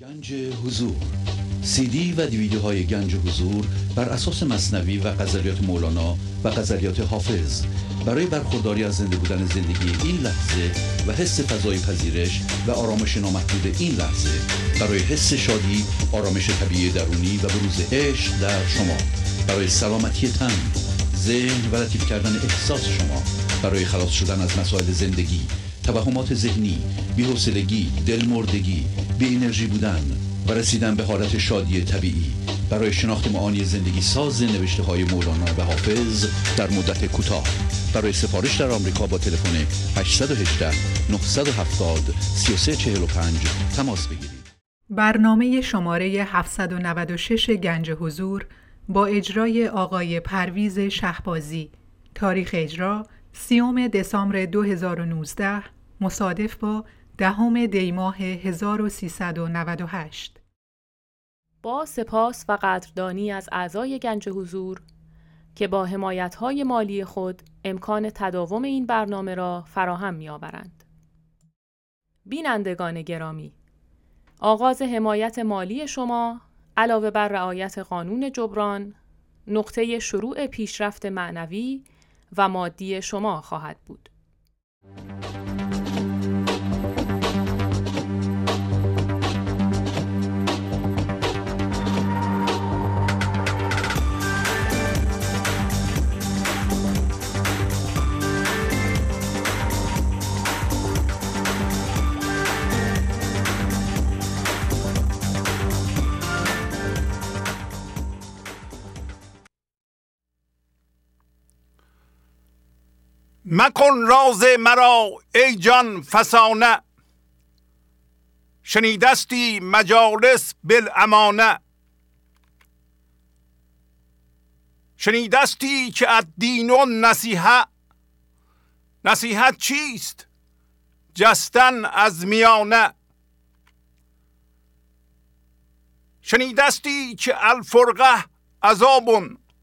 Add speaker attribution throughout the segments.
Speaker 1: گنج حضور، سی دی و دیویدیوهای گنج حضور بر اساس مثنوی و غزلیات مولانا و غزلیات حافظ برای برخورداری از زنده بودن زندگی این لحظه و حس فضای پذیرش و آرامش نامحدود این لحظه، برای حس شادی، آرامش طبیعی درونی و بروز عشق در شما، برای سلامتی تن، ذهن و لطیف کردن احساس شما، برای خلاص شدن از مسائل زندگی، توهمات ذهنی، بی‌حوصلگی، دلمردگی، بی انرژی بودن و رسیدن به حالت شادی طبیعی، برای شناخت معانی زندگی ساز نوشته‌های مولانا و حافظ در مدت کوتاه. برای سفارش در آمریکا با تلفن 818 970 3345 تماس بگیرید.
Speaker 2: برنامه شماره 796 گنج حضور با اجرای آقای پرویز شهبازی. تاریخ اجرا 30 دسامبر 2019 مصادف با 10 دی ماه 1398.
Speaker 3: با سپاس و قدردانی از اعضای گنج حضور که با حمایت‌های مالی خود امکان تداوم این برنامه را فراهم می‌آورند. بینندگان گرامی، آغاز حمایت مالی شما علاوه بر رعایت قانون جبران، نقطه شروع پیشرفت معنوی و مادی شما خواهد بود.
Speaker 4: مکن راز مرا ای جان فسانه، شنیدستی مجالس بالامانه. شنیدستی که الدین النصیحه، نصیحت چیست جستن از میانه. شنیدستی که الفرقه عذاب،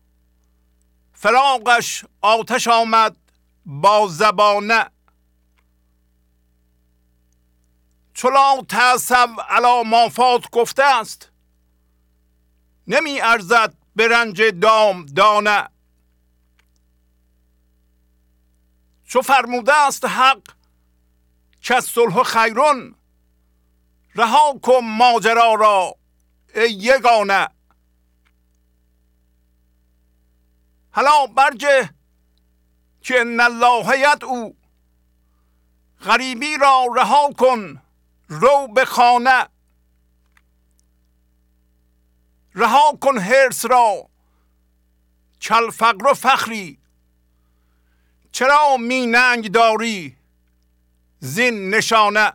Speaker 4: فراقش آتش آمد با زبانه. چو لا تأسف علی ما فات گفته است، نمی ارزد به رنج دام دانه. چو فرموده است حق که صلح خیرون، رها کن ماجرا را ای یگانه. هلا برجه که ان الله یدعو، غریبی را رها کن رو به خانه. رها کن حرص را کل فقر و فخری، چرا می ننگ داری زین نشانه.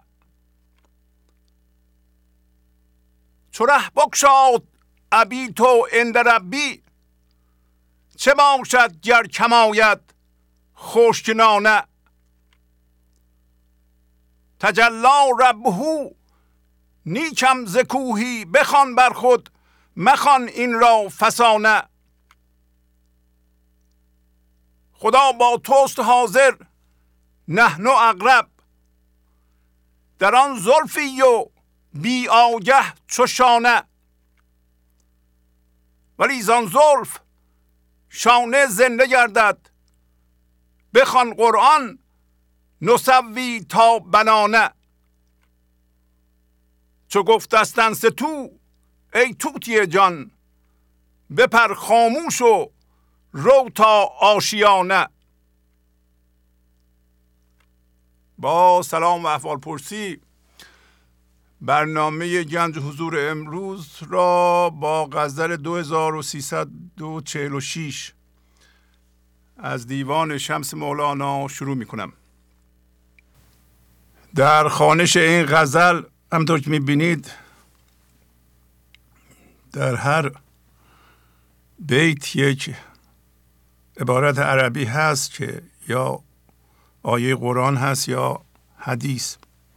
Speaker 4: چو ره بگشاد ابیت عند ربی، چه باشد گر کم آید خشکنانه. تجلی ربه نیکم ز کوهی، بخوان بر خود مخوان این را فسانه. خدا با توست حاضر نحن اقرب، در آن زلفی و بی آگه چو شانه. ولی زان زلف شانه زنده گردد، بخوان قرآن نسوی تا بنانه. چو گفتستن ستو ای طوطی جان، بپر خاموش و رو تا آشیانه. با سلام و احوال پرسی، برنامه گنج حضور امروز را با غزل 2346 از دیوان شمس مولانا شروع می کنم. در خوانش این غزل همطور که می بینید در هر بیت یک عبارت عربی هست که یا آیه قرآن هست یا حدیث.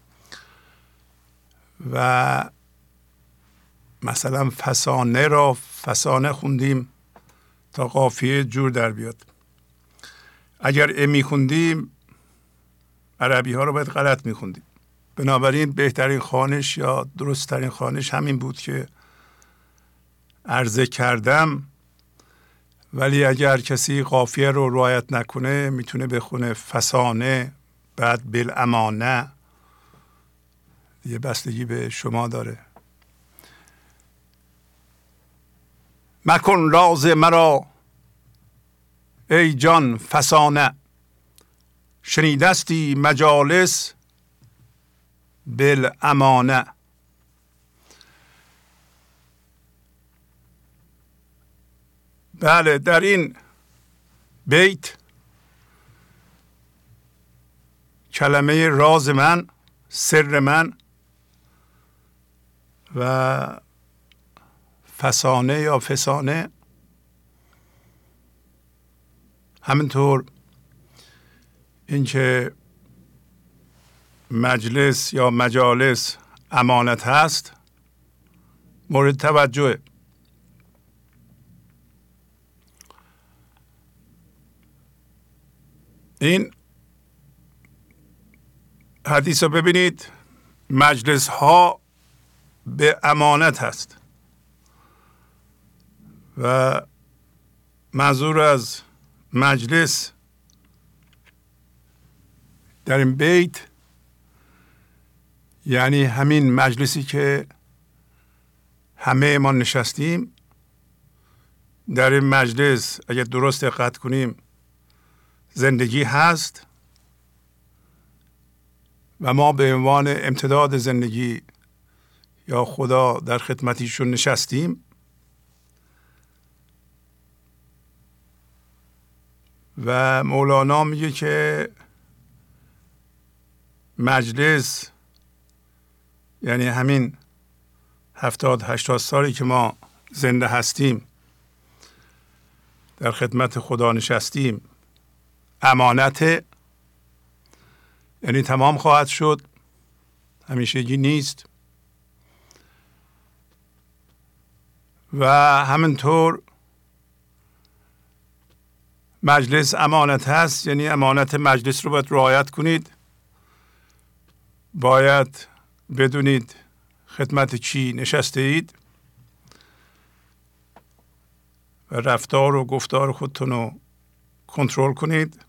Speaker 4: و مثلا فسانه را فسانه خوندیم تا قافیه جور در بیاد. اگر امی خوندیم عربی ها رو باید غلط می خوندیم. بنابراین بهترین خوانش یا درستترین خوانش همین بود که عرضه کردم. ولی اگر کسی قافیه رو رعایت نکنه میتونه بخونه فسانه بعد بالامانه، یه بستگی به شما داره. مکن راز مرا ای جان فسانه، شنیدستی مجالس بالامانه. بله، در این بیت کلمه راز من، سر من و فسانه یا فسانه، همینطور اینکه مجلس یا مجالس امانت هست مورد توجه. این حدیث رو ببینید، مجلس ها به امانت هست و منظور از مجلس در این بیت یعنی همین مجلسی که همه ما نشستیم. در این مجلس اگر درست دقت کنیم زندگی هست و ما به عنوان امتداد زندگی یا خدا در خدمتیشون نشستیم و مولانا میگه که مجلس یعنی همین 70-80 سالی که ما زنده هستیم در خدمت خدا نشستیم امانت، یعنی تمام خواهد شد، همیشگی نیست. و همینطور مجلس امانت هست، یعنی امانت مجلس رو باید رعایت کنید. باید بدونید خدمت کی نشسته اید و رفتار و گفتار خودتون رو کنترل کنید.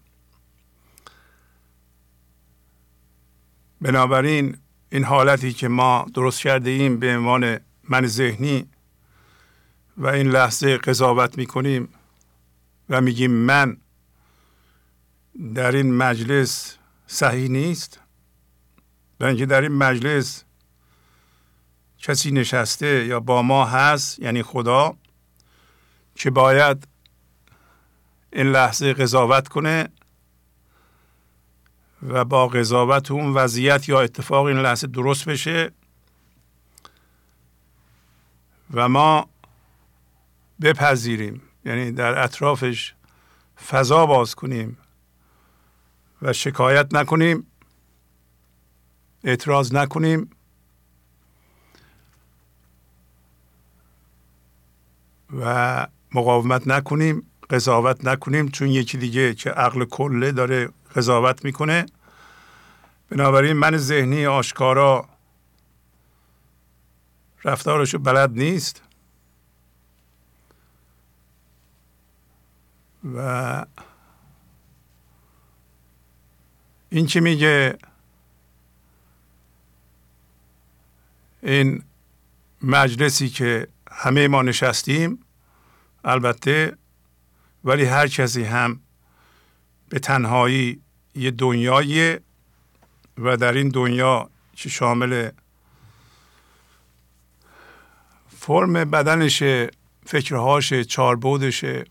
Speaker 4: بنابراین این حالتی که ما درست کرده ایم به عنوان من ذهنی و این لحظه قضاوت میکنیم و میگیم من در این مجلس صحیح نیست، و اینکه در این مجلس کسی نشسته یا با ما هست یعنی خدا که باید این لحظه قضاوت کنه و با قضاوت اون وضعیت یا اتفاق این لحظه درست بشه و ما بپذیریم، یعنی در اطرافش فضا باز کنیم و شکایت نکنیم، اعتراض نکنیم و مقاومت نکنیم، قضاوت نکنیم، چون یکی دیگه که عقل کله داره قضاوت میکنه. بنابراین من ذهنی آشکارا رفتارشو بلد نیست و این که میگه این مجلسی که همه ما نشستیم، البته ولی هر کسی هم به تنهایی یه دنیاییه و در این دنیا که شامل فرم بدنشه، فکرهاشه، چاربودشه،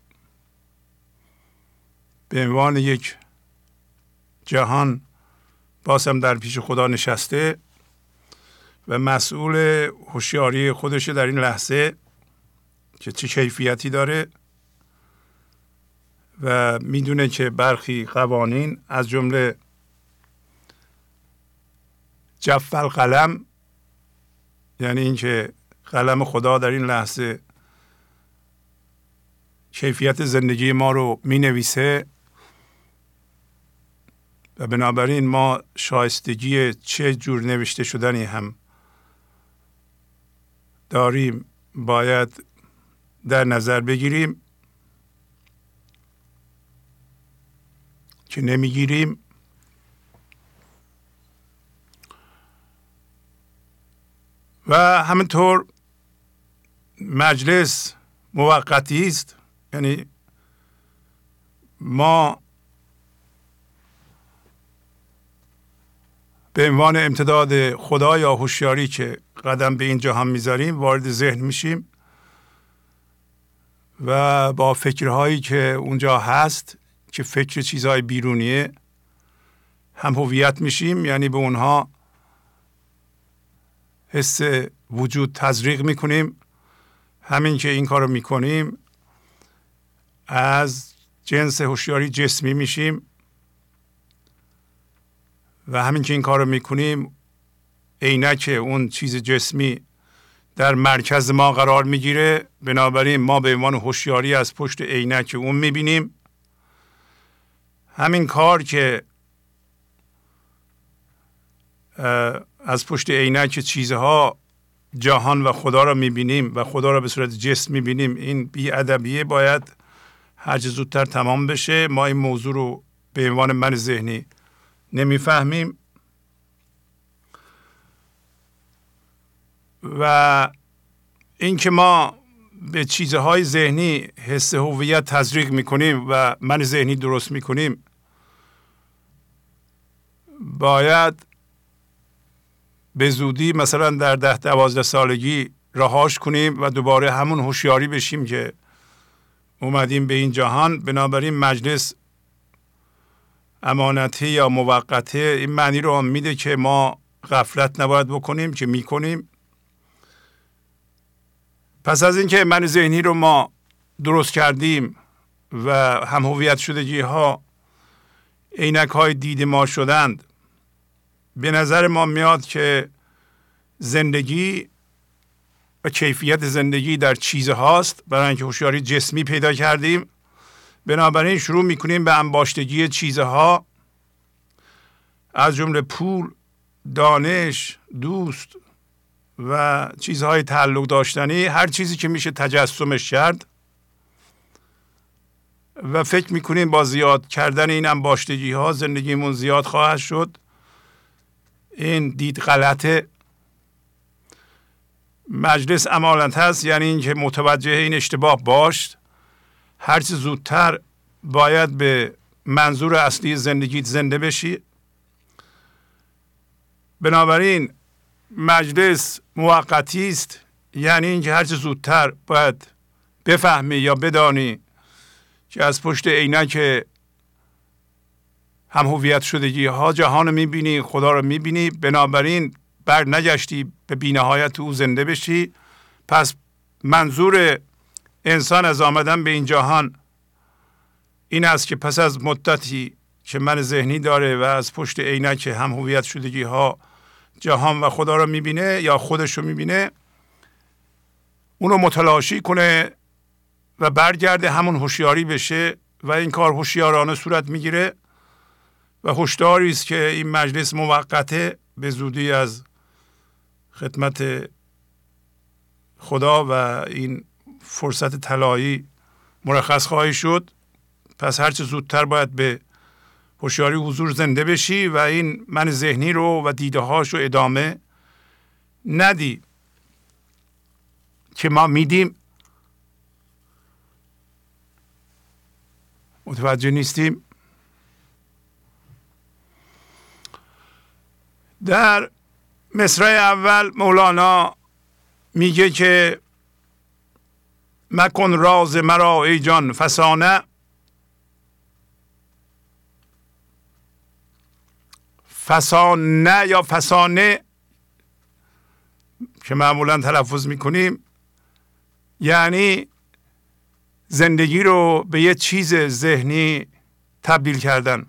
Speaker 4: به عنوان یک جهان بازم در پیش خدا نشسته و مسئول هوشیاری خودش در این لحظه که چه کیفیتی داره و میدونه که برخی قوانین از جمله جف القلم، یعنی اینکه قلم خدا در این لحظه کیفیت زندگی ما رو می نویسه و بنابراین ما شایستگی چه جور نوشته شدنی هم داریم باید در نظر بگیریم که نمیگیریم. و همینطور مجلس موقتی است، یعنی ما به عنوان امتداد خدا یا هوشیاری که قدم به این جهان میذاریم وارد ذهن میشیم و با فکرهایی که اونجا هست که فکر چیزهای بیرونیه هم هویت میشیم، یعنی به اونها حس وجود تزریق میکنیم. همین که این کارو میکنیم از جنس هوشیاری جسمی میشیم و همین که این کارو میکنیم عینک اون چیز جسمی در مرکز ما قرار میگیره. بنابراین ما به عنوان هوشیاری از پشت عینک اون میبینیم. همین کار که از پشت عینک چیزها جهان و خدا را میبینیم و خدا را به صورت جسم میبینیم، این بی‌ادبیه باید هر چه زودتر تمام بشه. ما این موضوع رو به عنوان من ذهنی نمیفهمیم و اینکه ما به چیزهای ذهنی حس هویت تزریق میکنیم و من ذهنی درست میکنیم، باید به زودی مثلا در 10-12 سالگی رهاش کنیم و دوباره همون هوشیاری بشیم که اومدیم به این جهان. بنابراین مجلس امانتی یا موقته این معنی رو هم میده که ما غفلت نباید بکنیم که میکنیم. پس از اینکه من ذهنی رو ما درست کردیم و هم هویت شدگی ها عینک های دید ما شدند، به نظر ما میاد که زندگی و کیفیت زندگی در چیزهاست. برای اینکه هوشیاری جسمی پیدا کردیم، بنابراین شروع میکنیم به انباشتگی چیزها، از جمله پول، دانش، دوست و چیزهای تعلق داشتنی، هر چیزی که میشه تجسمش کرد و فکر میکنیم با زیاد کردن این انباشتگی ها زندگیمون زیاد خواهد شد. این دید غلطه. مجلس امانت هست، یعنی اینکه متوجه این اشتباه باش. هر چه زودتر باید به منظور اصلی زندگیت زنده بشی. بنابراین مجلس موقتی است، یعنی اینکه هر چه زودتر باید بفهمی یا بدانی که از پشت عینک هم هویت شدگی ها جهان رو میبینی، خدا رو میبینی. بنابراین بر نگشتی به بی‌نهایت او زنده بشی. پس منظور انسان از آمدن به این جهان این است که پس از مدتی که من ذهنی داره و از پشت عینک هم هویت شدگی ها جهان و خدا رو میبینه یا خودش رو میبینه، اونو متلاشی کنه و برگرده همون هوشیاری بشه و این کار هوشیارانه صورت میگیره و هشداری است که این مجلس موقته، به زودی از خدمت خدا و این فرصت طلایی مرخص خواهی شد. پس هرچه زودتر باید به هوشیاری حضور زنده بشی و این من ذهنی رو و دیده هاش رو ادامه ندی که ما میدیم. متوجه نیستیم. در مصرع اول مولانا میگه که مکن راز مرا ای جان فسانه، فسانه یا فسانه که معمولا تلفظ میکنیم، یعنی زندگی رو به یه چیز ذهنی تبدیل کردن.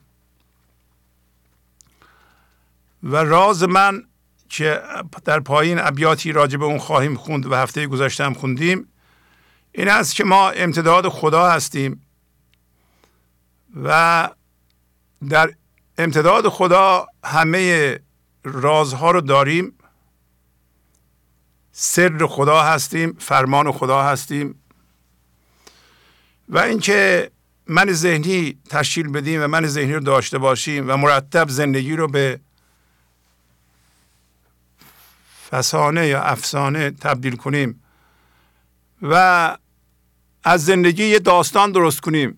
Speaker 4: و راز من که در پایین ابیاتی راجع به اون خواهیم خوند و هفته گذشته هم خوندیم، این است که ما امتداد خدا هستیم و در امتداد خدا همه رازها رو داریم، سر خدا هستیم، فرمان خدا هستیم. و اینکه من ذهنی تشکیل بدیم و من ذهنی رو داشته باشیم و مرتب زندگی رو به فسانه یا افسانه تبدیل کنیم و از زندگی یه داستان درست کنیم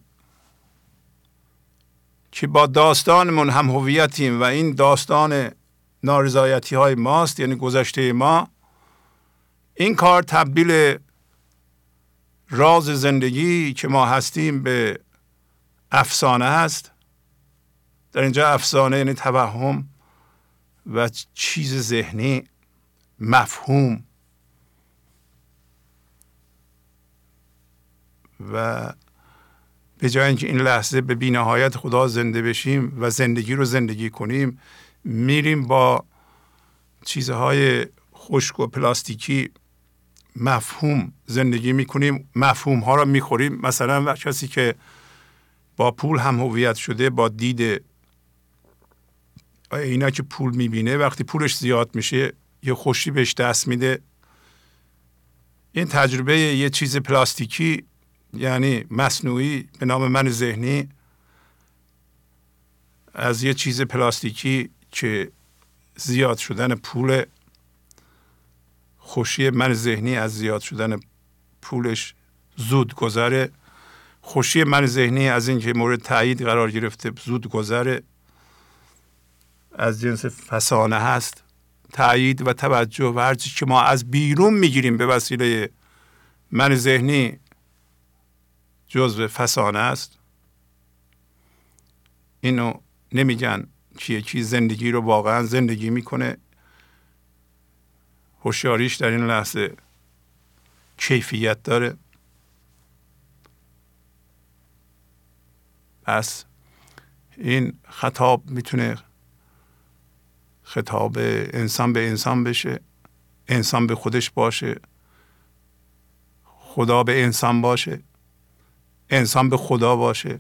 Speaker 4: که با داستانمون هم هویتیم و این داستان نارضایتی های ماست، یعنی گذشته ما. این کار تبدیل راز زندگی که ما هستیم به افسانه هست. در اینجا افسانه یعنی توهم و چیز ذهنی، مفهوم. و به جای اینکه این لحظه به بی‌نهایت خدا زنده بشیم و زندگی رو زندگی کنیم، میریم با چیزهای خشک و پلاستیکی مفهوم زندگی میکنیم، مفهوم ها رو میخوریم. مثلا کسی که با پول هم هویت شده، با دید اینا که پول میبینه، وقتی پولش زیاد میشه یه خوشی بهش دست میده. این تجربه یه چیز پلاستیکی یعنی مصنوعی به نام من ذهنی از یه چیز پلاستیکی که زیاد شدن پول، خوشی من ذهنی از زیاد شدن پولش زود گذره، خوشی من ذهنی از اینکه مورد تایید قرار گرفته زود گذره، از جنس فسانه هست. تایید و توجه و هر چیزی که ما از بیرون میگیریم به وسیله من ذهنی جزو فسانه است. اینو نمیگن که یکی زندگی رو واقعا زندگی میکنه. هوشیاریش در این لحظه کیفیت داره. پس این خطاب میتونه خطاب انسان به انسان بشه، انسان به خودش باشه، خدا به انسان باشه، انسان به خدا باشه.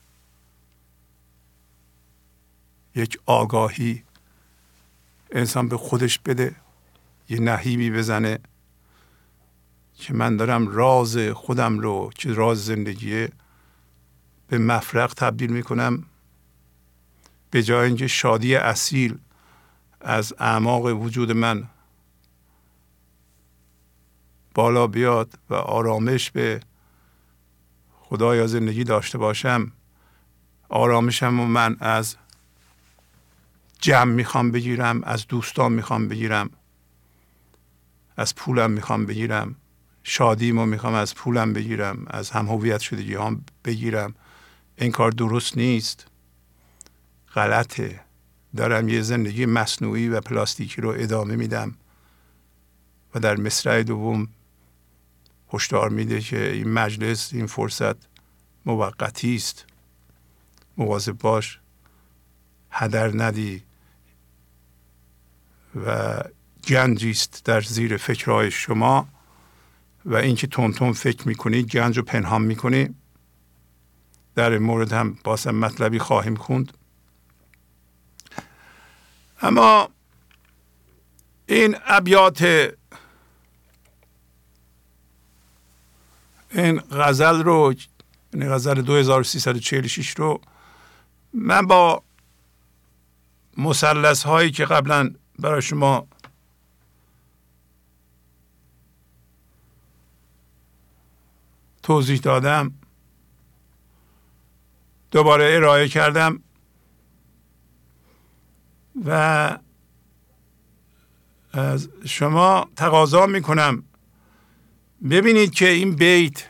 Speaker 4: یک آگاهی انسان به خودش بده، یه نهیبی بزنه که من دارم راز خودم رو که راز زندگیه به مفرق تبدیل میکنم. به جای اینکه شادی اصیل از اعماق وجود من بالا بیاد و آرامش به خدا یا زندگی داشته باشم، آرامشم و من از جمع میخوام بگیرم، از دوستان میخوام بگیرم، از پولم میخوام بگیرم، شادیمو میخوام از پولم بگیرم، از هم هویت شدگی هم بگیرم. این کار درست نیست، غلطه. دارم یه زندگی مصنوعی و پلاستیکی رو ادامه میدم و در مصرع دوم هشدار میده که این مجلس، این فرصت موقتی است، مواظب باش، هدر ندی و گنجی است در زیر فکرهای شما و اینکه تون فکر میکنی گنج رو پنهان میکنی. در این مورد هم بازم مطلبی خواهیم خوند. اما این ابیات این غزل رو، این غزل 2346 رو من با مثلث هایی که قبلا برای شما توضیح دادم دوباره ارائه کردم و از شما تقاضا میکنم ببینید که این بیت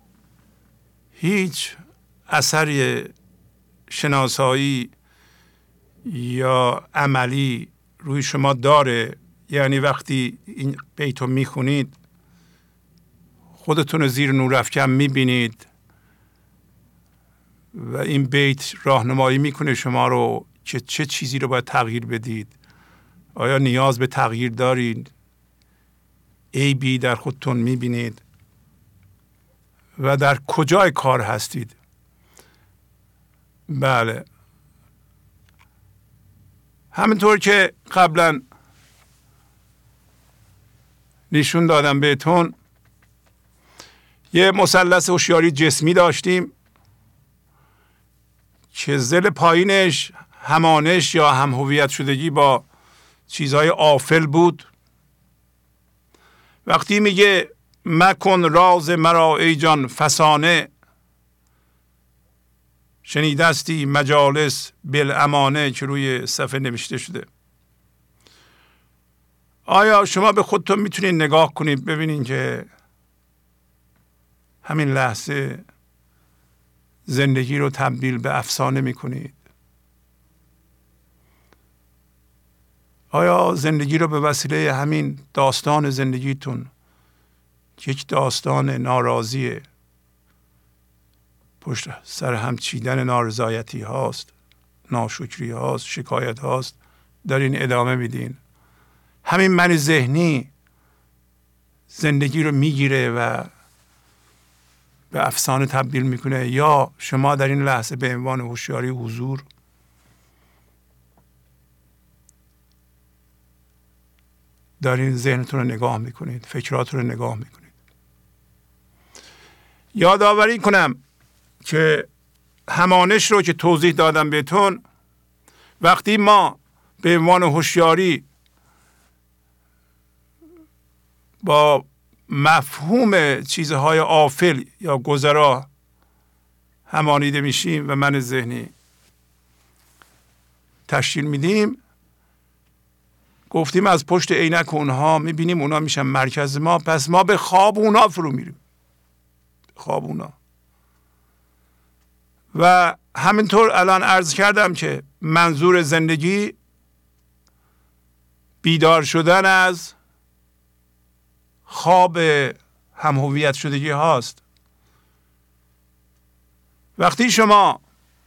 Speaker 4: هیچ اثر شناسایی یا عملی روی شما داره. یعنی وقتی این بیت رو میخونید خودتون رو زیر نورافکن میبینید و این بیت راهنمایی میکنه شما رو که چه چیزی رو باید تغییر بدید. آیا نیاز به تغییر دارید؟ عیبی در خودتون میبینید و در کجای کار هستید؟ بله، همینطور که قبلا نشون دادم بهتون، یه مثلث هوشیاری جسمی داشتیم که ضلع پایینش همانش یا هم هویت شدگی با چیزهای آفل بود. وقتی میگه مکن راز مرا ای جان فسانه، شنیدستی مجالس بالامانه که روی صفحه نوشته شده. آیا شما به خودتون میتونید نگاه کنید ببینید که همین لحظه زندگی رو تبدیل به افسانه میکنید؟ آیا زندگی رو به وسیله همین داستان زندگیتون، یک داستان ناراضیه، پشت سر هم چیدن نارضایتی هاست، ناشکری هاست، شکایت هاست، دارین ادامه میدین؟ همین من ذهنی زندگی رو میگیره و به افسانه تبدیل میکنه، یا شما در این لحظه به عنوان هوشیاری حضور دارین ذهنتون رو نگاه میکنید، فکراتون رو نگاه میکنید. یادآوری کنم که همانش رو که توضیح دادم بهتون، وقتی ما به عنوان هوشیاری با مفهوم چیزهای آفل یا گذرا همانیده میشیم و من ذهنی تشکیل میدیم، گفتیم از پشت عینک اونها میبینیم اونها میشن مرکز ما، پس ما به خواب اونها فرو میریم، خواب اونها. و همینطور الان عرض کردم که منظور زندگی بیدار شدن از خواب هم هویت شدگی هاست. وقتی شما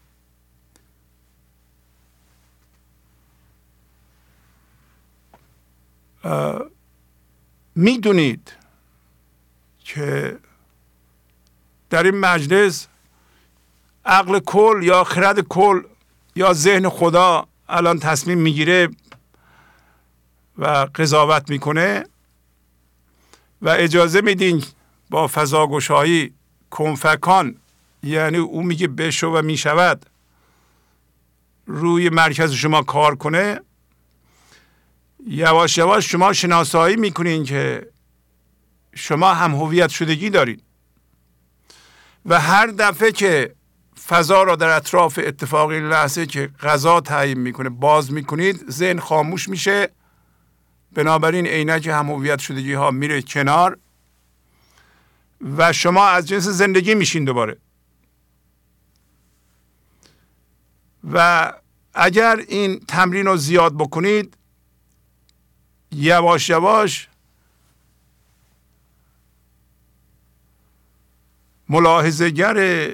Speaker 4: میدونید که در این مجلس عقل کل یا خرد کل یا ذهن خدا الان تصمیم میگیره و قضاوت میکنه و اجازه میدین با فضاگشایی کنفکان، یعنی او میگه بشو و میشود، روی مرکز شما کار کنه، یواش یواش شما شناسایی میکنین که شما هم هویت شدگی دارید و هر دفعه که فضا را در اطراف اتفاق این لحظه که قضا تعیین میکنه باز میکنید، ذهن خاموش میشه، بنابراین عینک هم هویت شدگی ها میره کنار و شما از جنس زندگی میشین دوباره. و اگر این تمرین رو زیاد بکنید، یواش یواش ملاحظه‌گر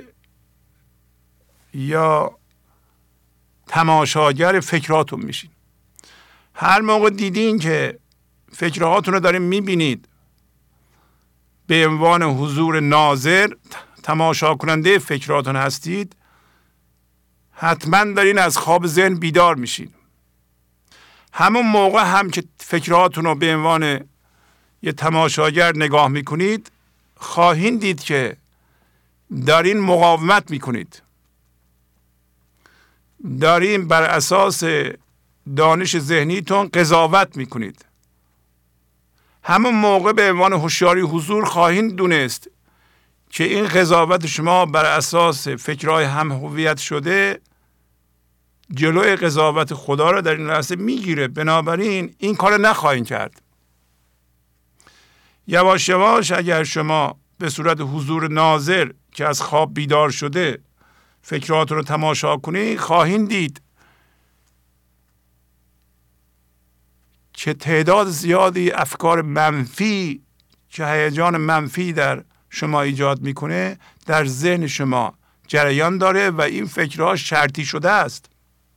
Speaker 4: یا تماشاگر فکراتون میشین. هر موقع دیدین که فکرهاتون رو دارین میبینید به عنوان حضور ناظر، تماشا کننده فکراتون هستید، حتما دارین از خواب ذهن بیدار میشین. همون موقع هم که فکراتون رو به عنوان یه تماشاگر نگاه میکنید، خواهین دید که دارین مقاومت میکنید، دارین بر اساس دانش ذهنیتون قضاوت میکنید. همون موقع به عنوان هوشیاری حضور خواهین دونست که این قضاوت شما بر اساس فکرهای هم هویت شده جلوی قضاوت خدا را در این لحظه میگیره، بنابراین این کار نخواهید کرد. یواش یواش اگر شما به صورت حضور ناظر که از خواب بیدار شده فکراتون رو تماشا کنید، خواهید دید که تعداد زیادی افکار منفی که هیجان منفی در شما ایجاد میکنه در ذهن شما جریان داره و این فکرها شرطی شده است.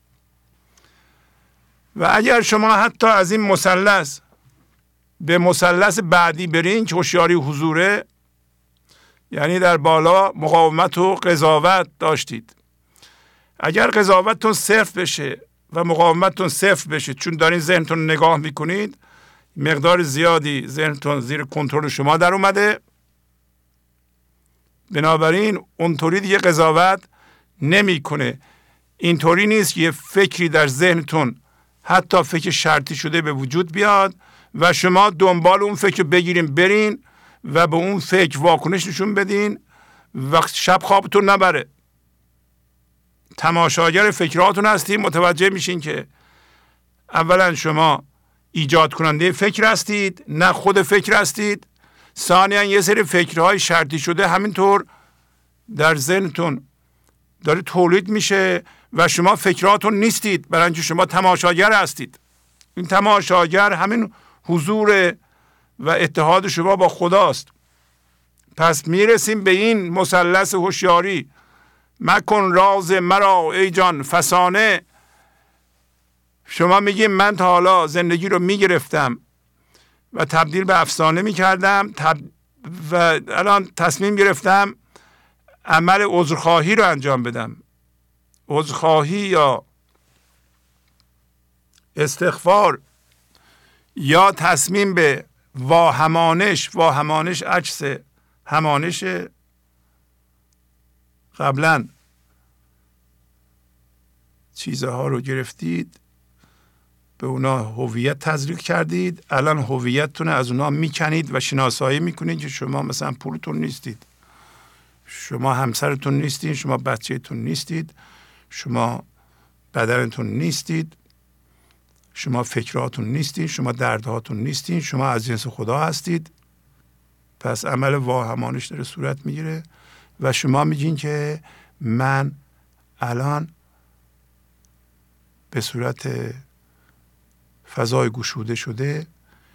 Speaker 4: و اگر شما حتی از این مثلث به مثلث بعدی برین که هوشیاری حضوره، یعنی در بالا مقاومت و قضاوت داشتید، اگر قضاوتتون صفر بشه و مقاومتتون صفر بشید، چون دارین ذهنتون نگاه میکنید، مقدار زیادی ذهنتون زیر کنترل شما در اومده، بنابراین اونطوری دیگه قضاوت نمیکنه. اینطوری نیست که یه فکری در ذهنتون حتی فکر شرطی شده به وجود بیاد و شما دنبال اون فکر بگیرین برین و به اون فکر واکنش نشون بدین و شب خوابتون نبره. تماشاگر فکراتون هستین، متوجه میشین که اولا شما ایجاد کننده فکر هستید، نه خود فکر هستید. ثانیاً یه سری فکرهای شرطی شده همینطور در ذهنتون داره تولید میشه و شما فکراتون نیستید، برای اینکه شما تماشاگر هستید. این تماشاگر همین حضور و اتحاد شما با خداست. پس میرسیم به این مثلث هوشیاری: مکن راز مرا ای جان فسانه. شما میگیم من تا حالا زندگی رو میگرفتم و تبدیل به افسانه میکردم و الان تصمیم گرفتم عمل عذرخواهی رو انجام بدم. عذرخواهی یا استغفار یا تصمیم به واهمانش عکس همانش قبلا چیزها رو گرفتید، به اونا هویت تزریق کردید، الان هویتتون از اونا میکنید و شناسایی میکنید که شما مثلا پولتون نیستید، شما همسرتون نیستید، شما بچهتون نیستید، شما بدنتون نیستید، شما فکراتون نیستید، شما دردهاتون نیستید، شما از جنس خدا هستید. پس عمل واهمانش داره صورت میگیره و شما میگین که من الان به صورت فضای گشوده شده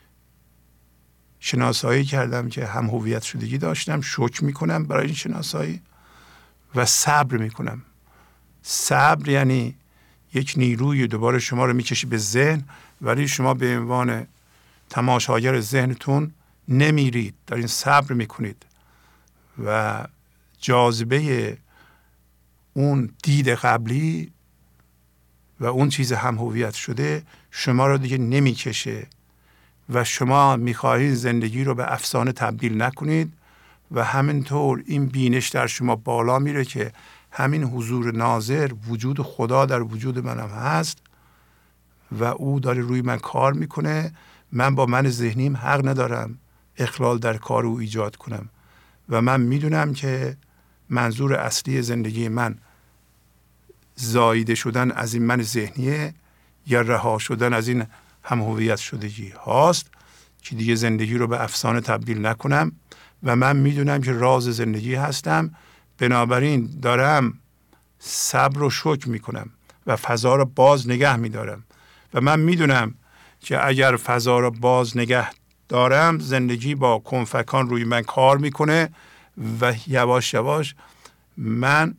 Speaker 4: شناسایی کردم که هم هویت شدگی داشتم، شکر میکنم برای این شناسایی و صبر میکنم. صبر یعنی یک نیروی دوباره شما رو میکشه به ذهن، ولی شما به عنوان تماشاگر ذهنتون نمیرید، دارین صبر میکنید و جاذبه اون دید قبلی و اون چیز هم هویت شده شما رو دیگه نمیکشه و شما میخواهید زندگی رو به افسانه تبدیل نکنید و همینطور این بینش در شما بالا میره که همین حضور ناظر، وجود خدا در وجود منم هست و او داره روی من کار میکنه. من با من ذهنیم حق ندارم اخلال در کار او ایجاد کنم و من میدونم که منظور اصلی زندگی من زاییده شدن از این من ذهنیه یا رها شدن از این هم هویت شدگی هاست که دیگه زندگی رو به افسانه تبدیل نکنم و من میدونم که راز زندگی هستم. بنابراین دارم صبر و شکر میکنم و فضا رو باز نگه میدارم و من میدونم که اگر فضا رو باز نگه دارم زندگی با کنفکان روی من کار میکنه و یواش یواش من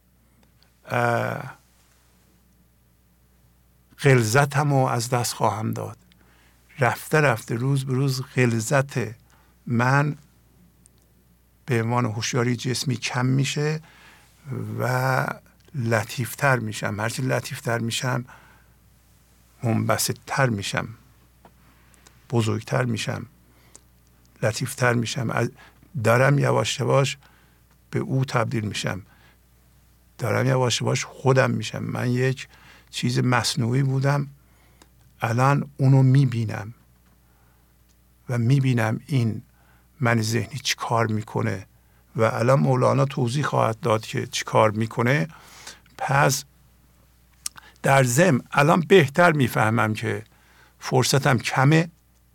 Speaker 4: غلظتم رو از دست خواهم داد. رفته رفته روز به روز غلظت من به عنوان هوشیاری جسمی کم میشه و لطیفتر میشم. هرچی لطیفتر میشم منبسطتر میشم، بزرگتر میشم، لطیفتر میشم. دارم یواش یواش به او تبدیل میشم، دارم یواش یواش خودم میشم. من یک چیز مصنوعی بودم، الان اونو میبینم و میبینم این من ذهنی چی کار میکنه و الان مولانا توضیح خواهد داد که چی کار میکنه. پس در ضمن الان بهتر میفهمم که فرصتم کمه،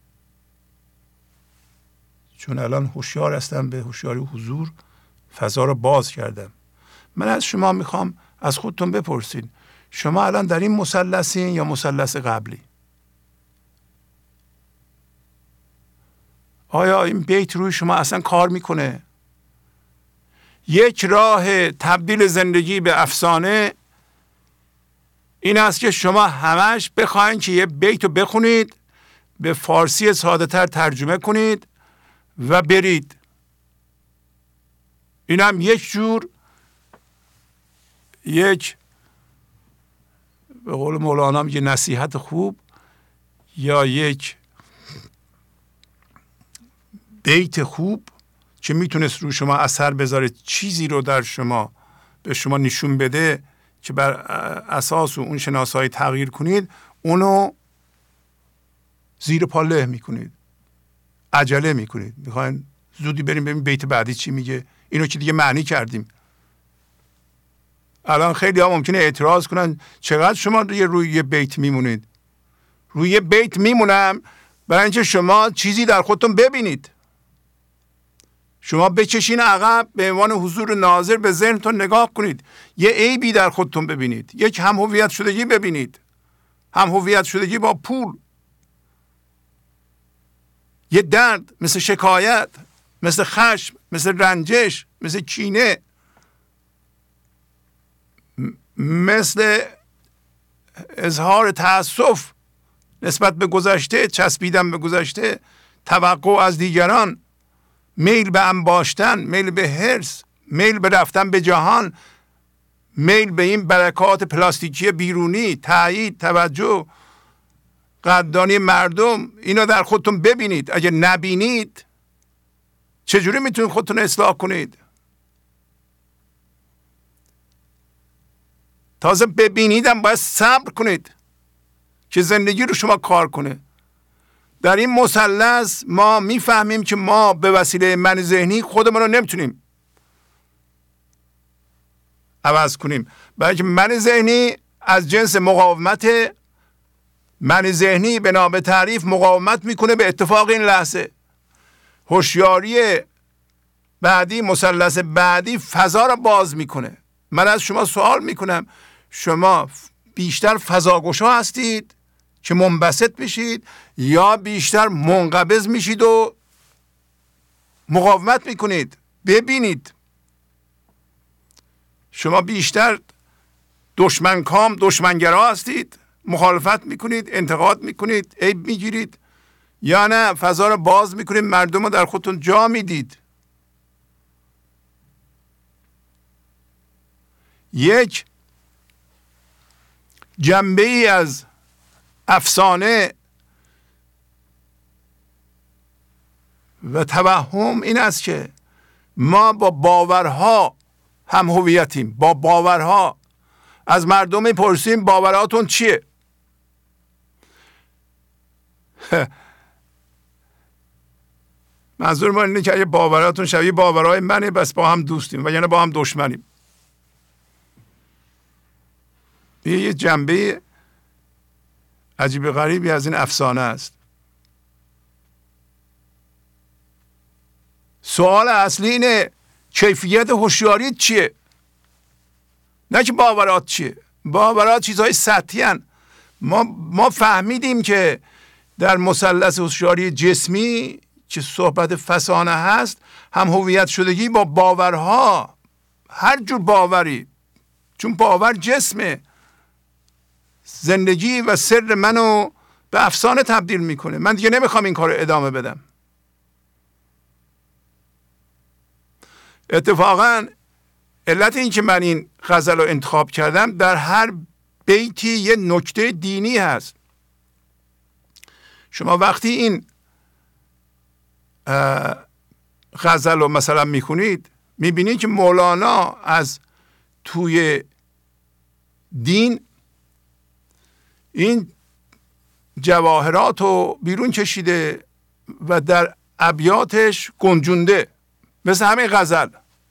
Speaker 4: چون الان هوشیار هستم، به هوشیاری و حضور فضا رو باز کردم. من از شما میخوام از خودتون بپرسین شما الان در این مثلثین یا مثلث قبلی؟ آیا این بیت روی شما اصلا کار میکنه؟ یک راه تبدیل زندگی به افسانه این است که شما همش بخواین که یه بیت رو بخونید، به فارسی ساده تر ترجمه کنید و برید. این هم یک جور یک به قول مولانا میگه نصیحت خوب یا یک بیت خوب که میتونست رو شما اثر بذاره، چیزی رو در شما به شما نشون بده که بر اساس اون شناسایی تغییر کنید، اونو زیر پا له میکنید، عجله میکنید، میخواین زودی بریم ببین بیت بعدی چی میگه، اینو که دیگه معنی کردیم. الان خیلی ها ممکنه اعتراض کنن چقدر شما روی یه بیت میمونید. روی یه بیت میمونم برای اینکه شما چیزی در خودتون ببینید. شما بچشین عقب، به عنوان حضور ناظر به ذهنتون نگاه کنید، یه عیبی در خودتون ببینید، یک هم هویت شدگی ببینید، هم هویت شدگی با پول، یه درد مثل شکایت، مثل خشم، مثل رنجش، مثل کینه، مثل اظهار تأسف نسبت به گذشته، چسبیدن به گذشته، توقع از دیگران، میل به انباشتن، میل به حرص، میل به رفتن به جهان، میل به این برکات پلاستیکی بیرونی، تایید، توجه، قدردانی مردم. اینا در خودتون ببینید. اگه نبینید چجوری میتونید خودتون اصلاح کنید؟ تازه ببینیدم باید صبر کنید که زندگی رو شما کار کنه. در این مثلث ما میفهمیم که ما به وسیله من ذهنی خودمون رو نمیتونیم عوض کنیم، بلکه من ذهنی از جنس مقاومت. من ذهنی بنا به تعریف مقاومت میکنه به اتفاق این لحظه. هوشیاری بعدی، مثلث بعدی، فضا رو باز میکنه. من از شما سوال میکنم، شما بیشتر فضاگشا هستید که منبسط میشید یا بیشتر منقبض میشید و مقاومت میکنید؟ ببینید. شما بیشتر دشمنکام، دشمنگرا هستید، مخالفت میکنید، انتقاد میکنید، عیب میگیرید، یا نه فضا رو باز میکنید، مردم رو در خودتون جا میدید. یک جنبه ای از افسانه و توهم این است که ما با باورها هم هویتیم. با باورها از مردم میپرسیم باوراتون چیه؟ منظور ما اینه که اگه باوراتون شبیه باورهای منه بس با هم دوستیم و یعنی با هم دشمنیم. یه جنبه عجیب غریبی از این افسانه است. سوال اصلی اینه کیفیت هوشیاری چیه؟ نه که باورات چیه. باورات چیزهای سطحی هن. ما فهمیدیم که در مثلث هوشیاری جسمی که صحبت فسانه هست، هم هویت شدگی با باورها، هر جور باوری، چون باور جسمه، زندگی و سر منو به افسانه تبدیل میکنه. من دیگه نمیخوام این کار رو ادامه بدم. اتفاقا علت این که من این غزل رو انتخاب کردم، در هر بیتی یه نکته دینی هست. شما وقتی این غزل رو مثلا میخونید، میبینید که مولانا از توی دین این جواهرات رو بیرون کشیده و در ابیاتش گنجونده، مثل همین غزل.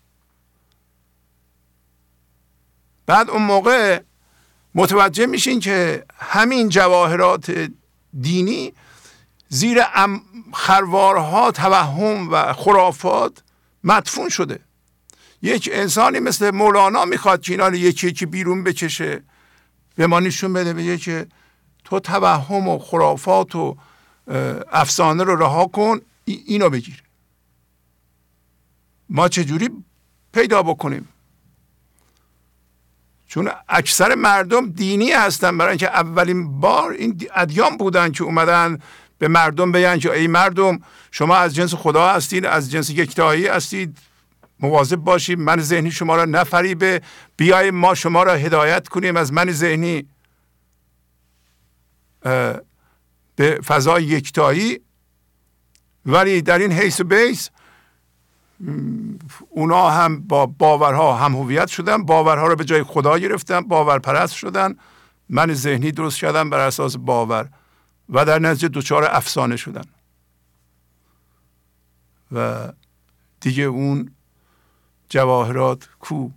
Speaker 4: بعد اون موقع متوجه میشین که همین جواهرات دینی زیر خروارها توهم و خرافات مدفون شده. یک انسانی مثل مولانا میخواد که اینا رو یکی یکی بیرون بکشه، به ما نشون بده، بگه که تو توهم و خرافات و افسانه رو رها کن، اینو بگیر. ما چجوری پیدا بکنیم؟ چون اکثر مردم دینی هستن، برای اینکه اولین بار این ادیان بودن که اومدن به مردم بگن که ای مردم، شما از جنس خدا هستید، از جنس یکتایی هستید، مواظب باشید من ذهنی شما را نفریبه، بیاییم ما شما را هدایت کنیم از من ذهنی. به فضای یکتایی، ولی در این حیث و بیس اونا هم با باورها هم هویت شدن، باورها رو به جای خدا گرفتن، باورپرست شدن، من ذهنی درست کردن بر اساس باور و در نتیجه دچار افسانه شدن و دیگه اون جواهرات کو.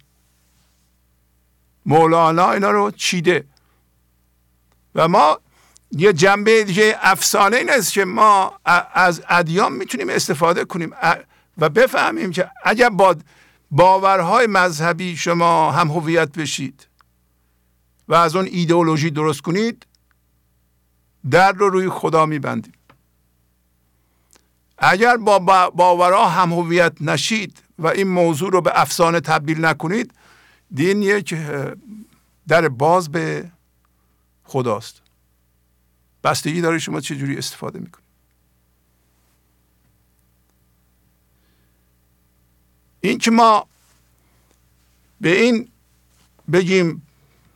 Speaker 4: مولانا اینا رو چیده و ما یه جنبه دیگه افسانه این است که ما از ادیان میتونیم استفاده کنیم و بفهمیم که اگر با باورهای مذهبی شما هم هویت بشید و از اون ایدئولوژی درست کنید، در رو روی خدا میبندیم. اگر با باورها هم هویت نشید و این موضوع رو به افسانه تبدیل نکنید، دین یک در باز به خداست. بستگی داره شما چجوری استفاده میکنید. این که ما به این بگیم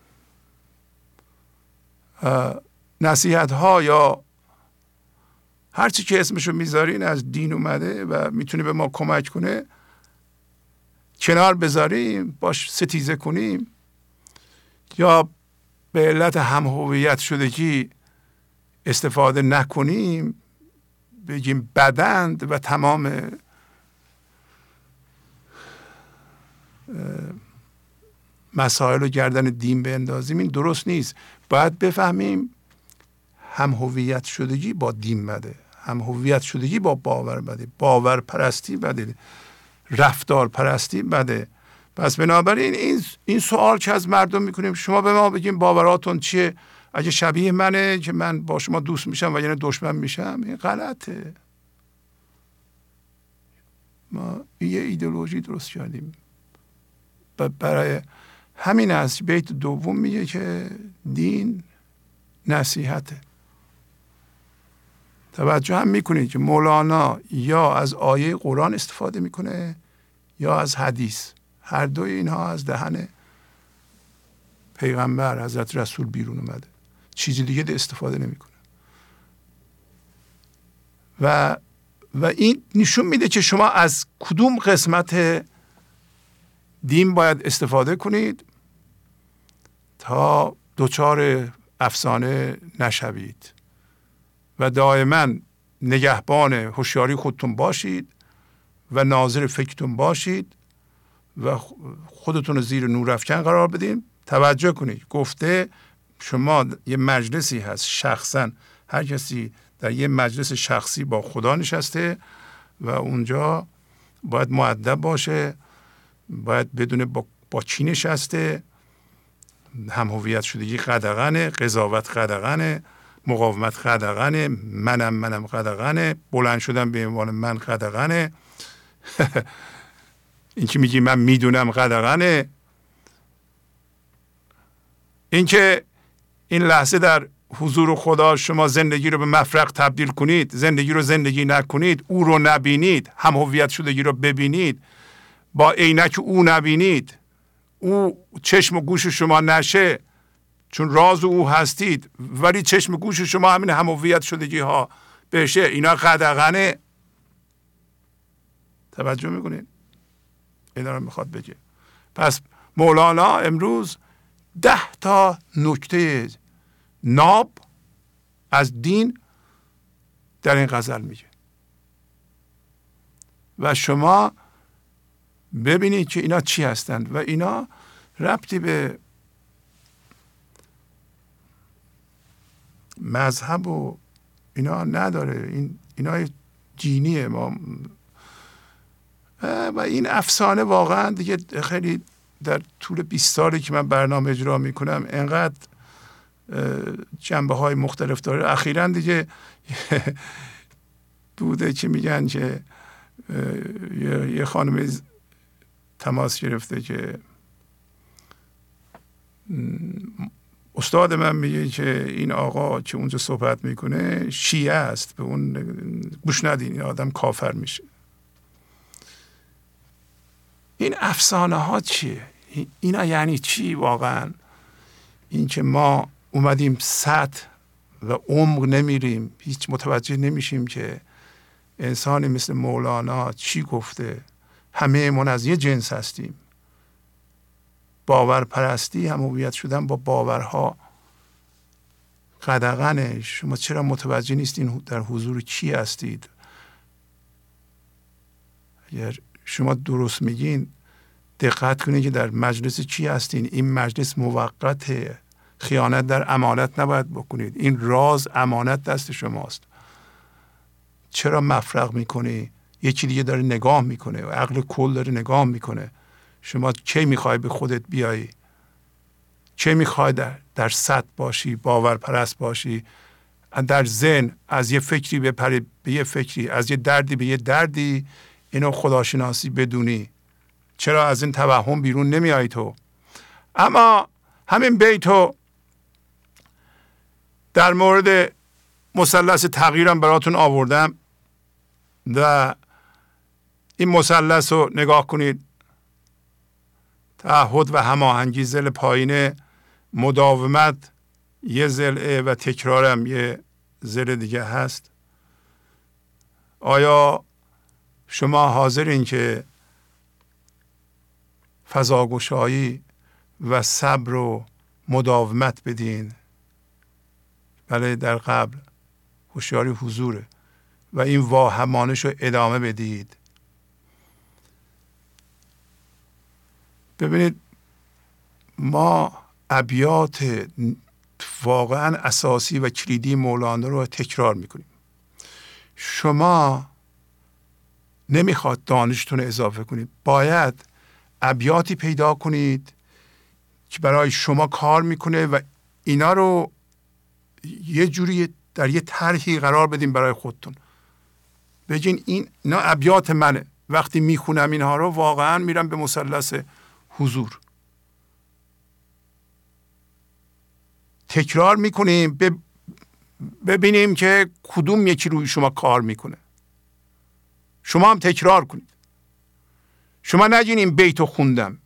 Speaker 4: نصیحت ها یا هر چی که اسمشو میذارین از دین اومده و میتونه به ما کمک کنه، کنار بذاریم، باش ستیزه کنیم یا به علت هم هویت شدگی استفاده نکنیم، بگیم بدند و تمام مسائل رو گردن دین بندازیم، این درست نیست. باید بفهمیم هم هویت شدگی با دین بده، هم هویت شدگی با باور بده، باور پرستی بده، رفتار پرستی بده. پس بنابراین این سوال که از مردم میکنیم، شما به ما بگیم باوراتون چیه، اگه شبیه منه که من با شما دوست میشم و یعنی دشمن میشم، این غلطه. ما یه ایدئولوژی درست کردیم. برای همین از بیت دوم میگه که دین نصیحته. توجه هم میکنید که مولانا یا از آیه قرآن استفاده میکنه یا از حدیث. هر دوی اینها از دهن پیغمبر حضرت رسول بیرون اومده، چیزی دیگه استفاده نمیکنه. و این نشون میده که شما از کدوم قسمت دین باید استفاده کنید تا دچار افسانه نشوید و دائما نگهبان هوشیاری خودتون باشید و ناظر فکرتون باشید و خودتون رو زیر نورافکن قرار بدین. توجه کنید، گفته شما یه مجلسی هست، شخصا هر کسی در یه مجلس شخصی با خدا نشسته و اونجا باید مؤدب باشه، باید بدونه با چی نشسته، هم هویت شدگی قدغنه، قضاوت قدغنه، مقاومت قدغنه، منم قدغنه، بلند شدن به عنوان من قدغنه، این که میگی من میدونم قدغنه. این که این لحظه در حضور خدا شما زندگی رو به مفرق تبدیل کنید، زندگی رو زندگی نکنید، او رو نبینید، هم هویت شدگی رو ببینید، با عینک او نبینید، او چشم و گوش شما نشه چون راز او هستید، ولی چشم و گوش شما همین هم هویت شدگی ها بشه، اینا قدغنه. توجه میکنید؟ اینا رو میخواد بگه. پس مولانا امروز 10 تا نکته ناب از دین در این غزل میگه و شما ببینید که اینا چی هستند و اینا ربطی به مذهب و اینا نداره، اینا جینیه ما. و این افسانه واقعا دیگه خیلی در طول 20 سالی که من برنامه اجرا میکنم انقدر جنبه های مختلف داره. اخیراً دیگه بوده که میگن که یه خانم تماس گرفته که استاد من میگه که این آقا که اونجا صحبت میکنه شیعه است، به اون گوش ندین، این آدم کافر میشه. این افسانه ها چیه؟ اینا یعنی چی واقعا؟ این که ما اومدیم سطح و عمق نمیریم، هیچ متوجه نمیشیم که انسانی مثل مولانا چی گفته. همه من از یه جنس هستیم. باور پرستی هم هویت شدن با باورها قدغنه. شما چرا متوجه نیستین در حضور کی هستید؟ اگر شما درست میگین دقت کنید که در مجلس چی هستین. این مجلس موقته. خیانت در امانت نباید بکنید. این راز امانت دست شماست. چرا مفرق میکنی؟ یکی دیگه داره نگاه میکنه و عقل کل داره نگاه میکنه. شما چه میخوای به خودت بیایی؟ چه میخوای در سطح باشی، باور پرست باشی، در ذهن از یه فکری بپری به یه فکری، از یه دردی به یه دردی، اینو خداشناسی بدونی؟ چرا از این توهم بیرون نمیایی تو؟ اما همین بیتو در مورد مثلث تغییرم براتون آوردم و این مثلث رو نگاه کنید. تعهد و هماهنگی ضلع پایینه، مداومت یه ضلع و تکرارم یه ضلع دیگه هست. آیا شما حاضرین که فضاگشایی و صبر و مداومت بدین؟ بله، در قبل هوشیاری حضوره و این واهمانش رو ادامه بدید. ببینید ما ابیات واقعا اساسی و کلیدی مولانا رو تکرار میکنیم. شما نمیخواد دانشتون اضافه کنید، باید ابیاتی پیدا کنید که برای شما کار میکنه و اینا رو یه جوری در یه طرحی قرار بدیم برای خودتون. بگین اینا ابیات منه. وقتی میخونم اینها رو واقعا میرم به مثلث حضور. تکرار میکنیم ببینیم که کدوم یکی روی شما کار میکنه. شما هم تکرار کنید. شما نگین این بیتو خوندم.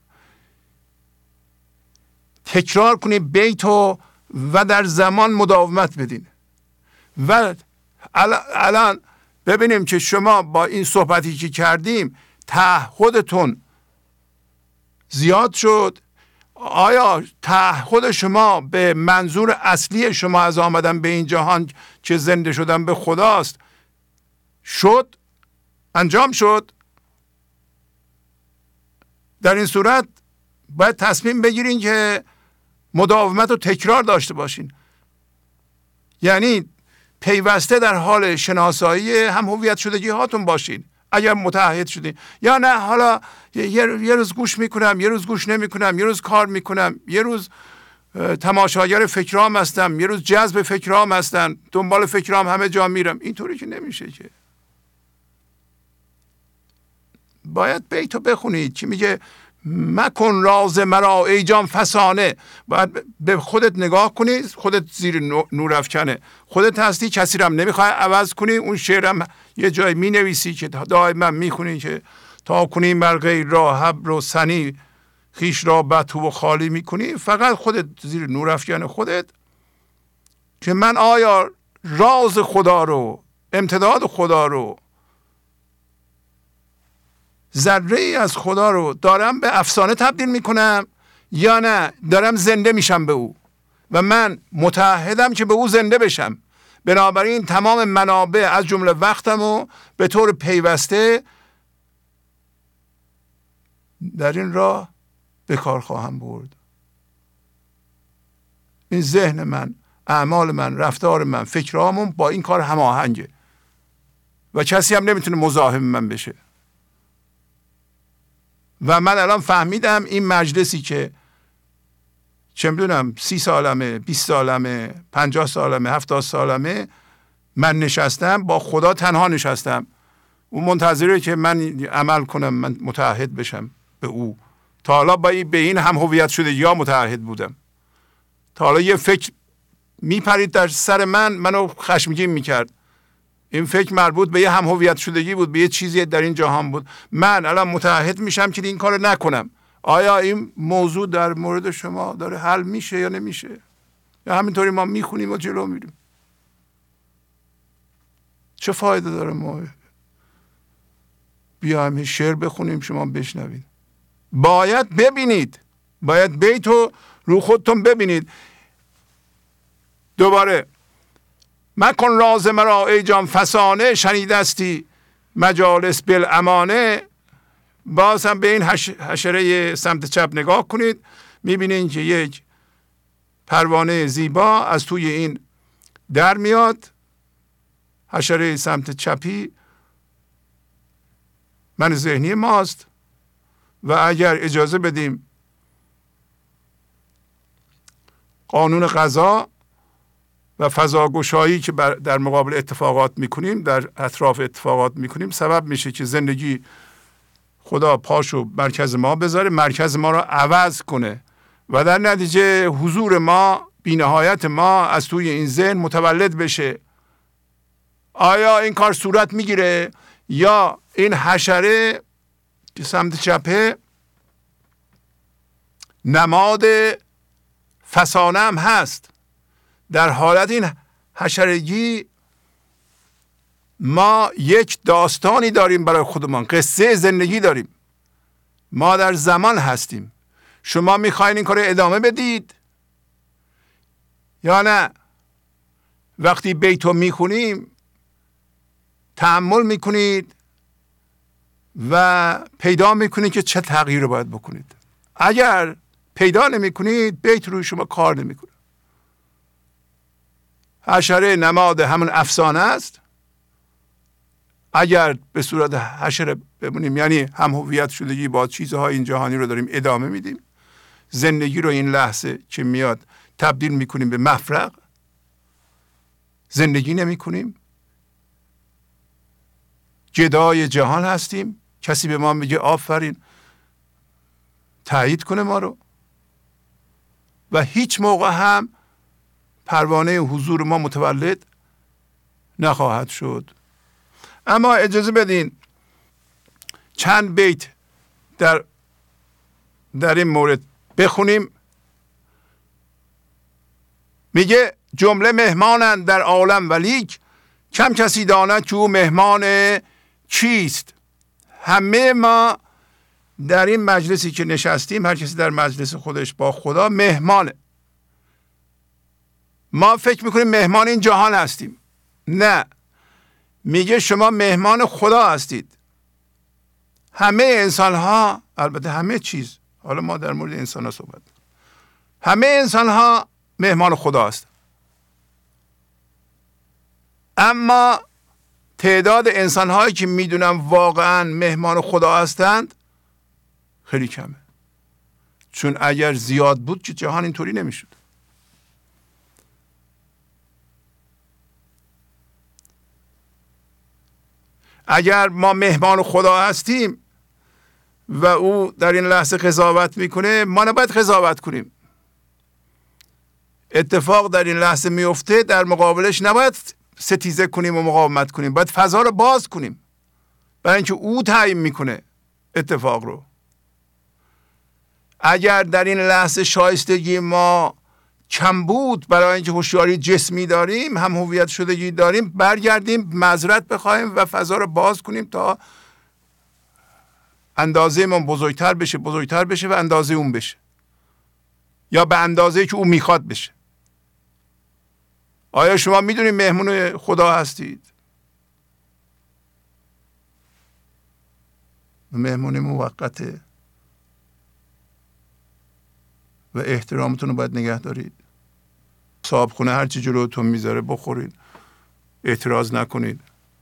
Speaker 4: تکرار کنید بیتو و در زمان مداومت بدین و الان ببینیم که شما با این صحبتی که کردیم تعهدتون زیاد شد. آیا تعهد شما به منظور اصلی شما از آمدن به این جهان که زنده شدن به خداست شد؟ انجام شد؟ در این صورت باید تصمیم بگیرین که مداومت و تکرار داشته باشین. یعنی پیوسته در حال شناسایی هم هویت شدگی هاتون باشین. اگر متعهد شدین یا نه حالا یه روز گوش میکنم، یه روز گوش نمیکنم، یه روز کار میکنم، یه روز تماشاگر فکرام هستم، یه روز جذب فکرام هستم، دنبال فکرام همه جا میرم. اینطوری که نمیشه. که باید بیتو بخونید که میگه مکن راز مرا ای جان فسانه. باید به خودت نگاه کنی. خودت زیر نور افکنه، خودت هستی، کسی رو هم نمیخوای عوض کنی. اون شعرم یه جای می نویسی که دائما میخونی که تا کنی بر غیر را حبر و سنی خیش را بطو و خالی میکنی. فقط خودت زیر نور افکن خودت که من آیا راز خدا رو، امتداد خدا رو، ذره ای از خدا رو دارم به افسانه تبدیل میکنم یا نه دارم زنده میشم به او و من متعهدم که به او زنده بشم. بنابراین تمام منابع از جمله وقتم رو به طور پیوسته در این راه به کار خواهم برد. این ذهن من، اعمال من، رفتار من، فکرامون با این کار هماهنگه و کسی هم نمیتونه مزاحم من بشه. و من الان فهمیدم این مجلسی که چه میدونم 30 سالمه، 20 سالمه، 50 سالمه، 70 سالمه من نشستم، با خدا تنها نشستم. اون منتظره که من عمل کنم، من متعهد بشم به او. تا حالا به این هم هویت شده یا متعهد بودم. تا حالا یه فکر میپرید در سر منو خشمگین میکرد. این فکر مربوط به یه هم هویت شدگی بود، به یه چیزی در این جهان بود. من الان متعهد میشم که این کارو نکنم. آیا این موضوع در مورد شما داره حل میشه یا نمیشه؟ یا همینطوری ما میخونیم و جلو میریم؟ چه فایده داره ما بیایم شعر بخونیم شما بشنوید؟ باید ببینید، باید بیتو رو خودتون ببینید. دوباره مکن راز مرا ای جان فسانه، شنیدستی مجالس بالامانه. باز هم به این حشره سمت چپ نگاه کنید، میبینید که یک پروانه زیبا از توی این در میاد. حشره سمت چپی من ذهنی ماست و اگر اجازه بدیم قانون قضا و فضاگشایی که در مقابل اتفاقات میکنیم، در اطراف اتفاقات میکنیم، سبب میشه که زندگی خدا پاشو مرکز ما بذاره، مرکز ما را عوض کنه و در نتیجه حضور ما، بی‌نهایت ما از توی این ذهن متولد بشه. آیا این کار صورت میگیره یا این حشره که سمت چپه نماد فسانه هم هست؟ در حالت این حشرگی ما یک داستانی داریم برای خودمان، قصه زندگی داریم. ما در زمان هستیم. شما میخواین این کار ادامه بدید یا نه؟ وقتی بیتو میخونیم تأمل میکنید و پیدا میکنید که چه تغییر باید بکنید. اگر پیدا نمیکنید بیت روی شما کار نمیکنه. حشره نماد همون افسانه است. اگر به صورت حشره بمونیم یعنی هم هویت شدگی با چیزهای این جهانی رو داریم ادامه میدیم. زندگی رو این لحظه که میاد تبدیل میکنیم به مفرق. زندگی نمیکنیم. جدای جهان هستیم. کسی به ما میگه آفرین، تایید کنه ما رو و هیچ موقع هم پروانه حضور ما متولد نخواهد شد. اما اجازه بدین چند بیت در این مورد بخونیم. میگه جمله مهمانند در عالم ولیک، کم کسی داند که او مهمان چیست. همه ما در این مجلسی که نشستیم، هر کسی در مجلس خودش با خدا مهمانه. ما فکر میکنیم مهمان این جهان هستیم. نه، میگه شما مهمان خدا هستید. همه انسان ها، البته همه چیز، حالا ما در مورد انسان ها صحبت، همه انسان ها مهمان خدا هستند. اما تعداد انسان هایی که میدونن واقعا مهمان خدا هستند خیلی کمه. چون اگر زیاد بود که جهان اینطوری نمیشد. اگر ما مهمان خدا هستیم و او در این لحظه قضاوت میکنه، ما نباید قضاوت کنیم. اتفاق در این لحظه میفته، در مقابلش نباید ستیزه کنیم و مقاومت کنیم. باید فضا رو باز کنیم برای اینکه او تعیین میکنه اتفاق رو. اگر در این لحظه شایستگی ما کم بود، برای اینکه هوشیاری جسمی داریم، هم هویت شدگی داریم، برگردیم معذرت بخوایم و فضا رو باز کنیم تا اندازه ما بزرگتر بشه و اندازه اون بشه، یا به اندازه که اون میخواد بشه. آیا شما میدونید مهمون خدا هستید؟ مهمون موقته و احترامتون رو باید نگه دارید. صاحبخونه هر چی جلوتون میذاره بخورید، اعتراض نکنید.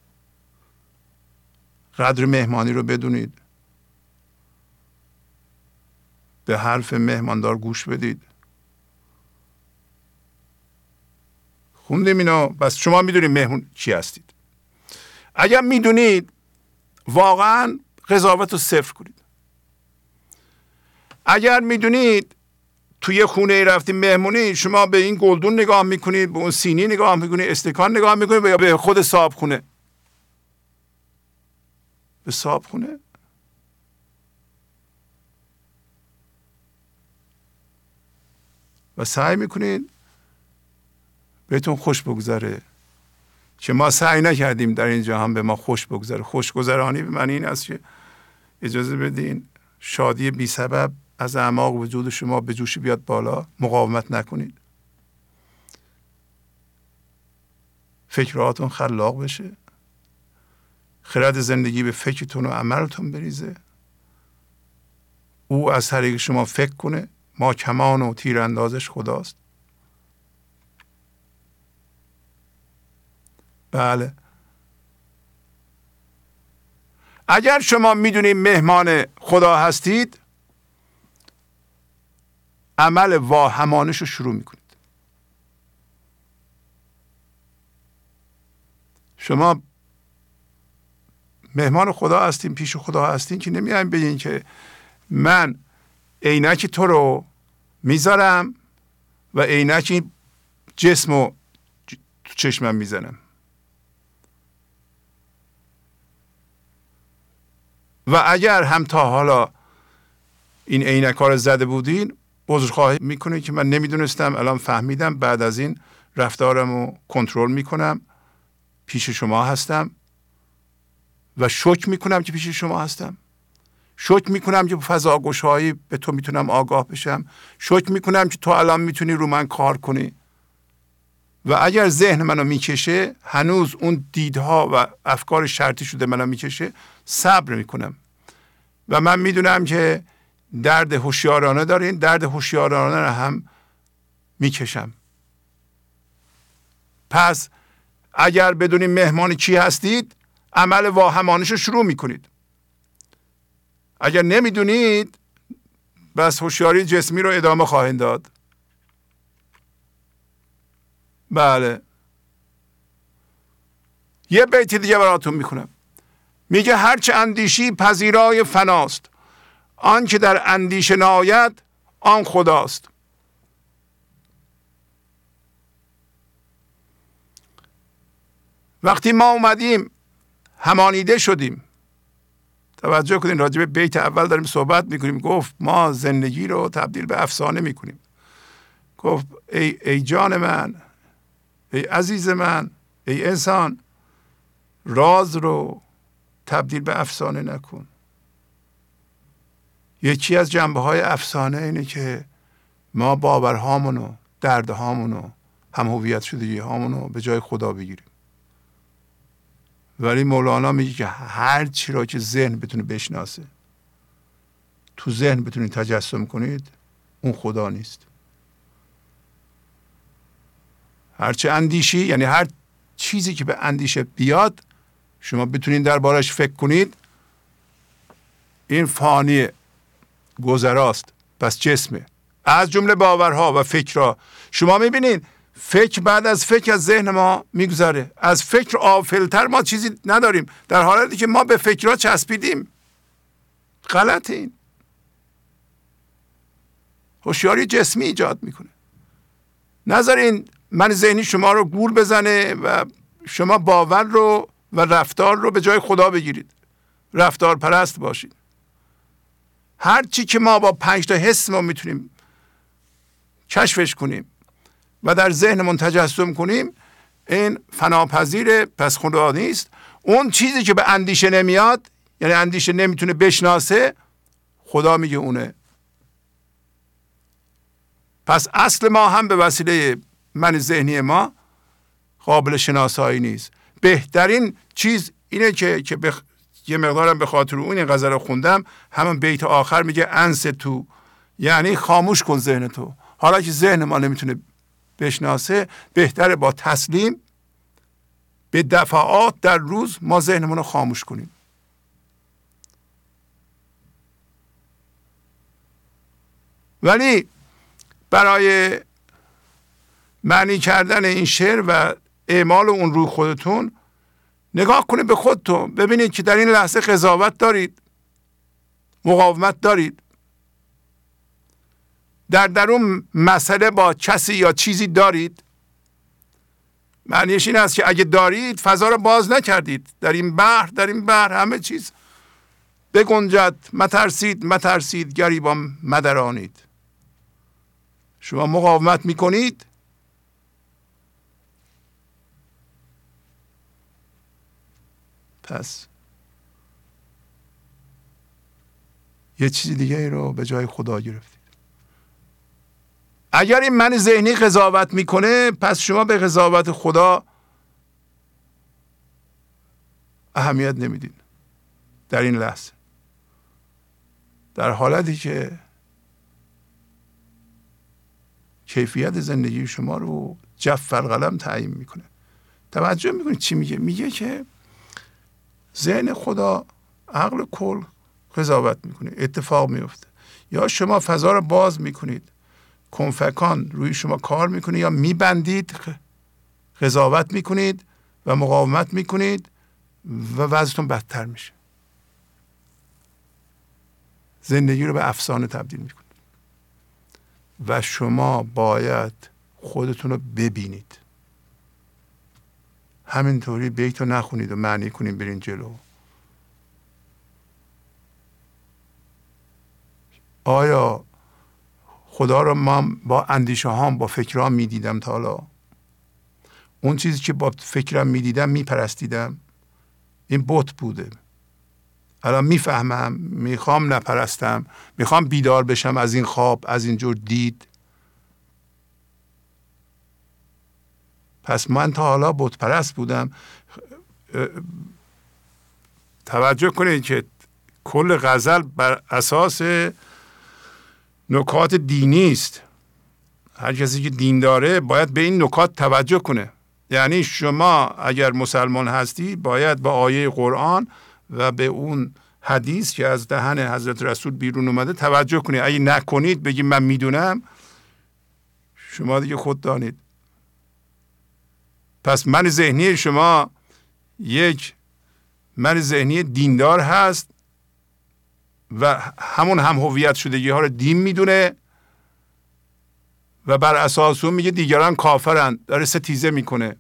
Speaker 4: قدر مهمانی رو بدونید. به حرف مهماندار گوش بدید. خوندیم اینا، بس شما میدونید مهمون چی هستید. اگر میدونید واقعا قضاوت رو صفر کنید. اگر میدونید توی خونه رفتیم مهمونی، شما به این گلدون نگاه میکنید، به اون سینی نگاه میکنید، استکان نگاه میکنید، یا به خود صاحب خونه؟ به صاحب خونه. و سعی میکنید بهتون خوش بگذره که ما سعی نکردیم در این جهان به ما خوش بگذره. خوشگذرانی به معنی این است که اجازه بدین شادی بی سبب از اعماق وجود شما به جوش بیاد بالا، مقاومت نکنید، فکراتون خلاق بشه، خرد زندگی به فکرتون و عملتون بریزه، او از طریق شما فکر کنه. ما کمان و تیراندازش خداست. بله، اگر شما میدونید مهمان خدا هستید، عمل واهمانش رو شروع میکنید. شما مهمان خدا هستین، پیش خدا هستین که نمیایم بگین که من عینک تو رو میذارم و عینک جسم رو تو چشمم میزنم. و اگر هم تا حالا این عینک ها رو زده بودین، عذرخواهی میکنید که من نمیدونستم، الان فهمیدم، بعد از این رفتارم رو کنترل میکنم، پیش شما هستم و شکر میکنم که پیش شما هستم. شکر میکنم که فضا گشایی به تو میتونم آگاه بشم. شکر میکنم که تو الان میتونی رو من کار کنی. و اگر ذهن منو میکشه، هنوز اون دیدها و افکار شرطی شده منو میکشه، صبر میکنم. و من میدونم که درد هوشیارانه دارین، درد هوشیارانه رو هم میکشم. پس اگر بدونین مهمان کی هستید، عمل واهمانش رو شروع میکنید. اگر نمیدونید، بس هوشیاری جسمی رو ادامه خواهید داد. بله، یه بیت دیگه براتون میخونم. میگه هرچه اندیشی پذیرای فناست، آن که در اندیشه ناید آن خداست. وقتی ما اومدیم همانیده شدیم، توجه کنین راجع به بیت اول داریم صحبت میکنیم. گفت ما زندگی رو تبدیل به افسانه میکنیم. گفت ای جان من، ای عزیز من، ای انسان، راز رو تبدیل به افسانه نکن. یکی از جنبه های افسانه اینه که ما باورهامونو، دردهامونو، هم هویت شدگی هامونو به جای خدا بگیریم. ولی مولانا میگه که هر چی را که ذهن بتونه بشناسه، تو ذهن بتونید تجسم کنید، اون خدا نیست. هرچه اندیشی، یعنی هر چیزی که به اندیشه بیاد شما بتونید دربارش فکر کنید، این فانی گذراست، پس جسمه، از جمله باورها و فکرها. شما میبینید فکر بعد از فکر از ذهن ما میگذره. از فکر غافل‌تر ما چیزی نداریم، در حالی که ما به فکرها چسبیدیم. غلط این. هوشیاری جسمی ایجاد میکنه. نذارین من ذهنی شما رو گول بزنه و شما باور رو و رفتار رو به جای خدا بگیرید. رفتار پرست باشید. هر چی که ما با 5 تا حس ما میتونیم کشفش کنیم و در ذهنمون تجسم کنیم، این فناپذیره، پس خدا نیست. اون چیزی که به اندیشه نمیاد، یعنی اندیشه نمیتونه بشناسه، خدا میگه اونه. پس اصل ما هم به وسیله من ذهنی ما قابل شناسایی نیست. بهترین چیز اینه که یه مقدارم به خاطر اون این غزل رو خوندم، همون بیت آخر میگه انس تو، یعنی خاموش کن ذهن تو. حالا که ذهن ما نمیتونه بشناسه، بهتره با تسلیم به دفعات در روز ما ذهنمون رو خاموش کنیم. ولی برای معنی کردن این شعر و اعمال اون روی خودتون نگاه کنید به خودتون، ببینید که در این لحظه قضاوت دارید، مقاومت دارید، در درون مسئله با کسی یا چیزی دارید. معنیش این است که اگه دارید فضا رو باز نکردید. در این بحر همه چیز بگنجد، مترسید گریبان مدرانید. شما مقاومت میکنید، پس یه چیز دیگه ای رو به جای خدا گرفتید. اگر این من ذهنی قضاوت میکنه، پس شما به قضاوت خدا اهمیت نمیدین در این لحظه، در حالتی که کیفیت زندگی شما رو جف القلم تعیین میکنه. توجه میکنید چی میگه؟ میگه که ذهن خدا، عقل کل قضاوت میکنه، اتفاق میفته. یا شما فضا رو باز میکنید، کنفکان روی شما کار میکنه، یا میبندید، قضاوت میکنید و مقاومت میکنید و وضعتون بدتر میشه. زندگی رو به افسانه تبدیل میکنید و شما باید خودتون رو ببینید. همینطوری بیت رو نخونید و معنی کنید برین جلو. آیا خدا رو من با اندیشه هام، با فکرام میدیدم تا حالا؟ اون چیزی که با فکرم میدیدم میپرستیدم؟ این بت بوده. الان میفهمم، میخوام نپرستم، میخوام بیدار بشم از این خواب، از این جور دید. پس من تا حالا بت پرست بودم. توجه کنید که کل غزل بر اساس نکات دینی است. هر کسی که دین داره باید به این نکات توجه کنه. یعنی شما اگر مسلمان هستی باید به آیه قرآن و به اون حدیث که از دهن حضرت رسول بیرون اومده توجه کنید. اگه نکنید بگید من میدونم، شما دیگه خود دانید. پس من ذهنی شما یک من ذهنی دیندار هست و همون هم هویت شدگی ها رو دین میدونه و بر اساس اون میگه دیگران کافرند، داره ستیزه میکنه.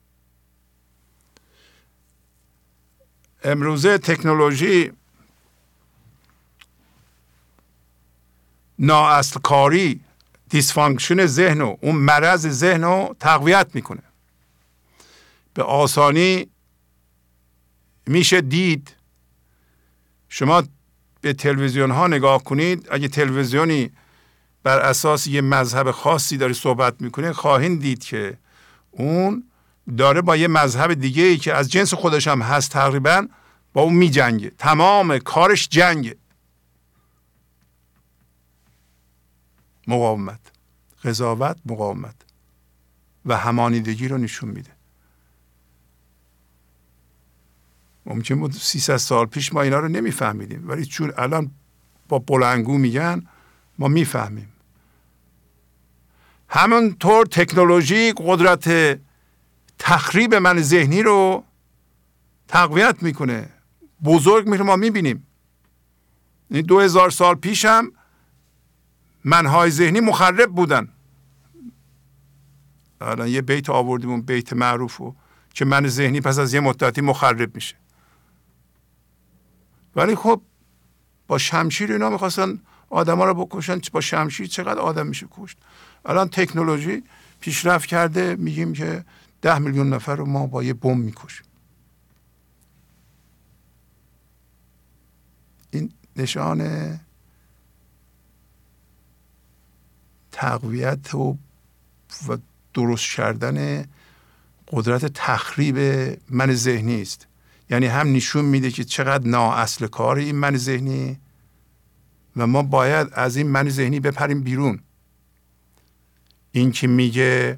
Speaker 4: امروزه تکنولوژی نااصل کاری، دیسفانکشن ذهن و اون مرض ذهن رو تقویت میکنه. به آسانی میشه دید. شما به تلویزیون ها نگاه کنید، اگه تلویزیونی بر اساس یه مذهب خاصی داره صحبت میکنه، خواهید دید که اون داره با یه مذهب دیگه ای که از جنس خودش هم هست تقریبا با اون میجنگه. تمام کارش جنگه، مقاومت، قضاوت، مقاومت و همانیدگی رو نشون میده. ممکن بود 300 سال پیش ما اینا رو نمیفهمیدیم، ولی چون الان با بلندگو میگن ما میفهمیم. همونطور تکنولوژی قدرت تخریب من ذهنی رو تقویت میکنه، بزرگ میکنه. ما میبینیم 2000 سال پیش هم منهای ذهنی مخرب بودن. الان یه بیت آوردیم، اون بیت معروفو که من ذهنی پس از یه مدتی مخرب میشه. ولی خب با شمشیر اینا میخواستن آدم ها رو بکشن. با شمشیر چقدر آدم میشه کشت؟ الان تکنولوژی پیشرفت کرده، میگیم که 10 میلیون نفر رو ما با یه بمب میکشیم. این نشان تقویت و درست کردن قدرت تخریب من ذهنی است. یعنی هم نشون میده که چقدر نااصل کار این من ذهنی و ما باید از این من ذهنی بپریم بیرون. این که میگه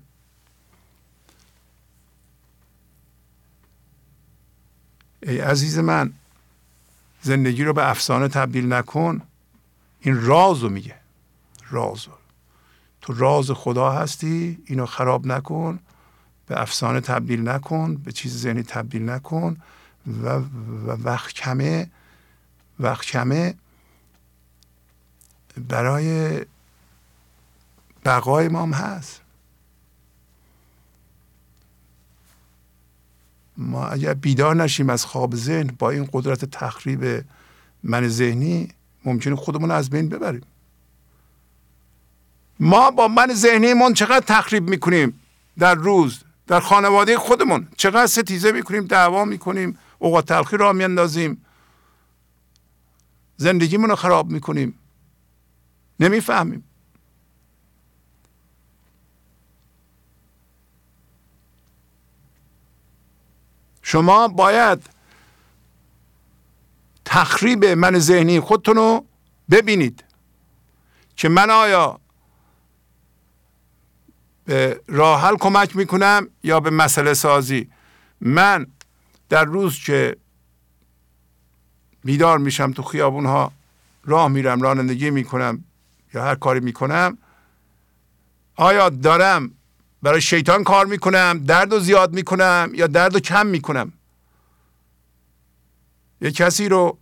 Speaker 4: ای عزیز من زندگی رو به افسانه تبدیل نکن، این رازو میگه. رازو تو راز خدا هستی، اینو خراب نکن، به افسانه تبدیل نکن، به چیز ذهنی تبدیل نکن و وقت کمه برای بقای ما هم هست. ما اگر بیدار نشیم از خواب ذهن با این قدرت تخریب من ذهنی، ممکنه خودمون از بین ببریم. ما با من ذهنیمون چقدر تخریب میکنیم در روز، در خانواده خودمون چقدر ستیزه میکنیم، دعوا میکنیم، اوقات تلخی راه میاندازیم، زندگیمون رو خراب میکنیم، نمیفهمیم. شما باید تخریب من ذهنی خودتون رو ببینید که من آیا به راه حل کمک میکنم یا به مسئله سازی. من در روز که بیدار میشم تو خیابون ها راه میرم، رانندگی میکنم یا هر کاری میکنم، آیا دارم برای شیطان کار میکنم، درد رو زیاد میکنم یا درد رو کم میکنم؟ یه کسی رو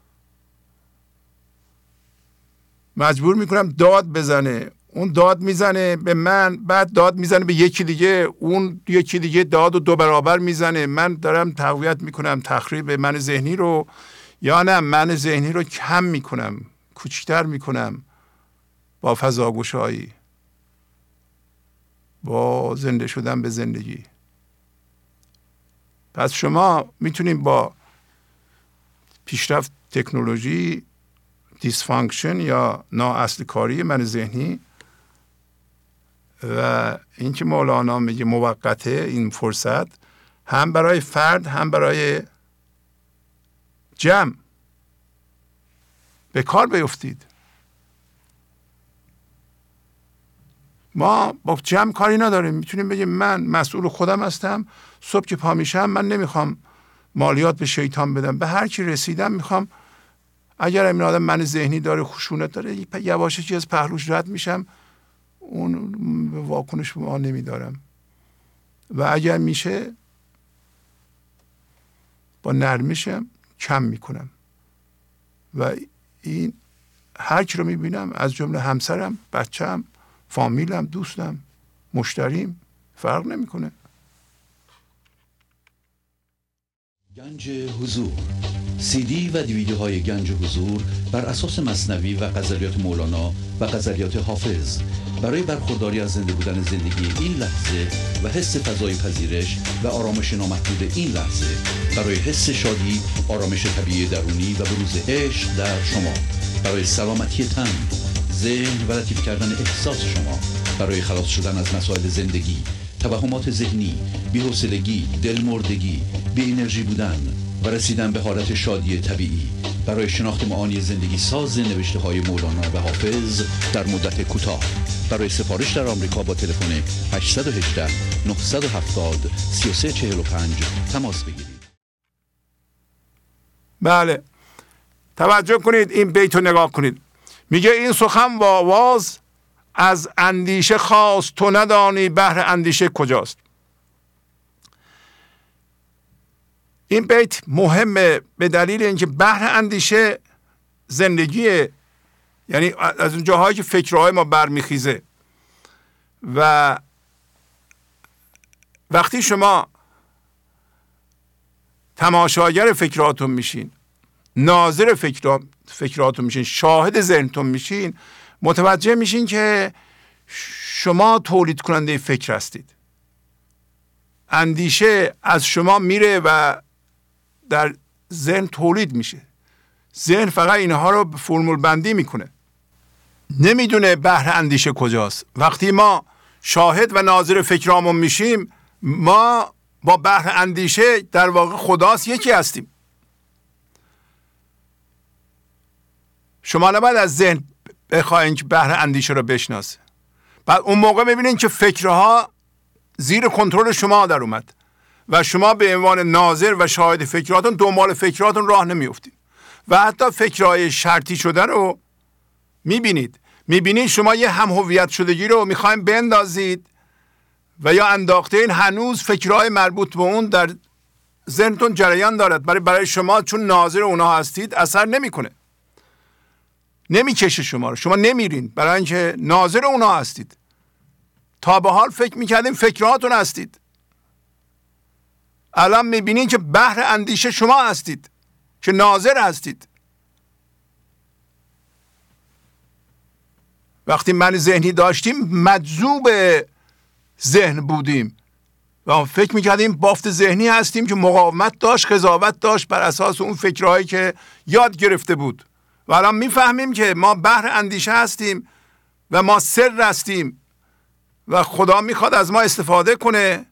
Speaker 4: مجبور میکنم داد بزنه، اون داد میزنه به من، بعد داد میزنه به یکی دیگه، اون یکی دیگه داد و 2 برابر میزنه. من دارم تقویت میکنم تخریب من ذهنی رو یا نه من ذهنی رو کم میکنم، کوچکتر میکنم با فضاگشایی، با زنده شدن به زندگی. پس شما میتونید با پیشرفت تکنولوژی دیسفانکشن یا نااصل کاری من ذهنی و اینکه مولانا میگه موقته این فرصت، هم برای فرد هم برای جمع به کار بیفتید. ما با جمع کاری نداریم، میتونیم بگیم من مسئول خودم هستم، صبح که پا میشم من نمیخوام مالیات به شیطان بدم، به هر کی رسیدم میخوام، اگر این آدم من ذهنی داره، خشونت داره، یواشکی از پهلوش رد میشم، اون به واکنش به ما نمیدارم و اگر میشه با نرمشم کم میکنم و این هر کی رو میبینم از جمله همسرم، بچه‌م، فامیلم، دوستم، مشتریم، فرق نمیکنه.
Speaker 1: گنج حضور، CD و دیویدیوهای گنج حضور بر اساس مثنوی و غزلیات مولانا و غزلیات حافظ برای برخورداری از زنده بودن زندگی این لحظه و حس فضای پذیرش و آرامش نامحدود این لحظه، برای حس شادی، آرامش طبیعی درونی و بروز عشق در شما، برای سلامتی تن، ذهن و لطیف کردن احساس شما، برای خلاص شدن از مسائل زندگی، توهمات ذهنی، بی‌حوصلگی، دلمردگی، بی انرژی بودن و رسیدن به حالت شادی طبیعی، برای شناخت معانی زندگی ساز نوشته های مولانا و حافظ در مدت کوتاه. برای سفارش در آمریکا با تلفن 818 970 3345 تماس بگیرید.
Speaker 4: بله، توجه کنید، این بیت رو نگاه کنید. میگه این سخن و آواز از اندیشه خواست، تو ندانی بحر اندیشه کجاست. این بیت مهمه به دلیل اینکه بحر اندیشه زندگیه، یعنی از اون جاهایی که فکرهای ما برمیخیزه و وقتی شما تماشاگر فکراتون میشین، ناظر فکراتون میشین، شاهد ذهنتون میشین، متوجه میشین که شما تولید کننده فکر هستید. اندیشه از شما میره و در ذهن تولید میشه. ذهن فقط اینها رو فرمول بندی میکنه، نمیدونه بحر اندیشه کجاست. وقتی ما شاهد و ناظر فکرامون میشیم، ما با بحر اندیشه در واقع خداست یکی هستیم. شما نباید از ذهن بخواین که بحر اندیشه رو بشناسه. بعد اون موقع میبینین که فکرها زیر کنترل شما در اومد و شما به عنوان ناظر و شاهد فکراتون دنبال فکراتون راه نمیافتید و حتی فکرهای شرطی شده رو میبینید شما یه هم هویت شدگی رو میخواین بندازید و یا انداخته این هنوز فکرهای مربوط به اون در ذهنتون جریان دارد، برای شما چون ناظر اونا هستید اثر نمیکنه، نمیکشه شما رو، شما نمیرین برای اینکه ناظر اونا هستید. تا به حال فکر میکردیم فکراتون هستید، الان میبینین که بحر اندیشه شما هستید که ناظر هستید. وقتی من ذهنی داشتیم مجذوب ذهن بودیم و فکر میکردیم بافت ذهنی هستیم که مقاومت داشت، قضاوت داشت بر اساس اون فکرهایی که یاد گرفته بود. و الان میفهمیم که ما بحر اندیشه هستیم و ما سر هستیم و خدا میخواد از ما استفاده کنه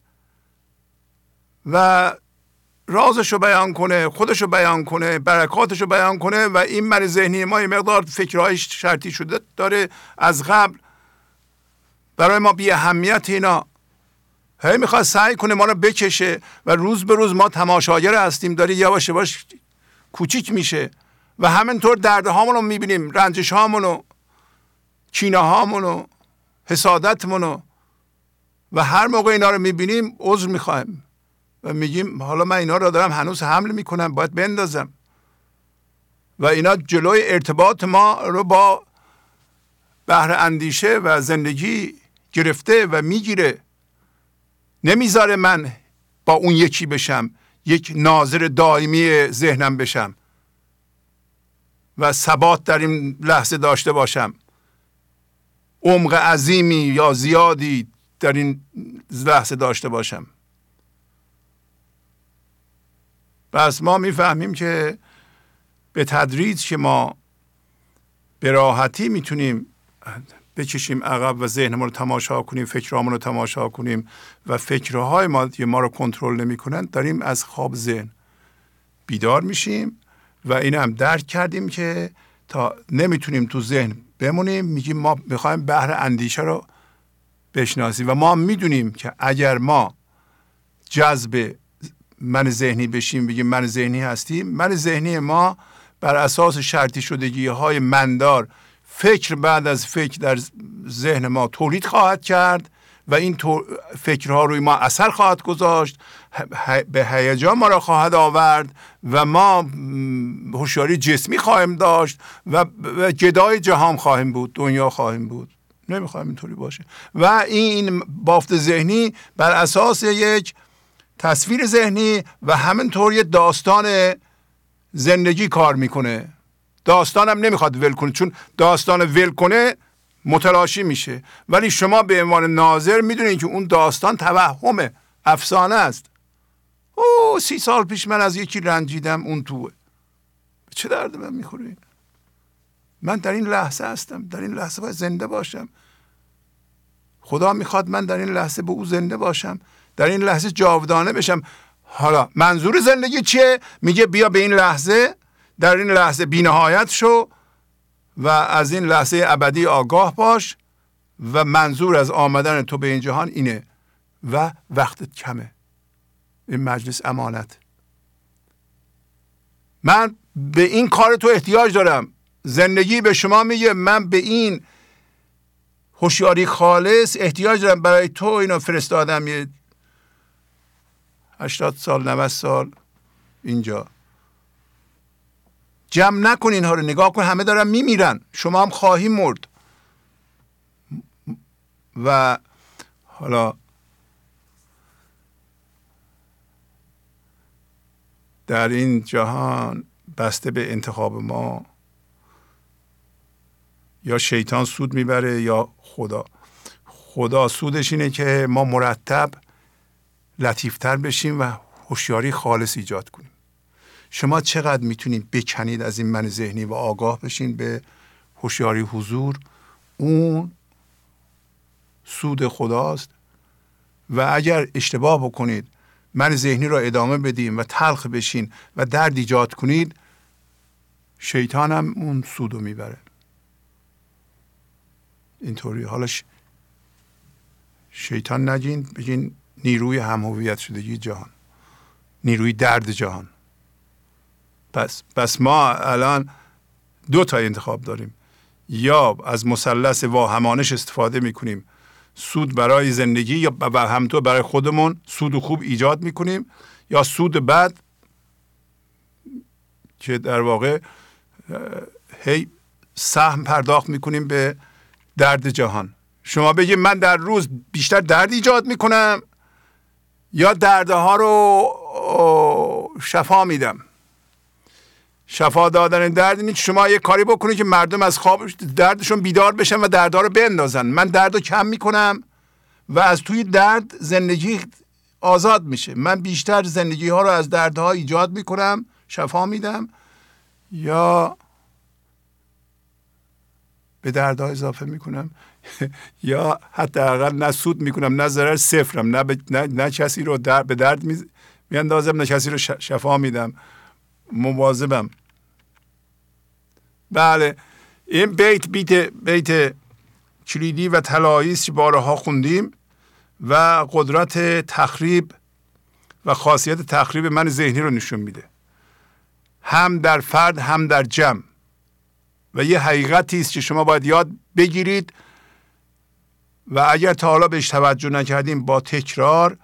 Speaker 4: و رازشو بیان کنه، خودشو بیان کنه، برکاتشو بیان کنه. و این من ذهنی ما یه مقدار فکرهای شرطی شده داره از قبل، برای ما بی اهمیت اینا، هی میخواد سعی کنه ما رو بکشه و روز به روز ما تماشاگر هستیم، داره یواش یواش کوچیک میشه و همینطور دردهامونو میبینیم، رنجش هامونو، کینه هامونو، حسادتمونو، و هر موقع اینا رو میبینیم عذر میخوایم و میگیم حالا من اینا رو دارم هنوز حمل میکنم، باید بندازم. و اینا جلوی ارتباط ما رو با بحر اندیشه و زندگی گرفته و میگیره، نمیذاره من با اون یکی بشم، یک ناظر دائمی ذهنم بشم و ثبات در این لحظه داشته باشم، عمق عظیمی یا زیادی در این لحظه داشته باشم. پس ما میفهمیم که به تدریج که ما به راحتی میتونیم بکشیم عقب و ذهنمون رو تماشا کنیم، فکرامون رو تماشا کنیم و فکرهای ما رو کنترل نمی‌کنن، داریم از خواب ذهن بیدار میشیم و این هم درک کردیم که تا نمیتونیم تو ذهن بمونیم، میگیم ما میخوایم بحر اندیشه رو بشناسیم و ما میدونیم که اگر ما جذب من ذهنی بشیم، بگیم من ذهنی هستیم، من ذهنی ما بر اساس شرطی شدگی های مندار فکر بعد از فکر در ذهن ما تولید خواهد کرد و این فکرها روی ما اثر خواهد گذاشت، به هیجان ما را خواهد آورد و ما هوشیاری جسمی خواهیم داشت و گدای جهان خواهیم بود، دنیا خواهیم بود. نمیخوایم اینطوری باشه. و این بافت ذهنی بر اساس یک تصویر ذهنی و همینطور یه داستان زندگی کار میکنه. داستانم نمیخواد ول کنه، چون داستان ول کنه متلاشی میشه، ولی شما به عنوان ناظر میدونید که اون داستان توهمه، افسانه است. 30 سال پیش من از یکی رنجیدم، اون توه، چه درد من میخوره؟ من در این لحظه هستم، در این لحظه باید زنده باشم. خدا میخواد من در این لحظه به او زنده باشم، در این لحظه جاودانه بشم. حالا منظور زندگی چیه؟ میگه بیا به این لحظه، در این لحظه بی‌نهایت شو و از این لحظه ابدی آگاه باش و منظور از آمدن تو به این جهان اینه و وقتت کمه. این مجلس امانت. من به این کار تو احتیاج دارم. زندگی به شما میگه من به این هوشیاری خالص احتیاج دارم، برای تو اینو فرستادم یه 80 سال 90 سال اینجا. جمع نکن اینها رو، نگاه کن همه دارن میمیرن، شما هم خواهی مرد. و حالا در این جهان بسته به انتخاب ما یا شیطان سود میبره یا خدا. خدا سودش اینه که ما مرتب لطیفتر بشیم و هوشیاری خالص ایجاد کنیم. شما چقدر میتونید بکنید از این من ذهنی و آگاه بشین به هوشیاری حضور، اون سود خداست. و اگر اشتباه بکنید من ذهنی را ادامه بدیم و تلخ بشین و درد ایجاد کنید، شیطان هم اون سودو میبره. اینطوری. حالا شیطان نگین، بگین نیروی هم‌هویت شدگی جهان، نیروی درد جهان. پس ما الان 2 تا انتخاب داریم، یا از مثلث واهمانش استفاده میکنیم، سود برای زندگی یا همینطور برای خودمون سود خوب ایجاد میکنیم، یا سود بد که در واقع هی سهم پرداخت میکنیم به درد جهان. شما بگید من در روز بیشتر درد ایجاد میکنم یا دردها رو شفا میدم. شفا دادن درد اینه که شما یه کاری بکنید که مردم از خواب دردشون بیدار بشن و دردها رو بندازن. من درد رو کم میکنم و از توی درد زندگی آزاد میشه. من بیشتر زندگی ها رو از دردها ایجاد میکنم، شفا میدم، یا به دردها اضافه میکنم یا حداقل نه سود میکنم نه ضرر، صفرم، نه کسی رو به درد میاندازم نه کسی رو شفا میدم، مواظبم. بله، این بیت کلیدی و طلایی است که بارها خوندیم و قدرت تخریب و خاصیت تخریب من ذهنی رو نشون میده، هم در فرد هم در جمع. و یه حقیقتی است که شما باید یاد بگیرید و اگر تا حالا بهش توجه نکردیم با تکرار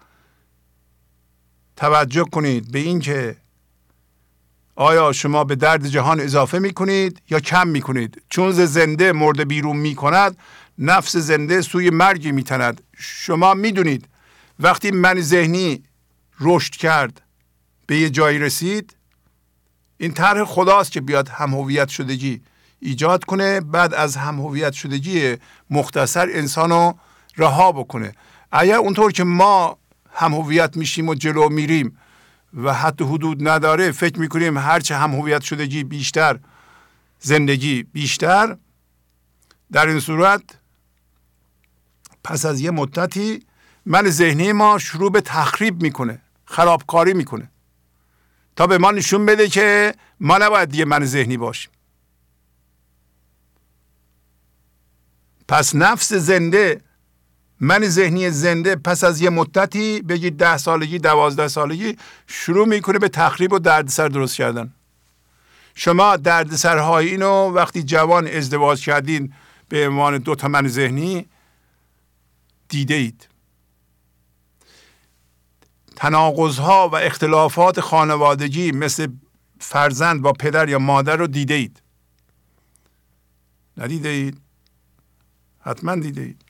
Speaker 4: توجه کنید به این که آیا شما به درد جهان اضافه میکنید یا کم میکنید. چون زنده مرده بیرون میکند، نفس زنده سوی مرگی میتند. شما میدونید وقتی من ذهنی رشد کرد، به یه جایی رسید، این طرح خداست که بیاد هم هویت شدگی ایجاد کنه، بعد از هم هویت شدگی مختصر انسانو رها بکنه. اگر اونطور که ما هم هویت میشیم و جلو میریم و حد و حدود نداره، فکر میکنیم هرچه هم هویت شدگی بیشتر، زندگی بیشتر، در این صورت پس از یه مدتی من ذهنی ما شروع به تخریب میکنه، خرابکاری میکنه، تا به ما نشون بده که ما نباید دیگه من ذهنی باشیم. پس نفس زنده، من ذهنی زنده، پس از یه مدتی، بگید 10 سالگی 12 سالگی، شروع میکنه به تخریب و دردسر درست کردن. شما دردسرهای اینو وقتی جوان ازدواج کردین به عنوان 2 تا من ذهنی دیده اید. تناقضها و اختلافات خانوادگی مثل فرزند با پدر یا مادر رو دیده اید. ندیده اید؟ حتما دیده اید.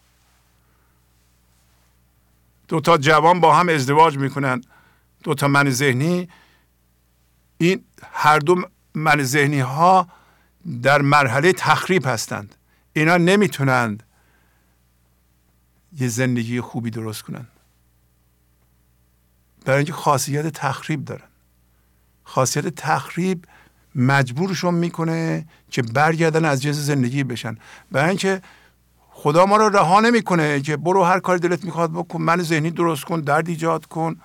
Speaker 4: 2 تا جوان با هم ازدواج میکنن، 2 تا من ذهنی، این هر دو من ذهنی ها در مرحله تخریب هستند. اینا نمیتونند یه زندگی خوبی درست کنن، برای اینکه خاصیت تخریب دارن. خاصیت تخریب مجبورشون میکنه که برگردن از جنس زندگی بشن. برای اینکه خدا ما رو رها نمیکنه که برو هر کاری دلت میخواد بکن، من ذهنی درست کن، درد ایجاد کن.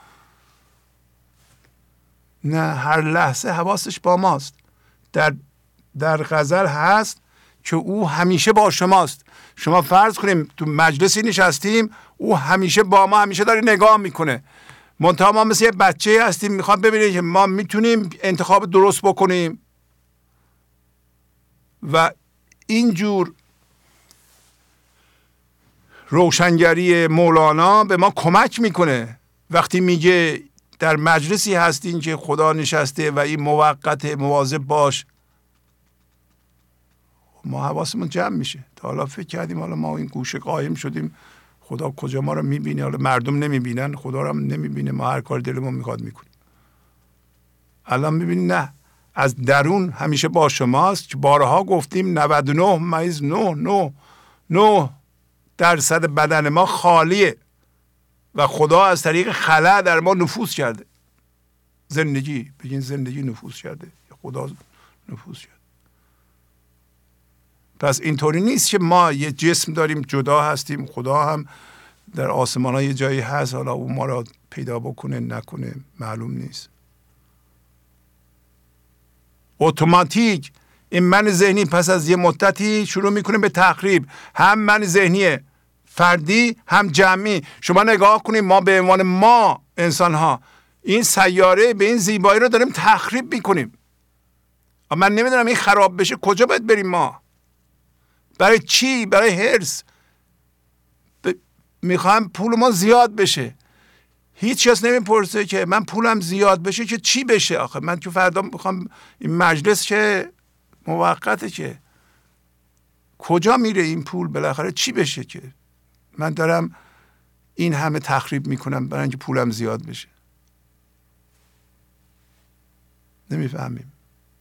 Speaker 4: نه، هر لحظه حواسش با ماست. در غزل هست که او همیشه با شماست. شما فرض کنیم تو مجلسی نشستیم، او همیشه با ما، همیشه داره نگاه میکنه. منتها ما مثل یه بچه هستیم، میخوام ببینیم که ما میتونیم انتخاب درست بکنیم. و اینجور روشنگری مولانا به ما کمک میکنه. وقتی میگه در مجلسی هستین که خدا نشسته و این موقت، مواظب باش، ما حواسمون جمع میشه. تا حالا فکر کردیم حالا ما این گوشه قایم شدیم، خدا کجا ما رو میبینه؟ حالا مردم نمیبینن، خدا رو هم نمیبینه، ما هر کار دلمون میخواد میکنیم. الان میبینی نه، از درون همیشه با شماست. که بارها گفتیم 99.999% بدن ما خالیه و خدا از طریق خلا در ما نفوذ کرده. زندگی، بگین زندگی نفوذ کرده، خدا نفوذ کرده. پس اینطوری نیست که ما یه جسم داریم جدا هستیم، خدا هم در آسمان ها یه جایی هست، حالا او ما را پیدا بکنه نکنه معلوم نیست. اتوماتیک این من ذهنی پس از یه مدتی شروع میکنه به تخریب. هم من ذهنی فردی هم جمعی. شما نگاه کنید، ما به عنوان ما انسان ها این سیاره به این زیبایی رو داریم تخریب میکنیم. من نمیدونم این خراب بشه کجا باید بریم ما؟ برای چی؟ برای حرص. میخوام پول ما زیاد بشه. هیچ کس نمیپرسه که من پولم زیاد بشه که چی بشه. آخه من که فردا میخوام این مجلس که موقته، که کجا میره این پول؟ بالاخره چی بشه که من دارم این همه تخریب میکنم برای اینکه پولم زیاد بشه؟ نمیفهمیم.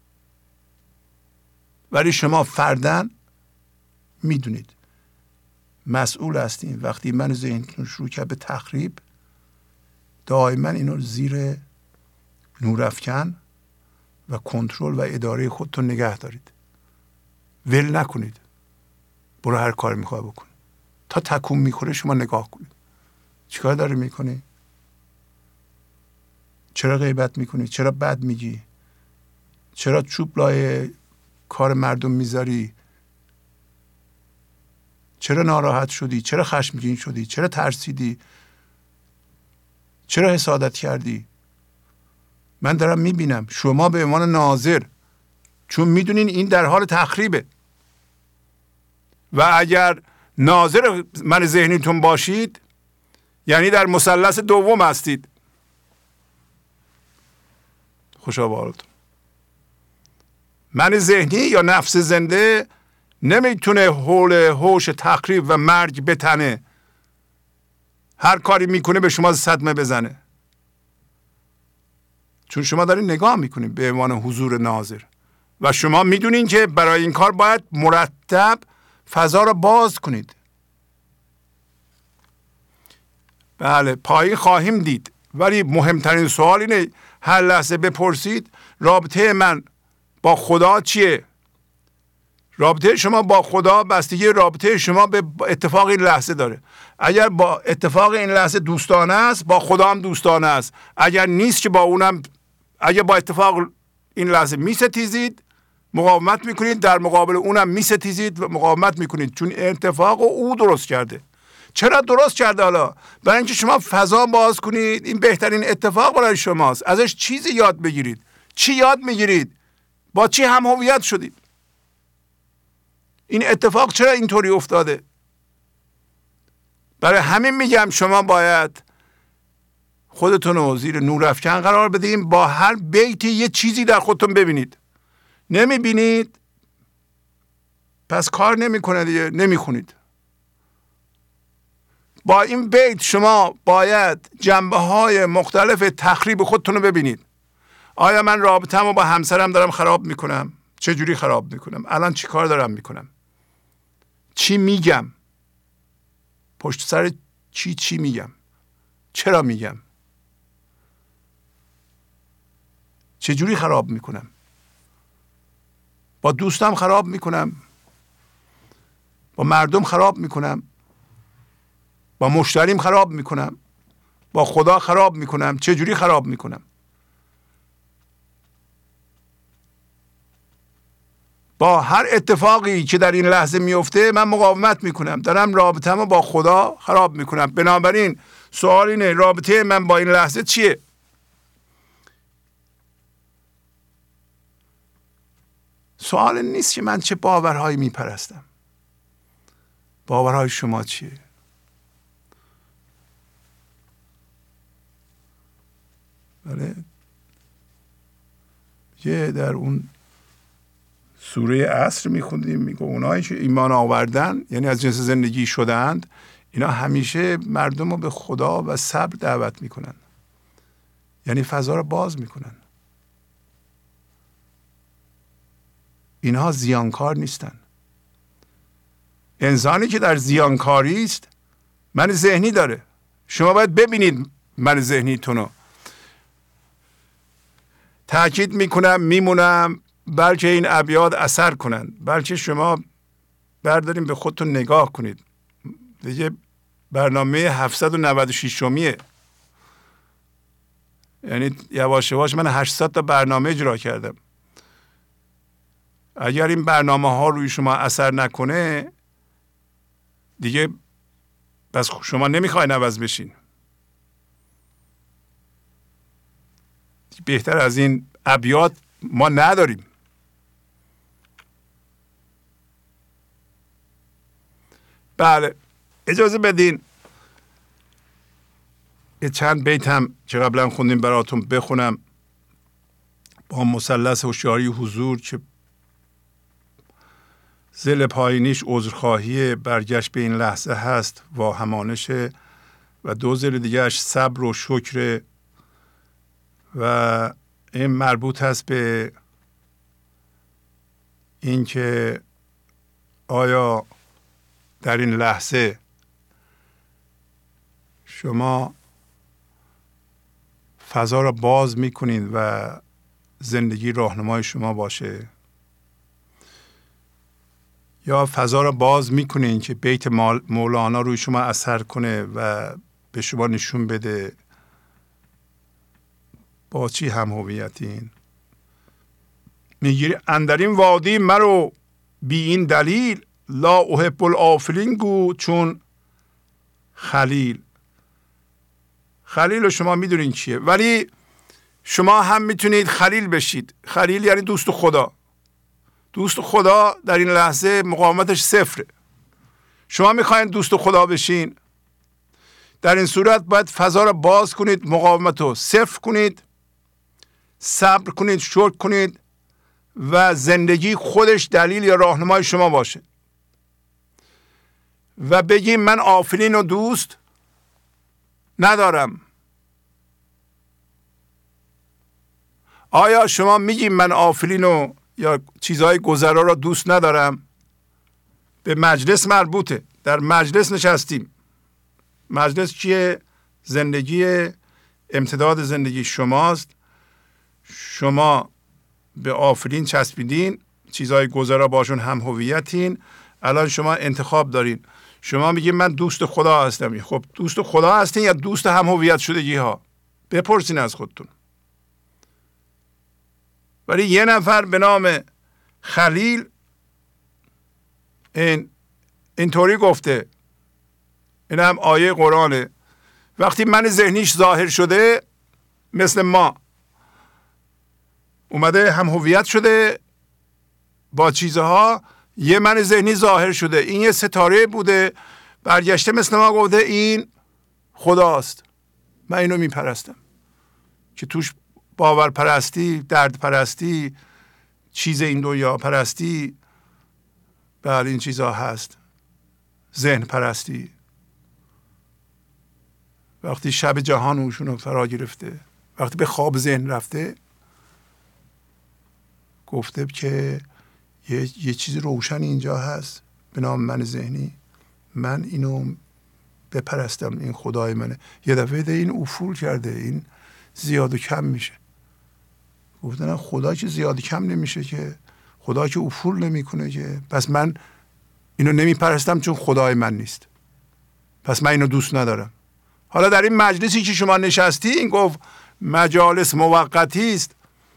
Speaker 4: ولی شما فردن میدونید مسئول هستین. وقتی من ذهنتون شروع کرد به تخریب، دائما اینو زیر نورافکن و کنترل و اداره خودتون نگه دارید. ول نکنید. برو هر کار میخوای بکن. تا تکون میخوره شما نگاه کنید. چیکار داری میکنی؟ چرا غیبت میکنی؟ چرا بد میگی؟ چرا چوب لای کار مردم میذاری؟ چرا ناراحت شدی؟ چرا خشمگین شدی؟ چرا ترسیدی؟ چرا حسادت کردی؟ من دارم میبینم شما به عنوان ناظر، چون میدونین این در حال تخریبه و اگر ناظر من ذهنیتون باشید یعنی در مثلث دوم هستید. خوشا به حالتون. من ذهنی یا نفس زنده نمیتونه حول هوش تخریب و مرگ بتنه. هر کاری میکنه به شما صدمه بزنه، چون شما دارین نگاه میکنین به عنوان حضور ناظر و شما میدونین که برای این کار باید مرتب فضا را باز کنید. بله پایین خواهیم دید، ولی مهمترین سوال اینه هر لحظه بپرسید رابطه من با خدا چیه؟ رابطه شما با خدا بستگی رابطه شما به اتفاق این لحظه داره. اگر با اتفاق این لحظه دوستانه است، با خدا هم دوستانه است. اگر نیست که با اونم، اگر با اتفاق این لحظه میستیزید مقاومت میکنید، در مقابل اونم میستیزید و مقاومت میکنید، چون اتفاق او درست کرده. چرا درست کرده؟ حالا برای اینکه شما فضا باز کنید. این بهترین اتفاق برای شماست. ازش چیزی یاد بگیرید. چی یاد میگیرید؟ با چی هم هویت شدید؟ این اتفاق چرا اینطوری افتاده؟ برای همین میگم شما باید خودتون رو زیر نورافکن قرار بدین، با هر بیتی یه چیزی در خودتون ببینید. نمیبینید پس کار نمیکنه دیگه، نمیخونید. با این بیت شما باید جنبه های مختلف تخریب خودتون رو ببینید. آیا من رابطه‌مو با همسرم دارم خراب میکنم؟ چه جوری خراب میکنم؟ الان چی کار دارم میکنم؟ چی میگم؟ پشت سر چی میگم؟ چرا میگم؟ چه جوری خراب میکنم؟ با دوستم خراب میکنم؟ با مردم خراب میکنم؟ با مشتریم خراب میکنم؟ با خدا خراب میکنم؟ چه جوری خراب میکنم؟ با هر اتفاقی که در این لحظه میفته من مقاومت میکنم، دارم رابطه‌مو با خدا خراب میکنم. بنابراین سوال اینه رابطه من با این لحظه چیه؟ سوال نیست که من چه باورهایی میپرستم. باورهای شما چیه؟ بله یه در اون سوره عصر میخوندیم، میگه اونایی که ایمان آوردن یعنی از جنس زندگی شدند، اینا همیشه مردم رو به خدا و صبر دعوت میکنن، یعنی فضا رو باز میکنن. اینها زیانکار نیستن. انسانی که در زیانکاری است من ذهنی داره. شما باید ببینید من ذهنیتونو. تأکید میکنم میمونم بلکه این ابیات اثر کنن، بلکه شما برداریم به خودتون نگاه کنید. دیگه برنامه 796 یعنی یواش یواش من 800 تا برنامه اجرا کردم. اگر این برنامه ها روی شما اثر نکنه دیگه بس شما نمیخواین عوض بشین. بهتر از این ابیات ما نداریم. بله اجازه بدین یه چند بیت هم که قبلا خوندیم براتون بخونم با مثلث هوشیاری حضور که ذیل پایینیش عذرخواهی برگشت به این لحظه هست، واهمانشه، و دو ذیل دیگهش صبر و شکر، و این مربوط هست به اینکه آیا در این لحظه شما فضا را باز میکنید و زندگی راهنمای شما باشه، یا فضا را باز میکنید که بیت مولانا روی شما اثر کنه و به شما نشون بده با چی هم هویتین. میگیری اندرین وادی مرو بی این دلیل، لا احب الآفلین گو چون خلیل. خلیل رو شما میدونین چیه، ولی شما هم میتونید خلیل بشید. خلیل یعنی دوست خدا. دوست خدا در این لحظه مقاومتش صفره. شما میخواین دوست خدا بشین، در این صورت باید فضا را باز کنید، مقاومت رو صفر کنید، صبر کنید، شکر کنید و زندگی خودش دلیل یا راهنمای شما باشه و بگیم من آفرین و دوست ندارم. آیا شما میگیم من آفرین و یا چیزهای گذرا را دوست ندارم؟ به مجلس مربوطه. در مجلس نشستیم. مجلس چیه؟ زندگی، امتداد زندگی شماست. شما به آفرین چسبیدین، چیزهای گذرا باشون هم هویتین. الان شما انتخاب دارین. شما میگین من دوست خدا هستم. خب دوست خدا هستین یا دوست هم هویت شدگی ها؟ بپرسین از خودتون. ولی یه نفر به نام خلیل اینطوری گفته، این هم آیه قرآنه، وقتی من ذهنیش ظاهر شده مثل ما اومده هم هویت شده با چیزها، یه من ذهنی ظاهر شده، این یه ستاره بوده برگشته مثل ما گفته این خداست، من اینو میپرستم. که توش باور پرستی، درد پرستی، چیز این دنیا پرستی، بله این چیزها هست. ذهن پرستی، وقتی شب جهان اوشونو فرا گرفته، وقتی به خواب ذهن رفته، گفته که یه چیز روشن اینجا هست به نام من ذهنی، من اینو بپرستم، این خدای منه. یه دفعه ده این افول کرده، این زیاد و کم میشه. گفتن خدا که زیاد و کم نمیشه، که خدا که افول نمیکنه، که پس من اینو نمیپرستم چون خدای من نیست، پس من اینو دوست ندارم. حالا در این مجلسی که شما نشستی، این گفت مجالس موقتی است،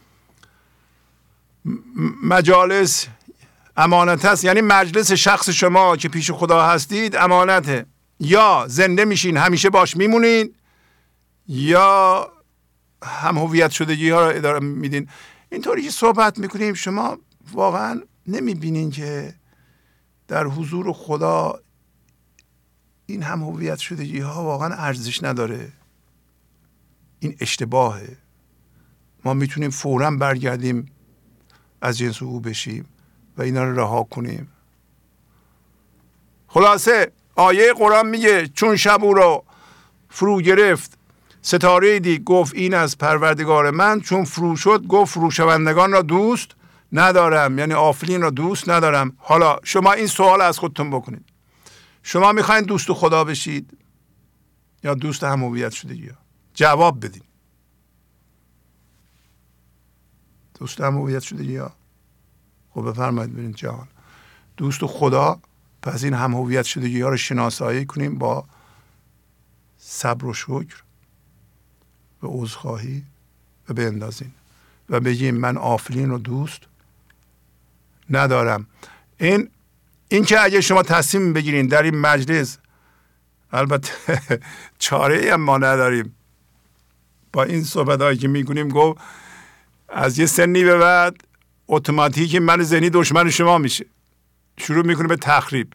Speaker 4: مجالس امانت است، یعنی مجلس شخص شما که پیش خدا هستید امانته، یا زنده میشین همیشه باش میمونین یا هم هویت شدگی ها را اداره میدین. اینطوری که صحبت میکنیم شما واقعا نمیبینین که در حضور خدا این هم هویت شدگی ها واقعا ارزش نداره. این اشتباهه. ما میتونیم فوراً برگردیم از جنس او بشیم و اینا رو رها کنیم. خلاصه آیه قرآن میگه چون شب او را فرو گرفت ستاره دید، گفت این از پروردگار من. چون فرو شد گفت فروشندگان را دوست ندارم، یعنی آفرین را دوست ندارم. حالا شما این سوال از خودتون بکنید، شما میخواین دوست خدا بشید یا دوست هم هویت شدگی ها؟ جواب بدین. دوست هم هویت شدگی ها؟ خب بفرمایید برین جهان دوست خدا. پس این هم هویت شدگی ها رو شناسایی کنیم با صبر و شکر و عذرخواهی و بندازین و بگیم من آفرین رو دوست ندارم. این که اگه شما تصمیم بگیرین در این مجلس، البته چاره هم ما نداریم با این صحبت هایی که میکنیم، گفت از یه سنی به بعد اتوماتیک من ذهنی دشمن شما میشه، شروع میکنه به تخریب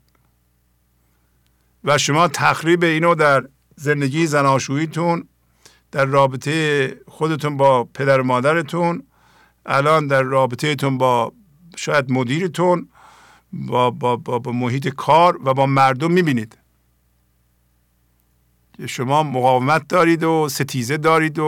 Speaker 4: و شما تخریب اینو در زندگی زناشوییتون، در رابطه خودتون با پدر و مادرتون، الان در رابطهتون با شاید مدیرتون، با محیط کار و با مردم میبینید که شما مقاومت دارید و ستیزه دارید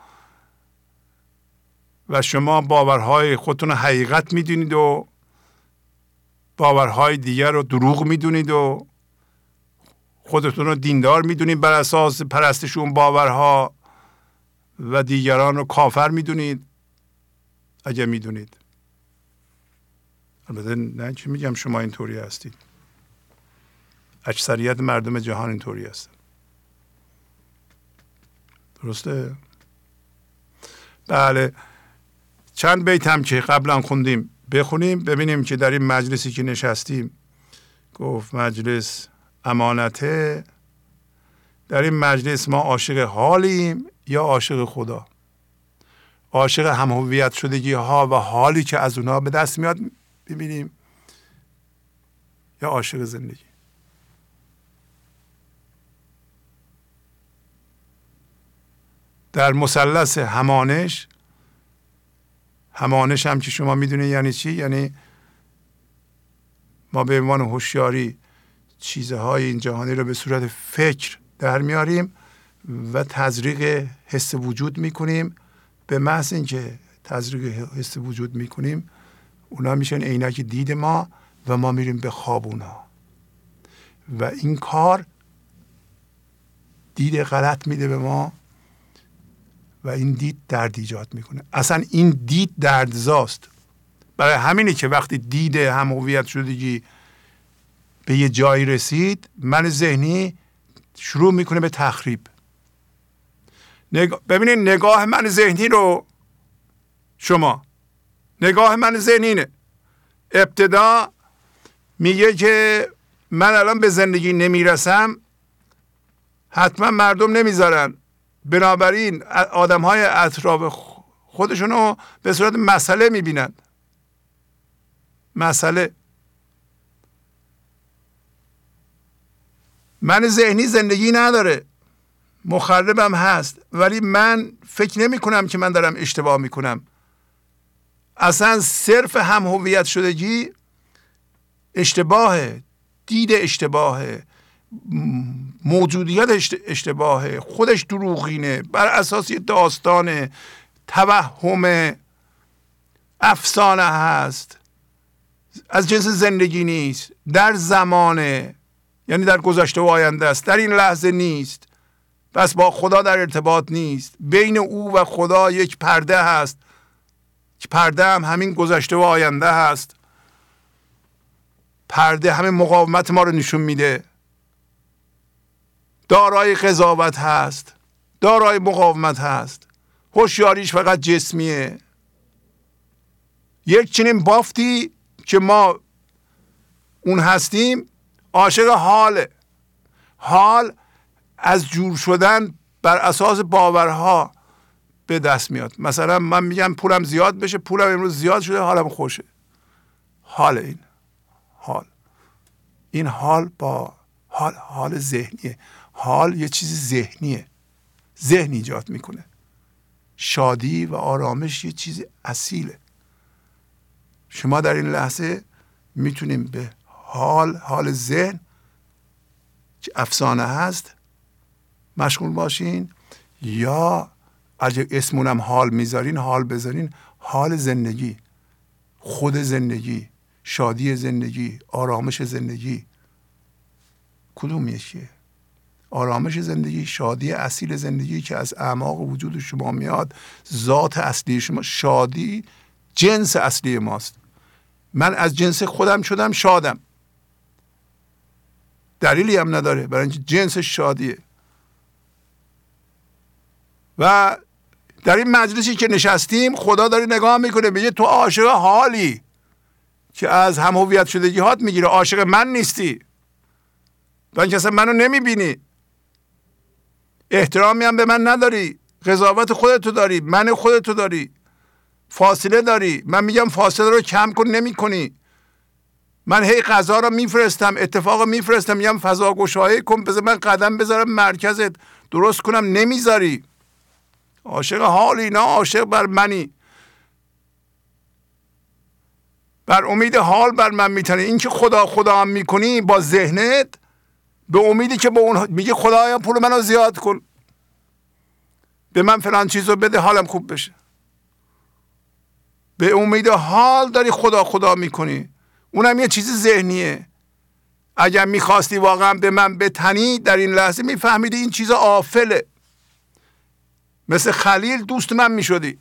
Speaker 4: و شما باورهای خودتون حقیقت میدونید و باورهای دیگر رو دروغ میدونید و خودتون رو دیندار میدونید بر اساس پرستش اون باورها و دیگران رو کافر میدونید اگه میدونید. البته نه چی میگم شما اینطوری هستید، اکثریت مردم جهان اینطوری هستن. درسته؟ بله. چند بیت هم که قبلا خوندیم بخونیم ببینیم که در این مجلسی که نشستیم گفت مجلس امانته. در این مجلس ما عاشق حالیم یا عاشق خدا؟ عاشق هم هویت شدگی ها و حالی که از اونها به دست میاد ببینیم، یا عاشق زندگی؟ در مثلث همانش هم که شما میدونید یعنی چی؟ یعنی ما به عنوان هوشیاری چیزهای این جهانی رو به صورت فکر در میاریم و تزریق حس وجود میکنیم. به محض اینکه تزریق حس وجود میکنیم اونا میشن عینک دید ما و ما میریم به خواب اونا و این کار دید غلط میده به ما و این دید درد ایجاد میکنه. اصلا این دید دردزاست. برای همینه که وقتی دید هم هویت شدگی به یه جایی رسید، من ذهنی شروع میکنه به تخریب. ببینید نگاه من ذهنی رو شما، نگاه من ذهنینه. ابتدا میگه که من الان به زندگی نمیرسم، حتما مردم نمیذارن، بنابراین آدم های اطراف خودشونو به صورت مسئله میبینن. مسئله. من ذهنی زندگی نداره، مخربم هست، ولی من فکر نمی کنم که من دارم اشتباه میکنم. اصلا صرف هم هویت شدگی اشتباهه، دید اشتباهه، موجودیت اشتباهه، خودش دروغینه، بر اساس داستان توهم افسانه هست، از جنس زندگی نیست، در زمانه، یعنی در گذشته و آینده است، در این لحظه نیست، پس با خدا در ارتباط نیست. بین او و خدا یک پرده هست که پرده هم همین گذشته و آینده هست. پرده همین مقاومت ما رو نشون میده. دارای قضاوت هست، دارای مقاومت هست. هوشیاریش فقط جسمیه. یک چنین بافتی که ما اون هستیم عاشق حاله. حال از جور شدن بر اساس باورها به دست میاد. مثلا من میگم پولم زیاد بشه، پولم امروز زیاد شده، حالم خوشه. حال این حال با حال ذهنیه. حال یه چیز ذهنیه، ذهن ایجاد میکنه. شادی و آرامش یه چیز اصیله. شما در این لحظه میتونیم به حال ذهن که افسانه هست مشغول باشین، یا اگه اسمونم حال میذارین حال بذارین حال زندگی، خود زندگی، شادی زندگی، آرامش زندگی. کدوم یکیه؟ آرامش زندگی، شادی اصیل زندگی که از اعماق وجود شما میاد، ذات اصلی شما. شادی جنس اصلی ماست. من از جنس خودم شدم شادم، دلیلی هم نداره، برای اینکه جنسش شادیه. و در این مجلسی که نشستیم خدا داره نگاه میکنه، میگه تو عاشق حالی که از هم هویت شدگی هات میگیره، عاشق من نیستی، و اینکه اصلا منو نمیبینی، احترامی هم به من نداری، قضاوت خودتو داری، من خودتو داری، فاصله داری. من میگم فاصله رو کم کن، نمی کنی. من هی غذا رو میفرستم، اتفاق میفرستم، میگم فضا گشایی کن، بذار من قدم بذارم مرکزت درست کنم، نمیذاری. عاشق حالی، نه عاشق بر منی. بر امید حال بر من میتنی. این که خدا هم میکنی با ذهنت، به امیدی که به اون میگه خدایا پول منو زیاد کن، به من فلان چیزو بده حالم خوب بشه. به امید حال داری خدا میکنی. اونم یه چیز ذهنیه. اگر میخواستی واقعا به من بتنی در این لحظه میفهمیدی این چیز آفله. مثل خلیل دوست من میشدی.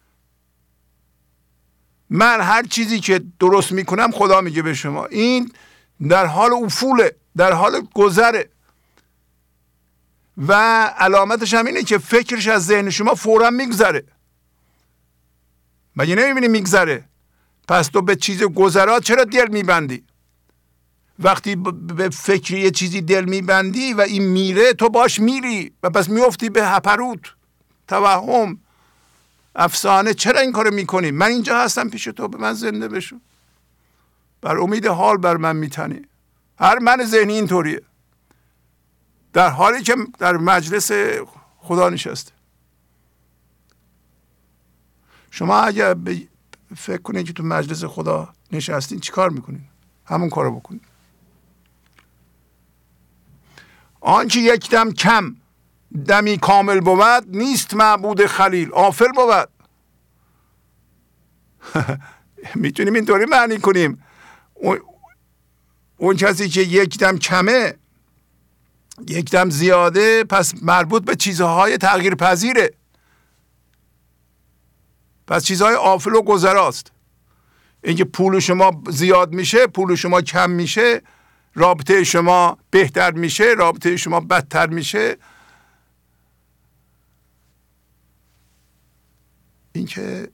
Speaker 4: من هر چیزی که درست میکنم خدا میگه به شما این در حال افوله، در حال گذره و علامتش هم اینه که فکرش از ذهن شما فوراً میگذره. مگه نمیبینی میگذره؟ پس تو به چیز گذرات چرا دل میبندی؟ وقتی به فکر یه چیزی دل میبندی و این میره تو باش میری و پس میفتی به هپروت، توهم، افسانه. چرا این کارو میکنی؟ من اینجا هستم پیش تو، به من زنده بشو. بر امید حال بر من میتنی. هر من ذهنی اینطوریه، در حالی که در مجلس خدا نشسته. شما اگر فکر کنید که تو مجلس خدا نشستین چی کار میکنین؟ همون کارو بکنین. آنچه یک دم کم دمی کامل بود، نیست معبود خلیل غافل بود. میتونیم اینطوری معنی کنیم اون کسی که یک دم کمه، یک دم زیاده، پس مربوط به چیزهای تغییر پذیره، پس چیزهای آفل و گذراست. اینکه پول شما زیاد میشه، پول شما کم میشه، رابطه شما بهتر میشه، رابطه شما بدتر میشه، این که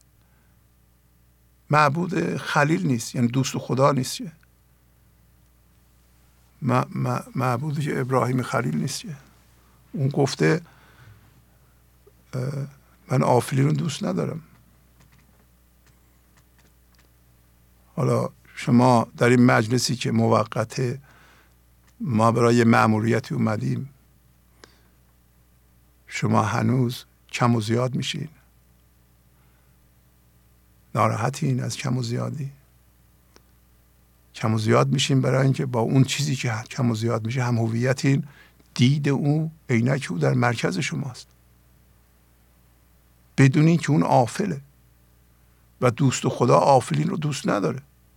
Speaker 4: معبود خلیل نیست، یعنی دوست خدا نیست. معبود که ابراهیم خلیل نیست. اون گفته من آفلین رو دوست ندارم. حالا شما در این مجلسی که موقته، ما برای مأموریتی اومدیم، شما هنوز کم و زیاد میشین، ناراحتین از کم و زیادی. کم و زیاد میشین برای اینکه با اون چیزی که کم و زیاد میشه هم هویتین. دید او، عینک او در مرکز شماست، بدونین که اون آفله و دوست خدا آفلین رو دوست نداره.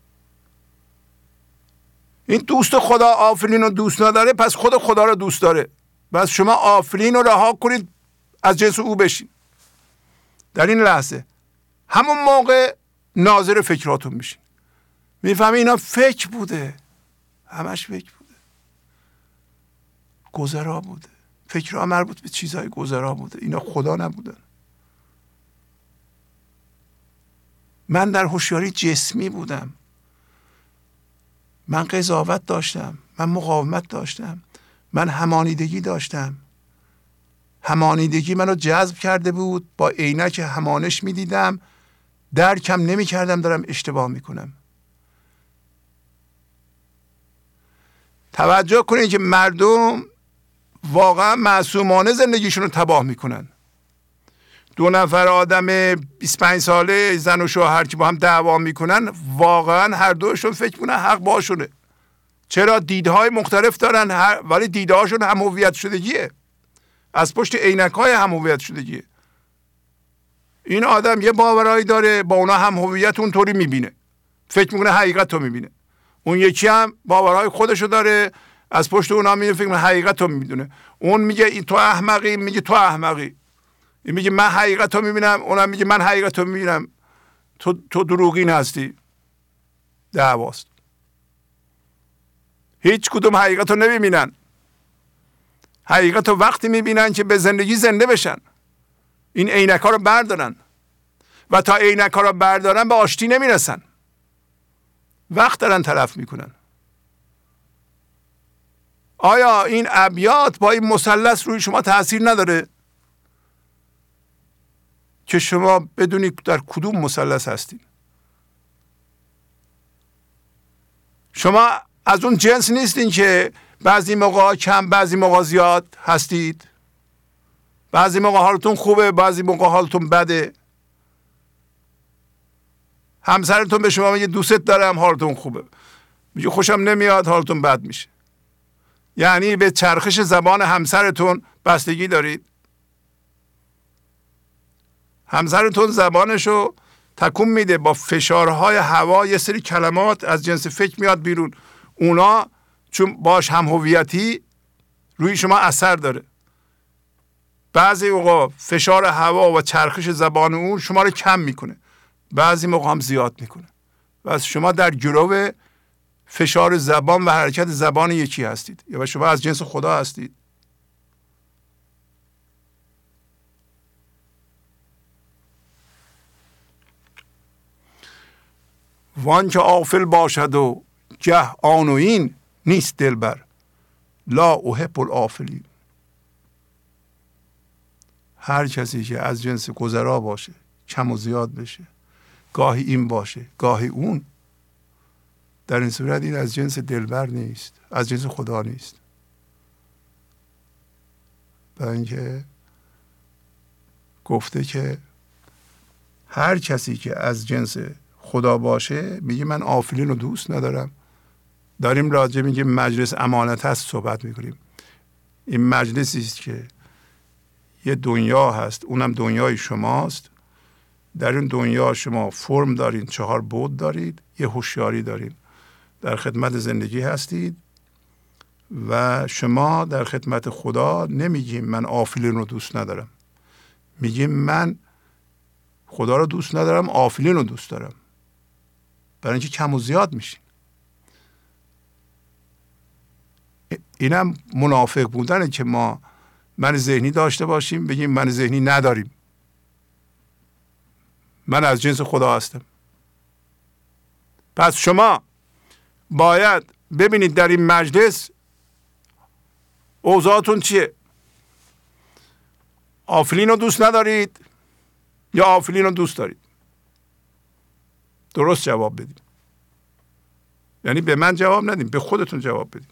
Speaker 4: این دوست خدا آفلین رو دوست نداره، پس خود خدا رو دوست داره. پس شما آفلین رو رها کنید، از جنس او بشین. در این لحظه همون موقع ناظر فکراتون میشین، میفهمی اینا فکر بوده، همش فکر بوده، گذرا بوده، فکرها مربوط به چیزهای گذرا بوده، اینا خدا نبودن. من در هوشیاری جسمی بودم، من قضاوت داشتم، من مقاومت داشتم، من همانیدگی داشتم. همانیدگی منو جذب کرده بود، با عینک همانش میدیدم، درکم نمی کردم دارم اشتباه میکنم. توجه کنید که مردم واقعا معصومانه زندگیشون رو تباه میکنن. 2 نفر آدم 25 ساله، زن و شوهر که با هم دعوا میکنن، واقعا هر دوشون فکر میکنن حق باشونه. چرا؟ دیدهای مختلف دارن، ولی دیدهاشون هم هویت شدگیه، از پشت عینک‌های هم هویت شدگیه. این آدم یه باورایی داره، با اونا هم هویت اونطوری میبینه، فکر میکنه حقیقت رو میبینه. اون یکی هم باورهای خودشو داره، از پشت اونا میبینه، فکر میکنه حقیقت رو میدونه. اون میگه این تو احمقی، میگه تو احمقی. این میگه من حقیقت رو میبینم، اونم میگه من حقیقت رو میبینم، تو دروغین هستی. دعواست. هیچ کدوم حقیقت رو نمیبینن. حقیقت رو وقتی میبینن که به زندگی زنده بشن، این عینک ها رو بردارن، و تا عینک ها رو بردارن به آشتی نمیرسن، وقت دارن تلف میکنن. آیا این ابیات با این مثلث روی شما تاثیر نداره که شما بدونید در کدوم مثلث هستید؟ شما از اون جنس نیستین که بعضی موقع کم، بعضی موقع زیاد هستید. بعضی موقع حالتون خوبه، بعضی موقع حالتون بده. همسرتون به شما میگه دوست دارم، حالتون خوبه. میگه خوشم نمیاد، حالتون بد میشه. یعنی به چرخش زبان همسرتون بستگی دارید. همسرتون زبانشو تکون میده، با فشارهای هوا یه سری کلمات از جنس فکر میاد بیرون. اونا چون باش هم هویتی روی شما اثر داره. بعضی موقع فشار هوا و چرخش زبان اون شما رو کم میکنه، بعضی موقع هم زیاد میکنه و از شما در گرو فشار زبان و حرکت زبان یکی هستید یا شما از جنس خدا هستید. وان که غافل باشد و گه آن و این، نیست دلبر لا احب الغافلین. هر کسی که از جنس گذرا باشه، کم و زیاد بشه، گاهی این باشه گاهی اون، در این صورت این از جنس دلبر نیست، از جنس خدا نیست. برای اینکه گفته که هر کسی که از جنس خدا باشه، میگه من غافلین رو دوست ندارم. داریم راجع میگه مجلس امانت هست صحبت میکنیم. این مجلسی است که یه دنیا هست، اونم دنیای شماست. در این دنیا شما فرم دارید، 4 بعد دارید، یه هوشیاری دارید، در خدمت زندگی هستید و شما در خدمت خدا نمیگیم من غافلین رو دوست ندارم، میگیم من خدا رو دوست ندارم، غافلین رو دوست دارم. برای اینکه کم و زیاد میشین. اینم منافق بودنه که ما من ذهنی داشته باشیم بگیم من ذهنی نداریم، من از جنس خدا هستم. پس شما باید ببینید در این مجلس اوضاعتون چیه. غافلین رو دوست ندارید یا غافلین رو دوست دارید؟ درست جواب بدید. یعنی به من جواب ندید، به خودتون جواب بدید.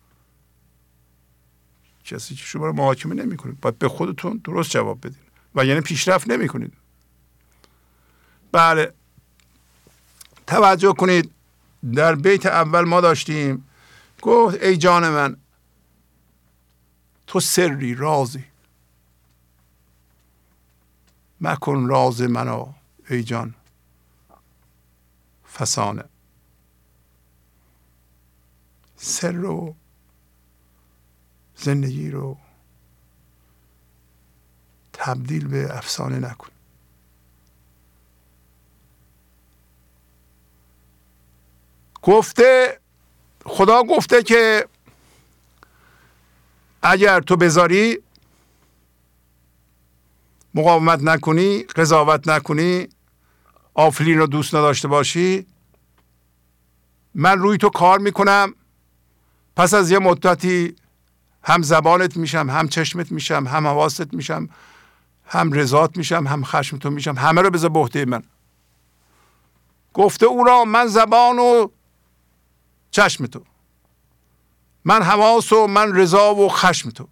Speaker 4: کسی که شما رو محاکمه نمی کنید، باید به خودتون درست جواب بدید و یعنی پیشرفت نمی کنید. بله، توجه کنید. در بیت اول ما داشتیم گفت ای جان من تو سری رازی، مکن راز منو ای جان فسانه. سر رو، زندگی رو تبدیل به افسانه نکن. گفته، خدا گفته که اگر تو بذاری، مقاومت نکنی، قضاوت نکنی، غافلین رو دوست نداشته باشی، من روی تو کار میکنم. پس از یه مدتی هم زبانت میشم، هم چشمت میشم، هم حواست میشم، هم رضات میشم، هم خشمتون میشم. همه رو بذار به عهده من. گفته او را من زبان و چشم تو، من حواس و من رضا و خشم تو.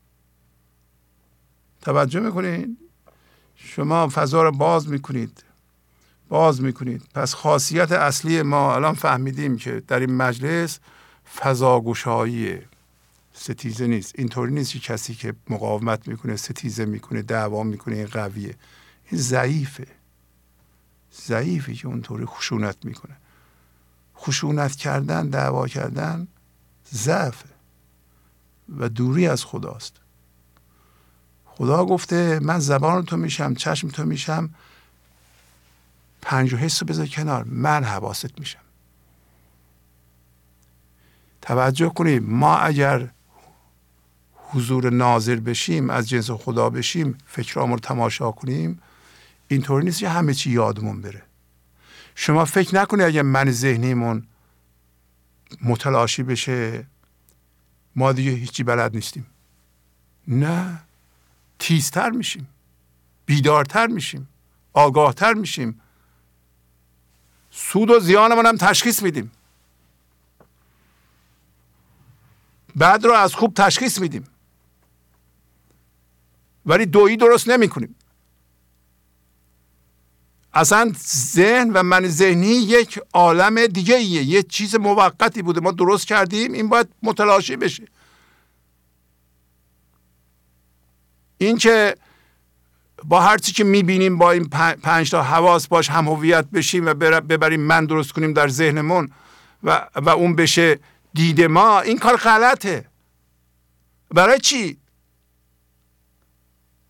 Speaker 4: توجه میکنید؟ شما فضا رو باز میکنید. پس خاصیت اصلی ما الان فهمیدیم که در این مجلس فضاگشاییه، ستیزه نیست. اینطوری نیست که کسی که مقاومت میکنه، ستیزه میکنه، دعوا میکنه این قویه. این ضعیفه که اونطوری خشونت میکنه. خشونت کردن، دعوا کردن ضعفه و دوری از خداست. خدا گفته من زبان تو میشم، چشم تو میشم، 5 حس رو بذار کنار، من حواست میشم. توجه کنید، ما اگر حضور ناظر بشیم، از جنس خدا بشیم، فکرامون رو تماشا کنیم، اینطوری نیست که همه چی یادمون بره. شما فکر نکنید اگر من ذهنیمون متلاشی بشه ما دیگه هیچی بلد نیستیم. نه، تیزتر میشیم، بیدارتر میشیم، آگاهتر میشیم، سود و زیانمون هم تشخیص میدیم، بد رو از خوب تشخیص میدیم، ولی دویی درست نمی کنیم. اصلا ذهن و من ذهنی یک عالم دیگه ایه، یه چیز موقتی بوده ما درست کردیم، این باید متلاشی بشه. این که با هر چی که میبینیم با این 5 تا حواس باش هم هویت بشیم و ببریم من درست کنیم در ذهنمون و اون بشه دید ما، این کار غلطه. برای چی؟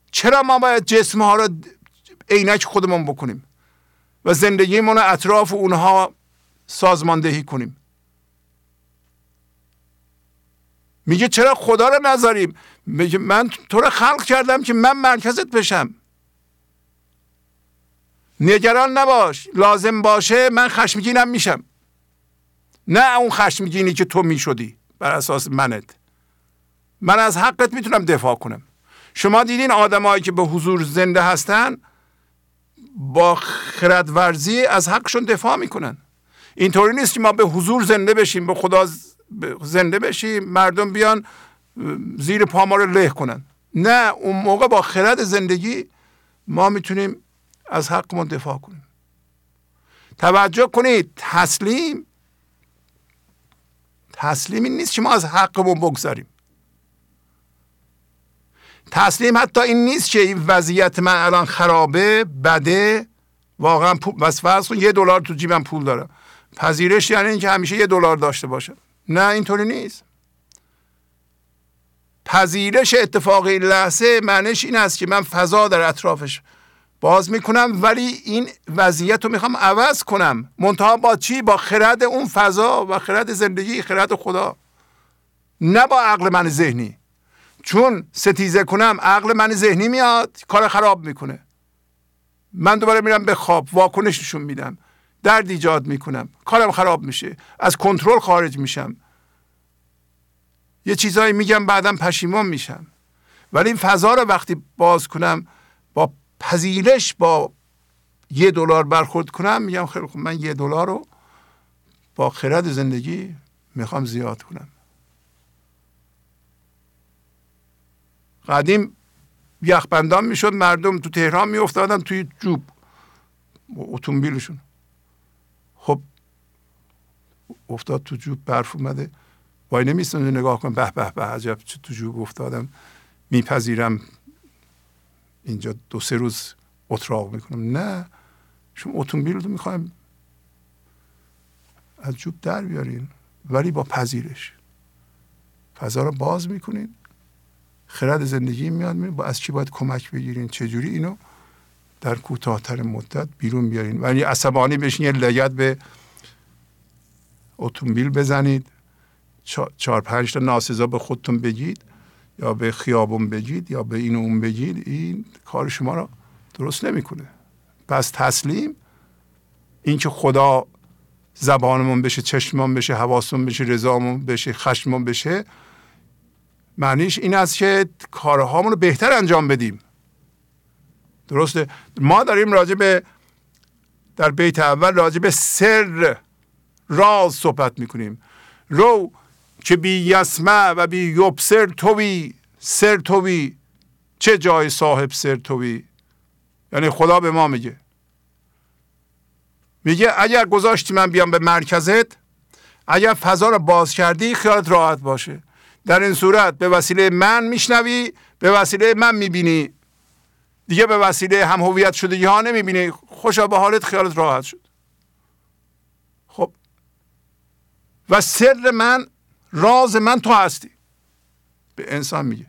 Speaker 4: چرا ما باید جسم ها رو عینک خودمون بکنیم و زندگیمون رو اطراف اونها سازماندهی کنیم؟ میگه چرا خدا رو نذاریم؟ میگه من تو رو خلق کردم که من مرکزت بشم. نگران نباش، لازم باشه من خشمگینم میشم. نه اون خشمگینی که تو میشدی بر اساس منت. من از حقت میتونم دفاع کنم. شما دیدین آدمایی که به حضور زنده هستن با خردورزی از حقشون دفاع میکنن. اینطوری نیست که ما به حضور زنده بشیم، به خدا زنده بشیم، مردم بیان زیر پا ما رو له کنن. نه، اون موقع با خرد زندگی ما میتونیم از حقمون دفاع کنیم. توجه کنید، تسلیم این نیست که ما از حقمون بگذاریم. تسلیم حتی این نیست که این وضعیت من الان خرابه، بده، واقعا بس فرض کن $1 تو جیبم پول دارم. پذیرش یعنی اینکه همیشه $1 داشته باشم. نه، اینطوری نیست. پذیرش اتفاق این لحظه معنیش این است که من فضا در اطرافش باز میکنم، ولی این وضعیت رو میخوام عوض کنم. منتها با چی؟ با خرد اون فضا و خرد زندگی، خرد خدا، نه با عقل من ذهنی. چون ستیزه کنم عقل من ذهنی میاد کار خراب میکنه. من دوباره میرم به خواب، واکنش نشون میدم، درد ایجاد میکنم، کارم خراب میشه، از کنترل خارج میشم، یه چیزایی میگم بعدم پشیمان میشم. ولی این فضا رو وقتی باز کنم، با پذیرش، با $1 برخورد کنم، میگم خیلی خوب، من $1 رو با خرد زندگی میخوام زیاد کنم. قدیم یخبندان میشد، مردم تو تهران میافتادن توی جوب اتومبیلشون. خب افتاد تو جوب، برف اومده، وای نمیستون نگاه کن، به به به عجب چه تو جوب افتادم، میپذیرم اینجا 2-3 روز اتراق میکنم. نه، شما اتومبیل رو میخوایم از جوب در بیارین، ولی با پذیرش فضا رو باز میکنین، خرد زندگی میاد، با از چی باید کمک بگیرین، چجوری اینو در کوتاه‌تر مدت بیرون بیارین. ولی عصبانی بشین، یه لگد به اتومبیل بزنید، 4-5 تا ناسزا به خودتون بگید، یا به خیابون بگید، یا به این و اون بگید، این کار شما را درست نمیکنه. پس تسلیم، این که خدا زبانمون بشه، چشممون بشه، حواسمون بشه، رضامون بشه، خشممون بشه، معنیش این است که کارهامون رو بهتر انجام بدیم. درسته؟ ما داریم در بیت اول راجع به سر، راز صحبت میکنیم. رو که بی یسمع و بی یبصر توی، سر توی، چه جای صاحب سر توی. یعنی خدا به ما میگه اگر گذاشتی من بیام به مرکزت، اگر فضا رو باز کردی، خیالت راحت باشه. در این صورت به وسیله من میشنوی، به وسیله من میبینی، دیگه به وسیله هم هویت شدگی ها نمیبینی. خوشا به حالت، خیالت راحت شد. خب و سر من، راز من تو هستی، به انسان میگه.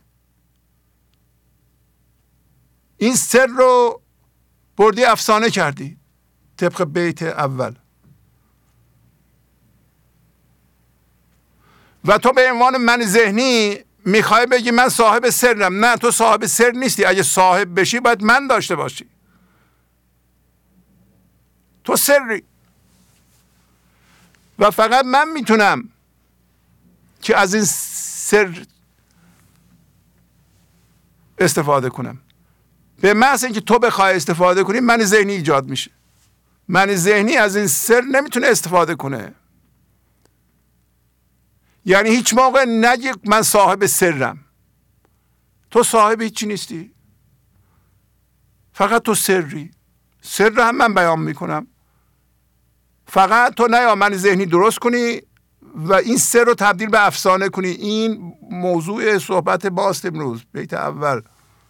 Speaker 4: این سر رو بردی افسانه کردی طبق بیت اول، و تو به عنوان من ذهنی میخوای بگی من صاحب سرم. نه، تو صاحب سر نیستی. اگه صاحب بشی باید من داشته باشی. تو سری و فقط من میتونم که از این سر استفاده کنم. به محض اینکه تو بخوای استفاده کنی، من ذهنی ایجاد میشه. من ذهنی از این سر نمیتونه استفاده کنه. یعنی هیچ موقع نگی من صاحب سرم. تو صاحب هیچی نیستی، فقط تو سری. سر هم من بیان میکنم. فقط تو نیا من ذهنی درست کنی و این سر رو تبدیل به افسانه کنی. این موضوع صحبت ماست امروز، بیت اول.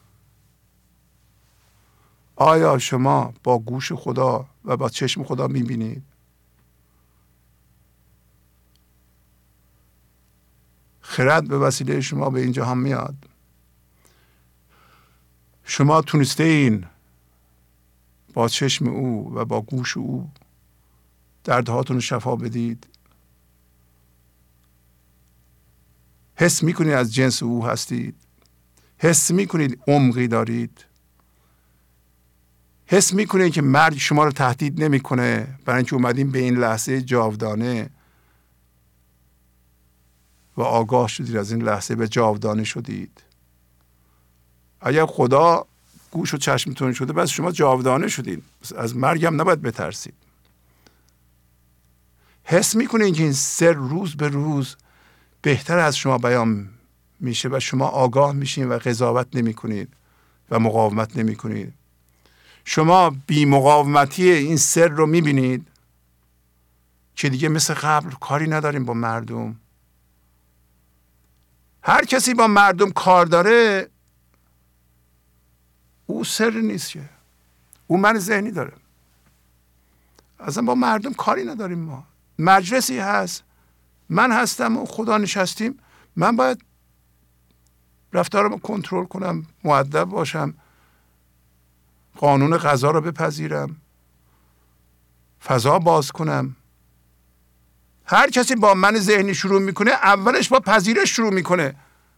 Speaker 4: آیا شما با گوش خدا و با چشم خدا میبینید؟ خرد به وسیله شما به اینجا هم میاد. شما تونسته این با چشم او و با گوش او دردهاتون رو شفا بدید؟ حس میکنید از جنس او هستید؟ حس میکنید عمقی دارید؟ حس میکنید که مرگ شما رو تهدید نمیکنه برای اینکه اومدین به این لحظه جاودانه و آگاه شدید از این لحظه به جاودانه شدید؟ اگر خدا گوش و چشمتون شده بس شما جاودانه شدید، از مرگ هم نباید بترسید. حس میکنید که این سر روز به روز بهتر از شما بیان میشه و شما آگاه میشین و قضاوت نمی کنید و مقاومت نمی کنید. شما بی مقاومتی این سر رو میبینید که دیگه مثل قبل کاری نداریم با مردم. هر کسی با مردم کار داره او سر نیست، که او من ذهنی داره. اصلا با مردم کاری نداریم. ما مجلسی هست، من هستم و خدا نشستیم، من باید رفتارم رو کنترل کنم، مؤدب باشم، قانون غذا رو بپذیرم، فضا باز کنم. هر کسی با من ذهنی شروع میکنه اولش با پذیرش شروع میکنه.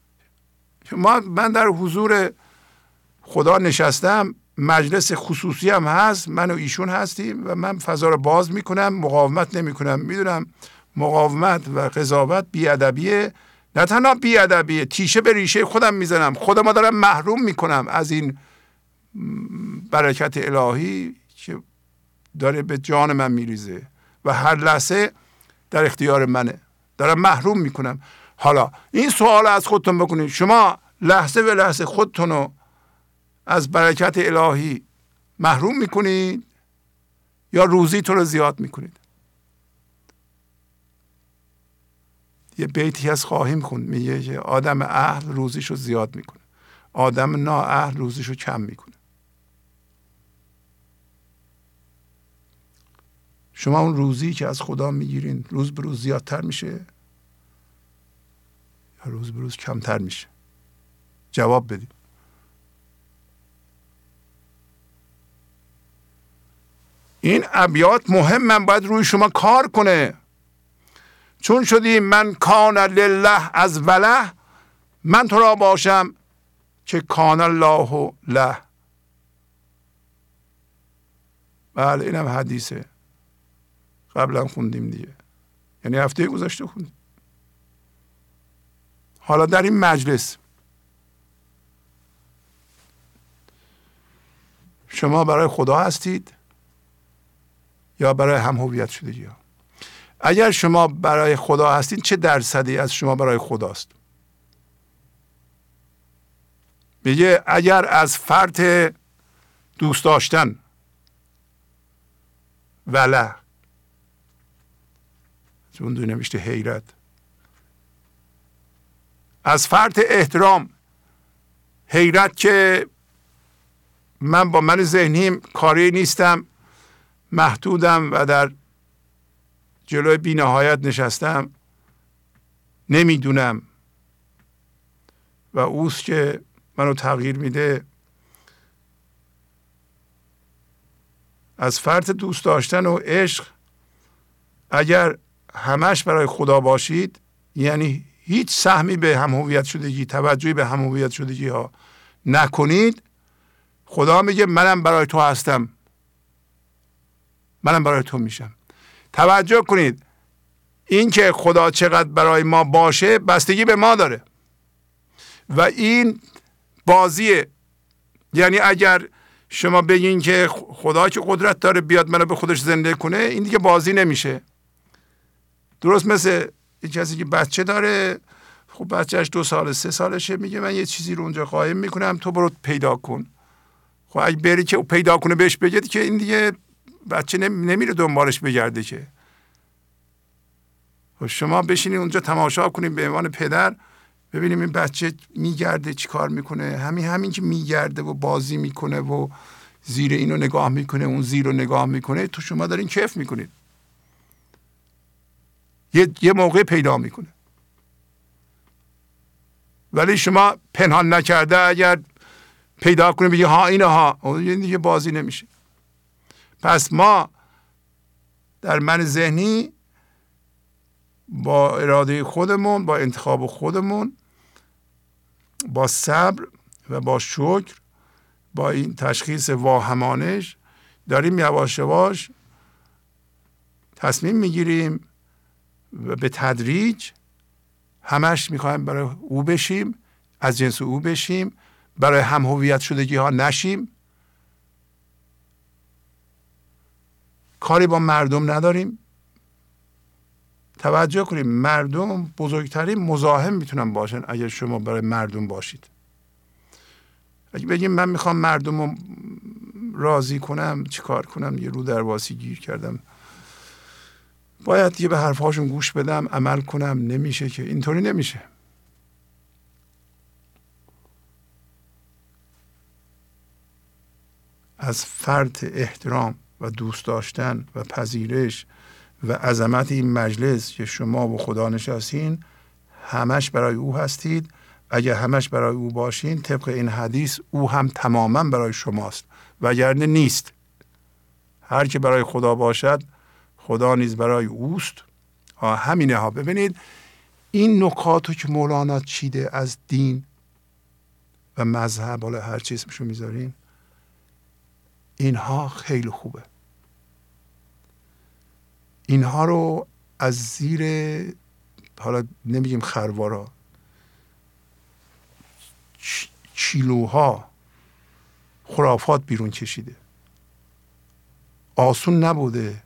Speaker 4: من در حضور خدا نشستم، مجلس خصوصی هم هست، من و ایشون هستیم و من فضا رو باز میکنم، مقاومت نمیکنم. میدونم مقاومت و قضاوت بیادبیه، نه تنها بیادبیه، تیشه به ریشه خودم میزنم، خودم رو دارم محروم میکنم از این برکت الهی که داره به جان من میریزه و هر لحظه در اختیار منه، دارم محروم میکنم. حالا این سوال از خودتون بکنید، شما لحظه به لحظه خودتون رو از برکت الهی محروم میکنید یا روزیتون رو زیاد میکنید؟ یه بیتی از خواهیم خوند میگه که آدم اهل روزیشو زیاد میکنه، آدم نااهل روزیشو کم میکنه. شما اون روزی که از خدا میگیرین روز به روز زیادتر میشه یا روز به روز کمتر میشه؟ جواب بدید. این ابیات مهمن، باید روی شما کار کنه. چون شدی من کان لله از وله، من تو را باشم که کان الله له. بله اینم حدیثه، قبلا خوندیم دیگه، یعنی هفته گذشته خوندیم. حالا در این مجلس شما برای خدا هستید یا برای هم هویت شدگی ها؟ اگر شما برای خدا هستید چه درصدی از شما برای خداست؟ میگه اگر از فرط دوست داشتن وله، چون دو نوشته حیرت، از فرط احترام، حیرت که من با من ذهنیم کاری نیستم، محدودم و در جلوی بی نهایت نشستم، نمیدونم و اوست که منو تغییر میده. از فرط دوست داشتن و عشق اگر همش برای خدا باشید، یعنی هیچ سهمی به هم هویت شدگی، توجهی به هم هویت شدگی ها نکنید، خدا میگه منم برای تو هستم، منم برای تو میشم. توجه کنید، این که خدا چقدر برای ما باشه بستگی به ما داره و این بازیه. یعنی اگر شما بگین که خدا که قدرت داره بیاد منو به خودش زنده کنه، این دیگه بازی نمیشه. درست مثل یک کسی که بچه داره، خب بچهش 2 سال 3 سالشه، میگه من یه چیزی رو اونجا قایم میکنم، تو برو پیدا کن. خب اگه بری که پیدا کنه بهش بگید که این دیگه بچه نمیره دنبالش بگرده که. خب شما بشینید اونجا تماشا کنید به عنوان پدر، ببینیم این بچه میگرده چی کار میکنه. همین که میگرده و بازی میکنه و زیر اینو نگاه میکنه اون زیر رو نگاه میکنه، تو شما دارین کیف میکنید. یه موقع پیدا میکنه. ولی شما پنهان نکرده اگر پیدا کنی بگی ها اینه ها، اون دیگه بازی نمیشه. پس ما در من ذهنی با اراده خودمون، با انتخاب خودمون، با صبر و با شکر، با این تشخیص واهمانش داریم یواش یواش تصمیم میگیریم و به تدریج همش میخوایم برای او بشیم، از جنس او بشیم، برای هم هویت شدگی ها نشیم، کاری با مردم نداریم. توجه کنیم مردم بزرگترین مزاحم میتونن باشن اگر شما برای مردم باشید. اگه بگیم من میخوام مردم رو راضی کنم چیکار کنم؟ یه رو درواسی گیر کردم، باید یه به حرفهاشون گوش بدم، عمل کنم. نمیشه که، اینطوری نمیشه. از فرط احترام و دوست داشتن و پذیرش و عظمت این مجلس که شما و خدا نشستین، همش برای او هستید. اگر همش برای او باشین، طبق این حدیث او هم تماما برای شماست، وگرنه نیست. هر که برای خدا باشد خدا نیز برای اوست. همینه ها. ببینید این نکاتو که مولانا چیده از دین و مذهب، حالا هر چی اسمشو میذارین، اینها خیلی خوبه. اینها رو از زیر، حالا نمیگیم خروارا، چیلوها خرافات بیرون کشیده. آسون نبوده.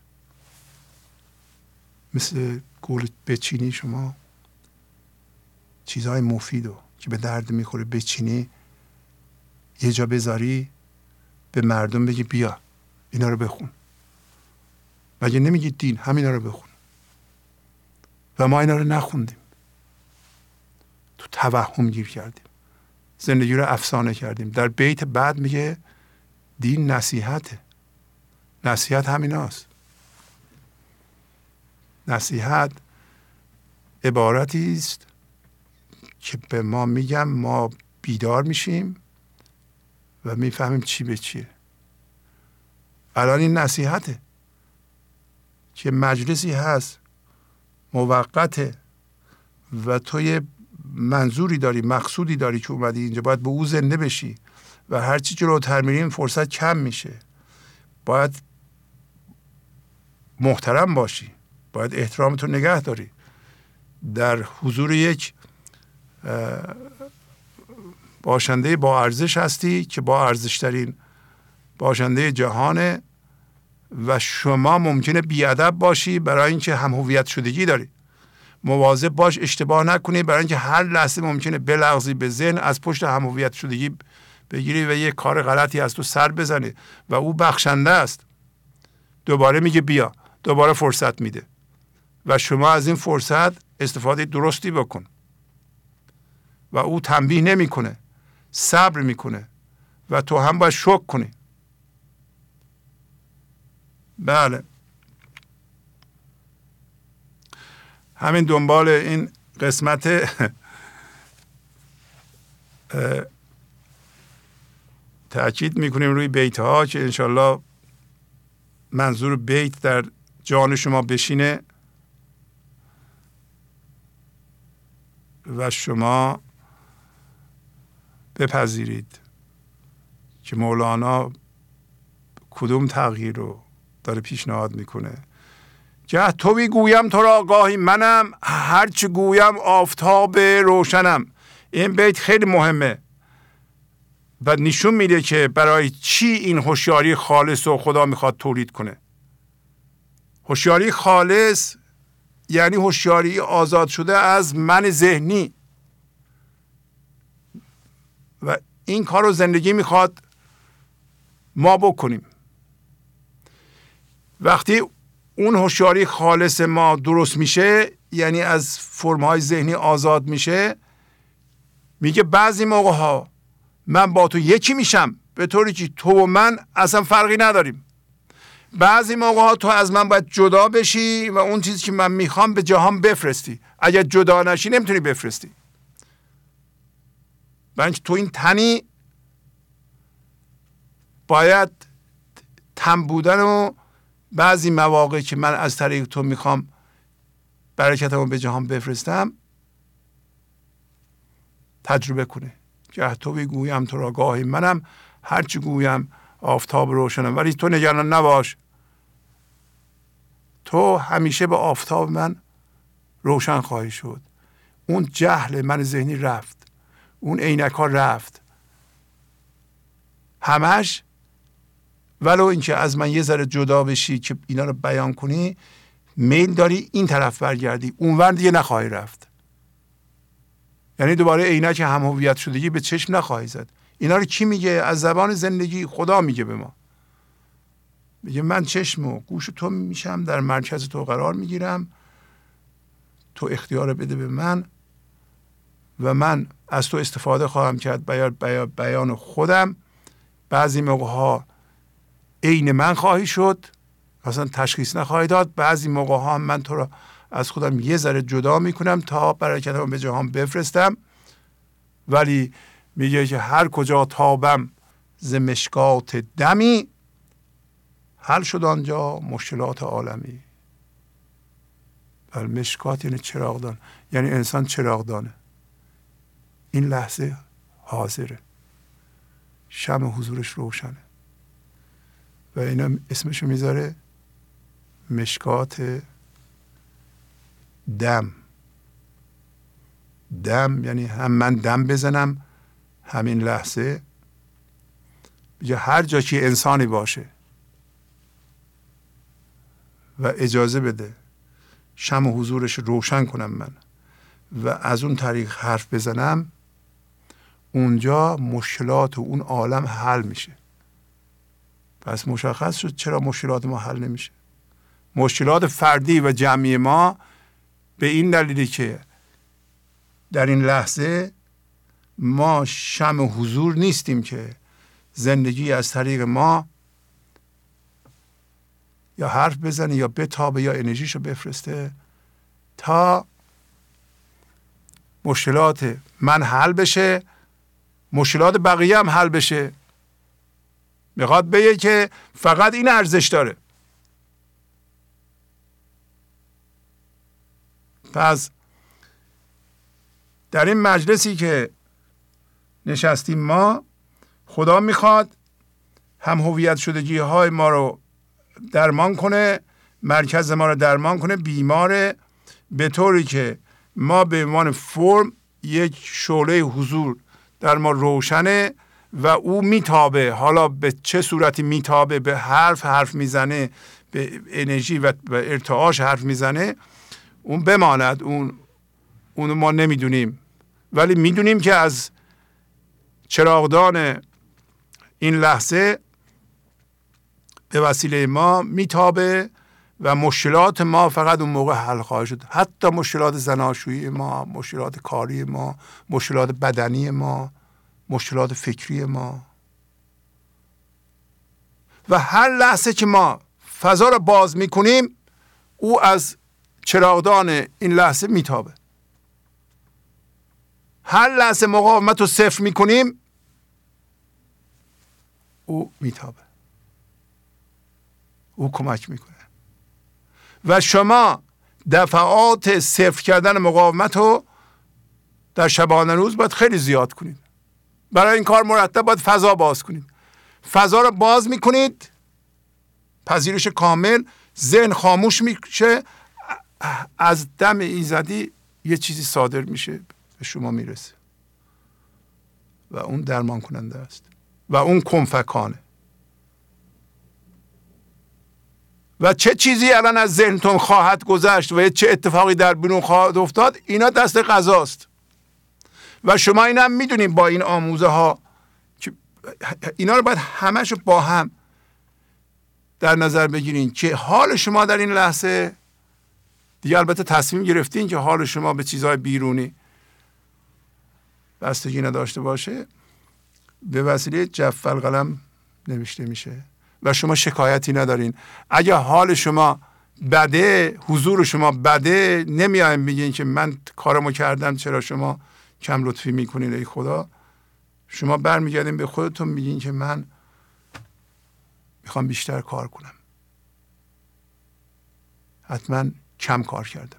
Speaker 4: مثل گل بچینی شما چیزهای مفیدو که به درد میخوره بچینی، یه جا بذاری، به مردم بگی بیا اینا رو بخون. مگه نمیگی دین همینا رو بخون؟ و ما اینا رو نخوندیم، تو توهم گیر کردیم، زندگی رو افسانه کردیم. در بیت بعد میگه دین نصیحته. نصیحت همیناست. نصیحت عبارتی است که به ما میگم، ما بیدار میشیم و میفهمیم چی به چیه. الان این نصیحته که مجلسی هست موقته و تو یه منظوری داری، مقصودی داری که اومدی اینجا، باید به او زنده بشی و هرچی جلوتر میریم فرصت کم میشه. باید محترم باشی، باید احترامتو نگه داری. در حضور یک باشنده با ارزش هستی که با ارزشترین باشنده جهانه و شما ممکنه بیادب باشی برای اینکه هم هویت شدگی داری. مواظب باش اشتباه نکنی، برای اینکه هر لحظه ممکنه بلغزی به ذهن، از پشت هم هویت شدگی بگیری و یه کار غلطی از تو سر بزنی و او بخشنده است. دوباره میگه بیا، دوباره فرصت میده و شما از این فرصت استفاده درستی بکن و او تنبیه نمیکنه، صبر میکنه و تو هم باید شکر کنی. بله، همین دنبال این قسمت تأکید میکنیم روی بیت ها که انشالله منظور بیت در جان شما بشینه و شما بپذیرید که مولانا کدوم تغییر رو داره پیشنهاد میکنه. گه توی گویم تو را گاهی منم، هرچی گویم آفتاب روشنم. این بیت خیلی مهمه و نشون میده که برای چی این هوشیاری خالص رو خدا میخواد تولید کنه. هوشیاری خالص یعنی هوشیاری آزاد شده از من ذهنی و این کار رو زندگی میخواد ما بکنیم. وقتی اون هوشیاری خالص ما درست میشه، یعنی از فرم‌های ذهنی آزاد میشه، میگه بعضی موقع ها من با تو یکی میشم به طوری که تو و من اصلا فرقی نداریم. بعضی موقع ها تو از من باید جدا بشی و اون چیزی که من میخوام به جهان بفرستی. اگر جدا نشی نمیتونی بفرستی، برای اینکه تو این تنی باید تم بودن و بعضی مواقع که من از طریق تو میخوام برکتمو به جهان بفرستم تجربه کنه. گه تو بگویم تو را گاهی منم، هرچی گویم آفتاب روشنم. ولی تو نگران نباش، تو همیشه به آفتاب من روشن خواهی شد. اون جهل من ذهنی رفت، اون عینک ها رفت همش. ولو اینکه از من یه ذره جدا بشی که اینا رو بیان کنی، میل داری این طرف برگردی، اونور دیگه نخواهی رفت. یعنی دوباره عینک هم هویت شدگی به چشم نخواهی زد. اینا رو کی میگه؟ از زبان زندگی خدا میگه به ما. میگه من چشم و گوش تو میشم، در مرکز تو قرار میگیرم، تو اختیار بده به من و من از تو استفاده خواهم کرد بیان خودم. بعضی موقع ها عین من خواهی شد، اصلا تشخیص نخواهی داد. بعضی موقع ها من تو را از خودم یه ذره جدا میکنم تا برکتم به جهان بفرستم. ولی میگه که هر کجا تابم ز مشکات دمی، حل شد آنجا مشکلات عالمی. بله، مشکات یعنی چراغدان، یعنی انسان چراغدانه. این لحظه حاضره، شمع حضورش روشنه و اینا اسمشو میذاره مشکات دم. دم یعنی هم من دم بزنم همین لحظه. بگه هر جا که انسانی باشه و اجازه بده شمع حضورش روشن کنم من و از اون طریق حرف بزنم، اونجا مشکلات و اون عالم حل میشه. پس مشخص شد چرا مشکلات ما حل نمیشه. مشکلات فردی و جمعی ما به این دلیلی که در این لحظه ما شمع حضور نیستیم که زندگی از طریق ما یا حرف بزنه یا بتابه یا انرژیشو بفرسته تا مشکلات من حل بشه، مشکلات بقیه هم حل بشه. میخواد بگه که فقط این ارزش داره. پس در این مجلسی که نشستیم ما، خدا میخواد هم هویت شدگی های ما رو درمان کنه، مرکز ما رو درمان کنه، بیماره، به طوری که ما به عنوان فرم یک شعله حضور در ما روشنه و او میتابه. حالا به چه صورتی میتابه؟ به حرف میزنه، به انرژی و ارتعاش حرف میزنه، اون بماند. اونو ما نمیدونیم، ولی میدونیم که از چراغدان این لحظه به وسیله ما میتابه و مشکلات ما فقط اون موقع حل خواهد شد. حتی مشکلات زناشویی ما، مشکلات کاری ما، مشکلات بدنی ما، مشکلات فکری ما. و هر لحظه که ما فضا رو باز میکنیم، او از چراغدان این لحظه میتابه. هر لحظه مقاومت رو صفر میکنیم، او میتابه، او کمک میکنه. و شما دفعات صفر کردن مقاومت رو در شبانه روز باید خیلی زیاد کنید. برای این کار مرتب باید فضا باز کنید. فضا رو باز میکنید، پذیرش کامل، ذهن خاموش میشه، از دم ایزدی یه چیزی صادر میشه، به شما میرسه و اون درمان کننده است و اون کنفکانه. و چه چیزی الان از ذهنتون خواهد گذشت و چه اتفاقی در بیرون خواهد افتاد، اینا دست قضاست. و شما این هم میدونید با این آموزه ها که اینا رو باید همش با هم در نظر بگیرین که حال شما در این لحظه دیگه البته تصمیم گرفتین که حال شما به چیزهای بیرونی بستگی نداشته باشه، به وسیله جف القلم نوشته میشه و شما شکایتی ندارین. اگه حال شما بده، حضور شما بده، نمیایم میگین که من کارمو کردم چرا شما کم لطفی میکنین ای خدا. شما برمیگردین به خودتون میگین که من میخوام بیشتر کار کنم. حتما کم کار کردم.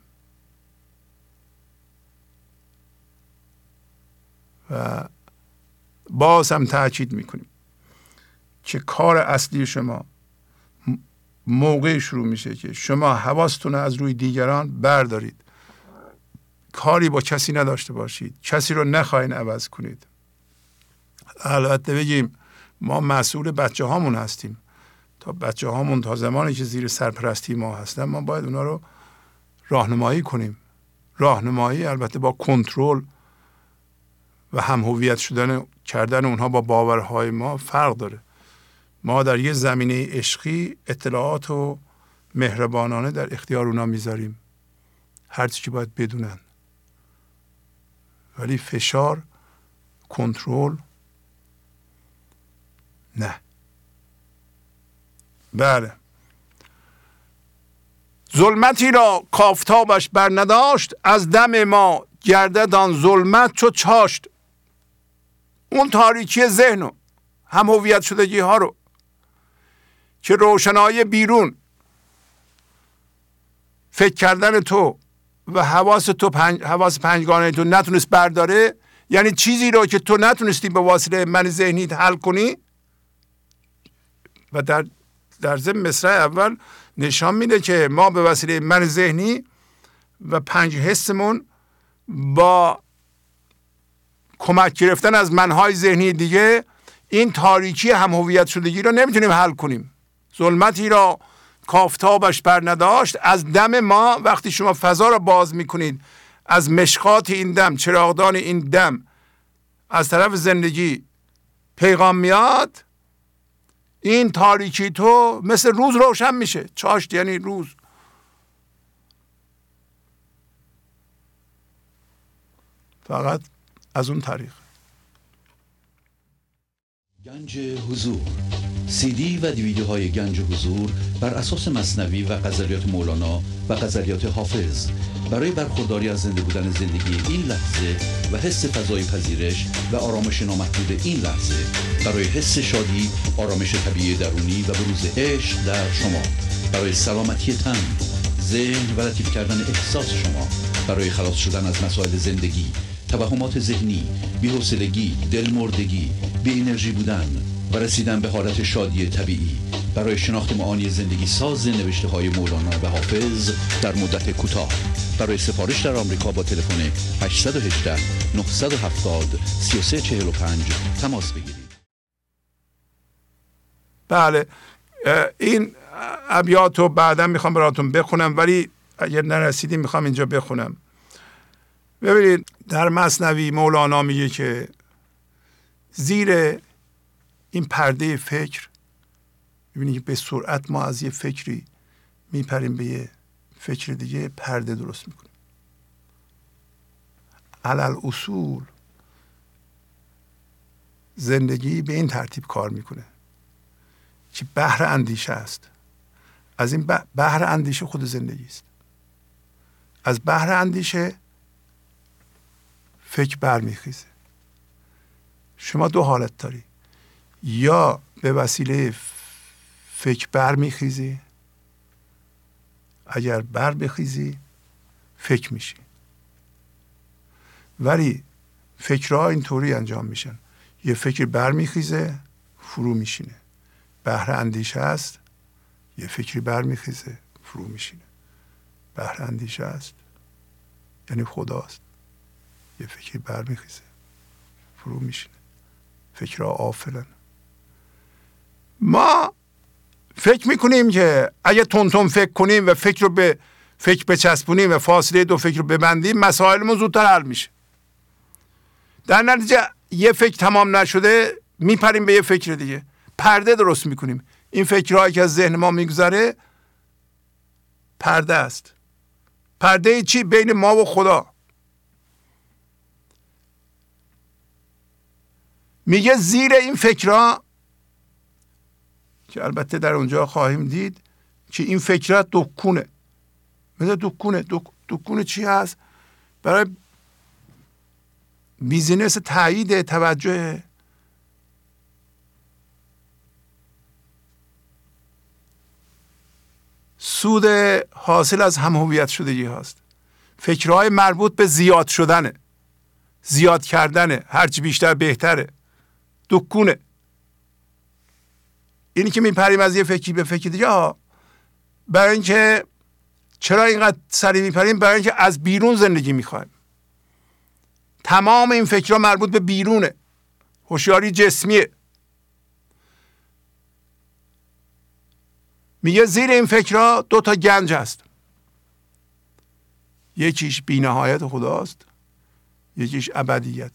Speaker 4: و باز هم تاکید میکنیم که کار اصلی شما موقع شروع میشه که شما حواستون از روی دیگران بردارید، کاری با کسی نداشته باشید، کسی رو نخواهید عوض کنید. البته بگیم ما مسئول بچه هامون هستیم، تا بچه هامون تا زمانی که زیر سرپرستی ما هستن ما باید اونا رو راهنمایی کنیم. راهنمایی البته با کنترل و هم هویت کردن اونها با باورهای ما فرق داره. ما در یه زمینه عشقی اطلاعات و مهربانانه در اختیار اونا میذاریم، هر چی که باید بدونن، ولی فشار، کنترل نه. بله. ظلمتی را کافتابش بر نداشت، از دم ما گردد آن ظلمت چو چاشت. اون تاریکی ذهن و هم هویت شدگی ها رو که روشنایی بیرون، فکر کردن تو و حواس پنجگانه تو نتونست برداره، یعنی چیزی رو که تو نتونستی به واسطه من ذهنی حل کنی. و در ضمن مصرع اول نشان میده که ما به وسیله من ذهنی و 5 حسمون با کمک گرفتن از منهای ذهنی دیگه این تاریکی هم هویت شدگی رو نمیتونیم حل کنیم. ظلمتی را کافتابش بر نداشت، از دم ما، وقتی شما فضا را باز میکنید، از مشقات این دم، چراغدان این دم از طرف زندگی پیغام میاد، این تاریکی تو مثل روز روشن میشه. چاشت یعنی روز. فقط از اون طریق.
Speaker 1: گنج حضور، CD و دیویدیوهای گنج حضور بر اساس مثنوی و غزلیات مولانا و غزلیات حافظ برای برخورداری از زنده بودن زندگی این لحظه و حس فضای پذیرش و آرامش نامحدود این لحظه، برای حس شادی، آرامش طبیعی درونی و بروز عشق در شما، برای سلامتی تن، ذهن و لطیف کردن احساس شما، برای خلاص شدن از مسائل زندگی، توهمات ذهنی، بی‌حوصلگی، دلمردگی، بی انرژی بودن و رسیدن به حالت شادی طبیعی، برای شناخت معانی زندگی ساز نوشته های مولانا و حافظ در مدت کوتاه. برای سفارش در آمریکا با تلفن 818 970 3345 تماس بگیرید.
Speaker 4: بله، این ابیات رو بعدا میخوام براتون بخونم، ولی اگر نرسیدیم میخوام اینجا بخونم. ببینید در مثنوی مولانا میگه که زیر این پرده فکر، ببینید که به سرعت ما از یه فکری میپریم به یه فکر دیگه، پرده درست میکنیم. علل اصول زندگی به این ترتیب کار میکنه که بحر اندیشه است. از این بحر اندیشه خود زندگی است. از بحر اندیشه فکر برمیخیزه. شما 2 حالت داری، یا به وسیله فکر برمیخیزی، اگر بر بخیزی فکر میشی. ولی فکرها اینطوری انجام میشن، یه فکر برمیخیزه فرو میشینه. بحر اندیشه است، یه فکری برمیخیزه فرو میشینه. بحر اندیشه است یعنی خداست، یه فکری برمیخیزه فرو میشینه. فکرها آفلن. ما فکر میکنیم که اگه تون فکر کنیم و فکر رو به فکر بچسبونیم و فاصله 2 فکر رو ببندیم، مسائلمون زودتر حل میشه. در نتیجه یه فکر تمام نشده میپریم به یه فکر دیگه، پرده درست میکنیم. این فکرهایی که از ذهن ما میگذره پرده است. پرده چی؟ بین ما و خدا. میگه زیر این فکرها، که البته در اونجا خواهیم دید که این فکرها دکونه. مثل دکونه چی هست؟ برای بیزینس تایید توجه. سود حاصل از هم هویت شدگی هاست. فکرهای مربوط به زیاد شدنه، زیاد کردنه، هرچی بیشتر بهتره، دکونه. اینی که میپریم از یه فکری به فکر دیگه ها، برای اینکه چرا اینقدر سریع میپریم؟ برای اینکه از بیرون زندگی میخوایم. تمام این فکرها مربوط به بیرونه، هوشیاری جسمیه. میگه زیر این فکرها 2 تا گنج هست، یکیش بی‌نهایت خداست، یکیش ابدیت.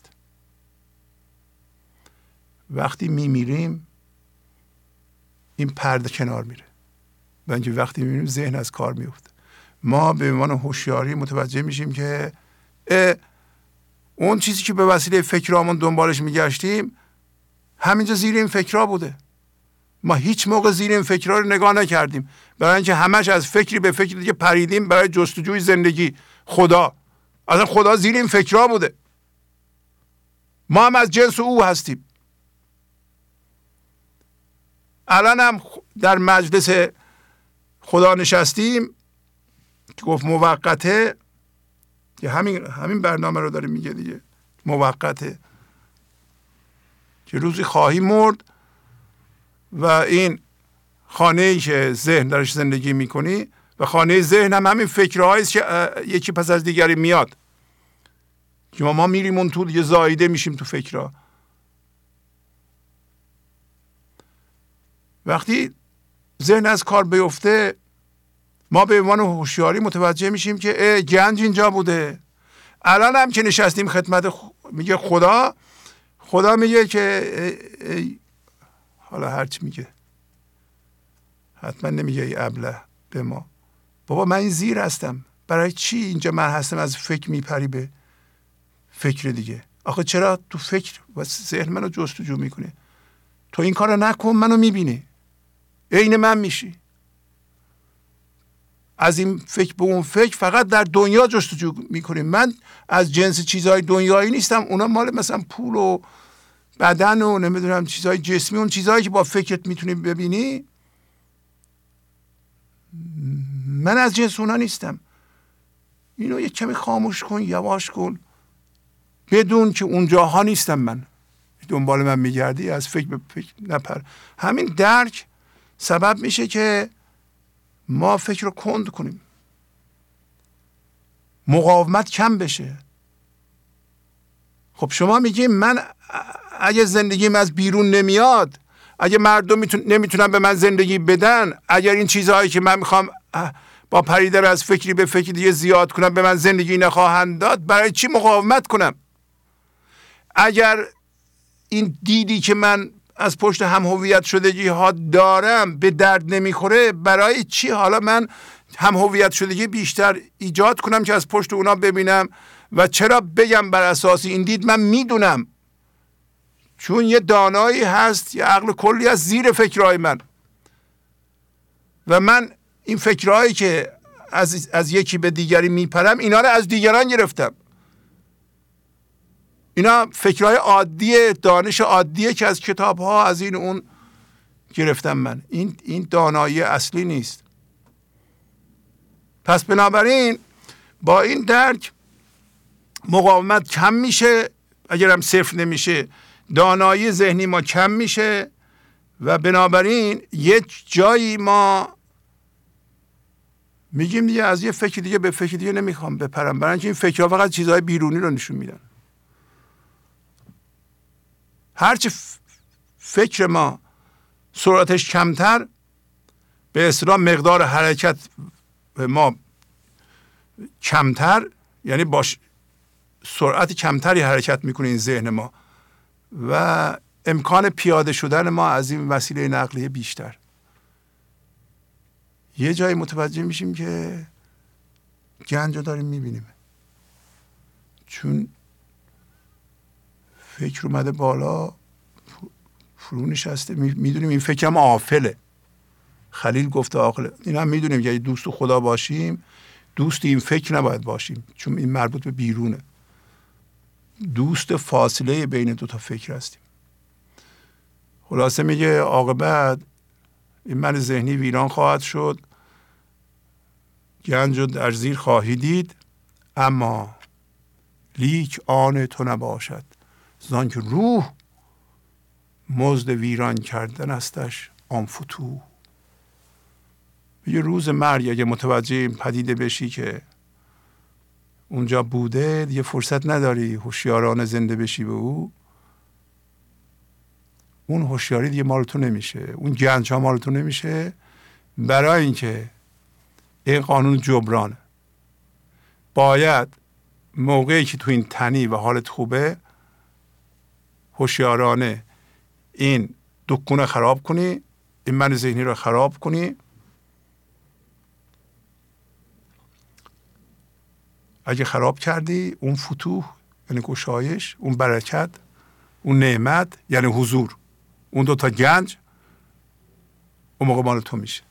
Speaker 4: وقتی میمیریم این پرده کنار میره، و اینکه وقتی میمیریم ذهن از کار میفته. ما به عنوان هوشیاری متوجه میشیم که اون چیزی که به وسیله فکرامون دنبالش میگشتیم همینجا زیر این فکرها بوده. ما هیچ موقع زیر این فکرها رو نگاه نکردیم، برای اینکه همش از فکری به فکر دیگه پریدیم برای جستجوی زندگی. خدا، اصلا خدا زیر این فکرها بوده. ما هم از جنس او هستیم. الان هم در مجلس خدا نشستیم که گفت موقته، که همین برنامه رو داره میگه دیگه، موقته، که روزی خواهی مرد و این خانه‌ای که ذهن درش زندگی میکنی و خانه ذهن هم همین فکرهایی است که یکی پس از دیگری میاد، که ما میریم اون تو دیگه زایده میشیم تو فکرها. وقتی ذهن از کار بیفته ما به عنوان هوشیاری متوجه میشیم که گنج اینجا بوده. الان هم که نشستیم خدمت میگه خدا میگه که حالا هرچی میگه، حتما نمیگه ای ابله به ما، بابا من این زیر هستم، برای چی اینجا من هستم از فکر میپری به فکر دیگه؟ آخه چرا تو فکر و ذهن منو جستجو میکنه؟ تو این کارو نکن، منو میبینی، عین من میشی. از این فکر به اون فکر فقط در دنیا جستجو میکنیم. من از جنس چیزهای دنیایی نیستم، اونا مال مثلا پول و بدن و نمیدونم چیزهای جسمی، اون چیزهایی که با فکرت میتونی ببینی، من از جنس اونا نیستم. اینو یک کمی خاموش کن، یواش کن، بدون که اونجاها نیستم من. دنبال من میگردی، از فکر به فکر نپر. همین درک سبب میشه که ما فکر رو کند کنیم، مقاومت کم بشه. خب شما میگی من اگه زندگیم از بیرون نمیاد، اگه مردم نمیتونن به من زندگی بدن، اگر این چیزهایی که من میخوام با پریدن از فکری به فکر دیگه زیاد کنم به من زندگی نخواهند داد، برای چی مقاومت کنم؟ اگر این دیدی که من از پشت هم هویت شدگی ها دارم به درد نمیخوره، برای چی حالا من هم هویت شدگی بیشتر ایجاد کنم که از پشت اونا ببینم؟ و چرا بگم بر اساس این دید؟ من میدونم، چون یه دانایی هست، یه عقل کلی از زیر فکرهای من، و من این فکرهایی که از یکی به دیگری میپرم اینا رو از دیگران گرفتم. اینا فکرهای عادیه، دانش عادیه که از کتاب ها از این اون گرفتم من. این دانایی اصلی نیست. پس بنابراین با این درک مقاومت کم میشه، اگرم صفر نمیشه دانایی ذهنی ما کم میشه، و بنابراین یک جایی ما میگیم دیگه از یه فکر دیگه به فکر دیگه نمیخوام بپرم، برای اینکه این فکرها فقط چیزهای بیرونی رو نشون میدن. هرچی فکر ما سرعتش کمتر، به اصطلاح مقدار حرکت ما کمتر، یعنی با سرعت کمتری حرکت میکنه این ذهن ما، و امکان پیاده شدن ما از این وسیله نقلیه بیشتر. یه جایی متوجه میشیم که گنج رو داریم میبینیم، چون فکر اومده بالا فرو نشسته. میدونیم این فکرم عاقله. خلیل گفته عاقله. این هم میدونیم که دوست خدا باشیم، دوست این فکر نباید باشیم، چون این مربوط به بیرونه. دوست فاصله بین دو تا فکر هستیم. خلاصه میگه عاقبت این من ذهنی ویران خواهد شد گنج رو در زیر خواهی دید، اما لیک آن تو نباشد، زان که روح مزد ویران کردن استش آن فتوح. یه روز مرگ اگه متوجه این پدیده بشی که اونجا بوده، دیگه فرصت نداری هوشیارانه زنده بشی به او، اون هوشیاری دیگه مال تو نمیشه، اون گنج ها مال تو نمیشه. برای اینکه این قانون جبرانه، باید موقعی که تو این تنی و حالت خوبه هوشیارانه این دکونه خراب کنی، این من ذهنی رو خراب کنی. اگه خراب کردی، اون فتوح یعنی گشایش، اون برکت، اون نعمت یعنی حضور، اون دوتا گنج اون موقع مال تو میشه.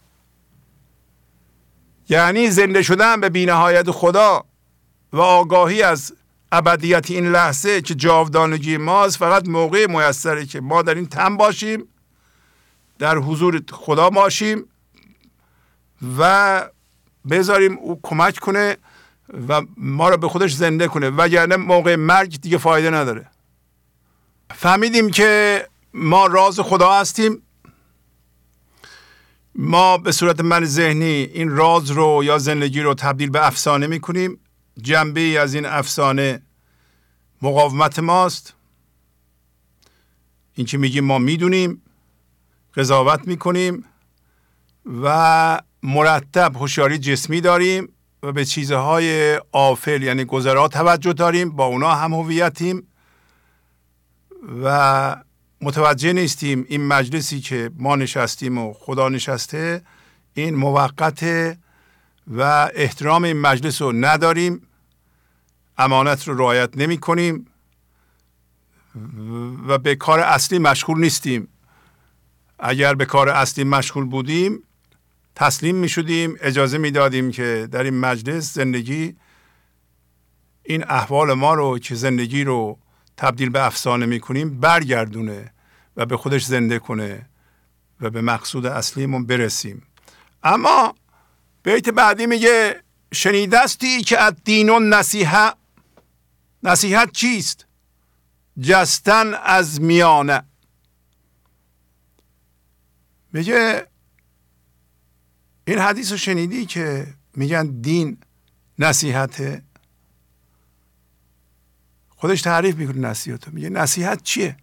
Speaker 4: یعنی زنده شدن به بی‌نهایت خدا و آگاهی از ابدیت این لحظه که جاودانگی ماست فقط موقع میسره که ما در این تن باشیم، در حضور خدا باشیم و بذاریم او کمک کنه و ما رو به خودش زنده کنه، وگرنه موقع مرگ دیگه فایده نداره. فهمیدیم که ما راز خدا هستیم. ما به صورت من ذهنی این راز رو یا زندگی رو تبدیل به افسانه میکنیم. جنبه از این افسانه مقاومت ماست. این که میگیم ما میدونیم، قضاوت میکنیم و مرتب هوشیاری جسمی داریم و به چیزهای آفل یعنی گذرا توجه داریم، با اونا هم هویتیم و متوجه نیستیم این مجلسی که ما نشستیم و خدا نشسته این موقته و احترام این مجلس رو نداریم، امانت رو رعایت نمی کنیم و به کار اصلی مشغول نیستیم. اگر به کار اصلی مشغول بودیم تسلیم می شدیم، اجازه می دادیم که در این مجلس زندگی این احوال ما رو که زندگی رو تبدیل به افسانه می کنیم برگردونه و به خودش زنده کنه و به مقصود اصلیمون برسیم. اما بیت بعدی میگه شنیدستی که الدین النصیحه، نصیحت چیست؟ جستن از میانه. میگه این حدیث رو شنیدی که میگن دین نصیحته؟ خودش تعریف میکنه نصیحت رو، میگه نصیحت چیه؟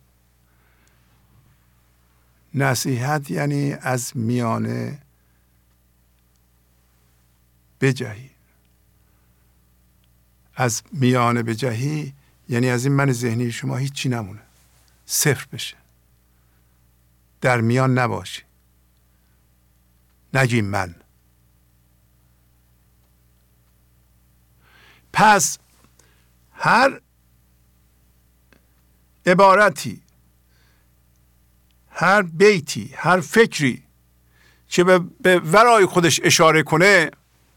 Speaker 4: نصیحت یعنی از میانه بجهی. از میانه بجهی یعنی از این من ذهنی شما هیچی نمونه، صفر بشه، در میان نباشی، نگی من. پس هر عبارتی، هر بیتی، هر فکری که به ورای خودش اشاره کنه،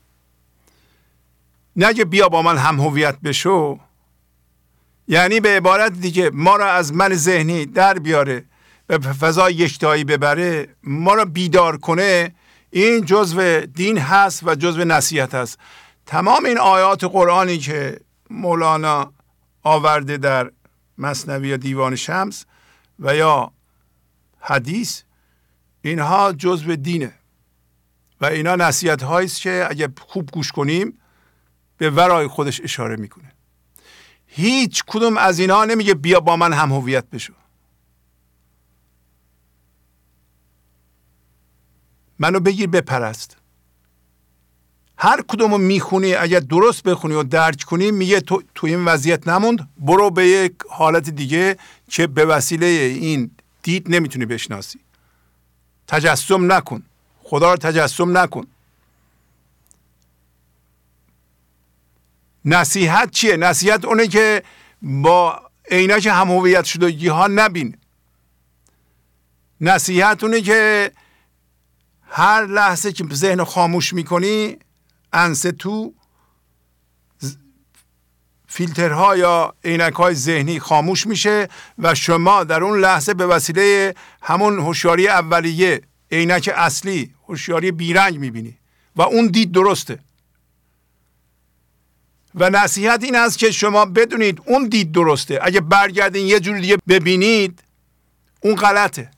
Speaker 4: نگه بیا با من هم هویت بشو، یعنی به عبارت دیگه ما را از من ذهنی در بیاره، به فضای یکتایی ببره، ما را بیدار کنه، این جزو دین هست و جزو نصیحت هست. تمام این آیات قرآنی که مولانا آورده در مثنوی یا دیوان شمس و یا حدیث، اینها جزو دینه و اینا نصیحت هایی است که اگه خوب گوش کنیم به ورای خودش اشاره میکنه. هیچ کدوم از اینا نمیگه بیا با من هم هویت بشو، منو بگیر بپرست. هر کدومو میخونی اگر درست بخونی و درک کنی میگه تو این وضعیت نموند، برو به یک حالت دیگه که به وسیله این دید نمیتونی بشناسی. تجسم نکن، خدا رو تجسم نکن. نصیحت چیه؟ نصیحت اونه که با عینک هم هویت شدگی ها نبین. نصیحت اونه که هر لحظه که ذهن خاموش میکنی انسه تو فیلترها یا عینک‌های ذهنی خاموش میشه و شما در اون لحظه به وسیله همون هوشیاری اولیه، عینک اصلی، هوشیاری بیرنگ میبینی و اون دید درسته. و نصیحت این است که شما بدونید اون دید درسته. اگه برگردین یه جور دیگه ببینید اون غلطه.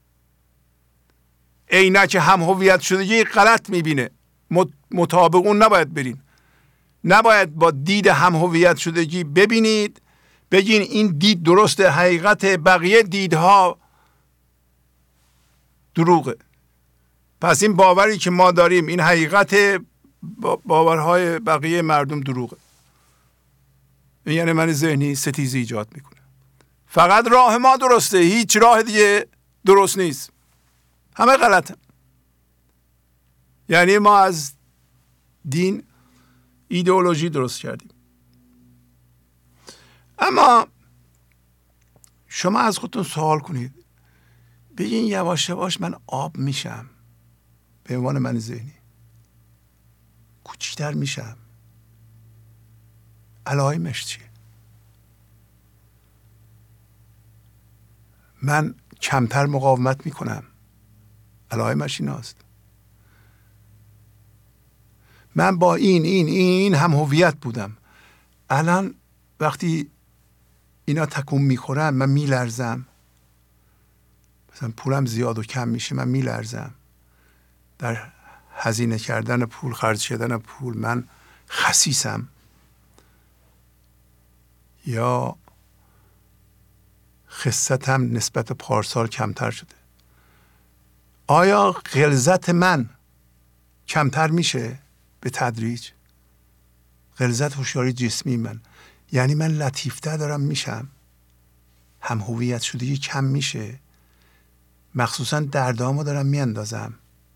Speaker 4: عینک هم هویت شدگی غلط میبینه، مطابق اون نباید برین. نباید با دید هم هویت شدگی ببینید بگین این دید درسته، حقیقت بقیه دیدها دروغه. پس این باوری که ما داریم، این حقیقت باورهای بقیه مردم دروغه. این یعنی من ذهنی ستیزی ایجاد میکنه. فقط راه ما درسته، هیچ راه دیگه درست نیست، همه غلطه. یعنی ما از دین ایدئولوژی درست کردیم. اما شما از خودتون سوال کنید، بگین یواش یواش من آب میشم، به عنوان من ذهنی کوچیک‌تر میشم، علائمش چیه؟ من کمتر مقاومت میکنم، علائمش ایناست. من با این هم هویت بودم، الان وقتی اینا تکون میخورن من میلرزم. مثلا پولم زیاد و کم میشه من میلرزم. در هزینه کردن پول، خرج کردن پول من خسیسم. یا خستم نسبت پارسال کمتر شده. آیا غلظت من کمتر میشه به تدریج؟ غلظت هوشیاری جسمی من، یعنی من لطیفتر دارم میشم، هم هویت شدگی کم میشه، مخصوصا دردامو دارم میاندازم.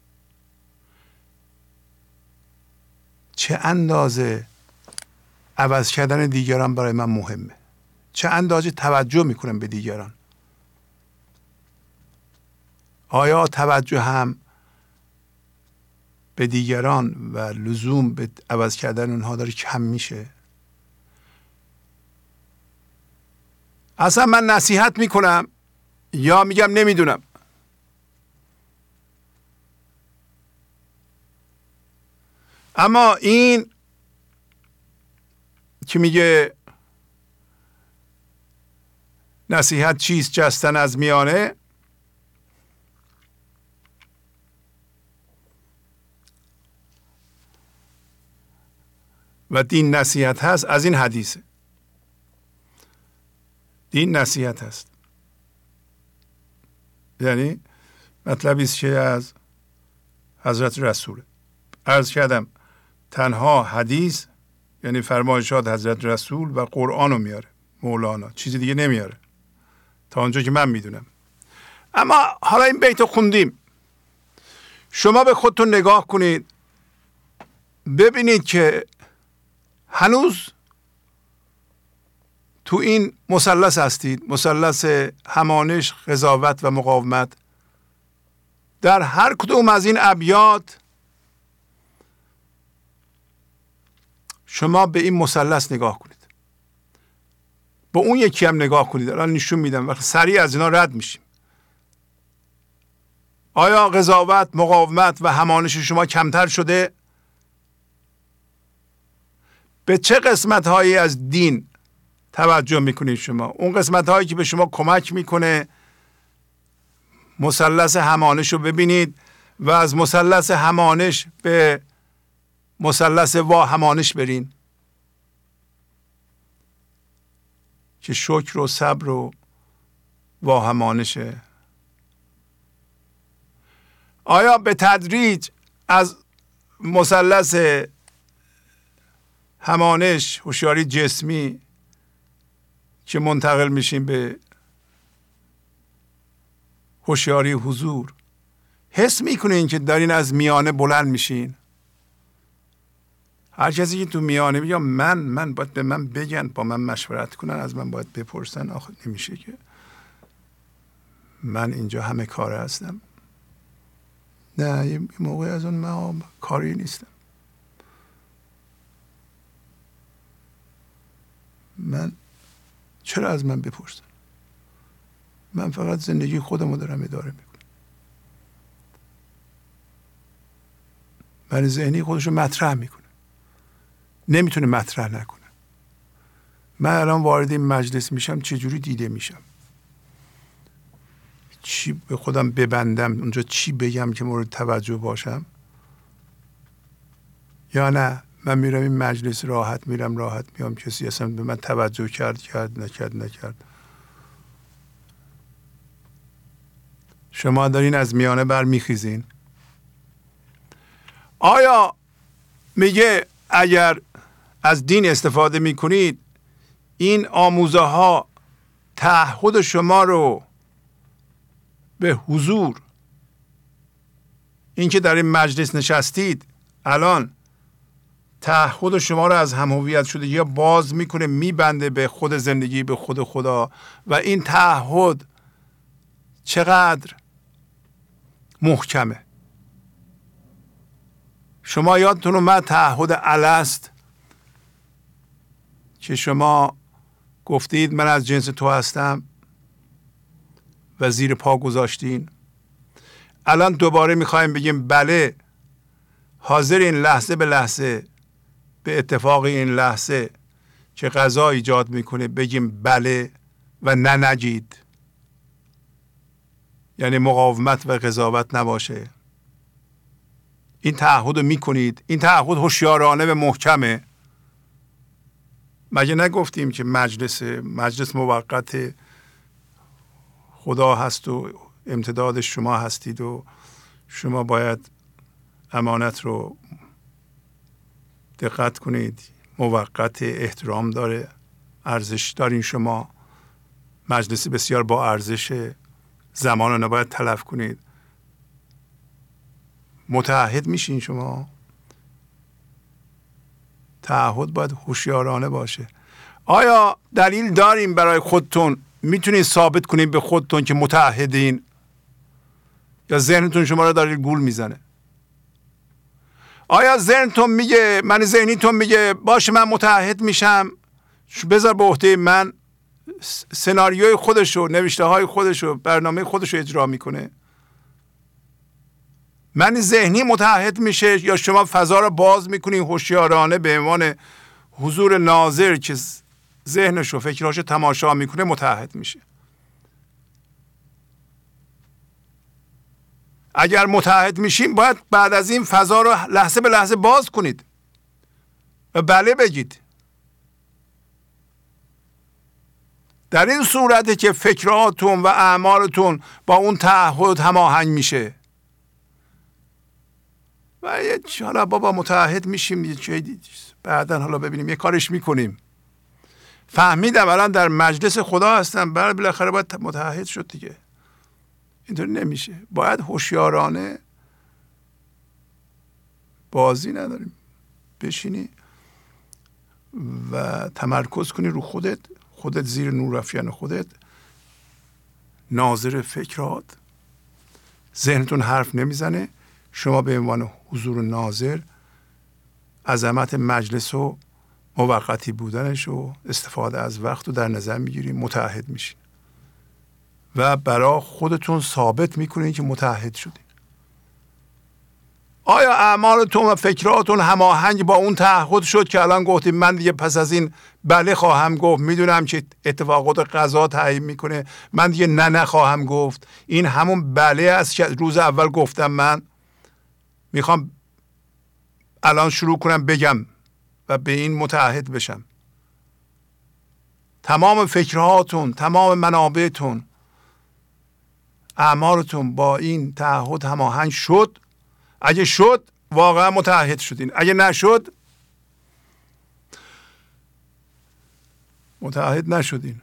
Speaker 4: چه اندازه عوض کردن دیگران برای من مهمه، چه اندازه توجه میکنم به دیگران. آیا توجه هم به دیگران و لزوم به عوض کردن اونها داره کم میشه؟ اصلا من نصیحت میکنم یا میگم نمیدونم؟ اما این که میگه نصیحت چیست؟ جستن از میانه. و دین نصیحت هست، از این حدیثه. دین نصیحت هست، یعنی مطلبی است که از حضرت رسوله. عرض کردم تنها حدیث یعنی فرمایشات حضرت رسول و قرآن رو میاره مولانا، چیزی دیگه نمیاره تا اونجا که من میدونم. اما حالا این بیت رو خوندیم، شما به خودتون نگاه کنید ببینید که هنوز تو این مثلث هستید، مثلث همانش، قضاوت و مقاومت. در هر کدوم از این ابیات شما به این مثلث نگاه کنید، با اون یکی هم نگاه کنید. الان نشون میدم وقتی سریع از اینا رد میشیم. آیا قضاوت، مقاومت و همانش شما کمتر شده؟ به چه قسمت هایی از دین توجه میکنید شما؟ اون قسمت هایی که به شما کمک میکنه مثلث همانش رو ببینید و از مثلث همانش به مثلث وا همانش برین که شکر و صبر و وا همانشه. آیا به تدریج از مثلث همانش، هوشیاری جسمی که منتقل میشیم به هوشیاری حضور، حس میکنین که دارین از میانه بلند میشین؟ هر کسی که تو میانه میگه من باید به من بگن، با من مشورت کنن، از من باید بپرسن. آخه نمیشه که من اینجا همه کاره هستم. نه، یه موقع از اون من کاری نیستم. من چرا از من بپرسن؟ من فقط زندگی خودمو دارم اداره میکنم. من ذهنی خودشو مطرح میکنه. نمیتونه مطرح نکنه. من الان وارد این مجلس میشم چجوری دیده میشم؟ چی به خودم ببندم اونجا، چی بگم که مورد توجه باشم؟ یا نه من میرم این مجلس راحت میرم راحت میام، کسی اصلا به من توجه کرد نکرد. شما دارین از میانه برمیخیزین. آیا میگه اگر از دین استفاده میکنید این آموزه ها تعهد شما رو به حضور، این که در این مجلس نشستید الان تعهد شما رو از هم هویت شده یا باز میکنه، میبنده به خود زندگی، به خود خدا. و این تعهد چقدر محکمه. شما یادتون اومد تعهد الست که شما گفتید من از جنس تو هستم و زیر پا گذاشتین. الان دوباره میخوایم بگیم بله، حاضر این لحظه به لحظه به اتفاق این لحظه که غذا ایجاد میکنه بگیم بله و نه نگید، یعنی مقاومت و قضاوت نباشه. این تعهد رو میکنید. این تعهد هوشیارانه و محکمه. مگه نگفتیم که مجلس موقت خدا هست و امتداد شما هستید و شما باید امانت رو دقت کنید، موقت، احترام داره، ارزش دارین. شما مجلس بسیار با ارزش، زمان رو نباید تلف کنید. متعهد میشین شما. تعهد باید هوشیارانه باشه. آیا دلیل داریم برای خودتون؟ میتونید ثابت کنید به خودتون که متعهدین؟ یا ذهنتون شما رو داره گول میزنه؟ آیا ذهنتون میگه، من ذهنیتون میگه باشه من متعهد میشم، بذار به عهده من، سناریوی خودشو، نوشته های خودشو، برنامه خودشو اجرا میکنه؟ من ذهنی متعهد میشه یا شما فضا رو باز میکنین هوشیارانه به عنوان حضور ناظر که ذهنشو، فکراشو تماشا میکنه متعهد میشه؟ اگر متعهد میشیم باید بعد از این فضا رو لحظه به لحظه باز کنید و بله بگید. در این صورته که فکراتون و اعمالتون با اون تعهد هماهنگ میشه. و حالا بابا متعهد میشیم بعدن حالا ببینیم یه کارش میکنیم. فهمیدم الان در مجلس خدا هستم، بالاخره باید متعهد شد دیگه. اینطور نمیشه. باید هوشیارانه، بازی نداریم، بشینی و تمرکز کنی رو خودت زیر نور افکن خودت، ناظر فکرات، ذهنتون حرف نمیزنه، شما به عنوان حضور ناظر عظمت مجلس و موقتی بودنش و استفاده از وقت رو در نظر میگیریم، متعهد میشین و برای خودتون ثابت میکنین که متعهد شدین. آیا اعمالتون و فکراتون هماهنگ با اون تعهد شد که الان گفتیم من دیگه پس از این بله خواهم گفت، میدونم که اتفاقات قضا تعیین میکنه، من دیگه نه نخواهم گفت. این همون بله است که روز اول گفتم من میخوام الان شروع کنم بگم و به این متعهد بشم. تمام فکرهاتون، تمام منابعتون، اعمالتون با این تعهد هماهنگ شد. اگه شد واقعا متعهد شدین، اگه نشد متعهد نشدین.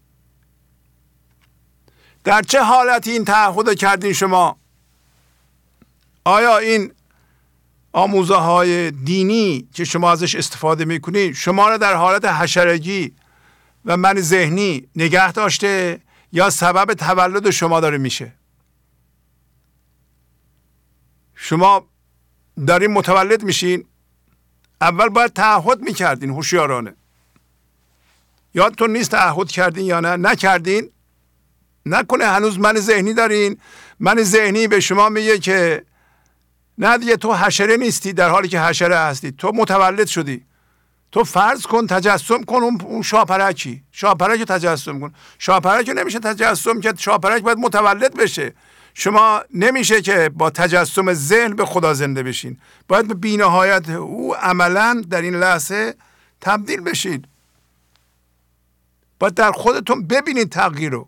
Speaker 4: در چه حالتی این تعهد کردین شما؟ آیا این آموزه های دینی که شما ازش استفاده میکنید شما را در حالت حشرگی و من ذهنی نگه داشته یا سبب تولد شما داره میشه؟ شما دارین متولد میشین، اول باید تعهد میکردین هوشیارانه. یادتون نیست تعهد کردین یا نه؟ نکردین؟ نکنه هنوز من ذهنی دارین. من ذهنی به شما میگه که نه دیگه تو حشره نیستی، در حالی که حشره هستی. تو متولد شدی. تو فرض کن تجسم کن اون شاپرکی تجسم کن. شاپرک نمیشه تجسم که شاپرک باید متولد بشه. شما نمیشه که با تجسم ذهن به خدا زنده بشین، باید به بی‌نهایت او عملا در این لحظه تبدیل بشید. باید در خودتون ببینید تغییر رو.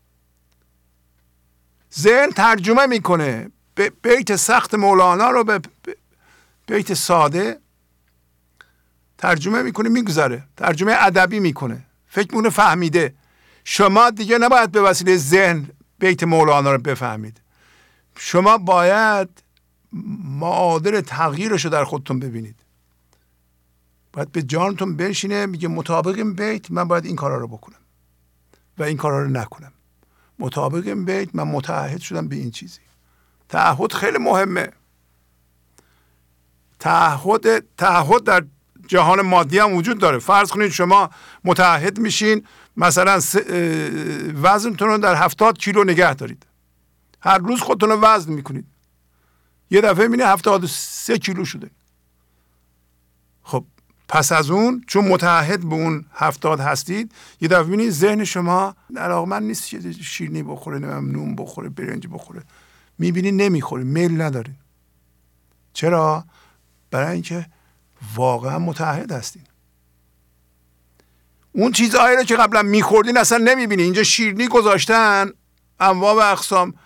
Speaker 4: ذهن ترجمه میکنه بیت سخت مولانا رو به بیت ساده ترجمه میکنه، میگذاره، ترجمه ادبی میکنه، فکر میکنه فهمیده. شما دیگه نباید به وسیله ذهن بیت مولانا رو بفهمید، شما باید معادل تغییرش رو در خودتون ببینید. باید به جانتون بنشینه میگه مطابق این بیت من باید این کارا رو بکنم و این کارا رو نکنم. مطابق این بیت من متعهد شدم به این چیزی. تعهد خیلی مهمه. تعهد در جهان مادی هم وجود داره. فرض کنید شما متعهد میشین مثلا وزنتون رو در 70 کیلو نگه دارید. هر روز خودتون رو وزن میکنید. یه دفعه میبینید 73 کیلو شده. خب پس از اون چون متعهد به اون 70 هستید، یه دفعه میبینید ذهن شما علاقمند نیست که شیرینی بخوره، نون بخوره، برنج بخوره. میبینید نمیخوره، میل ندارید. چرا؟ برای اینکه واقعا متعهد هستین. اون چیزهایی رو که قبلا میخوردین اصلا نمیبینی. اینجا شیرینی گذاشتن انواع و اقسام،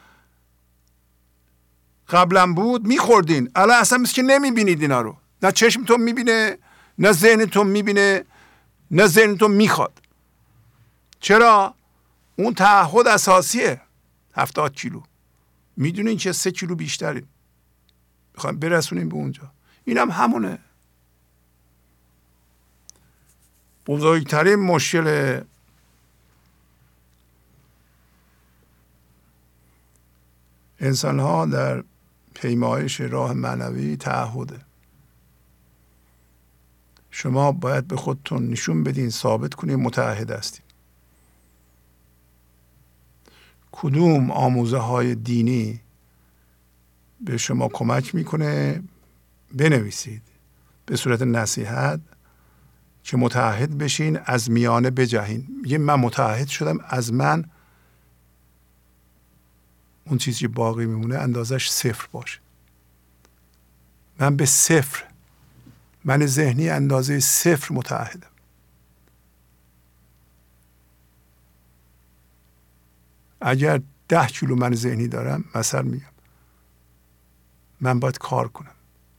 Speaker 4: قبلا بود میخوردین، الان اصلا مثل که نمیبینید اینا رو. نه چشمتون میبینه، نه ذهنتون میبینه، نه ذهنتون میخواد. چرا؟ اون تعهد اساسیه. 70 کیلو میدونین که 3 کیلو بیشترین میخوایم برسونیم به اونجا. اینم همونه. بزرگترین مشکل انسان ها در پیمایش راه معنوی تعهده. شما باید به خودتون نشون بدین، ثابت کنین متعهد هستین. کدوم آموزه های دینی به شما کمک میکنه؟ بنویسید به صورت نصیحت که متعهد بشین، از میانه بجهین. میگه من متعهد شدم از من اون چیزی که باقی میمونه اندازش 0 باشه. من به 0، من ذهنی اندازه 0 متعهدم. اگر 10 کیلو من ذهنی دارم، مثلا میگم من باید کار کنم.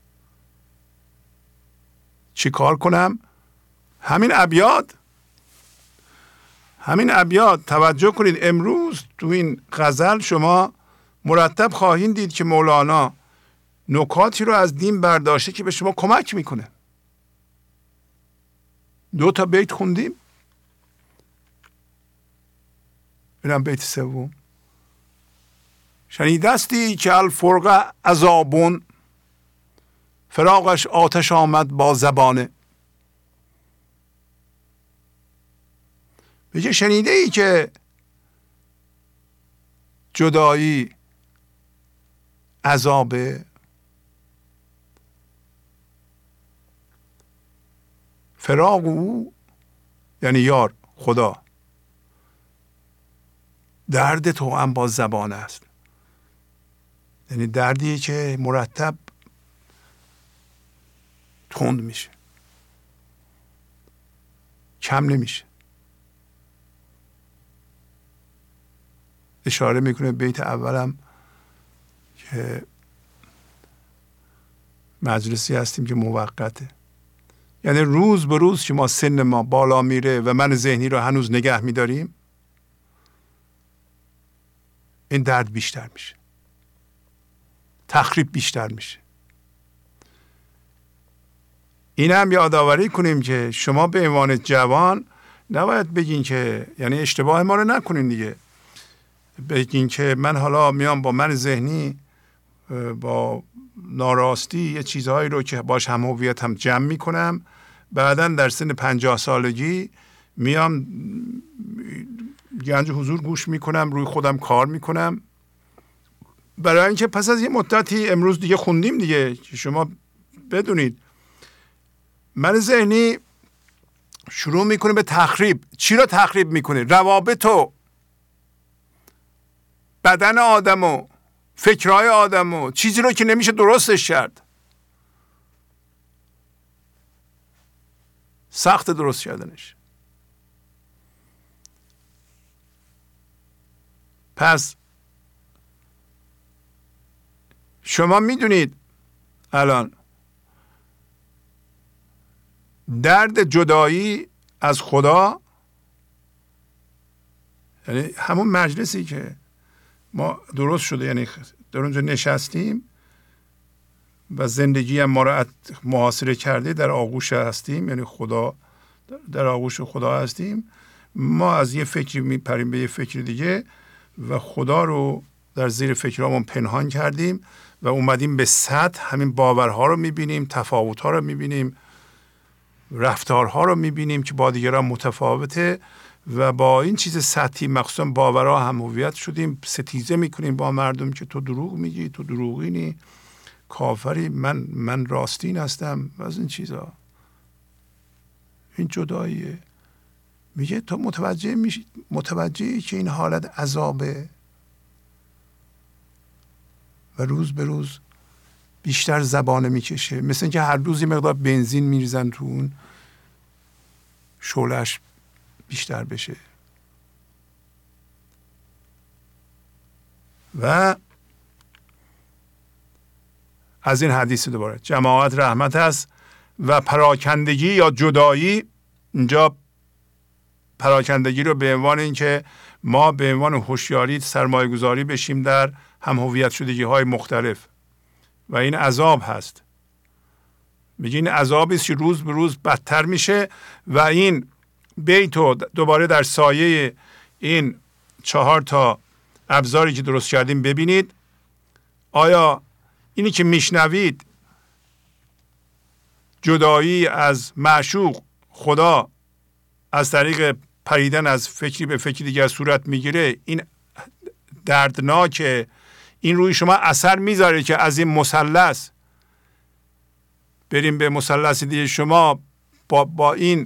Speaker 4: چی کار کنم؟ همین ابیات توجه کنید. امروز تو این غزل شما مرتب خواهید دید که مولانا نکاتی رو از دین برداشته که به شما کمک میکنه. 2 تا بیت خوندیم. اینم بیت 3. شنیدستی که الفرقه عذابون، فراقش آتش آمد با زبانه. بگه شنیده ای که جدایی عذابه؟ فراق او یعنی یار خدا، درد تو هم با زبانه است. یعنی دردیه که مرتب تند میشه، کم نمیشه. اشاره میکنه بیت اولم که مجلسی هستیم که موقته. یعنی روز به روز که ما سن ما بالا میره و من ذهنی رو هنوز نگه میداریم، این درد بیشتر میشه، تخریب بیشتر میشه. این هم یادآوری کنیم که شما به عنوان جوان نباید بگین که، یعنی اشتباه ما رو نکنین دیگه، بگین که من حالا میام با من ذهنی با ناراستی یه چیزهایی رو که باش هم هویت هم جمع میکنم، بعداً در سن 50 سالگی میام گنج حضور گوش میکنم، روی خودم کار میکنم. برای اینکه پس از یه مدتی، امروز دیگه خوندیم دیگه که شما بدونید من ذهنی شروع میکنه به تخریب. چی رو تخریب میکنه؟ روابطو، بدن آدمو، فکرهای آدمو، چیزی رو که نمیشه درستش کرد. سخت درست کردنش. پس شما میدونید الان درد جدایی از خدا، یعنی همون مجلسی که ما درست شده، یعنی در اونجا نشستیم و زندگی هم ما رو محاصره کرده، در آغوش هستیم، یعنی خدا، در آغوش خدا هستیم. ما از یه فکری میپریم به یه فکر دیگه و خدا رو در زیر فکرامون پنهان کردیم و اومدیم به سطح، همین باورها رو میبینیم، تفاوتها رو میبینیم، رفتارها رو میبینیم که با دیگران متفاوته و با این چیز سطحی مخصوصا باورها هم هویت شدیم. ستیزه میکنیم با مردم که تو دروغ میگی، تو دروغینی، کافری، من راستین هستم، از این چیزا. این جداییه. میگه تو متوجهی که این حالت عذابه و روز به روز بیشتر زبانه میکشه، مثل اینکه هر روز یه مقدار بنزین میریزن تو اون، شعله‌اش بیشتر بشه. و از این حدیث دوباره، جماعت رحمت است و پراکندگی یا جدایی، اینجا پراکندگی رو به عنوان اینکه ما به عنوان هوشیاری سرمایه گذاری بشیم در هم هویت شدگی های مختلف و این عذاب هست. میگه این عذابی است که روز به روز بدتر میشه و این بیتو دوباره در سایه این 4 ابزاری که درست کردیم ببینید. آیا اینی که میشنوید، جدایی از معشوق خدا از طریق پریدن از فکری به فکری دیگر صورت میگیره، این دردناکه، این روی شما اثر میذاره که از این مثلث بریم به مثلث دیگه. شما با این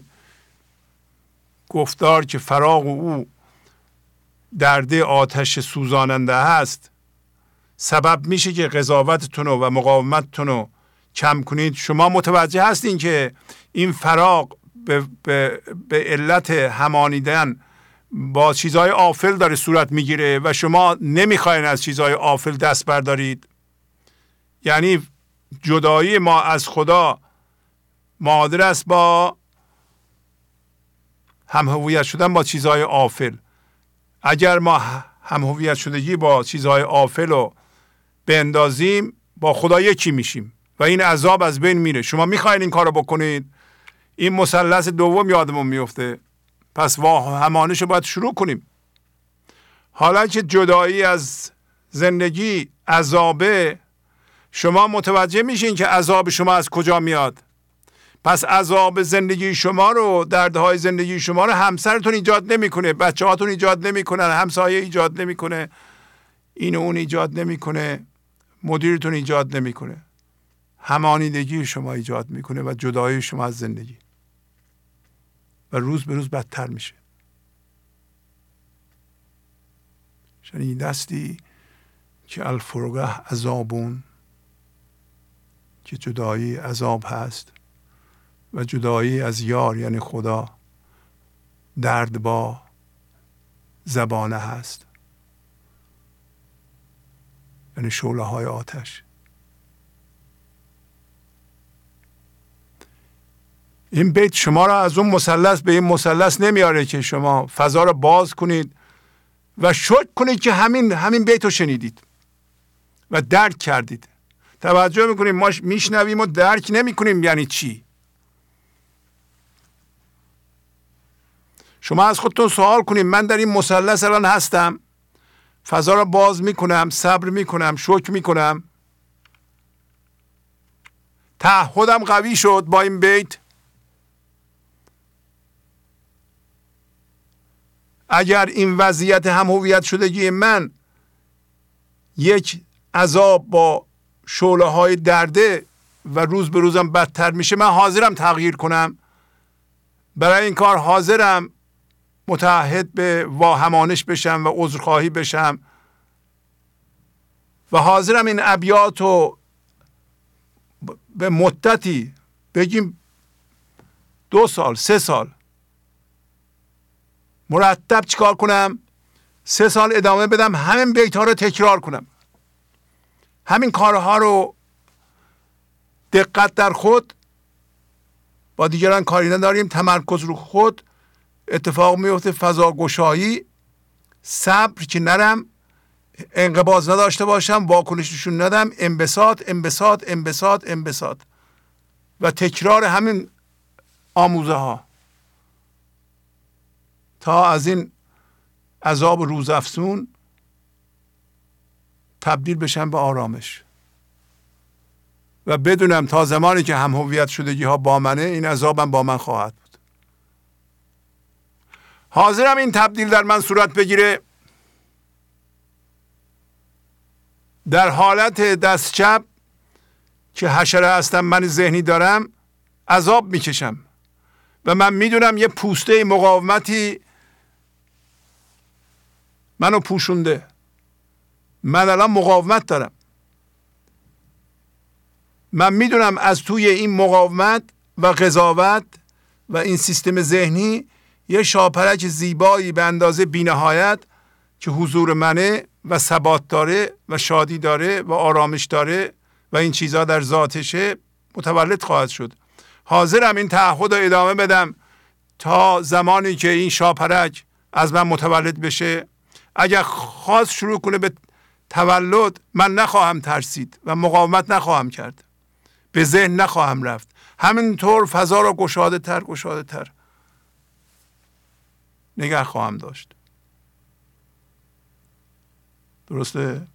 Speaker 4: گفتار که فراق او درده آتش سوزاننده هست سبب میشه که قضاوتتون و مقاومتتون رو کم کنید. شما متوجه هستین که این فراق به علت همانیدن با چیزهای آفل داره صورت میگیره و شما نمیخواین از چیزهای آفل دست بردارید. یعنی جدایی ما از خدا معادل است با هم هویت شدن با چیزهای آفل. اگر ما هم هویت شدگی با چیزهای آفل رو بندازیم، با خدا یکی میشیم و این عذاب از بین میره. شما میخواین این کارو بکنید، این مثلث دوم یادمون میفته. پس همانش رو باید شروع کنیم. حالا که جدایی از زندگی عذابه، شما متوجه میشین که عذاب شما از کجا میاد. پس عذاب زندگی شما رو، دردهای زندگی شما رو همسرتون ایجاد نمیکنه، بچه‌هاتون ایجاد نمیکنن، همسایه ایجاد نمیکنه، این و اون ایجاد نمیکنه، مدیرتون ایجاد نمیکنه. همانیدگی شما ایجاد میکنه و جدایی شما از زندگی و روز به روز بدتر میشه. شنید دستی که الفرقه عذابون، که جدایی عذاب هست و جدایی از یار یعنی خدا درد با زبانه هست، یعنی شعله های آتش. این بیت شما را از اون مثلث به این مثلث نمیاره که شما فضا را باز کنید و شکر کنید که همین بیت رو شنیدید و درک کردید. توجه میکنیم ما میشنویم و درک نمیکنیم یعنی چی. شما از خودتون سوال کنید، من در این مثلث الان هستم، فضا را باز میکنم، صبر میکنم، شکر میکنم، تعهدم قوی شد با این بیت. اگر این وضعیت هم هویت شدگی من یک عذاب با شعله های درده و روز به روزم بدتر میشه، من حاضرم تغییر کنم برای این کار حاضرم متعهد به واهمانش بشم و عذرخواهی بشم و حاضرم این ابیات رو به مدتی، بگیم 2 سال 3 سال مرتب چیکار کنم؟ 3 سال ادامه بدم، همین بیت ها رو تکرار کنم، همین کارها رو دقت در خود، با دیگران کاری نداریم، تمرکز رو خود، اتفاق میفته فضاگشایی، صبر که نرم، انقباض نداشته باشم، واکنششون ندم، انبساط انبساط انبساط انبساط و تکرار همین آموزه ها تا از این عذاب روزافزون تبدیل بشم به آرامش و بدونم تا زمانی که هم هویت شدگی ها با منه، این عذابم با من خواهد بود. حاضرم این تبدیل در من صورت بگیره. در حالت دست چپ که حشره هستم، من ذهنی دارم، عذاب میکشم و من میدونم یه پوسته مقاومتی منو پوشونده، من الان مقاومت دارم. من میدونم از توی این مقاومت و قضاوت و این سیستم ذهنی یه شاپرک زیبایی به اندازه بی‌نهایت که حضور منه و ثبات داره و شادی داره و آرامش داره و این چیزها در ذاتشه متولد خواهد شد. حاضرم این تعهد رو ادامه بدم تا زمانی که این شاپرک از من متولد بشه. اگر خواست شروع کنه به تولد، من نخواهم ترسید و مقاومت نخواهم کرد، به ذهن نخواهم رفت، همینطور فضا را گشاده تر نگه خواهم داشت. درسته؟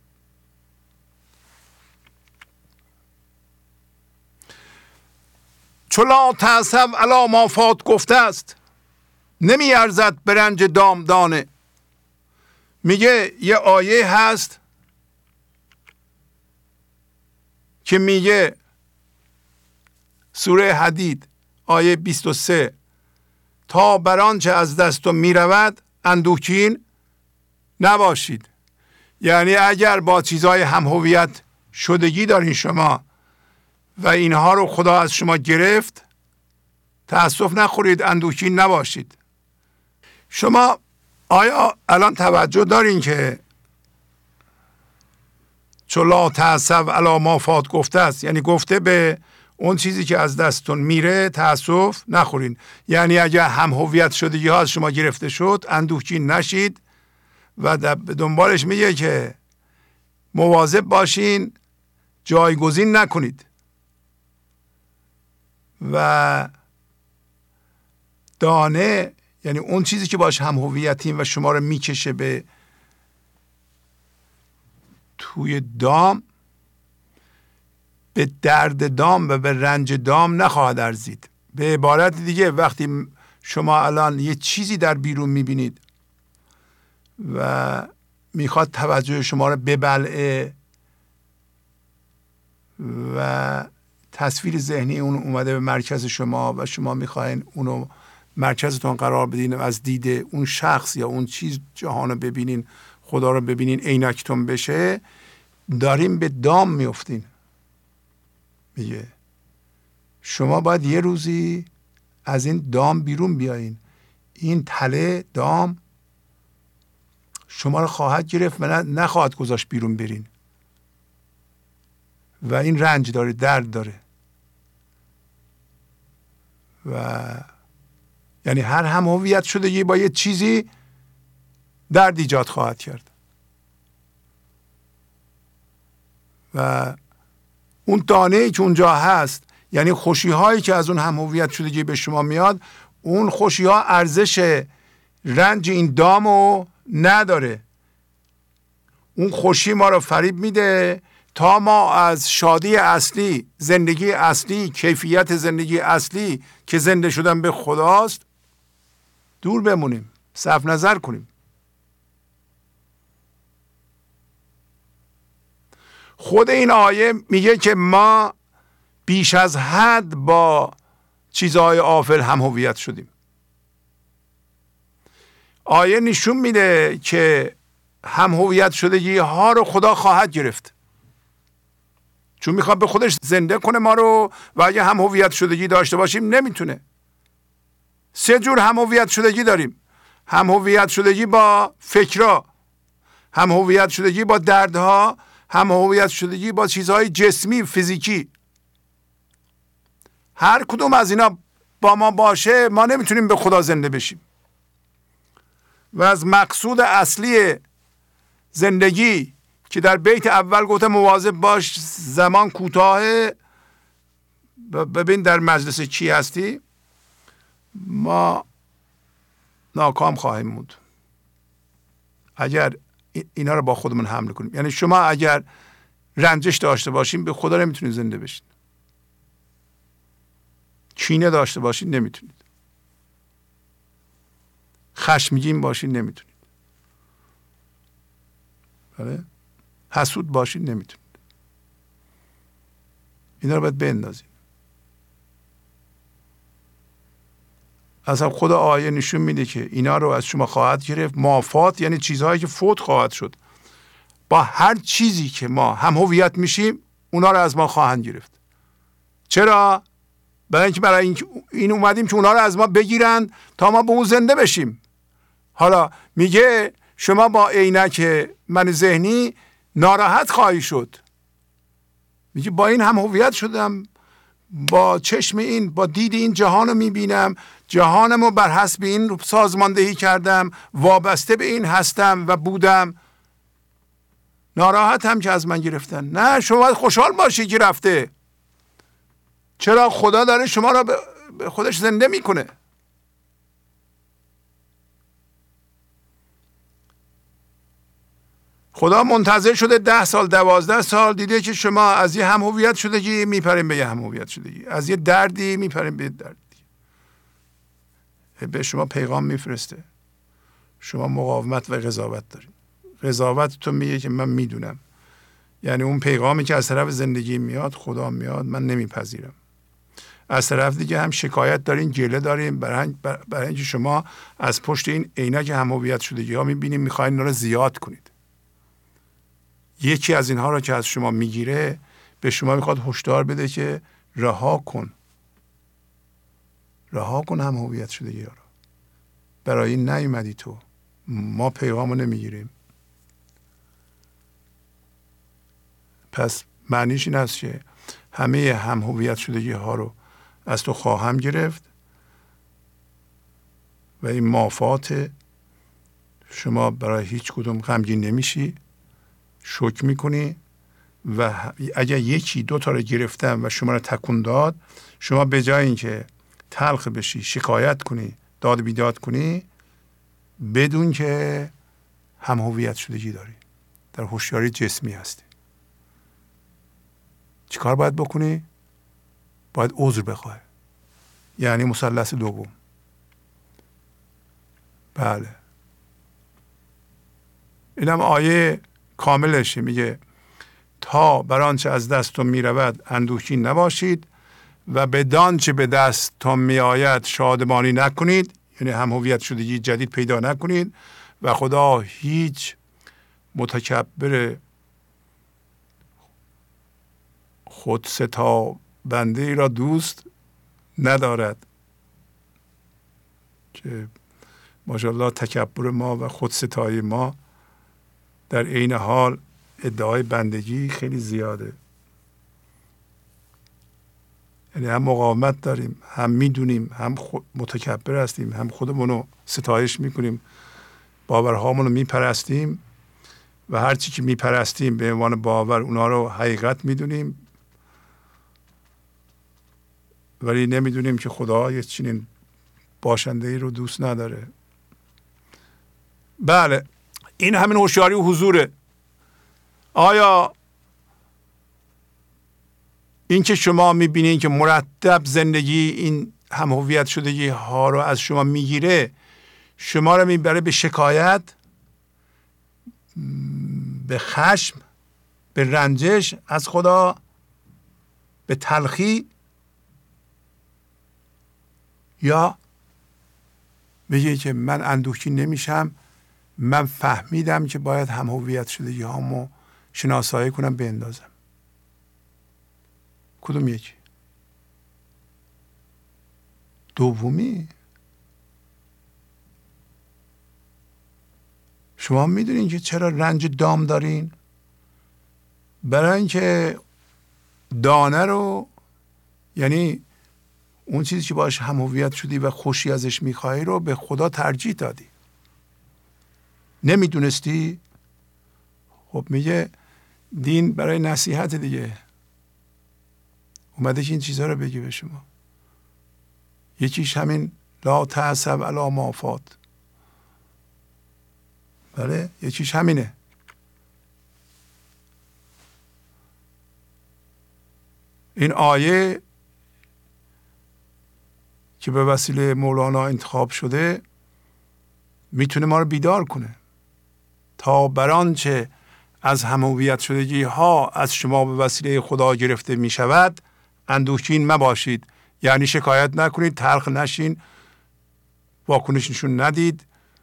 Speaker 4: چو لا تعصب علی ما فات گفته است، نمی ارزد به رنج دامدانه. میگه یه آیه هست که میگه سوره حدید آیه 23 تا بر آنچه از دستم میرود اندوهگین نباشید. یعنی اگر با چیزهای هم هویت شدگی دارین شما و اینها رو خدا از شما گرفت، تأسف نخورید، اندوهگین نباشید. شما آیا الان توجه دارین که چو لا تعصب علی ما فات گفته است، یعنی گفته به اون چیزی که از دستتون میره تأسف نخورین. یعنی اگر هم هویت شدگی ها از شما گرفته شد، اندوهگین نشید و دنبالش میگه که مواظب باشین جایگزین نکنید و دانه، یعنی اون چیزی که باش هم هویتین و شما رو میکشه به توی دام، به درد دام و به رنج دام نخواهد ارزید. به عبارت دیگه وقتی شما الان یه چیزی در بیرون میبینید و میخواد توجه شما رو ببلعه و تصویر ذهنی اون اومده به مرکز شما و شما میخواین اونو مرکزتون قرار بدین، از دید اون شخص یا اون چیز جهان رو ببینین، خدا رو ببینین، عینکتون بشه، داریم به دام میفتین. میگه شما باید یه روزی از این دام بیرون بیاین. این تله دام شما رو خواهد گرفت و نخواهد گذاشت بیرون برین و این رنج داره، درد داره و یعنی هر هم هویت شدگی با یه چیزی درد ایجاد خواهد کرد و اون دانه‌ای که اونجا هست، یعنی خوشی هایی که از اون هم هویت شدگی به شما میاد، اون خوشی ها ارزش رنج این دامو نداره. اون خوشی ما رو فریب میده تا ما از شادی اصلی، زندگی اصلی، کیفیت زندگی اصلی که زنده شدن به خداست دور بمونیم، صرف نظر کنیم. خود این آیه میگه که ما بیش از حد با چیزهای آفل هم هویت شدیم. آیه نشون میده که هم هویت شدگی ها رو خدا خواهد گرفت، چون میخواد به خودش زنده کنه ما رو، و اگه هم هویت شدگی داشته باشیم نمیتونه. 3 جور هم هویت شدگی داریم: هم هویت شدگی با فکرها، هم هویت شدگی با دردها، هم هویت شدگی با چیزهای جسمی فیزیکی. هر کدوم از اینا با ما باشه ما نمیتونیم به خدا زنده بشیم. و از مقصود اصلی زندگی که در بیت اول گفته مواظب باش زمان کوتاه، ببین در مجلس چی هستی، ما ناکام خواهیم بود اگر اینا رو با خودمون حمل کنیم. یعنی شما اگر رنجش داشته باشین به خدا نمیتونید زنده بشین، کینه داشته باشین نمیتونید، خشمگین باشین نمیتونید، بله، حسود باشین نمیتونید. اینا رو باید بندازین. اصلا خدا آیه نشون میده که اینا رو از شما خواهد گرفت. مافات یعنی چیزهایی که فوت خواهد شد. با هر چیزی که ما هم هویت میشیم اونا رو از ما خواهند گرفت. چرا؟ برای این اومدیم که اونا رو از ما بگیرن تا ما به اون زنده بشیم. حالا میگه شما با عینک من ذهنی ناراحت خواهی شد. میگه با این هم هویت شدم، با چشم این، با دید این جهان رو میبینم، جهانم رو بر حسب این سازماندهی کردم، وابسته به این هستم و بودم. ناراحت هم که از من گرفتن. نه، شما باید خوشحال باشی که رفته. چرا؟ خدا داره شما رو به خودش زنده میکنه. خدا منتظر شده 10 سال 12 سال، دیده که شما از یه هم هویت شدگی میپریم به یه هم هویت شدگی، از یه دردی میپریم به دردی. به شما پیغام میفرسته. شما مقاومت و قضاوت دارید. قضاوت تو میگه که من میدونم، یعنی اون پیغامی که از طرف زندگی میاد، خدا میاد، من نمیپذیرم. از طرف دیگه هم شکایت دارین، گله دارین برای اینکه شما از پشت این عینک هم هویت شدگی ها میبینید، میخواین اینا رو زیاد کنید. یکی از اینها رو که از شما میگیره به شما میخواد هشدار بده که رها کن. رها کن هم هویت شدگی ها رو. برای این نیومدی تو. ما پیغامو نمیگیریم. پس معنیش این است که همه هم هویت شدگی ها رو از تو خواهم گرفت و این مافات شما برای هیچ کدوم غمگین نمیشی، شوک میکنی و اگر یکی 2 تا رو گرفتم و شما رو تکون داد، شما به جای اینکه تلخ بشی، شکایت کنی، داد بیداد کنی، بدون که هم هویت شدگی داری، در هوشیاری جسمی هستی. چیکار باید بکنی؟ باید عذر بخوای. یعنی مثلث دوم. بله، اینم آیه کاملشه. میگه تا بر آنچه از دستتون میرود اندوهگین نباشید و بدان چه به دستتون میآید شادمانی نکنید. یعنی هم هویت شدگی جدید پیدا نکنید و خدا هیچ متکبر خودستا بنده ای را دوست ندارد. که ماشاءالله تکبر ما و خودستایی ما در عین حال ادعای بندگی خیلی زیاده. یعنی هم مقاومت داریم، هم میدونیم، هم متکبر هستیم، هم خودمونو ستایش میکنیم، باورهامونو میپرستیم و هر چی که میپرستیم به عنوان باور اونا رو حقیقت میدونیم، ولی نمیدونیم که خدا یه چنین باشنده ای رو دوست نداره. بله، این همین هوشیاری و حضوره. آیا این که شما میبینید که مرتب زندگی این هم هویت شدگی ها رو از شما میگیره، شما رو میبره به شکایت، به خشم، به رنجش از خدا، به تلخی، یا بگه که من اندوهگین نمیشم، من فهمیدم که باید هم هویت شدگی هامو شناسایی کنم بندازم. کدوم یکی؟ دومی. شما میدونین که چرا رنج دام دارین؟ برای اینکه دانه رو، یعنی اون چیزی که باش هم هویت شدی و خوشی ازش میخوای رو به خدا ترجیح دادی. نمیدونستی؟ خب میگه دین برای نصیحت دیگه اومده که این چیزها رو بگی به شما. یکیش همین لا تعصب علی ما فات. بله، یکیش همینه. این آیه که به وسیله مولانا انتخاب شده میتونه ما رو بیدار کنه تا بر آنچه از هم هویت شدگی ها از شما به وسیله خدا گرفته می شود اندوهگین مباشید. یعنی شکایت نکنید، تلخ نشین، واکنش نشون ندید،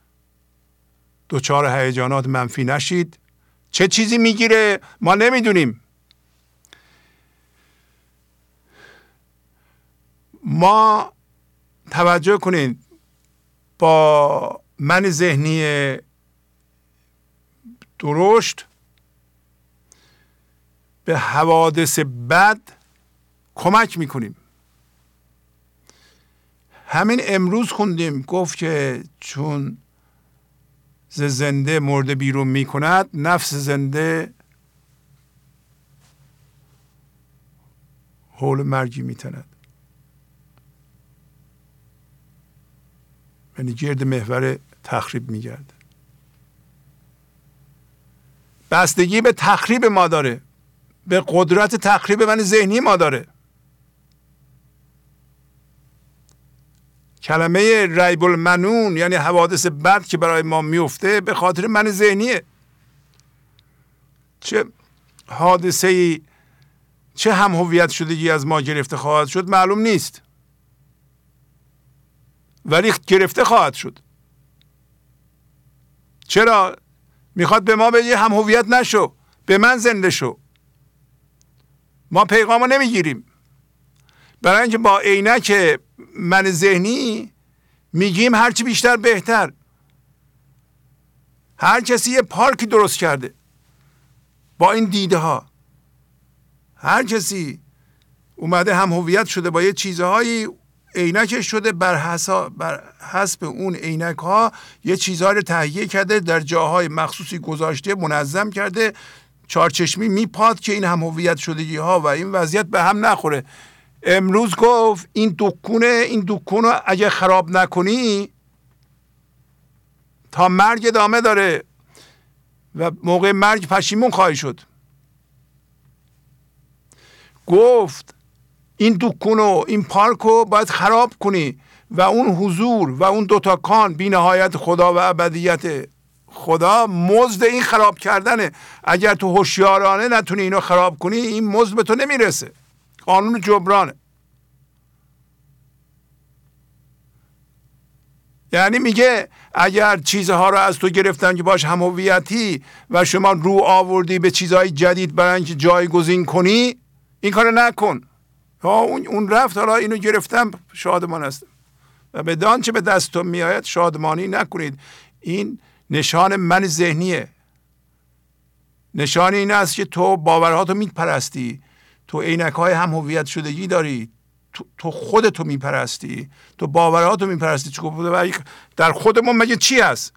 Speaker 4: دچار هیجانات منفی نشید. چه چیزی میگیره ما نمیدونیم. ما توجه کنید، با من ذهنی درشت به حوادث بد کمک میکنیم. همین امروز خوندیم گفت که چون ز زنده مرده بیرون میکند، نفس زنده حول مرگی میتند. یعنی گرد محور تخریب میگرده. بستگی به تخریب ما داره، به قدرت تخریب من ذهنی ما داره. کلمه ریب المنون یعنی حوادث بد که برای ما میفته به خاطر من ذهنیه. چه حادثه‌ای، چه هم هویت شدگی از ما گرفته خواهد شد معلوم نیست، ولی گرفته خواهد شد. چرا؟ میخواد به ما بگه هم هویت نشو، به من زنده شو. ما پیغامو نمیگیریم، برای اینکه با عینک من ذهنی میگیم هرچی بیشتر بهتر. هر کسی یه پارکی درست کرده با این دیده ها. هر کسی اومده هم هویت شده با یه چیزهایی، عینکش شده بر حسب اون عینک ها یه چیزهایی رو تهیه کرده، در جاهای مخصوصی گذاشته، منظم کرده، چارچشمی میپاد که این هم هویت شدگی ها و این وضعیت به هم نخوره. امروز گفت این دکون رو اگه خراب نکنی تا مرگ ادامه داره و موقع مرگ پشیمون خواهی شد. گفت این دکون و این پارک رو باید خراب کنی و اون حضور و اون دوتا کان بی نهایت خدا و ابدیت خدا مزد این خراب کردنه. اگر تو هوشیارانه نتونی اینو خراب کنی این مزد به تو نمیرسه. قانون جبرانه. یعنی میگه اگر چیزها رو از تو گرفتن که باش هم هویتی و شما رو آوردی به چیزهای جدید برای اینکه جایگزین کنی، این کارو نکن. اون رفت، حالا اینو گرفتم شادمان هستم و بدان چه به دستتون میآید شادمانی نکنید. این نشان من ذهنیه. نشان این است که تو باورهاتو میپرستی، تو عینک‌های هم هویت شدگی داری، تو خودتو میپرستی، تو باورهاتو میپرستی. چون در خودمون مگه چی هست؟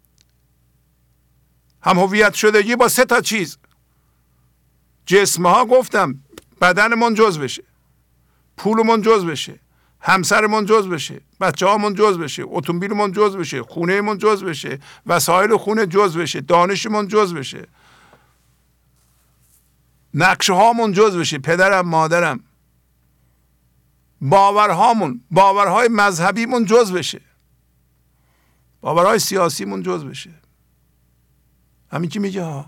Speaker 4: هم هویت شدگی با 3 چیز. جسمها گفتم بدنمون جز بشه، پولمون جز بشه، همسرمون جز بشه، بچه‌هامون جز بشه، اتومبیلمون جز بشه، خونهمون جز بشه، وسایل خونه جز بشه، دانشمون جز بشه، نقشه هامون جز بشه، پدرم مادرم، باورهای مذهبیمون جز بشه، باورهای سیاسیمون جز بشه. همین که میگه ها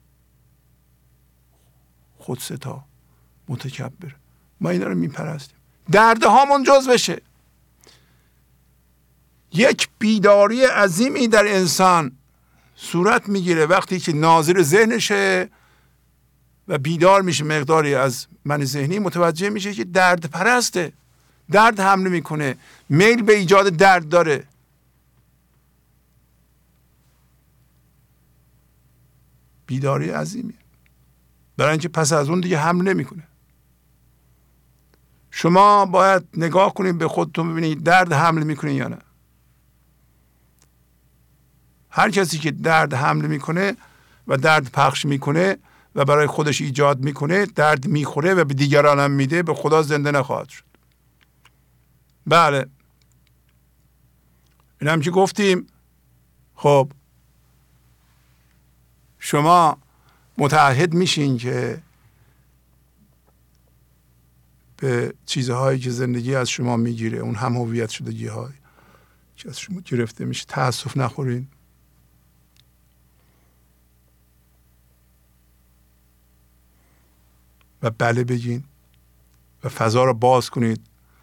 Speaker 4: خودستا متکبر، ما اینا رو میپرستیم. درد هامون جز بشه. یک بیداری عظیمی در انسان صورت میگیره وقتی که ناظر ذهنشه و بیدار میشه مقداری از من ذهنی، متوجه میشه که درد پرسته، درد حمله میکنه، میل به ایجاد درد داره. بیداری عظیمی، برای اینکه پس از اون دیگه حمله نمیکنه. شما باید نگاه کنید به خودتون ببینید درد حمله میکنه یا نه. هر کسی که درد حمله میکنه و درد پخش میکنه و برای خودش ایجاد میکنه، درد میخوره و به دیگران هم میده، به خدا زنده نخواهد شد. بله، این هم که گفتیم. خب شما متعهد میشین که به چیزهایی که زندگی از شما میگیره، اون هم هویت شدگی هایی که از شما گرفته میشه، تأسف نخورین. و بله بگین و فضا رو باز کنید.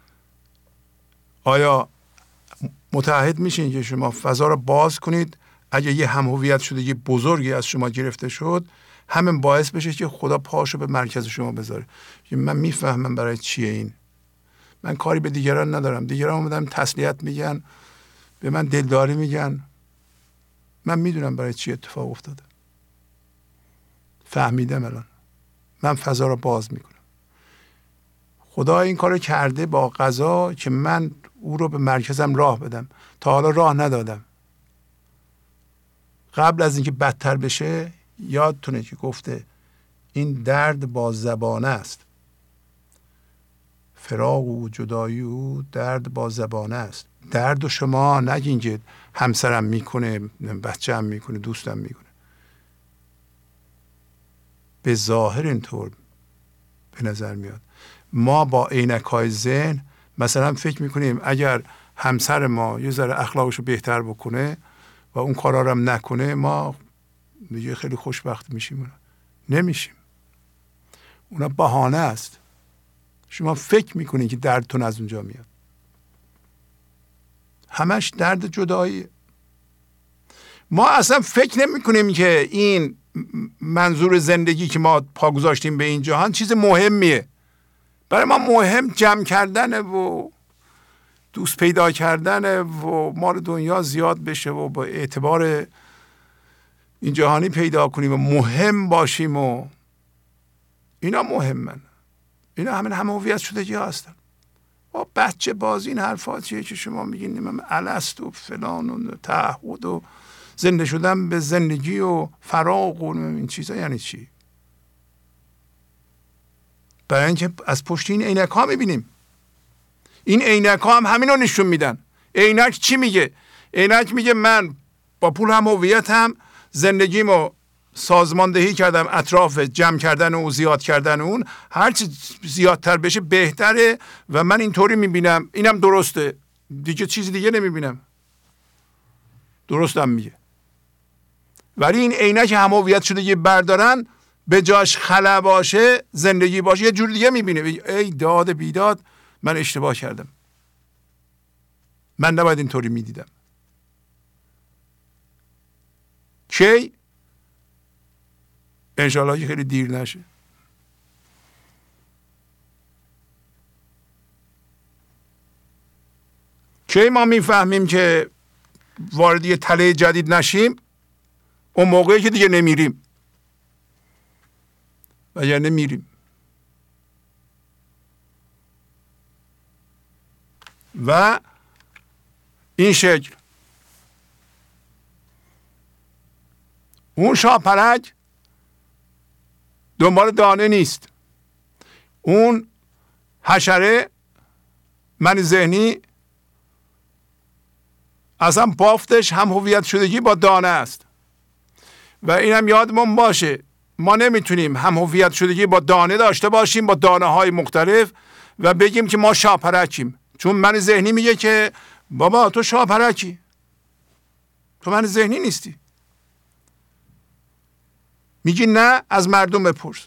Speaker 4: آیا متعهد میشین که شما فضا رو باز کنید؟ اگه یه هم هویت شدگی بزرگی از شما گرفته شد، همین باعث بشه که خدا پاشو به مرکز شما بذاره. من میفهمم برای چیه این، من کاری به دیگران ندارم، دیگران اومدن تسلیت میگن، به من دلداری میگن، من میدونم برای چی اتفاق افتاده، فهمیدم الان. من فضا رو باز میکنم. خدا این کارو کرده با قضا که من او رو به مرکزم راه بدم. تا حالا راه ندادم. قبل از اینکه بدتر بشه، یادتونه که گفته این درد با زبانه است. فراق و جدایی او درد با زبانه است. درد و شما نگین که همسرم میکنه، بچه‌م میکنه، دوستم میکنه. به ظاهر اینطور به نظر میاد. ما با عینک‌های ذهن مثلا فکر میکنیم اگر همسر ما یه ذره اخلاقشو بهتر بکنه و اون کارا رو هم نکنه، ما دیگه خیلی خوشبخت میشیم. نمیشیم. اونا بهانه است. شما فکر میکنید که دردتون از اونجا میاد. همش درد جدایی. ما اصلا فکر نمیکنیم که این منظور زندگی که ما پا گذاشتیم به این جهان چیز مهمیه. برای ما مهم جمع کردنه و دوست پیدا کردنه و مال دنیا زیاد بشه و با اعتبار این جهانی پیدا کنیم و مهم باشیم و اینا مهمن. اینا همین هم هویت شدگی هستن. با بچه بازی این حرفاتیه که شما میگین من الست و فلان و تعهد و زنده شدن به زندگی و فراق و این چیزا. یعنی چی؟ برای اینکه از پشت این عینک ها میبینیم. این عینک ها هم همین رو نشون میدن. عینک چی میگه؟ عینک میگه من با پول هم هویتم، زندگیمو سازماندهی کردم اطراف جمع کردن و زیاد کردن اون، هرچی زیادتر بشه بهتره و من اینطوری میبینم، اینم درسته، دیگه چیزی دیگه نمیبینم. درستم میگه. ولی این عینک هم هویت شده یه بردارن، به جاش خلا باشه، زندگی باشه، یه جور دیگه میبینه. ای داد بیداد، من اشتباه کردم، من نباید اینطوری میدیدم. کی؟ انشاءالله که خیلی دیر نشه. کی ما میفهمیم که وارد یه تله جدید نشیم؟ اون موقعی که دیگه نمیریم و یا نمیریم. و این شکل اون شاپرک دنبال دانه نیست. اون حشره من ذهنی اصلا بافتش هم هویت شدگی با دانه است. و اینم یادمون باشه ما نمیتونیم هم هویت شدگی با دانه داشته باشیم، با دانه های مختلف، و بگیم که ما شاپرکیم. چون من ذهنی میگه که بابا تو شاپرکی، تو من ذهنی نیستی. میگی نه، از مردم بپرس.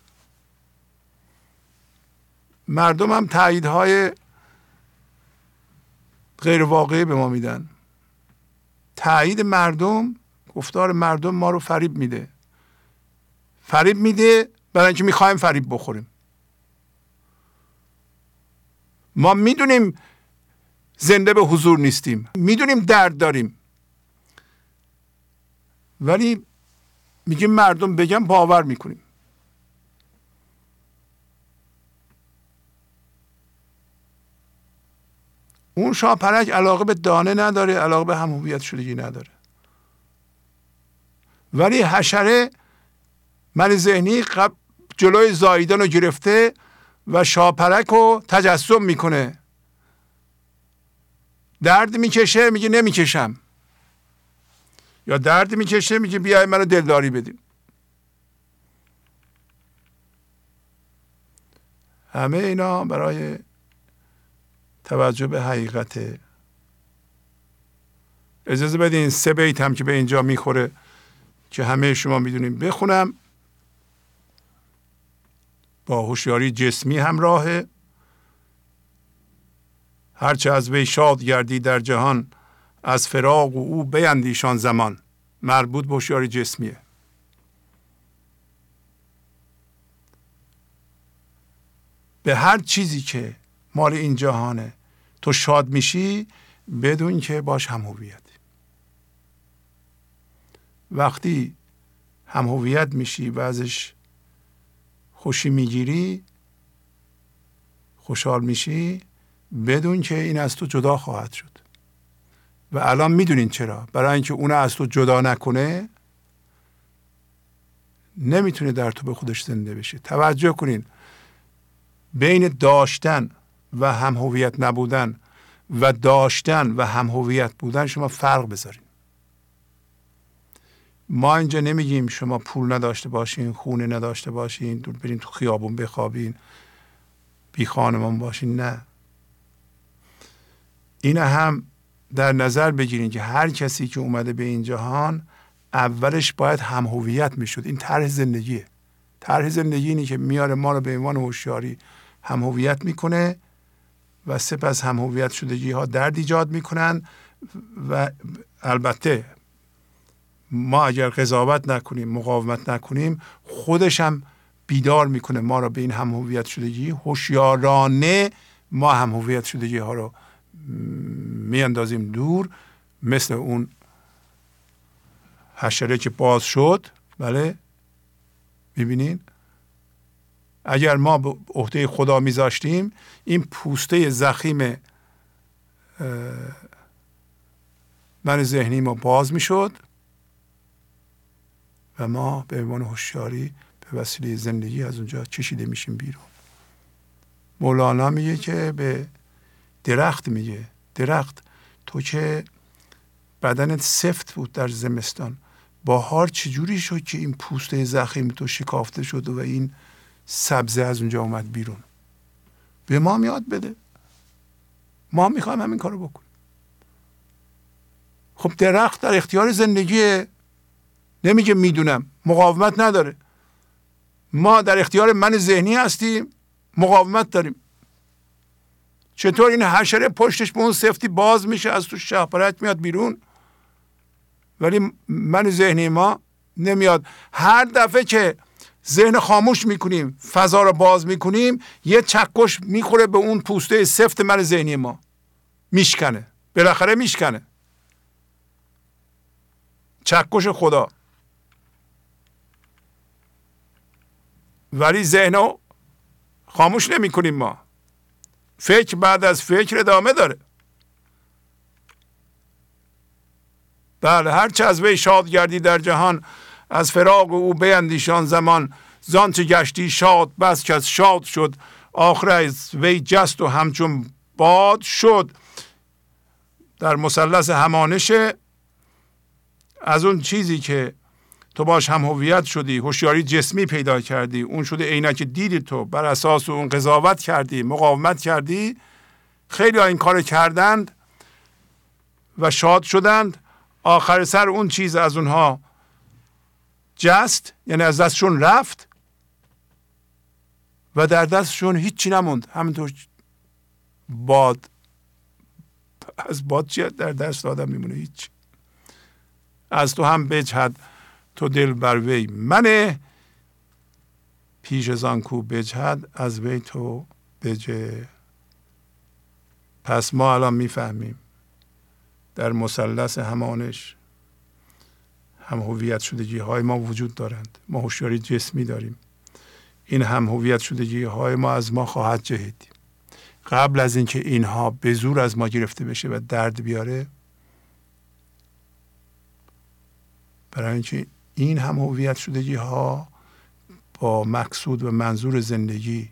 Speaker 4: مردم هم تاییدهای غیر واقعی به ما میدن. تایید مردم، گفتار مردم ما رو فریب میده. فریب میده برای اینکه میخوایم فریب بخوریم. ما میدونیم زنده به حضور نیستیم، میدونیم درد داریم، ولی میگیم مردم بگم باور میکنیم. اون شاپرک علاقه به دانه نداره، علاقه به هم هویت شدگی نداره. ولی حشره من ذهنی جلوی زاییدن رو گرفته و شاپرک رو تجسم میکنه. درد میکشه میگه نمیکشم، یا درد میکشه میگه بیای منو دلداری بدیم. همه اینا برای توجه به حقیقت. اجازه بدین 3 بیت هم که به اینجا میخوره که همه شما میدونیم بخونم. با هوشیاری جسمی همراهه. هرچه از وی شاد گردی در جهان، از فراق و او بیندیشان زمان. مربوط به هوشیاری جسمیه. به هر چیزی که مال این جهانه تو شاد میشی، بدون که باش هم هویت. وقتی هم هویت میشی و ازش خوشی میگیری، خوشحال میشی، بدون که این از تو جدا خواهد شد. و الان میدونین چرا؟ برای اینکه اون از تو جدا نکنه نمیتونه در تو به خودش زنده بشه. توجه کنین، بین داشتن و هم هویت نبودن و داشتن و هم هویت بودن شما فرق بذارین. ما اینجا نمیگیم شما پول نداشته باشین، خونه نداشته باشین، دور برین تو خیابون بخوابین، بی خانمان باشین. نه، این هم در نظر بگیرین که هر کسی که اومده به این جهان اولش باید هم هویت میشد. این طرح زندگیه. طرح زندگی اینه که میاره ما رو به عنوان هوشیاری هم هویت میکنه و سپس هم هویت شدگی ها درد ایجاد میکنن و البته ما اگر قضاوت نکنیم، مقاومت نکنیم، خودش هم بیدار میکنه ما رو به این هم هویت شدگی. هوشیارانه ما هم هویت شدگی ها رو میاندازیم دور، مثل اون حشره که باز شد. بله، ببینین اگر ما به عهده خدا میذاشتیم این پوسته زخیم من ذهنی ما باز میشد و ما به عنوان هوشیاری به وسیله زندگی از اونجا کشیده میشیم بیرون. مولانا میگه که به درخت میگه، درخت تو که بدنت سفت بود در زمستان، بهار چجوری شد که این پوسته زخیم تو شکافته شد و این سبزه از اونجا اومد بیرون؟ به ما یاد بده، ما میخوایم همین کارو بکنیم. خب درخت در اختیار زندگیه، نمیگه میدونم، مقاومت نداره. ما در اختیار من ذهنی هستیم، مقاومت داریم. چطور این حشره پشتش به اون سفتی باز میشه، از تو شاپرک میاد بیرون، ولی من ذهنی ما نمیاد. هر دفعه که ذهن خاموش میکنیم، فضا رو باز میکنیم، یه چکش میخوره به اون پوسته سفت من ذهنی ما، میشکنه، بالاخره میشکنه. چکش خدا. ولی ذهن رو خاموش نمی کنیم ما. فکر بعد از فکر ادامه داره. بله، هرچه از وی شاد گردی در جهان، از فراق او بیندیشان زمان. زان چه گشتی شاد بس که از شاد شد، آخر از وی جست و همچون باد شد. در مثلث همانشه، از اون چیزی که تو باش هم هویت شدی، هوشیاری جسمی پیدا کردی، اون شده عینک دیدی، تو بر اساس اون قضاوت کردی، مقاومت کردی. خیلی ها این کار کردند و شاد شدند. آخر سر اون چیز از اونها جست، یعنی از دستشون رفت و در دستشون هیچی نموند. همینطور باد، از باد چی در دست آدم میمونه؟ هیچ. از تو هم بجهد تو دل بر وی منه، پیش زان کو بجهد از وی تو بجه. پس ما الان میفهمیم در مثلث همانش هم هویت شدگی های ما وجود دارند. ما هوشیاری جسمی داریم، این هم هویت شدگی های ما از ما خواهد جهید. قبل از اینکه اینها به زور از ما گرفته بشه و درد بیاره، برای اینکه این هم هویت شدگی ها با مقصود و منظور زندگی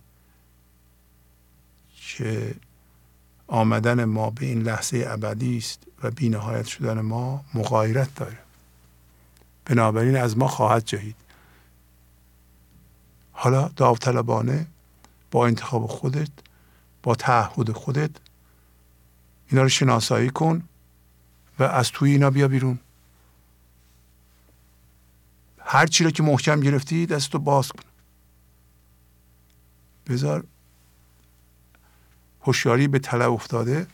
Speaker 4: که آمدن ما به این لحظه ابدی است و بی‌نهایت شدن ما مغایرت داره، بنابراین از ما خواهد جهید. حالا داوطلبانه با انتخاب خودت، با تعهد خودت اینا رو شناسایی کن و از توی اینا بیا بیرون. هر چی رو که محکم گرفتی دستو باز کن، بذار هوشیاری به طلب افتاده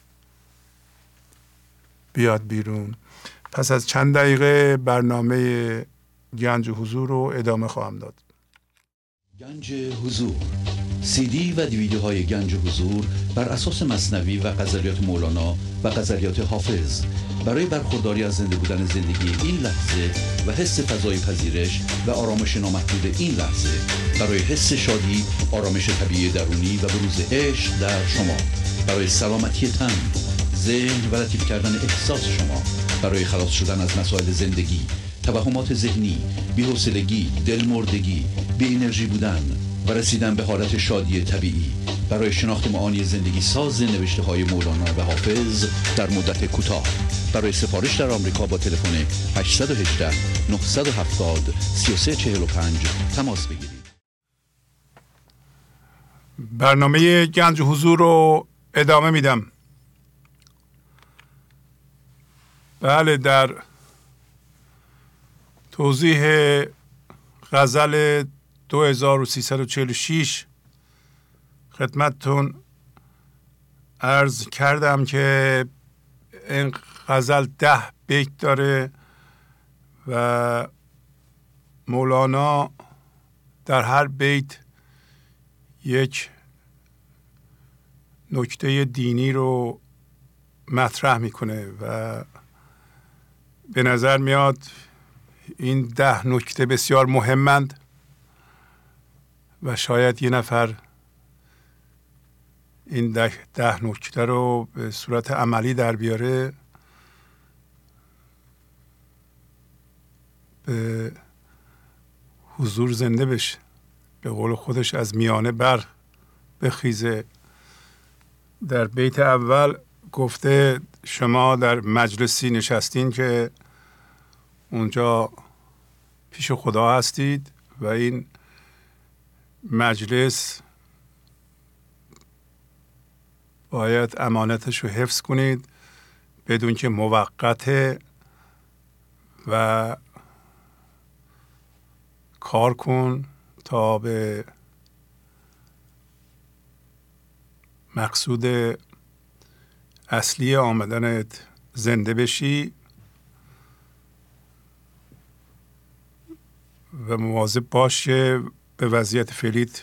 Speaker 4: بیاد بیرون. پس از چند دقیقه برنامه گنج حضور رو ادامه خواهم داد.
Speaker 1: گنج حضور، CD و دیویدیوهای گنج حضور بر اساس مثنوی و غزلیات مولانا و غزلیات حافظ برای برخورداری از زنده بودن زندگی این لحظه و حس فضای پذیرش و آرامش نامحدود این لحظه، برای حس شادی، آرامش طبیعی درونی و بروز عشق در شما، برای سلامتی تن، ذهن و لطیف کردن احساس شما، برای خلاص شدن از مسائل زندگی، توهمات ذهنی، بی‌حوصلگی، دلمردگی، بی انرژی بودن و رسیدن به حالت شادی طبیعی، برای شناخت معانی زندگی ساز نوشته های مولانا و حافظ در مدت کوتاه. برای سفارش در آمریکا با تلفن 818 970 3345 تماس بگیرید.
Speaker 4: برنامه گنج حضور رو ادامه میدم. بله، در توضیح غزل 2346 خدمتتون عرض کردم که این غزل 10 بیت داره و مولانا در هر بیت یک نکته دینی رو مطرح میکنه و به نظر میاد این 10 نکته بسیار مهمند و شاید یه نفر این 10 نکته رو به صورت عملی در بیاره، به حضور زنده بشه، به قول خودش از میانه بر بخیزه. در بیت اول گفته شما در مجلسی نشستین که اونجا پیش خدا هستید و این مجلس باید امانتش رو حفظ کنید بدون که موقته و کار کن تا به مقصود اصلی آمدنت زنده بشی و مواظب باش که به وضعیت فعلیت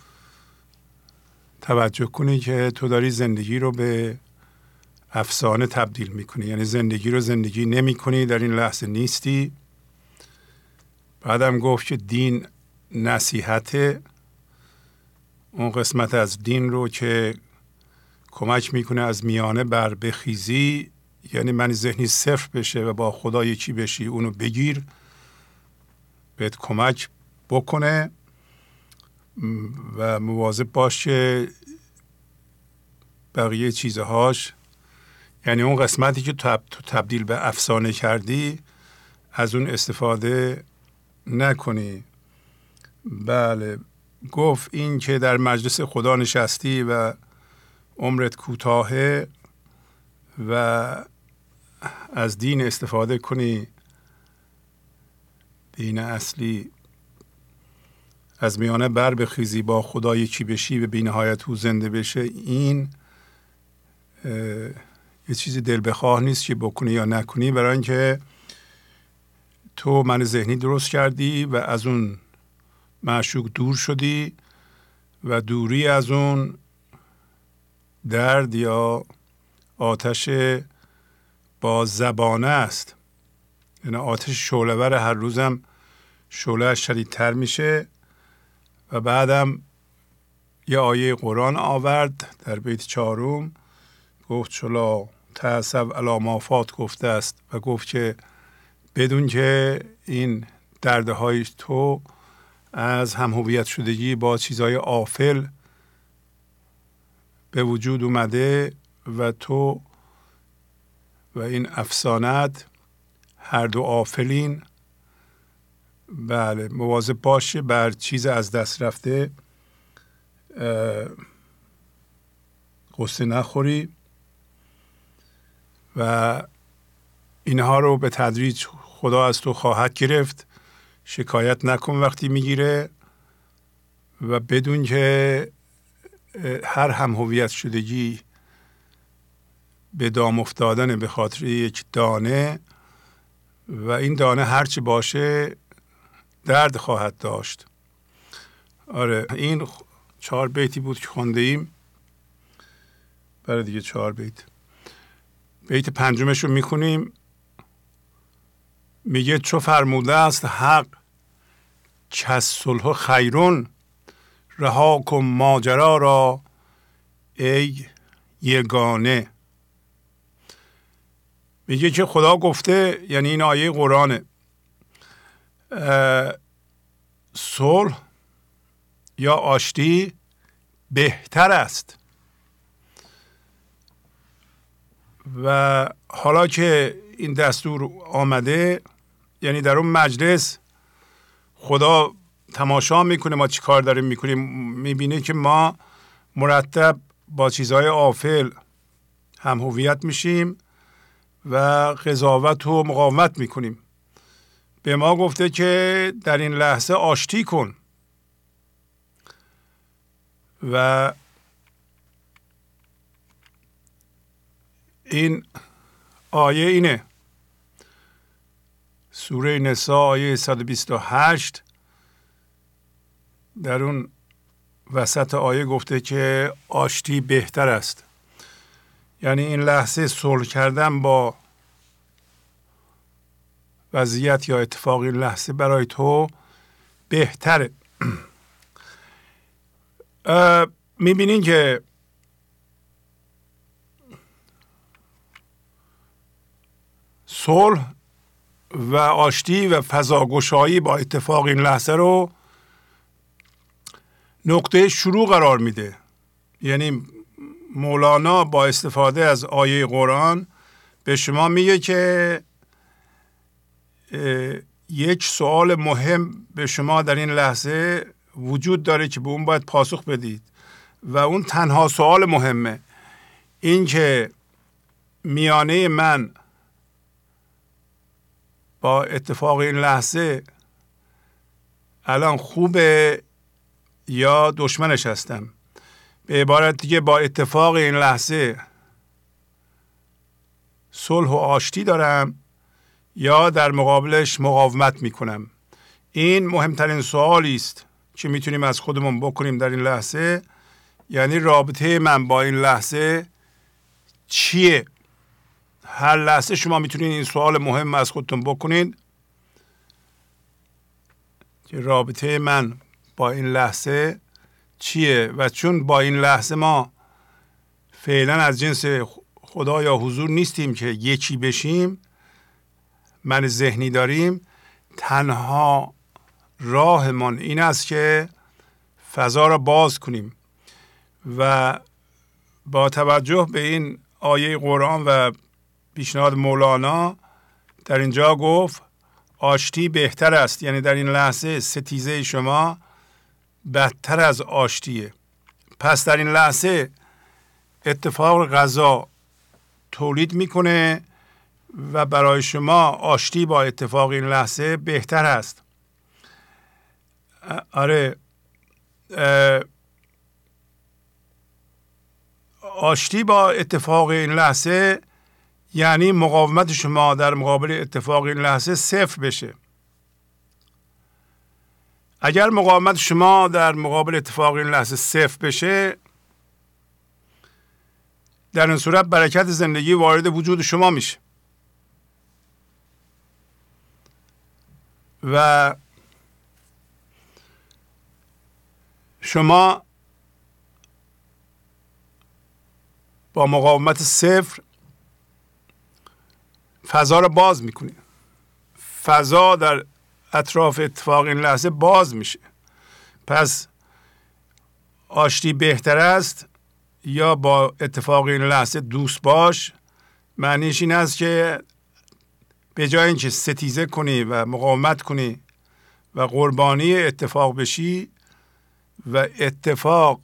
Speaker 4: توجه کنی که تو داری زندگی رو به افسانه تبدیل میکنی، یعنی زندگی رو زندگی نمی کنی، در این لحظه نیستی. بعدم گفت که دین نصیحته، اون قسمت از دین رو که کمک میکنه از میانه بر بخیزی، یعنی من ذهنی صفر بشه و با خدا یکی بشی، اونو بگیر بهت کمک بکنه و مواظب باش که بقیه چیزهاش، یعنی اون قسمتی که تو تبدیل به افسانه کردی از اون استفاده نکنی. بله، گفت این که در مجلس خدا نشستی و عمرت کوتاهه و از دین استفاده کنی، دین اصلی، از میانه بر بخیزی، با خدا یکی بشی و بی‌نهایت او زنده بشه، این یه چیزی دل بخواه نیست که بکنی یا نکنی، برای اینکه تو من ذهنی درست کردی و از اون معشوق دور شدی و دوری از اون درد یا آتش با زبانه است. یعنی آتش شعله‌ور هر روزم شعله شدیدتر میشه. و بعدم یه آیه قرآن آورد در بیت 4 گفت چلا تأسف علی ما فات گفته است و گفت که بدون که این دردهای تو از هم هویت شدگی با چیزهای آفل به وجود اومده و تو و این افسانت هر دو آفلین. بله، مواظب باشه بر چیز از دست رفته قصه نخوری و اینها رو به تدریج خدا از تو خواهد گرفت. شکایت نکن وقتی میگیره و بدون که هر هم هویت شدگی به دام افتادن به خاطر یک دانه و این دانه هرچی باشه درد خواهد داشت. آره، این 4 بیتی بود که خونده ایم. برای دیگه 4 بیت. بیت 5 رو میخونیم. میگه چو فرموده است حق کز صلح خیرون، رها کن ماجرا را ای یگانه. میگه که خدا گفته، یعنی این آیه قرآنه، صلح یا آشتی بهتر است. و حالا که این دستور آمده، یعنی در اون مجلس خدا تماشا میکنه ما چی کار داریم میکنیم، میبینه که ما مرتب با چیزهای آفل هم هویت میشیم و قضاوت و مقاومت میکنیم. به ما گفته که در این لحظه آشتی کن و این آیه اینه، سوره نساء آیه 128. در اون وسط آیه گفته که آشتی بهتر است. یعنی این لحظه صلح کردن با وضعیت یا اتفاق این لحظه برای تو بهتره. میبینین که صلح و آشتی و فضاگشایی با اتفاق این لحظه رو نقطه شروع قرار میده. یعنی مولانا با استفاده از آیه قرآن به شما میگه که یک سوال مهم به شما در این لحظه وجود داره که به اون باید پاسخ بدید و اون تنها سوال مهمه. این که میانه من با اتفاق این لحظه الان خوبه یا دشمنش هستم. به عبارت دیگه با اتفاق این لحظه صلح و آشتی دارم یا در مقابلش مقاومت میکنم. این مهمترین سوالی است که میتونیم از خودمون بکنیم در این لحظه. یعنی رابطه من با این لحظه چیه؟ هر لحظه شما میتونید این سوال مهم از خودتون بکنید که رابطه من با این لحظه چیه؟ و چون با این لحظه ما فعلا از جنس خدا یا حضور نیستیم که یکی بشیم، من ذهنی داریم، تنها راهمان این است که فضا را باز کنیم و با توجه به این آیه قرآن و پیشنهاد مولانا در اینجا گفت آشتی بهتر است. یعنی در این لحظه ستیزه شما بدتر از آشتیه. پس در این لحظه اتفاق قضا تولید میکنه و برای شما آشتی با اتفاق این لحظه بهتر است. آره، آشتی با اتفاق این لحظه یعنی مقاومت شما در مقابل اتفاق این لحظه صفر بشه. اگر مقاومت شما در مقابل اتفاق این لحظه صفر بشه، در این صورت برکت زندگی وارد وجود شما میشه و شما با مقاومت صفر فضا رو باز میکنید. فضا در اطراف اتفاق این لحظه باز میشه. پس آشتی بهتر است یا با اتفاق این لحظه دوست باش. معنیش این است که به جای اینکه ستیزه کنی و مقاومت کنی و قربانی اتفاق بشی و اتفاق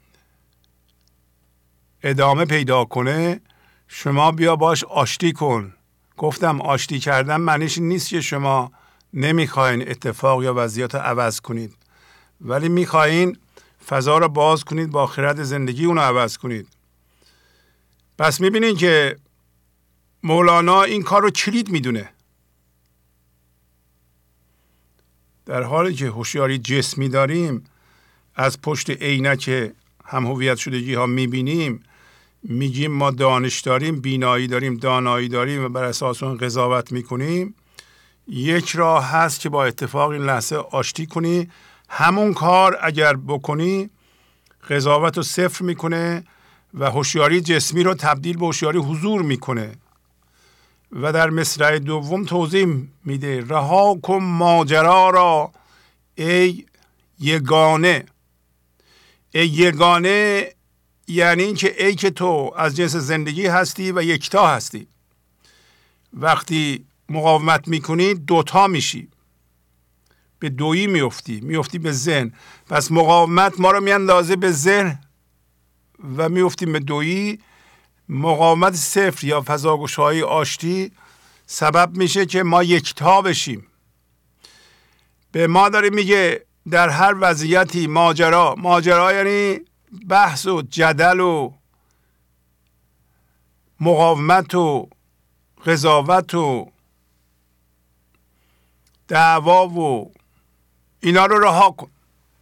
Speaker 4: ادامه پیدا کنه، شما بیا باش آشتی کن. گفتم آشتی کردن معنیش نیست که شما نمیخواین اتفاق یا وضعیت رو عوض کنید، ولی میخواین فضا رو باز کنید، با خرد زندگی اون رو عوض کنید. پس میبینید که مولانا این کار رو کلید میدونه. در حالی که هوشیاری جسمی داریم، از پشت عینک هم هویت شدگی ها میبینیم، میگیم ما دانش داریم، بینایی داریم، دانایی داریم و بر اساس اون قضاوت میکنیم. یک راه هست که با اتفاق این لحظه آشتی کنی. همون کار اگر بکنی قضاوت رو صفر میکنه و هوشیاری جسمی رو تبدیل به هوشیاری حضور میکنه. و در مصرع دوم توضیح میده رها کن ماجرا را ای یگانه. ای یگانه یعنی این که ای که تو از جنس زندگی هستی و یکتا هستی. وقتی مقاومت میکنی دوتا میشی، به دویی میفتی به ذهن. پس مقاومت ما رو میاندازه به ذهن و میفتیم به دویی. مقاومت صفر یا فضاگشایی آشتی سبب میشه که ما یکتا بشیم. به ما داره میگه در هر وضعیتی ماجرا یعنی بحث و جدل و مقاومت و قضاوت و دعوا و اینا رو رها کن.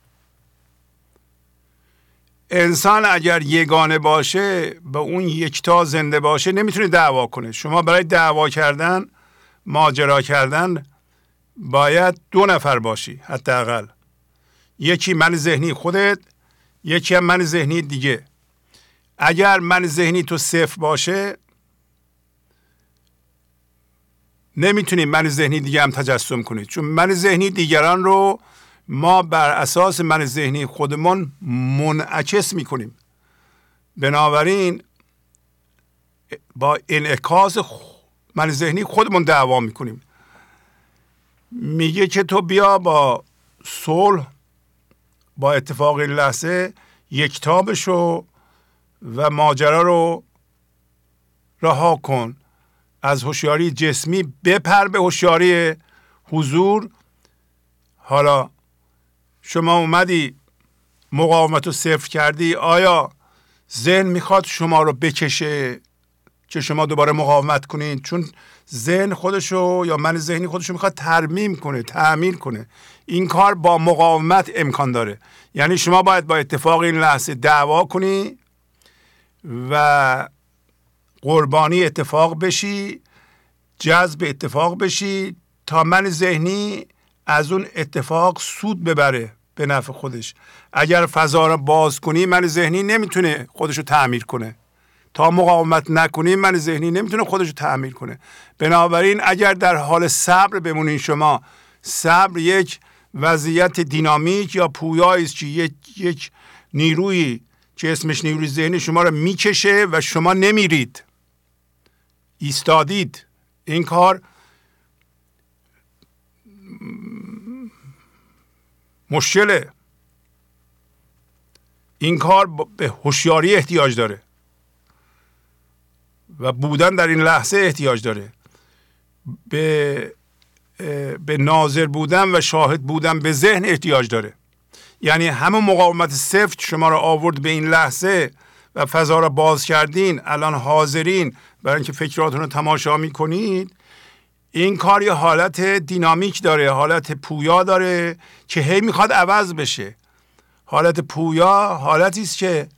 Speaker 4: انسان اگر یگانه باشه، به اون یکتا زنده باشه، نمیتونه دعوا کنه. شما برای دعوا کردن، ماجرا کردن باید 2 نفر باشی حداقل. یکی من ذهنی خودت، یکی هم من ذهنی دیگه. اگر من ذهنی تو صفر باشه، نمیتونی من ذهنی دیگه هم تجسم کنید، چون من ذهنی دیگران رو ما بر اساس من ذهنی خودمون منعکس میکنیم. بنابراین با انعکاس من ذهنی خودمون دعوا میکنیم. میگه که تو بیا با صلح، با اتفاق این لحظه یکتا بشو و ماجرا رو رها کن. از هوشیاری جسمی بپر به هوشیاری حضور. حالا شما اومدی مقاومت رو صفر کردی، آیا ذهن میخواد شما رو بکشه که شما دوباره مقاومت کنید؟ چون ذهن خودشو یا من ذهنی خودشو میخواد ترمیم کنه، تعمیر کنه. این کار با مقاومت امکان داره. یعنی شما باید با اتفاق این لحظه دعوا کنی و قربانی اتفاق بشی، جذب اتفاق بشی تا من ذهنی از اون اتفاق سود ببره به نفع خودش. اگر فضا رو باز کنی، من ذهنی نمیتونه خودشو تعمیر کنه. تا مقاومت نکنی، من ذهنی نمیتونه خودشو تعمیر کنه. بنابراین اگر در حال صبر بمونین، شما صبر یک وضعیت دینامیک یا پویایی است که یک نیروی که اسمش نیروی ذهنی شما رو میکشه و شما نمیرید، ایستادید. این کار مشکله. این کار به هوشیاری احتیاج داره و بودن در این لحظه احتیاج داره. به ناظر بودن و شاهد بودن به ذهن احتیاج داره. یعنی همون مقاومت صفر شما رو آورد به این لحظه و فضا رو باز کردین، الان حاضرین برای اینکه فکراتون رو تماشا میکنید. این کار یه حالت دینامیک داره، حالت پویا داره که هی میخواد عوض بشه. حالت پویا حالتی است که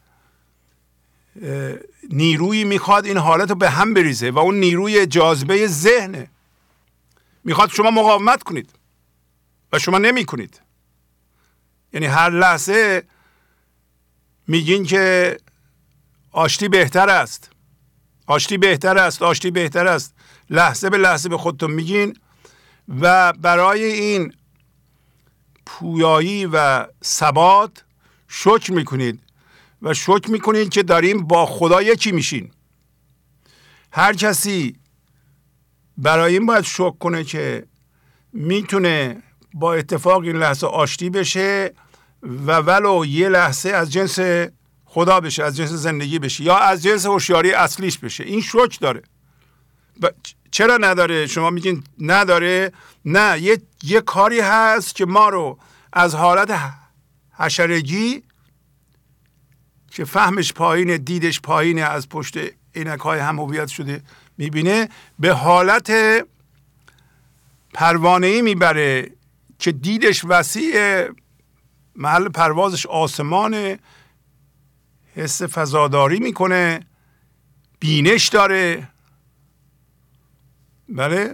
Speaker 4: نیرویی میخواد این حالت رو به هم بریزه و اون نیروی جاذبه ذهنه. میخواد شما مقاومت کنید و شما نمی کنید. یعنی هر لحظه میگین که آشتی بهتر است، آشتی بهتر است، آشتی بهتر است. لحظه به لحظه به خودتون میگین و برای این پویایی و ثبات شکر میکنید و شکر میکنید که داریم با خدا یکی میشین. هر کسی برای این باید شکر کنه که میتونه با اتفاق این لحظه آشتی بشه و ولو یه لحظه از جنس خدا بشه، از جنس زندگی بشه یا از جنس هوشیاری اصلیش بشه. این شکر داره. چرا نداره؟ شما میگین نداره. نه، یه کاری هست که ما رو از حالت حشرگی که فهمش پایینه، دیدش پایینه، از پشت عینک‌های هم هویت شده میبینه، به حالت پروانه‌ای میبره که دیدش وسیع، محل پروازش آسمانه، حس فضاداری میکنه، بینش داره. بله،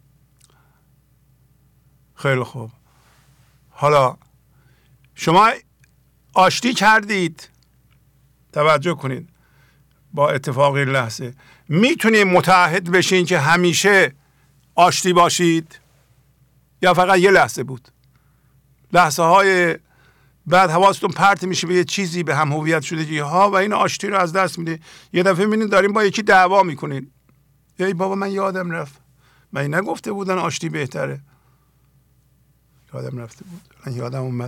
Speaker 4: خیلی خوب. حالا شما آشتی کردید، توجه کنید، با اتفاق این لحظه میتونید متعهد بشین که همیشه آشتی باشید یا فقط یه لحظه بود؟ لحظه های بعد حواستون پرت میشه به یه چیزی، به هم هویت شدگی ها و این آشتی رو از دست میده. یه دفعه میبینید داریم با یکی دعوا میکنید. ای بابا من یادم رفت، من نگفته بودن آشتی بهتره؟ یادم رفته بود، من یادم اومد.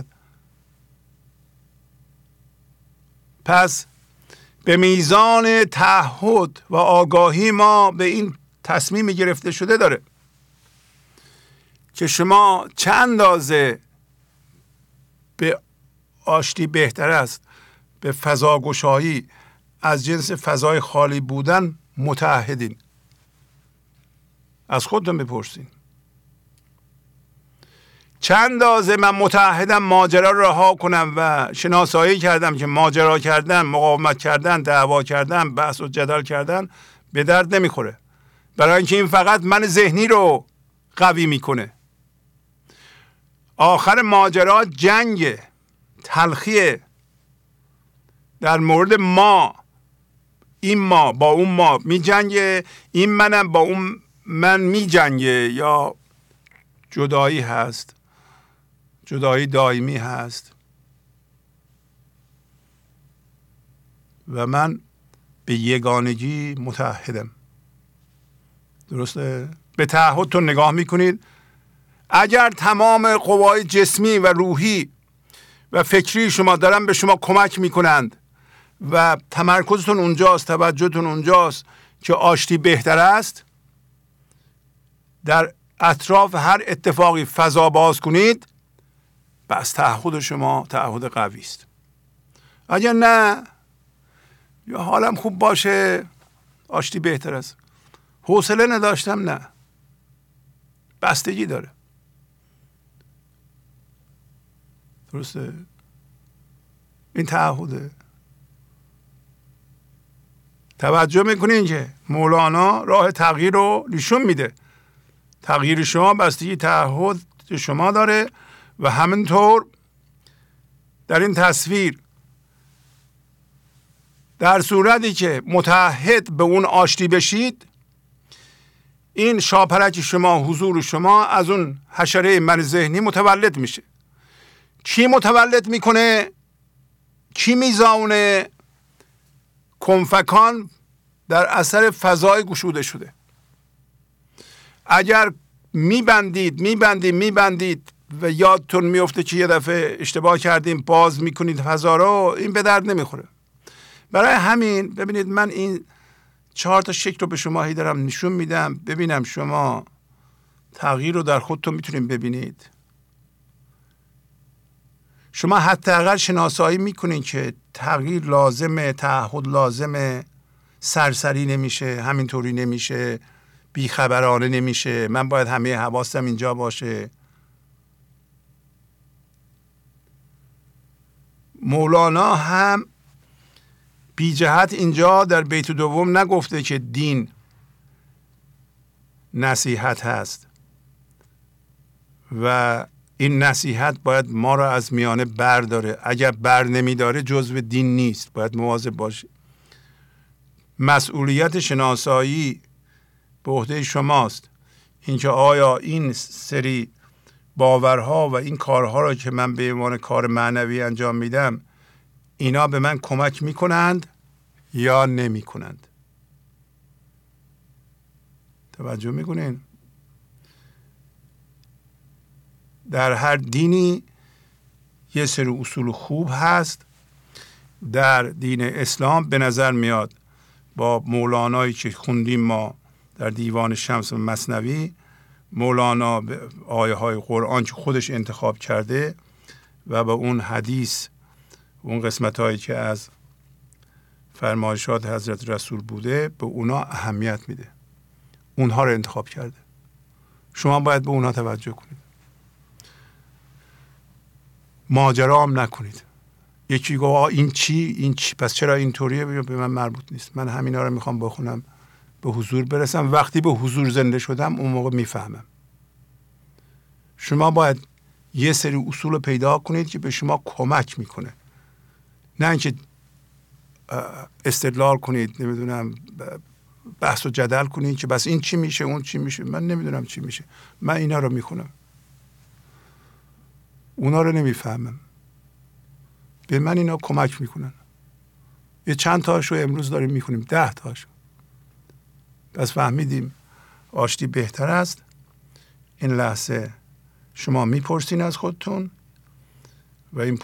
Speaker 4: پس به میزان تعهد و آگاهی ما به این تصمیم گرفته شده داره که شما چه اندازه به آشتی بهتر است، به فضاگشایی از جنس فضای خالی بودن متعهدین. از خودتون بپرسین چند اندازه من متعهدم ماجرا رو رها کنم و شناسایی کردم که ماجرا کردن، مقاومت کردن، دعوا کردن، بحث و جدل کردن به درد نمیخوره، برای اینکه این فقط من ذهنی رو قوی میکنه. آخر ماجرا جنگ، تلخیه در مورد ما. این ما با اون ما می جنگه، این منم با اون من می جنگه، یا جدایی هست، جدایی دائمی هست و من به یگانگی متعهدم. درسته؟ به تعهدتون نگاه میکنید. اگر تمام قوای جسمی و روحی و فکری شما دارن به شما کمک میکنند و تمرکزتون اونجاست، توجهتون اونجاست که آشتی بهتر است، در اطراف هر اتفاقی فضا باز کنید، بس تعهد شما تعهد قوی است. اگر نه، یا حالم خوب باشه آشتی بهتر است، حوصله نداشتم، نه، بستگی داره. درسته؟ این تعهده. توجه میکنین که مولانا راه تغییر رو نشون میده. تغییر شما بستگی تعهد شما داره و همینطور در این تصویر در صورتی که متعهد به اون آشتی بشید، این شاپرک شما، حضور شما از اون حشره من ذهنی متولد میشه. چی متولد میکنه؟ چی میزاونه؟ کنفکان در اثر فضای گشوده شده. اگر میبندید و یادتون میفته که یه دفعه اشتباه کردیم، باز میکنید فضا رو، این به درد نمیخوره. برای همین ببینید من این 4 تا شکل رو به شما هی دارم نشون میدم، ببینم شما تغییر رو در خودتون میتونید ببینید. شما حداقل شناسایی میکنین که تغییر لازمه، تعهد لازمه، سرسری نمیشه، همینطوری نمیشه، بیخبرانه نمیشه، من باید همه حواسم اینجا باشه. مولانا هم بی جهت اینجا در بیت دوم نگفته که دین نصیحت هست و این نصیحت باید ما را از میانه برداره. اگر بر نمیداره جزو دین نیست، باید مواظب باشه. مسئولیت شناسایی به عهده شماست، اینکه آیا این سری باورها و این کارها را که من به عنوان کار معنوی انجام میدم اینا به من کمک میکنند یا نمیکنند. توجه میکنین؟ در هر دینی یه سری اصول خوب هست. در دین اسلام به نظر میاد با مولانایی که خوندیم ما در دیوان شمس و مثنوی، مولانا آیه های قرآن که خودش انتخاب کرده و با اون حدیث، اون قسمت هایی که از فرمایشات حضرت رسول بوده، به اونا اهمیت میده، اونها رو انتخاب کرده. شما باید به اونها توجه کنید، ماجرا هم نکنید. یکی گفت این چی پس چرا اینطوریه، به من مربوط نیست، من همینا رو میخوام بخونم به حضور برسم. وقتی به حضور زنده شدم اون موقع میفهمم. شما باید یه سری اصول رو پیدا کنید که به شما کمک میکنه، نه اینکه استدلال کنید، نمیدونم بحث و جدل کنید که بس این چی میشه اون چی میشه. من نمیدونم چی میشه، من اینا رو میخونم، اونا رو نمیفهمم، به من اینا کمک میکنن. یه چند تاشو امروز داریم میخونیم، 10 تاشو. پس فهمیدیم آشتی بهتر است. این لحظه شما میپرسین از خودتون و این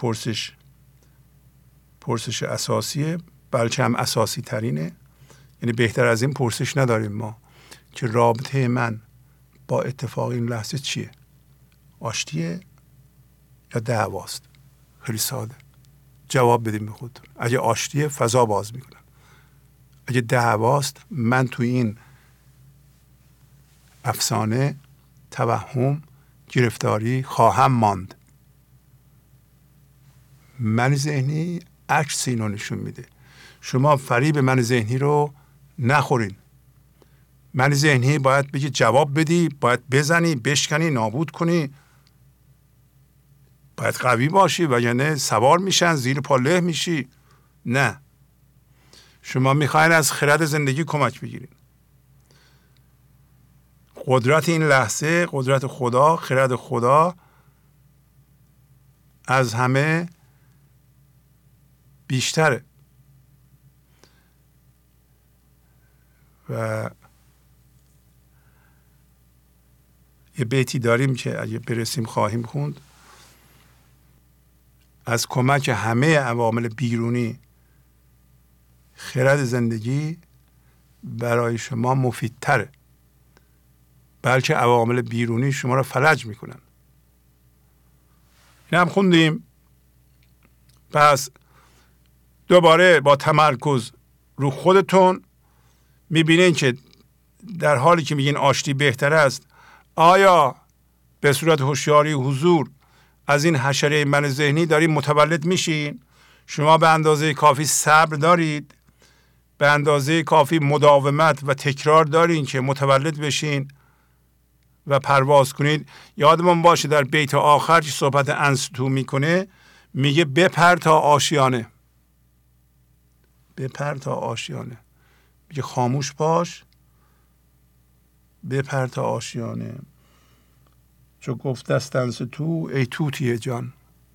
Speaker 4: پرسش اساسیه، بلکه هم اساسی ترینه. یعنی بهتر از این پرسش نداریم ما که رابطه من با اتفاق این لحظه چیه؟ آشتیه یا دعواست؟ خیلی ساده جواب بدیم به خودتون. اگه آشتیه فضا باز میکنم، اگه دعواست من توی این افسانه توهم گرفتاری خواهم ماند. من ذهنی عکس اینو نشون میده. شما فریب من ذهنی رو نخورین. من ذهنی باید بگی جواب بدی، باید بزنی، بشکنی، نابود کنی، باید قوی باشی وگرنه سوار میشن زیر پا له میشی. نه، شما میخواین از خرد زندگی کمک بگیرین. قدرت این لحظه، قدرت خدا، خرد خدا از همه بیشتره. و یه بیتی داریم که اگه برسیم خواهیم خوند. از کمک همه عوامل بیرونی خرد زندگی برای شما مفیدتره، بلکه عوامل بیرونی شما را فلج میکنن. این هم خوندیم. پس دوباره با تمرکز رو خودتون میبینین که در حالی که میگین آشتی بهتر است، آیا به صورت هوشیاری حضور از این حشره من ذهنی دارید متولد میشین؟ شما به اندازه کافی صبر دارید، به اندازه کافی مداومت و تکرار دارین که متولد بشین و پرواز کنید. یادمون باشه در بیت آخر که صحبت انستو میکنه میگه بپر تا آشیانه. بپر تا آشیانه، میگه خاموش باش، بپر تا آشیانه. چو گفت دستنس تو ای توتی جان،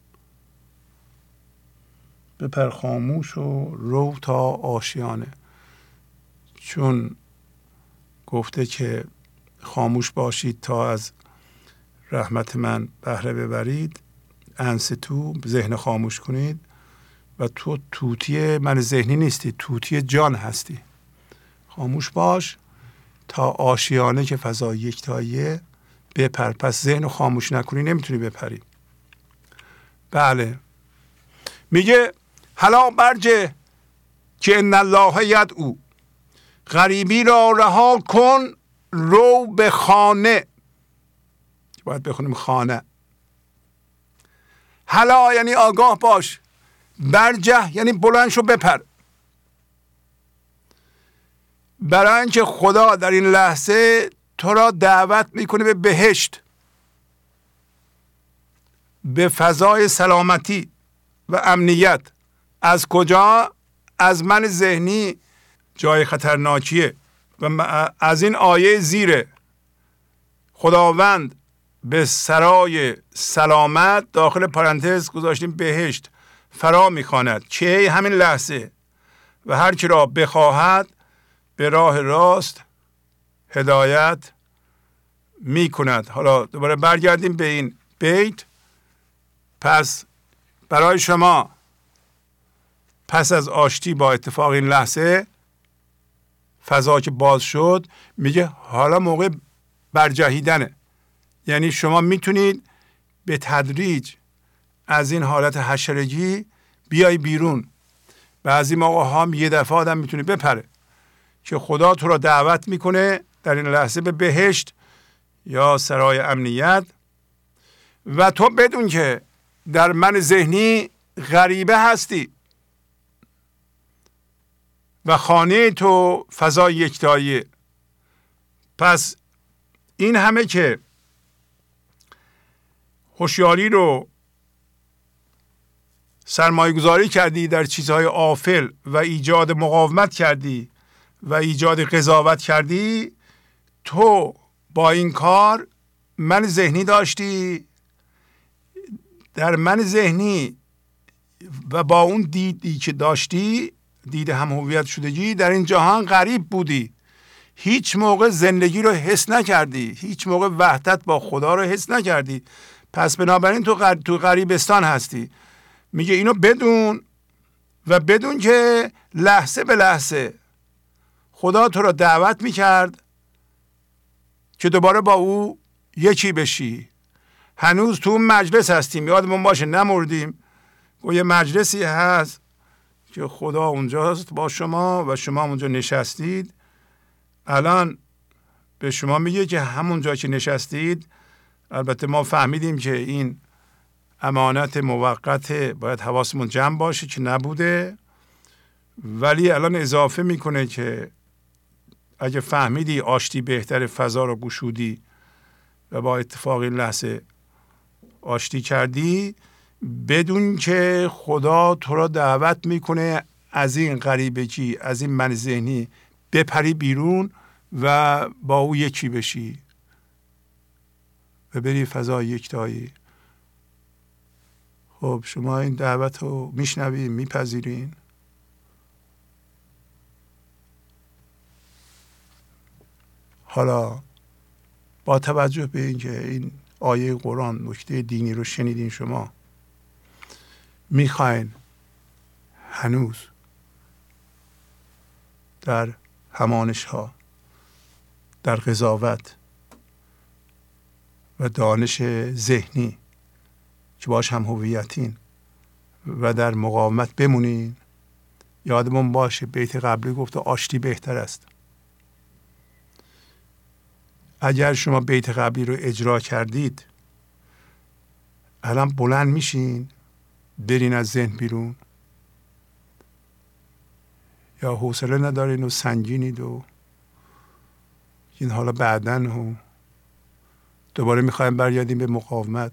Speaker 4: بپر خاموش و رو تا آشیانه. چون گفته که خاموش باشید تا از رحمت من بهره ببرید، انس تو ذهن خاموش کنید و تو توتی من ذهنی نیستی، توتی جان هستی. خاموش باش تا آشیانه که فضا یکتاییه بپر. پس ذهن خاموش نکنی نمیتونی بپری. بله، میگه هلا برجه که ان الله یدعو، غریبی را رها کن رو به خانه، باید بخونیم خانه. هلا یعنی آگاه باش، برجه یعنی بلند شو بپر. برای اینکه خدا در این لحظه تو را دعوت میکنه به بهشت، به فضای سلامتی و امنیت. از کجا؟ از من ذهنی جای خطرناکیه. و از این آیه زیر خداوند به سرای سلامت داخل پرانتز گذاشتیم بهشت فرا میخواند، چه همین لحظه، و هر کی را بخواهد به راه راست هدایت میکند. حالا دوباره برگردیم به این بیت. پس برای شما پس از آشتی با اتفاق این لحظه، فضا که باز شد، میگه حالا موقع برجهیدنه. یعنی شما میتونید به تدریج از این حالت حشرگی بیای بیرون. بعضی موقع هم یه دفعه آدم میتونه بپره که خدا تو را دعوت میکنه در این لحظه به بهشت یا سرای امنیت، و تو بدون که در من ذهنی غریبه هستی و خانه تو فضای یکتاییه. پس این همه که هوشیاری رو سرمایه گذاری کردی در چیزهای آفل و ایجاد مقاومت کردی و ایجاد قضاوت کردی، تو با این کار من ذهنی داشتی. در من ذهنی و با اون دیدی که داشتی، دید هم هویت شدگی، در این جهان غریب بودی. هیچ موقع زندگی رو حس نکردی، هیچ موقع وحدت با خدا رو حس نکردی. پس بنابراین تو غریبستان هستی. میگه اینو بدون، و بدون که لحظه به لحظه خدا تو رو دعوت میکرد که دوباره با او یکی بشی. هنوز تو مجلس هستیم، یادمون باشه نمردیم. و یه مجلسی هست که خدا اونجاست با شما و شما اونجا نشستید. الان به شما میگه که همونجا که نشستید، البته ما فهمیدیم که این امانت موقت باید حواسمون جمع باشه که نبوده، ولی الان اضافه میکنه که اگه فهمیدی آشتی بهتر، فضا رو گشودی و با اتفاق این لحظه آشتی کردی، بدون که خدا تو را دعوت میکنه از این غریبگی، از این من ذهنی بپری بیرون و با او یکی بشی و بری فضای یکتایی. خب شما این دعوت رو میشنوید، میپذیرین؟ حالا با توجه به اینکه این آیه قرآن نکته دینی رو شنیدین، شما میخواین هنوز در همانش ها، در قضاوت و دانش ذهنی که باش هم هویتین و در مقاومت بمونین؟ یادمون باشه بیت قبلی گفته آشتی بهتر است. اگر شما بیت قبلی رو اجرا کردید، الان بلند میشین برین از ذهن بیرون، یا حوصله ندارین و سنگینید و این حالا بعدن و دوباره میخوایم برگردیم به مقاومت؟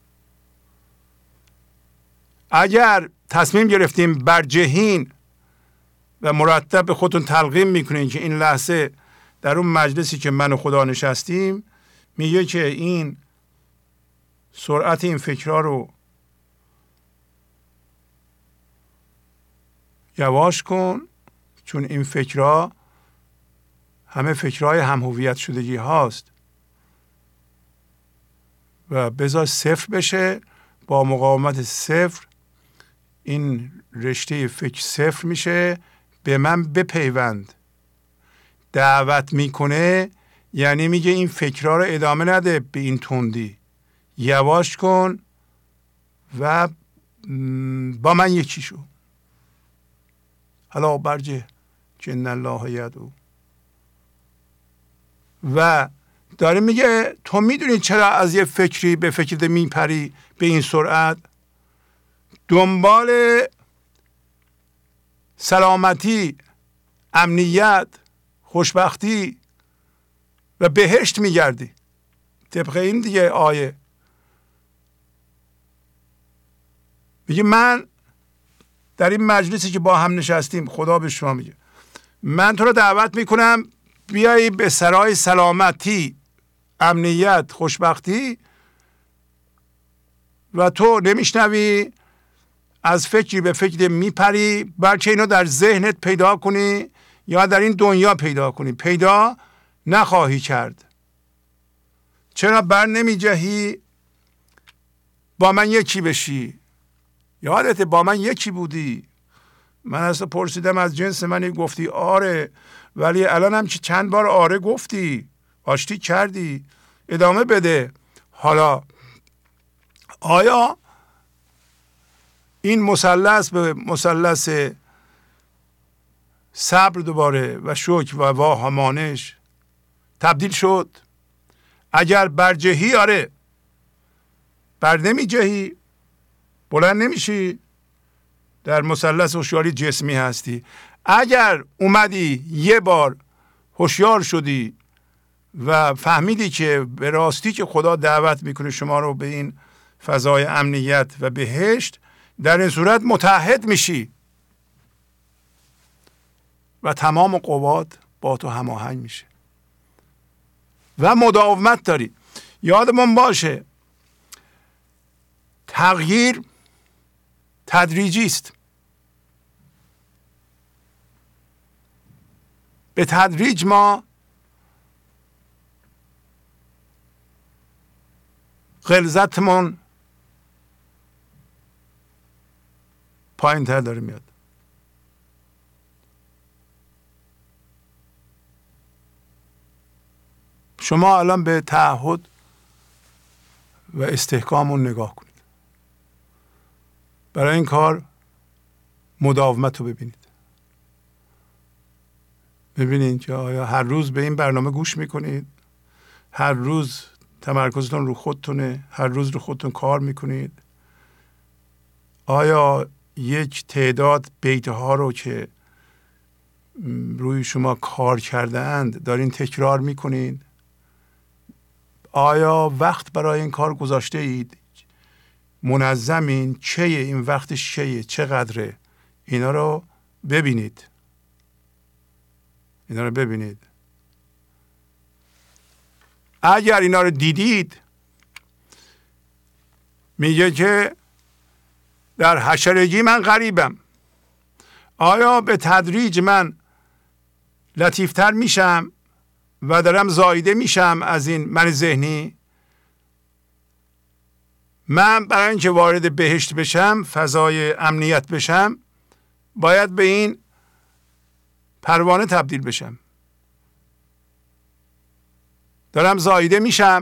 Speaker 4: اگر تصمیم گرفتیم برجهین و مرتب به خودتون تلقین میکنین که این لحظه در اون مجلسی که من و خدا نشستیم، میگه که این سرعت این فکرها رو یواش کن، چون این فکرها همه فکرهای هم هویت شدگی هاست، و بذار صفر بشه. با مقاومت صفر این رشته فکر صفر میشه. به من بپیوند. دعوت میکنه یعنی میگه این فکرها رو ادامه نده به این تندی، یواش کن و با من یکی شو. حالا برجه جن الله یدعو. و داره میگه تو میدونی چرا از یه فکری به فکری میپری به این سرعت؟ دنبال سلامتی، امنیت، خوشبختی و بهشت میگردی. طبق این دیگه آیه میگه من در این مجلسی که با هم نشستیم، خدا به شما میگه من تو رو دعوت میکنم بیایی به سرای سلامتی، امنیت، خوشبختی و تو نمیشنوی، از فکری به فکری میپری، بلکه اینو در ذهنت پیدا کنی یا در این دنیا پیدا کنی. پیدا نخواهی کرد. چرا بر نمیجهی با من یکی بشی؟ یادته با من یکی بودی. من اصلا پرسیدم از جنس منی، گفتی آره، ولی الان هم که چند بار آره گفتی، آشتی کردی. ادامه بده. حالا آیا این مثلث به مثلث صبر دوباره و شکر و واهمانش تبدیل شد؟ اگر برجهی آره، بر نمی جهی، بلند نمیشی، در مثلث هوشیاری جسمی هستی. اگر اومدی یه بار هوشیار شدی و فهمیدی که به راستی که خدا دعوت میکنه شما رو به این فضای امنیت و بهشت، در این صورت متحد میشی و تمام قوات با تو هماهنگ میشه و مداومت داری. یادمون باشه تغییر تدریجی است. به تدریج ما غلظتمون پایین تر داره میاد. شما الان به تعهد و استحکامون نگاه کنید. برای این کار مداومت رو ببینید. ببینید که آیا هر روز به این برنامه گوش میکنید؟ هر روز تمرکزتون رو خودتونه؟ هر روز رو خودتون کار میکنید؟ آیا یک تعداد بیت ها رو که روی شما کار کرده اند دارین تکرار میکنید؟ آیا وقت برای این کار گذاشته اید؟ منظمین؟ چه این وقتش چه؟ چقدره؟ اینا رو ببینید. اینا رو ببینید. اگر اینا رو دیدید، میگه که در حشرگی من غریبم. آیا به تدریج من لطیفتر میشم و دارم زایده میشم از این من ذهنی؟ من برای اینکه وارد بهشت بشم، فضای امنیت بشم، باید به این پروانه تبدیل بشم. دارم زایده میشم.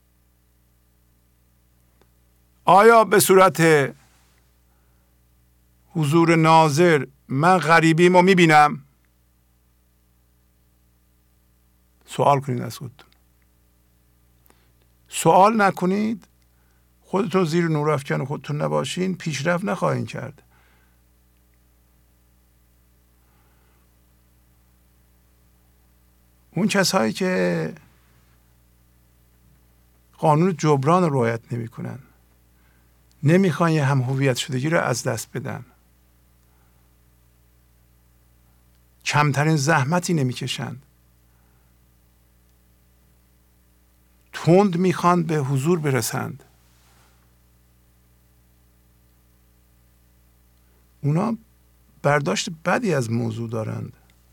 Speaker 4: آیا به صورت حضور ناظر من غریبیمو میبینم؟ سوال کنید از خودتون. سوال نکنید، خودتون زیر نور افکن خودتون نباشین، پیشرفت نخواهید کرد. اون کسایی که قانون جبران رو رعایت نمی کنن، نمیخوان یه هم هویت شدگی رو از دست بدن، کمترین زحمتی نمیکشند، تند میخوان به حضور برسند، اونا برداشت بدی از موضوع دارند.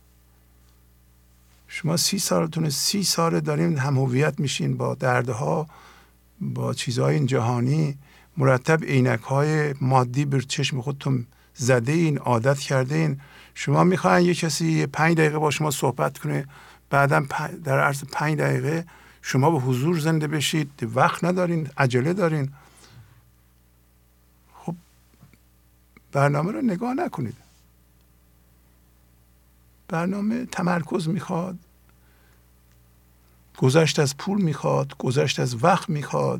Speaker 4: شما 30 سالتونه، 30 سال دارین هم هویت میشین با دردها، با چیزهای این جهانی، مرتب عینک‌های مادی بر چشم خودتون زده این، عادت کرده این. شما میخواین یه کسی 5 دقیقه با شما صحبت کنه، بعدا در عرض 5 دقیقه شما به حضور زنده بشید. وقت ندارین، عجله دارین. خب برنامه رو نگاه نکنید. برنامه تمرکز میخواد، گذشت از پول میخواد، گذشت از وقت میخواد.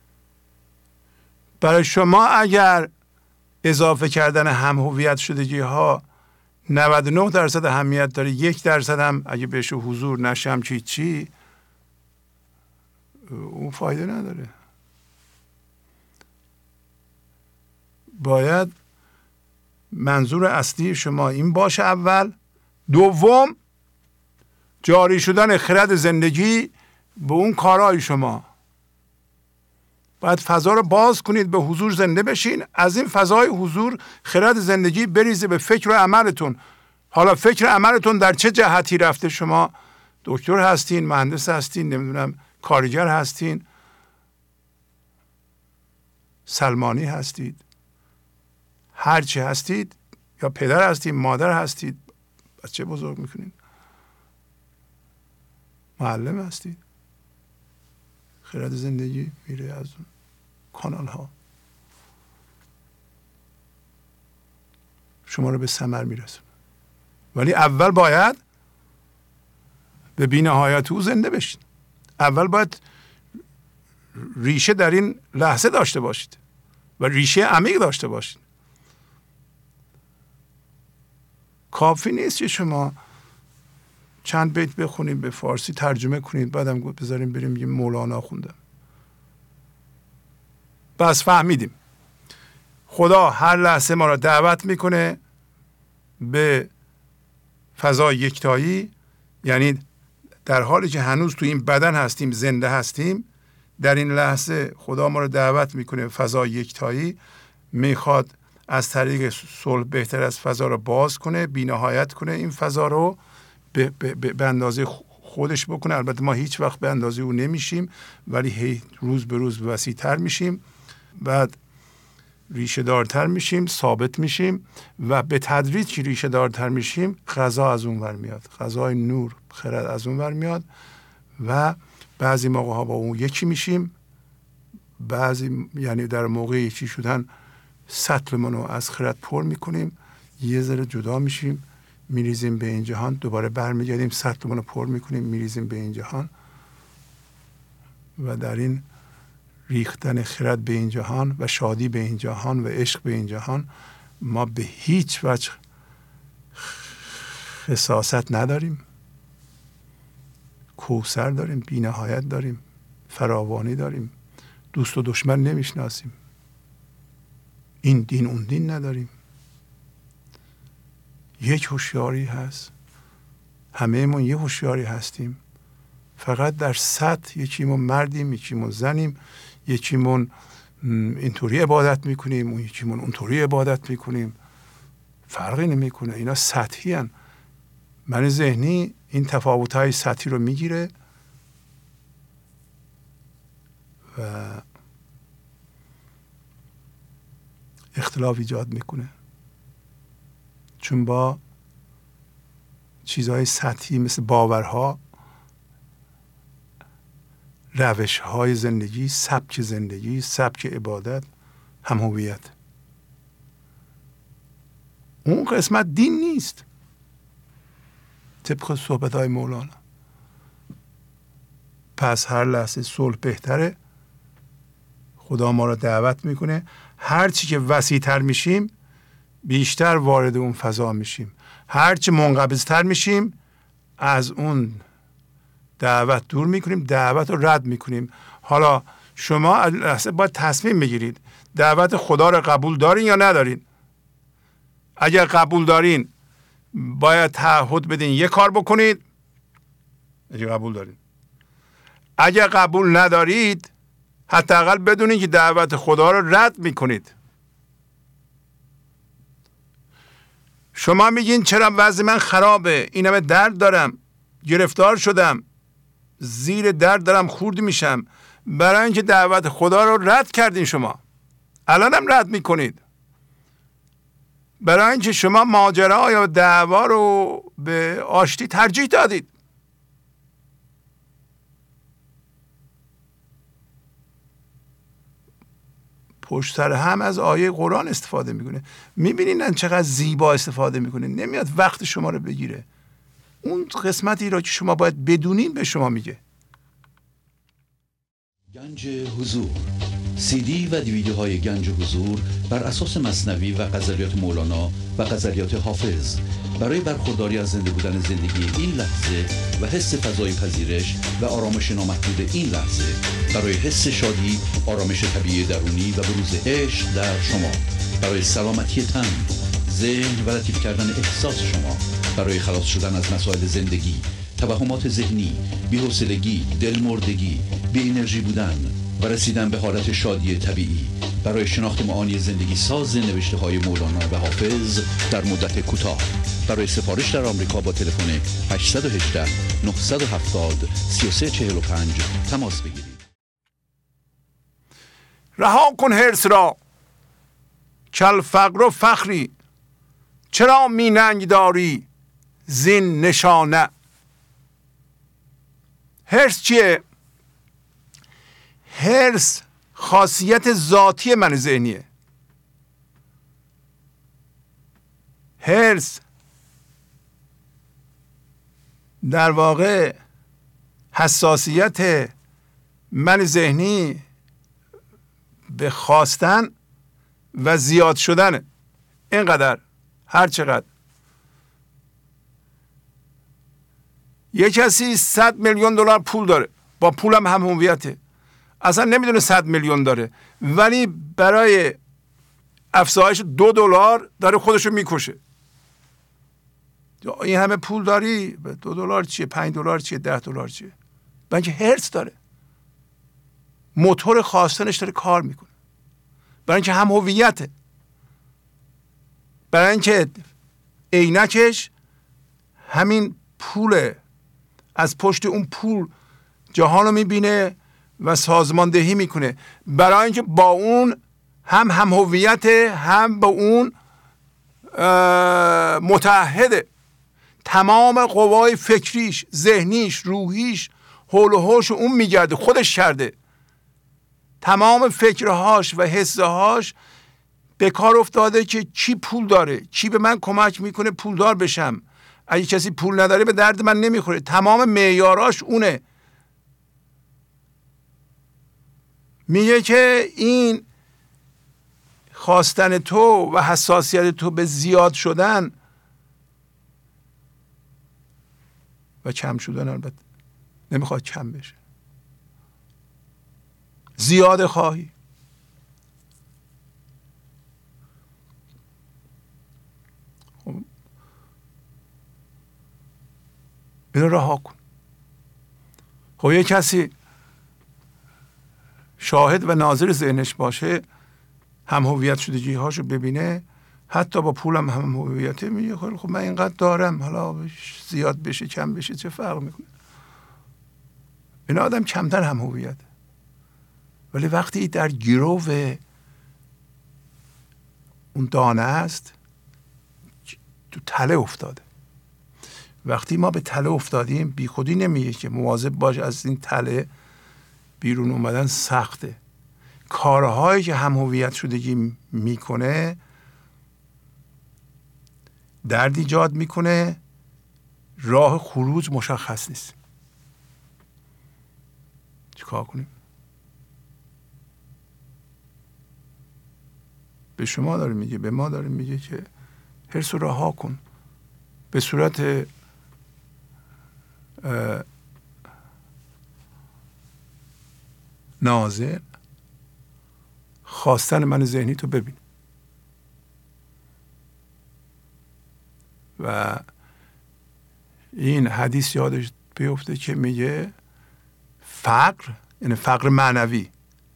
Speaker 4: برای شما اگر اضافه کردن هم هویت شدگی ها 99% اهمیت داره، 1% هم اگه بهش حضور نشم چی اون فایده نداره. باید منظور اصلی شما این باشه اول. دوم، جاری شدن خرد زندگی به اون کارهای شما. باید فضا رو باز کنید، به حضور زنده بشین. از این فضای حضور خرد زندگی بریزه به فکر و عملتون. حالا فکر عملتون در چه جهتی رفته؟ شما دکتر هستین، مهندس هستین، نمیدونم کارگر هستین، سلمانی هستید، هرچی هستید، یا پدر هستید، مادر هستید، بچه بزرگ میکنید، معلم هستید. خرد زندگی میره از اون کانال ها شما رو به ثمر میرسونه. ولی اول باید به بی‌نهایت او زنده بشید. اول باید ریشه در این لحظه داشته باشید و ریشه عمیق داشته باشید. کافی نیست که شما چند بیت بخونید، به فارسی ترجمه کنید، بعدم بذاریم بریم یه مولانا خوندم. بس فهمیدیم خدا هر لحظه ما را دعوت میکنه به فضای یکتایی. یعنی در حالی که هنوز تو این بدن هستیم، زنده هستیم، در این لحظه خدا ما را دعوت میکنه به فضای یکتایی. میخواد از طریق صلح بهتر از فضا رو باز کنه، بی‌نهایت کنه این فضا رو، به اندازه خودش بکنه. البته ما هیچ وقت به اندازه او نمیشیم، ولی روز به روز وسیع‌تر میشیم، بعد ریشه دارتر میشیم، ثابت میشیم و به تدریج که ریشه دارتر میشیم غذا از اون ور میاد، غذای نور خرد از اون ور میاد و بعضی موقع ها با اون یکی میشیم، بعضی یعنی در موقع یکی شدن سطلمون رو از خرد پر میکنیم، یه ذره جدا میشیم، میریزیم به این جهان، دوباره برمیگردیم سطلمون رو پر میکنیم، میریزیم به این جهان و در این ریختن خرد به این جهان و شادی به این جهان و عشق به این جهان ما به هیچ وجه خساست نداریم، کوثر داریم، بی‌نهایت داریم، فراوانی داریم، دوست و دشمن نمیشناسیم، این دین اون دین نداریم. یک هوشیاری هست، همه من یه هوشیاری هستیم، فقط در سطح یکیمون مردیم، یکیمون زنیم، یکیمون اینطوری عبادت میکنیم، اون یکیمون اونطوری عبادت میکنیم، فرقی نمیکنه. اینا سطحی هن. من ذهنی این تفاوت‌های سطحی رو میگیره و اختلاف ایجاد میکنه، چون با چیزهای سطحی مثل باورها، روش‌های زندگی، سبک زندگی، سبک عبادت هم هویت. اون قسمت دین نیست طبق صحبت‌های مولانا. پس هر لحظه صلح بهتره. خدا ما را دعوت میکنه هرچی که وسیع‌تر میشیم بیشتر وارد اون فضا میشیم، هرچی منقبض‌تر میشیم از اون دعوت دور میکنیم، دعوت رو رد میکنیم. حالا شما لحظه باید تصمیم بگیرید دعوت خدا رو قبول دارین یا ندارین. اگر قبول دارین باید تعهد بدین یه کار بکنید. اگر قبول دارین، اگر قبول ندارید حداقل بدونید که دعوت خدا رو رد میکنید. شما میگین چرا وضع من خرابه، این همه درد دارم، گرفتار شدم، زیر درد دارم خورد میشم، برای اینکه دعوت خدا رو رد کردین. شما الان هم رد میکنید برای اینکه شما ماجرا یا دعوا رو به آشتی ترجیح دادید. پشت سر هم از آیه قرآن استفاده میکنه. میبینین چقدر زیبا استفاده میکنه، نمیاد وقت شما رو بگیره. اون قسمتی را که شما باید بدونین به شما میگه.
Speaker 1: گنج حضور، سی دی و دیویدیوهای گنج حضور بر اساس مثنوی و غزلیات مولانا و غزلیات حافظ برای برخورداری از زنده بودن زندگی این لحظه و حس فضای پذیرش و آرامش نامحدود این لحظه، برای حس شادی، آرامش طبیعی درونی و بروز عشق در شما، برای سلامتی تن، ذهن و لطیف کردن احساس شما، برای خلاص شدن از مسائل زندگی، توهمات ذهنی، بی‌حوصلگی، دلمردگی، بی انرژی بودن و رسیدن به حالت شادی طبیعی، برای شناخت معانی زندگی ساز نوشته‌های مولانا و حافظ در مدت کوتاه. برای سفارش در آمریکا با تلفن 818 970 3345 تماس بگیرید.
Speaker 4: رها کن حرص را کل فقر و فخری، چرا می ننگ داری زین نشانه. حرص چیه؟ حرص خاصیت ذاتی من ذهنیه. حرص در واقع حساسیت من ذهنی به خواستن و زیاد شدنه. اینقدر، هر چقدر. یه کسی 100 میلیون دلار پول داره، با پولم هم هویته، اصلا نمیدونه 100 میلیون داره، ولی برای افزایش $2 داره خودشو میکشه. این همه پول داری، $2 چیه، $5 چیه، $10 چیه؟ بلکه حرص داره، موتور خواستنش داره کار میکنه، برای اینکه هم هویته، برای اینکه عینکش همین پوله، از پشت اون پول جهان رو میبینه و سازماندهی میکنه، برای اینکه با اون هم هویته، هم با اون متحده. تمام قوای فکریش، ذهنیش، روحیش حول و حوش اون میگرده، خودش کرده. تمام فکرهاش و حسهاش به کار افتاده که کی پول داره، کی به من کمک میکنه پولدار بشم، اگه کسی پول نداره به درد من نمیخوره. تمام معیاراش اونه. میگه که این خواستن تو و حساسیت تو به زیاد شدن و کم شدن، البته نمیخواد کم بشه، زیاد خواهی. خب اینو رها کن. خب یه کسی شاهد و ناظر ذهنش باشه، هم هویت شدگی هاشو ببینه، حتی با پولم هم هویته، میگه خب من اینقدر دارم، حالا زیاد بشه کم بشه چه فرق میکنه. این آدم کمتر هم هویت، ولی وقتی در گرو اون دانه است، تو تله افتاده. وقتی ما به تله افتادیم، بی خودی نمیگه که مواظب باش از این تله بیرون اومدن سخته. کارهایی که هم هویت شدگی میکنه درد ایجاد میکنه، راه خروج مشخص نیست. چیکار کنیم؟ به شما داره میگه، به ما داره میگه که حرص رو رها کن. به صورت ناظر خواستن من ذهنی تو ببین. و این حدیث یادش بیفته که میگه فقر یعنی فقر معنوی.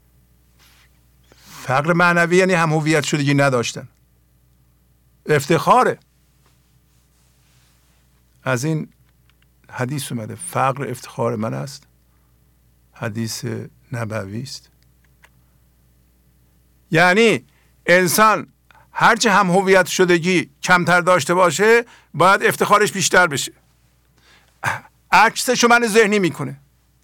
Speaker 4: فقر معنوی یعنی هم هویت شدگی نداشتن. افتخاره. از این حدیث اومده فقر افتخار من است. حدیث نبوی است. یعنی انسان هرچه هم هویت شدگی کمتر داشته باشه باید افتخارش بیشتر بشه. عکسشو من ذهنی میکنه.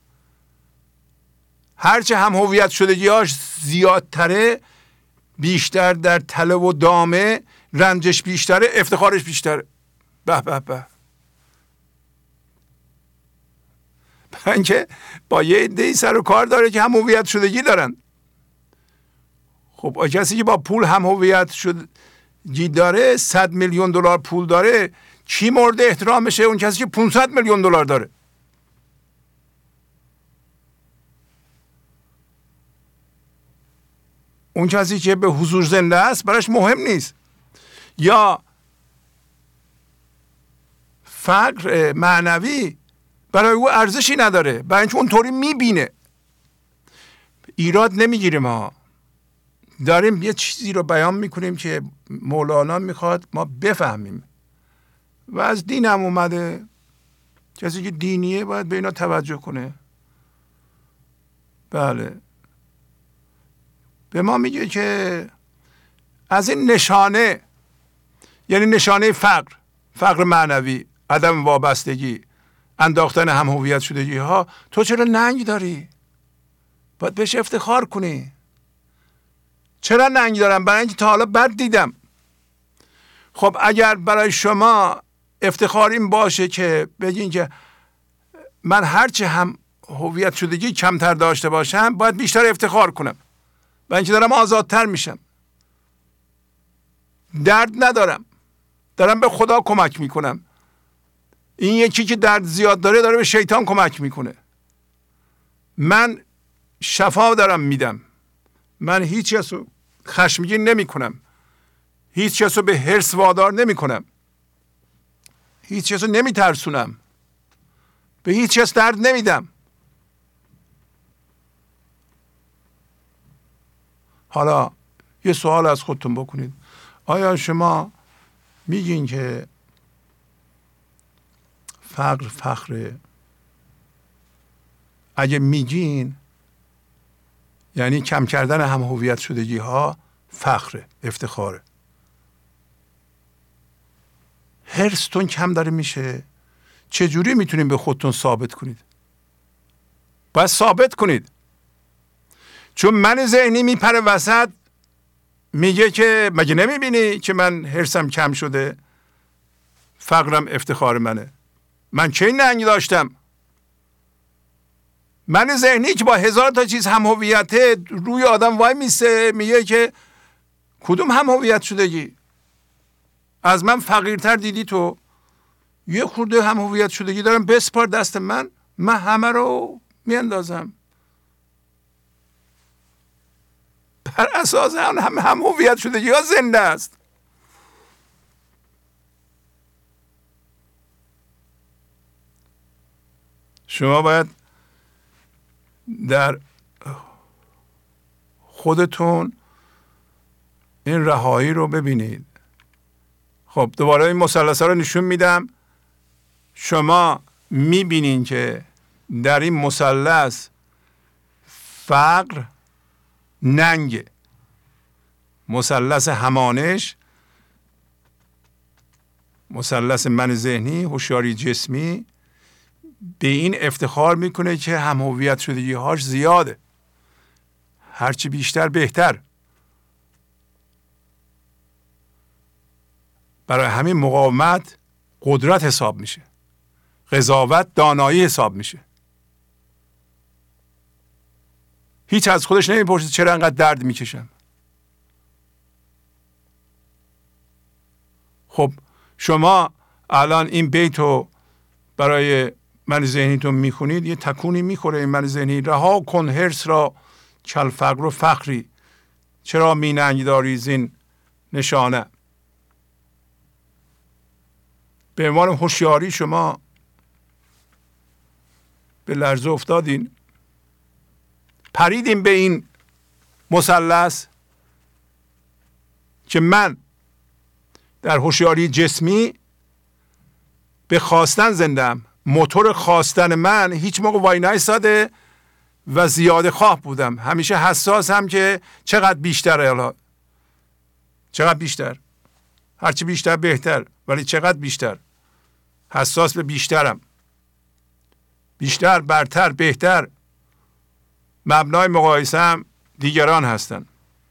Speaker 4: هرچه هم هویت شدگیاش زیادتره، بیشتر در تله و دامه، رنجش بیشتره، افتخارش بیشتره. به به به. اینکه با یه عده‌ای سر و کار داره که هم هویت شدگی دارن. خب کسی که با پول هم هویت شدگی داره، 100 میلیون دلار پول داره، چی مورد احترام بشه؟ اون کسی که 500 میلیون دلار داره. اون کسی که به حضور زنده است براش مهم نیست. یا فقر معنوی برای او ارزشی نداره، برای اینکه اونطوری میبینه. ایراد نمیگیریم، ما داریم یه چیزی رو بیان میکنیم که مولانا میخواد ما بفهمیم و از دین هم اومده. کسی که دینیه باید به اینا توجه کنه. بله، به ما میگه که از این نشانه، یعنی نشانه فقر معنوی، عدم وابستگی، انداختن هم هویت شدگی ها، تو چرا ننگ داری؟ باید بهش افتخار کنی. چرا ننگ دارم؟ برای اینکه تا حالا بد دیدم. خب اگر برای شما افتخار این باشه که بگین که من هرچه هم هویت شدگی کمتر داشته باشم باید بیشتر افتخار کنم، برای اینکه دارم آزادتر میشم، درد ندارم، دارم به خدا کمک میکنم. این یکی که درد زیاد داره به شیطان کمک میکنه. من شفا دارم میدم، من هیچ کس رو خشمگین نمی کنم، هیچ کس رو به حرص وادار نمی کنم، هیچ کس رو نمی ترسونم، به هیچ کس درد نمیدم. حالا یه سوال از خودتون بکنید، آیا شما میگین که فقره؟ اگه میگین یعنی کم کردن هم هویت شدگی ها فخره، افتخاره. حرصتون کم داره میشه، چجوری میتونید به خودتون ثابت کنید؟ باید ثابت کنید. چون من ذهنی میپره وسط، میگه که مگه نمیبینی که من حرصم کم شده؟ فقرم افتخار منه، من چه ننگ داشتم؟ من ذهنی که با 1000 تا چیز هم هویته روی آدم وای میسه، میگه که کدوم هم هویت شدگی؟ از من فقیرتر دیدی تو؟ یه خورده هم هویت شدگی دارم، بسپار دست من همه رو میاندازم. بر اساس هم هویت شدگی ها زنده است. شما باید در خودتون این رهایی رو ببینید. خب دوباره این مثلث‌ها رو نشون میدم. شما میبینین که در این مثلث فقر ننگ، مثلث همانش، مثلث من ذهنی، هوشیاری جسمی، به این افتخار میکنه که هم هویت شدگی هاش زیاده، هرچی بیشتر بهتر. برای همین مقاومت قدرت حساب میشه، قضاوت دانایی حساب میشه. هیچ از خودش نمیپرسه چرا انقدر درد میکشم. خب شما الان این بیتو برای من ذهنیتون میخونید، یه تکونی میخوره این من ذهنی. رها کن حرص را کل فقر و فخری، چرا می ننگ داری زین نشانه. به عنوان هوشیاری شما به لرزه افتادین، پریدیم به این مثلث که من در هوشیاری جسمی به خواستن زندم. موتور خواستن من هیچ موقع وای نایستاده و زیاده خواه بودم. همیشه حساسم که چقدر بیشتره، حالا چقدر بیشتر، هرچی بیشتر بهتر، ولی چقدر بیشتر. حساس به بیشترم، بیشتر، برتر، بهتر. مبنای مقایسه هم دیگران هستن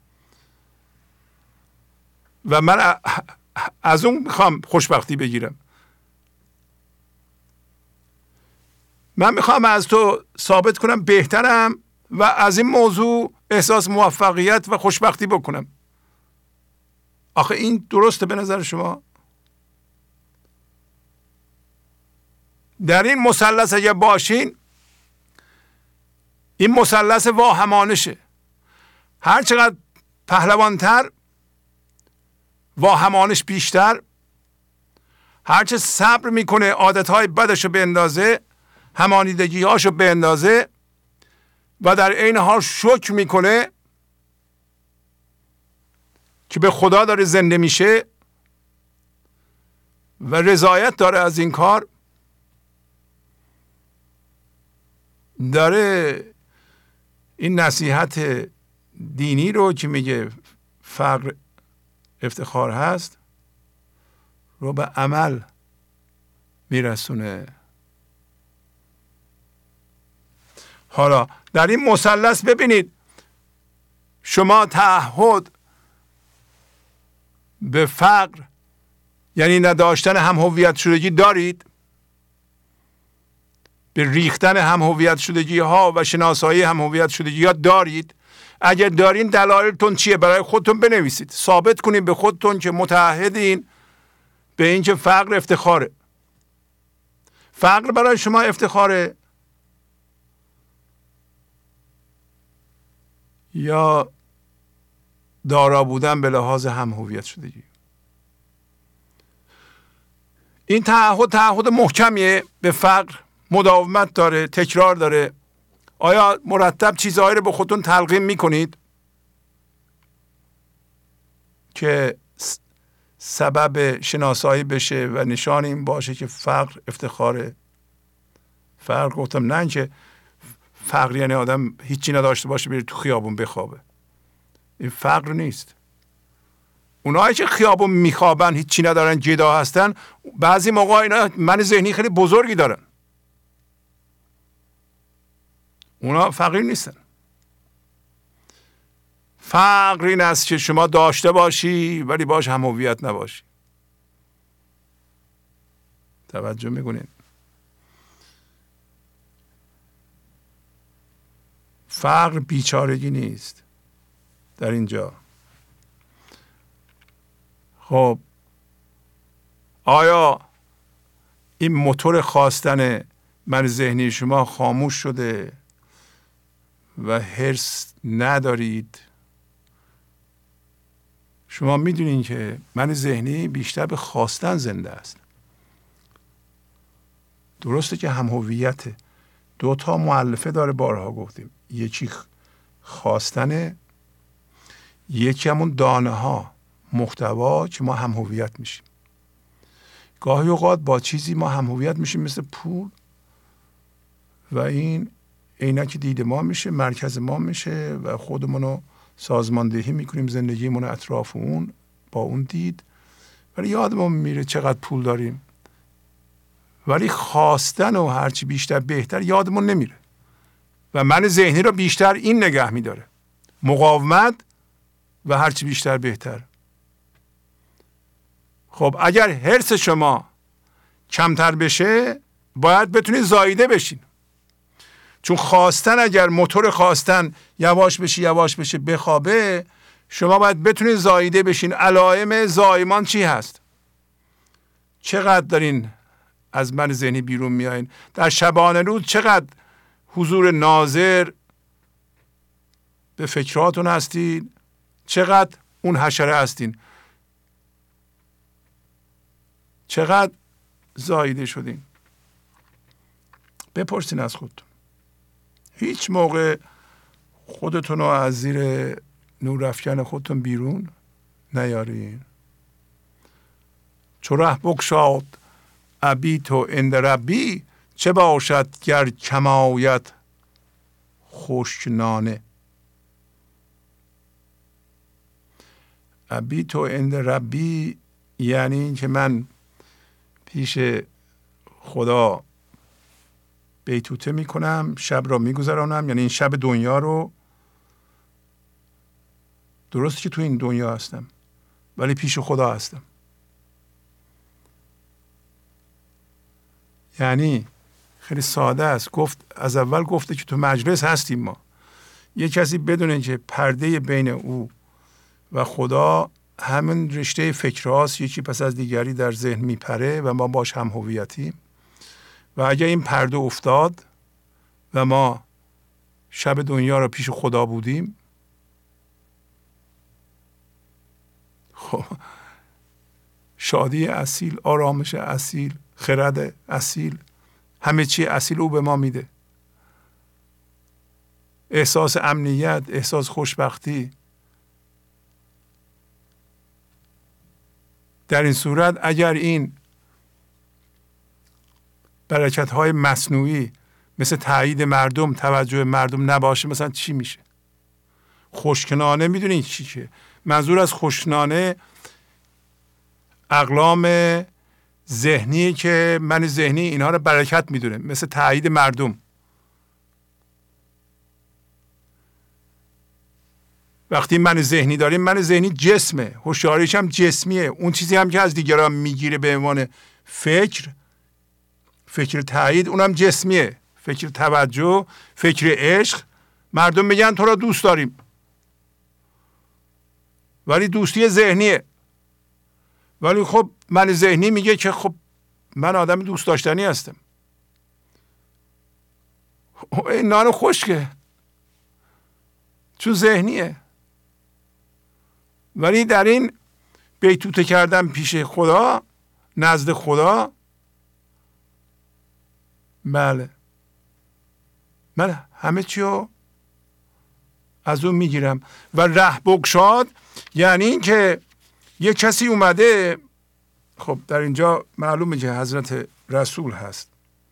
Speaker 4: و من از اون میخوام خوشبختی بگیرم. من میخوام از تو ثابت کنم بهترم و از این موضوع احساس موفقیت و خوشبختی بکنم. آخه این درسته به نظر شما؟ در این مثلث اگه باشین، این مثلث واهمانشه. هر چقدر پهلوانتر، واهمانش بیشتر، هرچه صبر میکنه عادتهای بدشو به اندازه، همانیدگیهاشو به اندازه و در عین حال شکر میکنه که به خدا داره زنده میشه و رضایت داره از این کار، داره این نصیحت دینی رو که میگه فقر افتخار هست رو به عمل میرسونه. حالا در این مثلث ببینید، شما تعهد به فقر یعنی نداشتن هم هویت شدگی دارید، به ریختن هم هویت شدگی ها و شناسایی هم هویت شدگی ها دارید. اگر دارین دلایلتون چیه؟ برای خودتون بنویسید، ثابت کنید به خودتون که متعهدین به اینکه فقر افتخاره. فقر برای شما افتخاره یا دارا بودن به لحاظ هم هویت شدگی؟ این تعهد محکمیه به فقر، مداومت داره، تکرار داره. آیا مرتب چیزهایی رو به خودتون تلقین میکنید که سبب شناسایی بشه و نشان این باشه که فقر افتخاره؟ فقر گفتم نه که فقر یعنی آدم هیچی نداشته باشه بره تو خیابون بخوابه، این فقر نیست. اونایی که خیابون میخوابن، هیچی ندارن، جدا هستن، بعضی موقع اینا من ذهنی خیلی بزرگی دارن، اونا فقیر نیستن. فقر این است که شما داشته باشی ولی باش هم هویت نباشی. توجه میکنین؟ فقر بیچارگی نیست در اینجا. خب آیا این موتور خواستن من ذهنی شما خاموش شده و حرص ندارید؟ شما میدونین که من ذهنی بیشتر به خواستن زنده است. درسته که هم هویت دو تا مؤلفه داره، بارها گفتیم، یکی خواستنه، یکی همون دانه ها، محتوا که ما هم هویت میشیم. گاهی اوقات با چیزی ما هم هویت میشیم مثل پول و این عینک دید ما میشه، مرکز ما میشه و خودمونو سازماندهی میکنیم، زندگیمون اطراف اون با اون دید، ولی یادمون میره چقدر پول داریم. ولی خواستن و هرچی بیشتر بهتر یادمون نمیره و من ذهنی رو بیشتر این نگه میداره، مقاومت و هرچی بیشتر بهتر. خب اگر حرص شما کمتر بشه باید بتونید زاییده بشین، چون خواستن اگر موتور خواستن یواش بشه بخوابه، شما باید بتونید زاییده بشین. علائم زایمان چی هست؟ چقدر دارین از من ذهنی بیرون میایین؟ در شبانه روز چقدر حضور ناظر به فکراتون هستین؟ چقدر اون حشره هستین؟ چقدر زاییده شدین؟ بپرسین از خودتون. هیچ موقع خودتون رو از زیر نور افکن خودتون بیرون نیارین. چو ره بگشاد ابیت عند ربی، چه باشد گر کم آید خشک نانه. ابیت عند ربی یعنی این که من پیش خدا بیتوته میکنم، شب را میگذرانم، یعنی این شب دنیا رو، درسته که تو این دنیا هستم ولی پیش خدا هستم. یعنی خیلی ساده است. گفت از اول گفته که تو مجلس هستیم ما. یه کسی بدونه که پرده بین او و خدا همین رشته فکرهاست، یکی پس از دیگری در ذهن میپره و ما باش هم هویتیم. و اگر این پرده افتاد و ما شب دنیا را پیش خدا بودیم، خب شادی اصیل، آرامش اصیل، خرد اصیل، همه چی اصیل او به ما میده. احساس امنیت، احساس خوشبختی. در این صورت اگر این برکت‌های مصنوعی مثل تایید مردم، توجه مردم نباشه، مثلا چی میشه؟ خوشکنانه میدونید چی که؟ منظور از خوشکنانه اقلام ذهنی که من ذهنی اینها رو برکت میدونه، مثل تایید مردم. وقتی من ذهنی داریم، من ذهنی جسمه، هوشیاریش هم جسمیه. اون چیزی هم که از دیگران میگیره به عنوان فکر تایید، اونم جسمیه. فکر توجه، فکر عشق. مردم میگن تو را دوست داریم، ولی دوستی ذهنیه. ولی خب من ذهنی میگه که خب من آدم دوست داشتنی هستم. این نان خشکه، چون ذهنیه. ولی در این بیتوته کردن پیش خدا، نزد خدا، بله، من همه چی رو از اون میگیرم. و ره بگشاد یعنی این که یک کسی اومده، خب در اینجا معلومه که حضرت رسول هست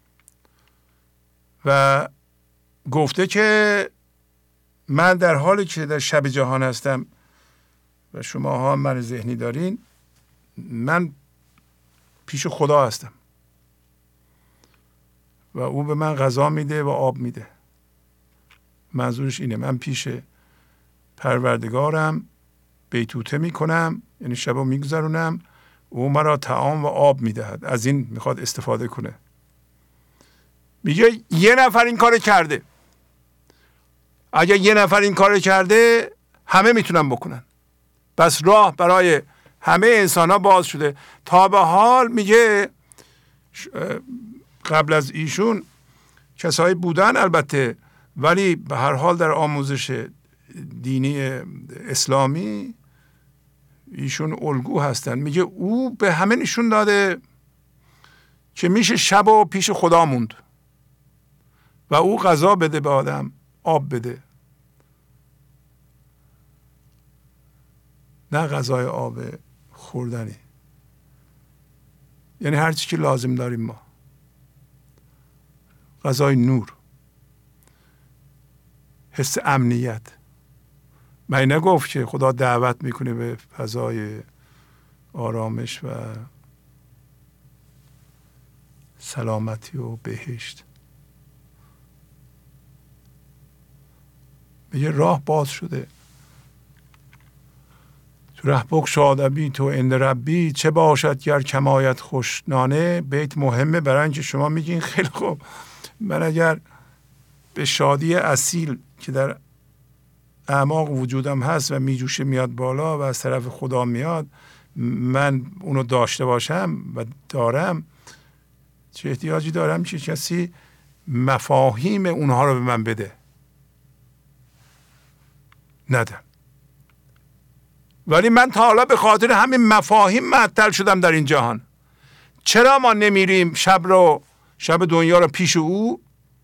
Speaker 4: و گفته که من در حالی که در شب جهان هستم و شما ها من ذهنی دارین، من پیش خدا هستم و او به من غذا میده و آب میده. منظورش اینه من پیش پروردگارم بیتوته میکنم، یعنی شبو میگذرونم، او مرا طعام و آب میدهد. از این میخواد استفاده کنه. میگه یه نفر این کار کرده، اگر یه نفر این کار کرده همه میتونن بکنن. پس راه برای همه انسان ها باز شده. تا به حال میگه قبل از ایشون کسایی بودن البته، ولی به هر حال در آموزش دینی اسلامی ایشون الگو هستن. میگه او به همه نشون داده که میشه شب و پیش خدا موند و او غذا بده به آدم، آب بده، نه غذای آب خوردنی، یعنی هر چی که لازم داریم ما، غذای نور، حس امنیت. من نگفت که خدا دعوت میکنه به فضای آرامش و سلامتی و بهشت. میگه راه باز شده. تو ره بگشاد ابی تو عند ربی، چه باشد گر کمایت خوشنانه. بیت مهمه برای اینکه شما میگین خیلی خوب، من اگر به شادی اصیل که در اعماق وجودم هست و میجوشه میاد بالا و از طرف خدا میاد، من اونو داشته باشم و دارم، چه احتیاجی دارم که کسی مفاهیم اونها رو به من بده؟ ندم. ولی من تا حالا به خاطر همین مفاهیم معطل شدم در این جهان. چرا ما نمیریم شب دنیا رو پیش او؟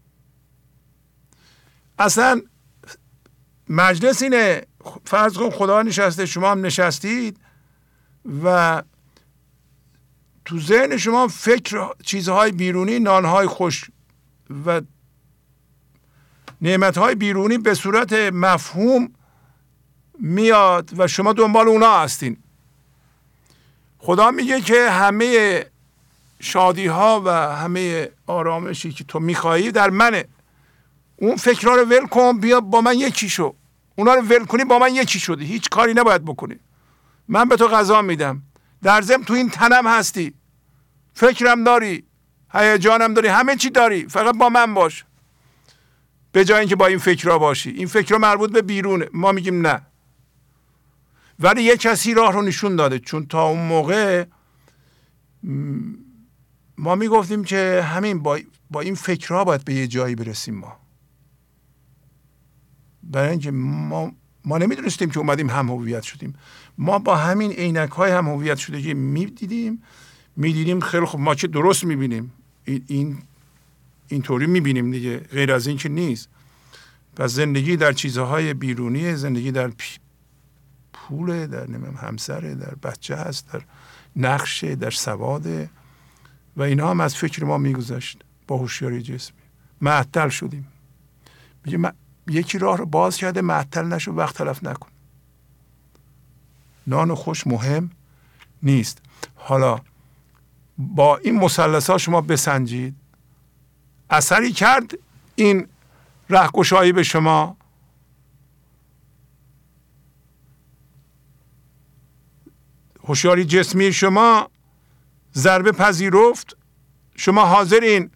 Speaker 4: اصلا مجلس اینه، فرض کن خدا نشسته، شما هم نشستید و تو ذهن شما فکر چیزهای بیرونی، نانهای خوش و نعمتهای بیرونی به صورت مفهوم میاد و شما دنبال اونا هستین. خدا میگه که همه شادی ها و همه آرامشی که تو میخوایی در منه. اون فکرها رو ول کن، بیا با من یکی شو. اونا رو ول کنی با من یکی شدی، هیچ کاری نباید بکنی. من به تو غذا میدم، در ضمن تو این تنم هستی، فکرم داری، هیجانم داری، همه چی داری، فقط با من باش. به جای اینکه با این فکرها باشی. این فکرها مربوط به بیرونه. ما میگیم نه. ولی یه کسی راه رو نشون داده. چون تا اون موقع ما میگفتیم که همین با این فکرها باید به یه جایی برسیم. ما برای اینکه ما نمیدونستیم که اومدیم هم هویت شدیم. ما با همین عینک های هم هویت شدگی میدیدیم خیلی خوب، ما چه درست میبینیم، اینطوری میبینیم دیگه، غیر از این که نیست. پس زندگی در چیزهای بیرونی، زندگی در پوله، در همسره، در بچه هست، در نقشه، در سواده و اینا هم از فکر ما میگذشت. با هوشیاری جسمی معطل شدیم. میگه یکی راه رو باز کرده، معطل نشو، وقت تلف نکن. نان و خوش مهم نیست. حالا با این مثلث‌ها شما بسنجید، اثری کرد این رهگشایی به شما؟ هوشیاری جسمی شما ضربه پذیرفت؟ شما حاضرین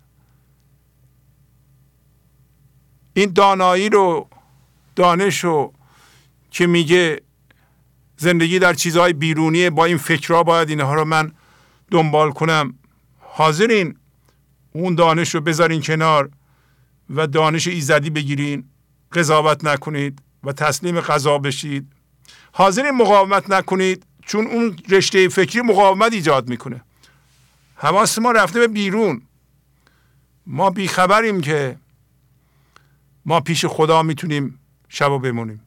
Speaker 4: این دانایی رو، دانش رو که میگه زندگی در چیزهای بیرونیه، با این فکرها باید اینها رو من دنبال کنم، حاضرین اون دانش رو بذارین کنار و دانش ایزدی بگیرین، قضاوت نکنید و تسلیم قضا بشید؟ حاضرین مقاومت نکنید؟ چون اون رشته فکری مقاومت ایجاد میکنه. حواس ما رفته به بیرون. ما بیخبریم که ما پیش خدا میتونیم شب و بمونیم.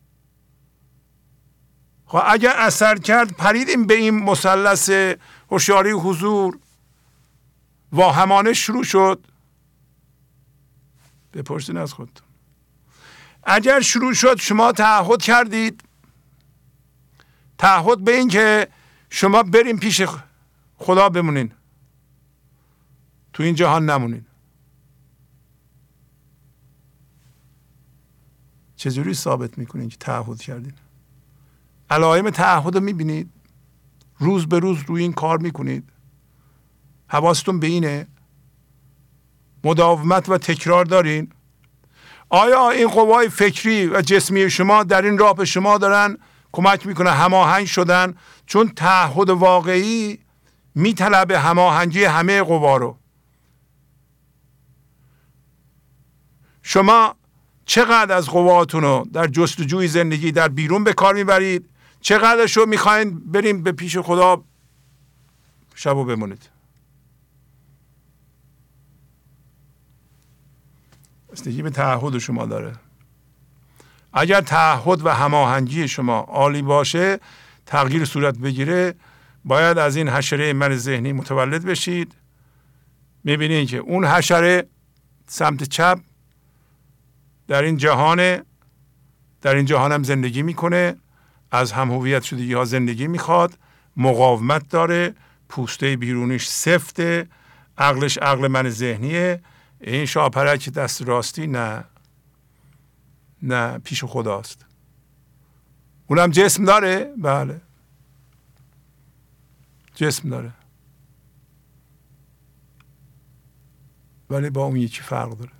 Speaker 4: خب اگر اثر کرد، پریدیم به این مثلث هوشیاری حضور، واهمانه شروع شد. بپرسین از خودتون. اگر شروع شد، شما تعهد کردید، تعهد به این که شما بریم پیش خدا بمونین، تو این جهان نمونین. چجوری ثابت میکنین که تعهد کردین؟ علائم تعهد رو میبینید؟ روز به روز روی این کار میکنید؟ حواستون به اینه؟ مداومت و تکرار دارین؟ آیا این قوای فکری و جسمی شما در این راه به شما دارن کمک میکنه هماهنگ شدن؟ چون تعهد واقعی میطلبه هماهنگی همه قوا رو. شما چقدر از قواتون رو در جستجوی زندگی در بیرون به کار میبرید؟ چقدرش رو میخواین بریم به پیش خدا شب و بمونید؟ بستگی به تعهد شما داره. اگر تعهد و هماهنگی شما عالی باشه، تغییر صورت بگیره، باید از این حشره من ذهنی متولد بشید. میبینید که اون حشره سمت چپ در این جهان، در این جهان هم زندگی میکنه، از هم هویت شدگی ها زندگی میخواد، مقاومت داره، پوسته بیرونیش سفته، عقلش عقل من ذهنیه. این شاپرک دست راستی نه پیش خداست. اونم جسم داره، بله جسم داره، ولی با اون یکی فرق داره.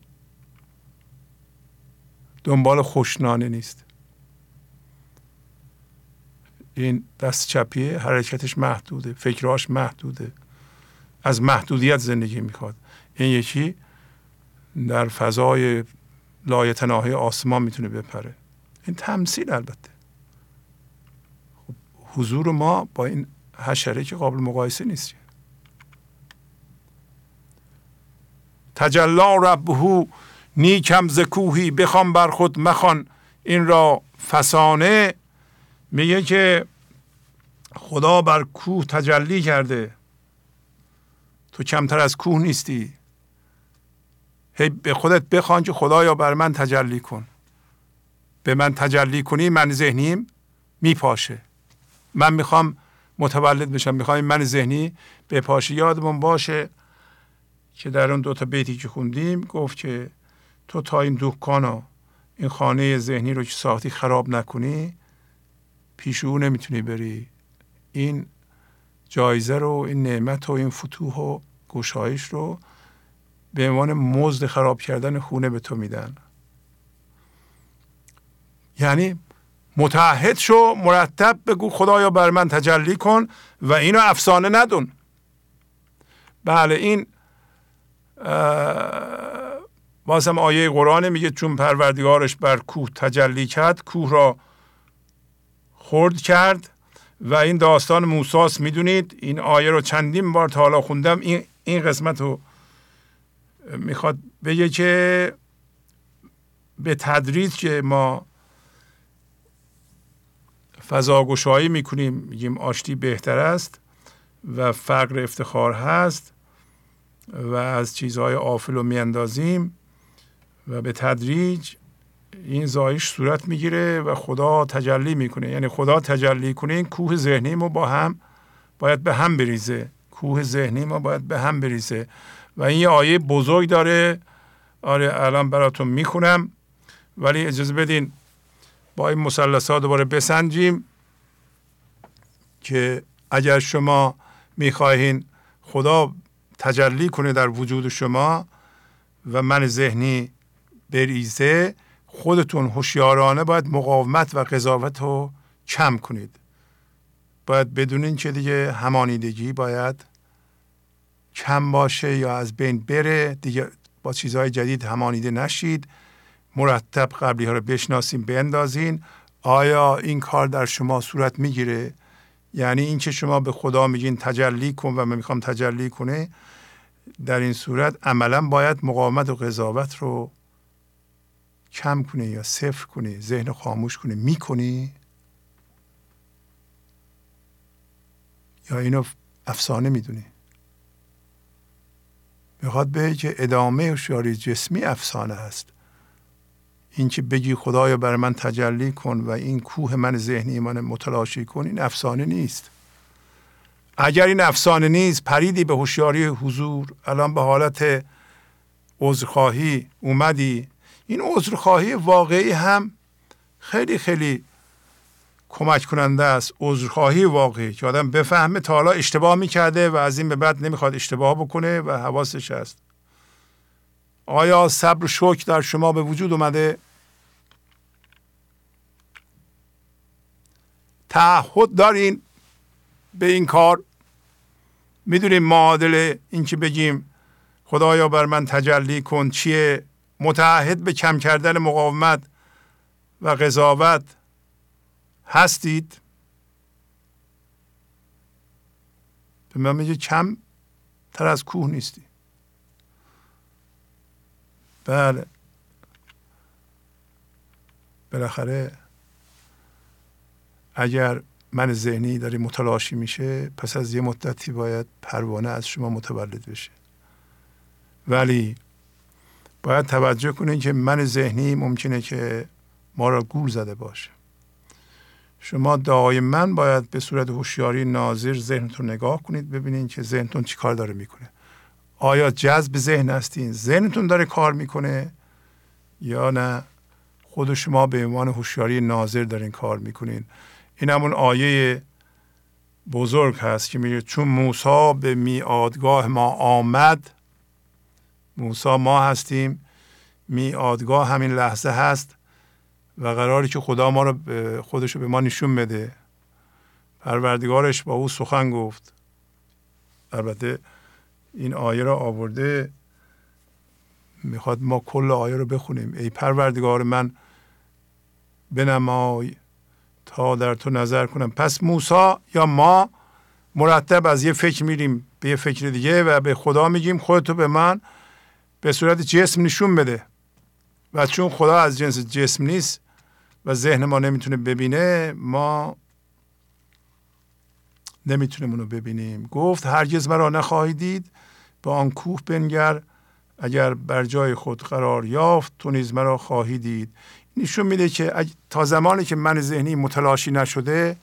Speaker 4: دنبال خوشنانه نیست. این دست چپیه، حرکتش محدوده، فکرهاش محدوده، از محدودیت زندگی میخواد. این یکی در فضای لایتناهی آسمان میتونه بپره. این تمثیل البته. خب حضور ما با این حشره که قابل مقایسه نیست. تجلا ربه نیکم ز کوهی، بخوان بر خود مخوان این را فسانه. میگه که خدا بر کوه تجلی کرده، تو کمتر از کوه نیستی. هی به خودت بخوان که خدایا بر من تجلی کن. به من تجلی کنی، من ذهنیم میپاشه. من میخوام متولد بشم، میخوام من ذهنی بپاشه. یادمون باشه که در اون 2 بیتی که خوندیم گفت که تو تا این دکانو، این خانه ذهنی رو که ساختی خراب نکنی، پیش او نمیتونی بری. این جایزه رو، این نعمت و این فتوح رو گشایش رو به عنوان مزد خراب کردن خونه به تو میدن. یعنی متعهد شو، مرتب بگو خدایا بر من تجلی کن و اینو افسانه ندون. بله این بازم آیه قرآن میگه چون پروردگارش بر کوه تجلی کرد، کوه را خرد کرد و این داستان موسی است. میدونید این آیه رو چندین بار تا حالا خوندم. این قسمت رو میخواد بگه که به تدریج که ما فضاگشایی میکنیم، میگیم آشتی بهتر است و فقر افتخار هست و از چیزهای آفل رو میاندازیم و به تدریج این زایش صورت میگیره و خدا تجلی میکنه. یعنی خدا تجلی کنه این کوه ذهنی ما با هم باید به هم بریزه. کوه ذهنی ما باید به هم بریزه و این یه آیه بزرگ داره. آره الان براتون میخونم، ولی اجازه بدین با این مثلثات دوباره بسنجیم که اگر شما میخواهین خدا تجلی کنه در وجود شما و من ذهنی بریزه، خودتون هوشیارانه باید مقاومت و قضاوت رو کم کنید. باید بدونین که دیگه همانیدگی باید کم باشه یا از بین بره. دیگه با چیزهای جدید همانیده نشید. مرتب قبلی ها رو بشناسین، بندازین. آیا این کار در شما صورت میگیره؟ یعنی این که شما به خدا میگین تجلی کن و من میخوام تجلی کنه، در این صورت عملا باید مقاومت و قضاوت رو کم کنی یا صفر کنی، ذهن خاموش کنی. میکنی؟ یا اینو افسانه میدونی؟ میخواد بگه که ادامه هوشیاری جسمی افسانه است. این که بگی خدایا بر من تجلی کن و این کوه من ذهنی من متلاشی کن، این افسانه نیست. اگر این افسانه نیست، پریدی به هوشیاری حضور، الان به حالت عذرخواهی اومدی. این عذرخواهی واقعی هم خیلی خیلی کمک کننده است. عذرخواهی واقعی که آدم بفهمه تا حالا اشتباه میکرده و از این به بعد نمیخواد اشتباه بکنه و حواسش هست. آیا صبر و شکر در شما به وجود اومده؟ تعهد دارین به این کار؟ میدونیم معادل این که بگیم خدایا بر من تجلی کن چیه؟ متعهد به کم کردن مقاومت و قضاوت هستید؟ به من میگه کم تر از کوه نیستی. بله بالاخره اگر من ذهنی داری متلاشی میشه، پس از یه مدتی باید پروانه از شما متولد بشه. ولی باید توجه کنید که من ذهنی ممکنه که ما را گول زده باشه. شما دائما باید به صورت هوشیاری ناظر ذهنتون نگاه کنید، ببینید که ذهنتون چی کار داره میکنه. آیا جذب ذهن هستین؟ ذهنتون داره کار میکنه یا نه خود شما به عنوان هوشیاری ناظر دارین کار میکنین؟ این همون آیه بزرگ هست که میگه چون موسی به میعادگاه ما آمد. موسی ما هستیم، میعادگاه همین لحظه هست و قراری که خدا ما رو خودش رو به ما نشون بده. پروردگارش با او سخن گفت. البته این آیه را آورده، میخواد ما کل آیه رو بخونیم. ای پروردگار من بنمای تا در تو نظر کنم. پس موسی یا ما مرتب از یه فکر میریم به یه فکر دیگه و به خدا میگیم خودتو به من به صورت جسم نشون بده. و چون خدا از جنس جسم نیست و ذهن ما نمیتونه ببینه، ما نمیتونیم اونو ببینیم. گفت هرگز مرا نخواهی دید، به آن کوه بنگر، اگر بر جای خود قرار یافت تو نیز مرا خواهی دید. نشون میده که تا زمانی که من ذهنی متلاشی نشده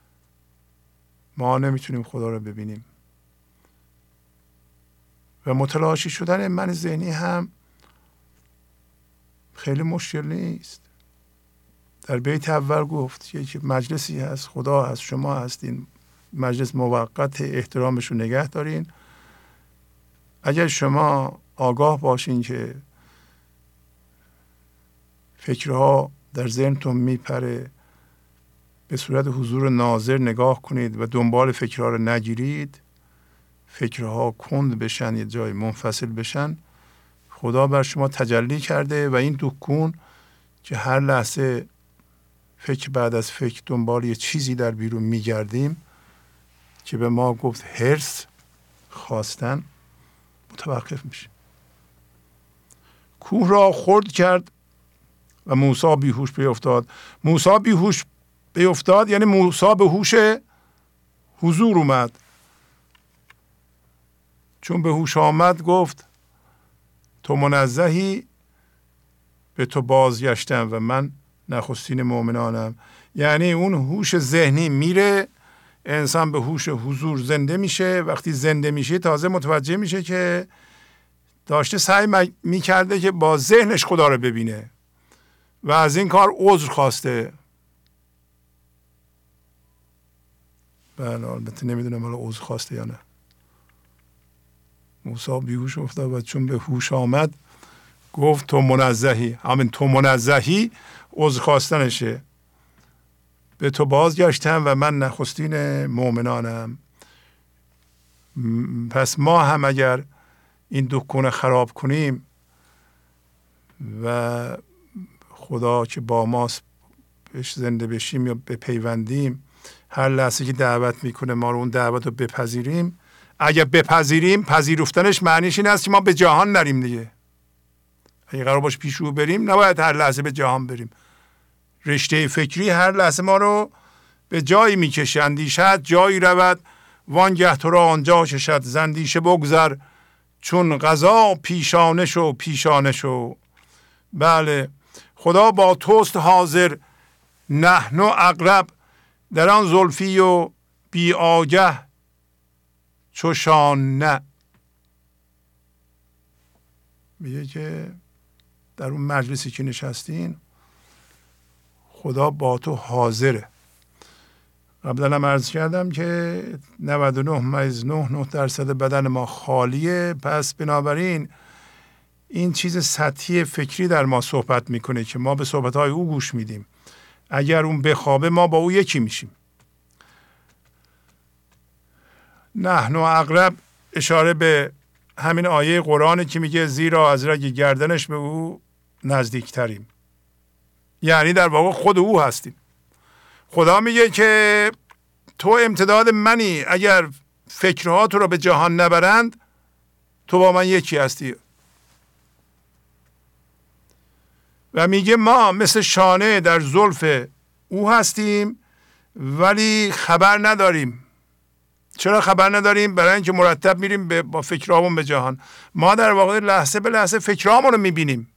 Speaker 4: ما نمیتونیم خدا رو ببینیم. و متلاشی شدن من ذهنی هم خیلی مشکل نیست. در بیت اول گفت که مجلسی هست، خدا هست، شما هستین، مجلس موقت، احترامش رو نگه دارین اگر شما آگاه باشین که فکرها در ذهنتون میپره، به صورت حضور ناظر نگاه کنید و دنبال فکرها رو نگیرید، فکرها کند بشن، یه جای منفصل بشن، خدا بر شما تجلی کرده و این دکون که هر لحظه فکر بعد از فکر دنبال یه چیزی در بیرون میگردیم که به ما گفت حرص، خواستن، متوقف میشه. کوه را خرد کرد و موسی بیهوش بیفتاد. موسی بیهوش بیفتاد یعنی موسی به هوش حضور اومد. چون به هوش آمد گفت تو منزهی، به تو بازگشتم و من نخستین مؤمنانم. یعنی اون هوش ذهنی میره، انسان به هوش حضور زنده میشه. وقتی زنده میشه تازه متوجه میشه که داشته سعی میکرده که با ذهنش خدا رو ببینه و از این کار عذر خواسته. بله، البته نمیدونم حالا عذر خواسته یا نه. موسی بیهوش افتاد و چون به هوش آمد گفت تو منزهی. همین تو منزهی عذر خواستنشه. به تو بازگشتم و من نخستین مؤمنانم. پس ما هم اگر این دکون خراب کنیم و خدا که با ماست بهش زنده بشیم یا بپیوندیم، هر لحظه که دعوت میکنه ما رو اون دعوت رو بپذیریم. اگر بپذیریم، پذیرفتنش معنیش این است که ما به جهان نریم دیگه. اگه قرار باشه پیش رو بریم نباید هر لحظه به جهان بریم. رشته فکری هر لحظه ما رو به جایی میکشه. اندیشت جایی رود وانگه تو را آنجا کشد، زندیشه بگذر چون قضا پیشانه شو پیشانه شو. بله، خدا با توست حاضر، نحن اقرب، در آن زلفی و بی آگه چوشان نه. میگه که در اون مجلسی که نشستین خدا با تو حاضره. قبلا هم عرض کردم که 99.99% بدن ما خالیه. پس بنابراین این چیز سطحی فکری در ما صحبت میکنه که ما به صحبتهای او گوش میدیم. اگر اون بخوابه ما با او یکی میشیم. نحن اقرب اشاره به همین آیه قرآنه که میگه زیرا از رگ گردنش به او نزدیکتریم. یعنی در واقع خود او هستیم. خدا میگه که تو امتداد منی، اگر فکرها تو رو به جهان نبرند تو با من یکی هستی. و میگه ما مثل شانه در زلف او هستیم ولی خبر نداریم. چرا خبر نداریم؟ برای اینکه مرتب میریم با فکرهامون به جهان. ما در واقع لحظه به لحظه فکرهامون رو میبینیم.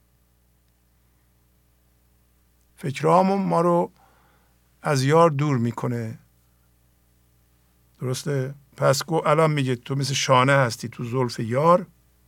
Speaker 4: فکرهامون ما رو از یار دور میکنه. درسته؟ پس الان میگه تو مثل شانه هستی تو زلف یار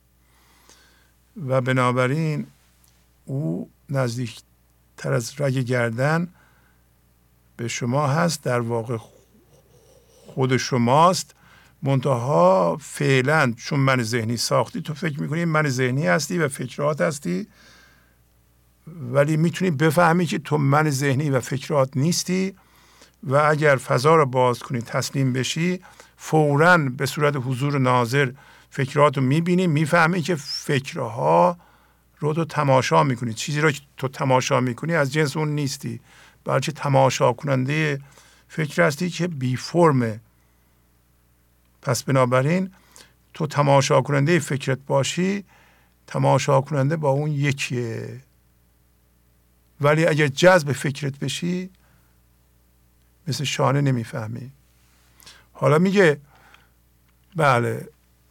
Speaker 4: و بنابراین او نزدیکتر از رگ گردن به شما هست. در واقع خود شماست، منتها فعلا چون من ذهنی ساختی تو فکر میکنی من ذهنی هستی و فکرات هستی، ولی میتونی بفهمی که تو من ذهنی و فکرات نیستی و اگر فضا رو باز کنی تسلیم بشی فوراً به صورت حضور ناظر فکرات رو میبینی، میفهمی که فکرها رو تو تماشا میکنی. چیزی رو که تو تماشا میکنی از جنس اون نیستی، بلکه تماشا کننده فکر هستی که بی فرمه. پس بنابراین تو تماشا کننده فکرت باشی، تماشا کننده با اون یکیه. ولی اگر جذب فکرت بشی مثل شانه نمیفهمی. حالا میگه بله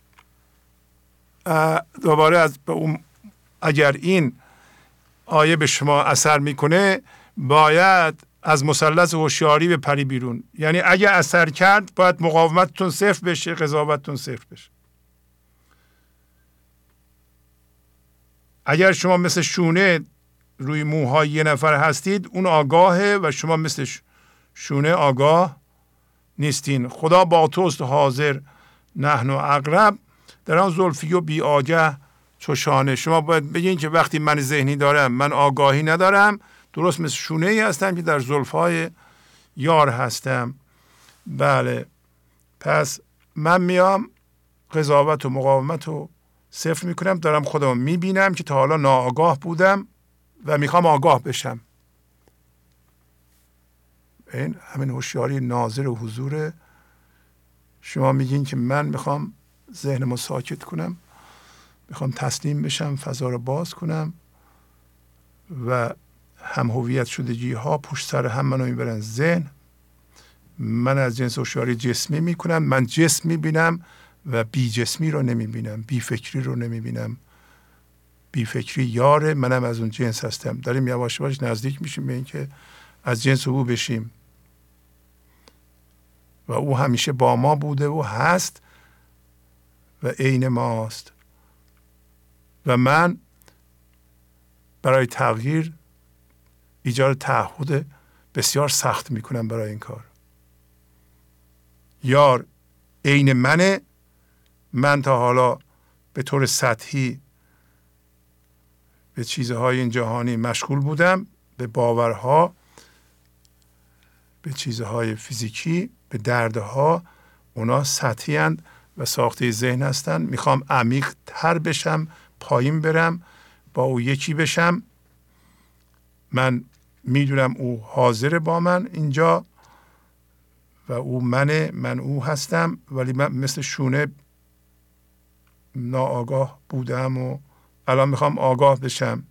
Speaker 4: دوباره از به اون اگر این آیه به شما اثر میکنه باید از مثلث هوشیاری بپری بیرون. یعنی اگه اثر کرد باید مقاومتتون صفر بشه، قضاوتتون صفر بشه. اگر شما مثل شونه روی موهای یه نفر هستید اون آگاهه و شما مثل شونه آگاه نیستین. خدا با توست حاضر، نحن اقرب، در آن زلفی و بی آگه چو شانه. شما باید بگین که وقتی من ذهنی دارم، من آگاهی ندارم، درست مثل شونه ای هستم که در زلفهای یار هستم. بله، پس من میام قضاوت و مقاومت رو صفر میکنم، دارم خودم میبینم که تا حالا ناآگاه بودم و میخوام آگاه بشم. این همین هوشیاری ناظر و حضور. شما میگین که من میخوام ذهنمو ساکت کنم، میخوام تسلیم بشم، فضا رو باز کنم و هم هویت شدگی ها پشت سر هم منو میبرن ذهن. من از جنس هوشیاری جسمی میکنم، من جسم میبینم و بی جسمی رو نمیبینم، بی فکری رو نمیبینم. بی فکری یاره، منم از اون جنس هستم. داریم یواش یواش نزدیک میشیم به این که از جنس او بشیم و او همیشه با ما بوده و هست و عین ماست. و من برای تغییر ایجاد تعهد بسیار سخت میکنم برای این کار. یار عین منه، من تا حالا به طور سطحی به چیزهای این جهانی مشغول بودم، به باورها، به چیزهای فیزیکی، به دردها. اونا سطحی اند و ساخته ذهن هستند. میخوام عمیق تر بشم، پایین برم، با او یکی بشم. من میدونم او حاضر با من اینجا و او منه، من او هستم، ولی من مثل شونه ناآگاه بودم و الان میخوام آگاه بشم.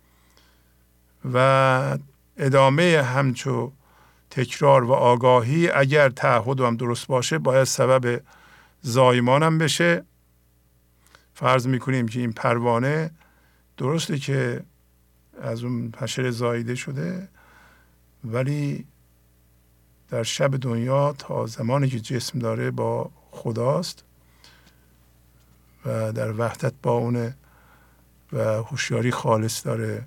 Speaker 4: و ادامه همچو تکرار و آگاهی، اگر تعهدم درست باشه، باید سبب زایمانم بشه. فرض میکنیم که این پروانه درسته که از اون حشره زاییده شده، ولی در شب دنیا تا زمانی که جسم داره با خداست و در وحدت با اونه و هوشیاری خالص داره.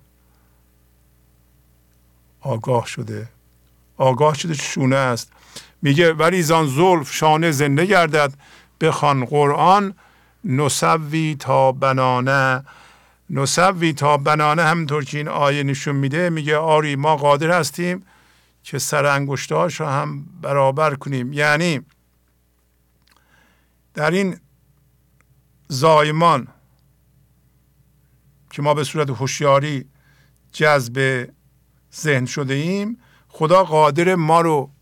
Speaker 4: آگاه شده شونه است. میگه ولی زان زلف شانه زنده گردد، بخوان قرآن نسوی تا بنانه. نسوی تا بنانه، همونطور که این آیه نشون میده، میگه آری ما قادر هستیم که سر انگشتاش رو هم برابر کنیم. یعنی در این زایمان که ما به صورت هوشیاری جذب ذهن شده ایم، خدا قادر ما رو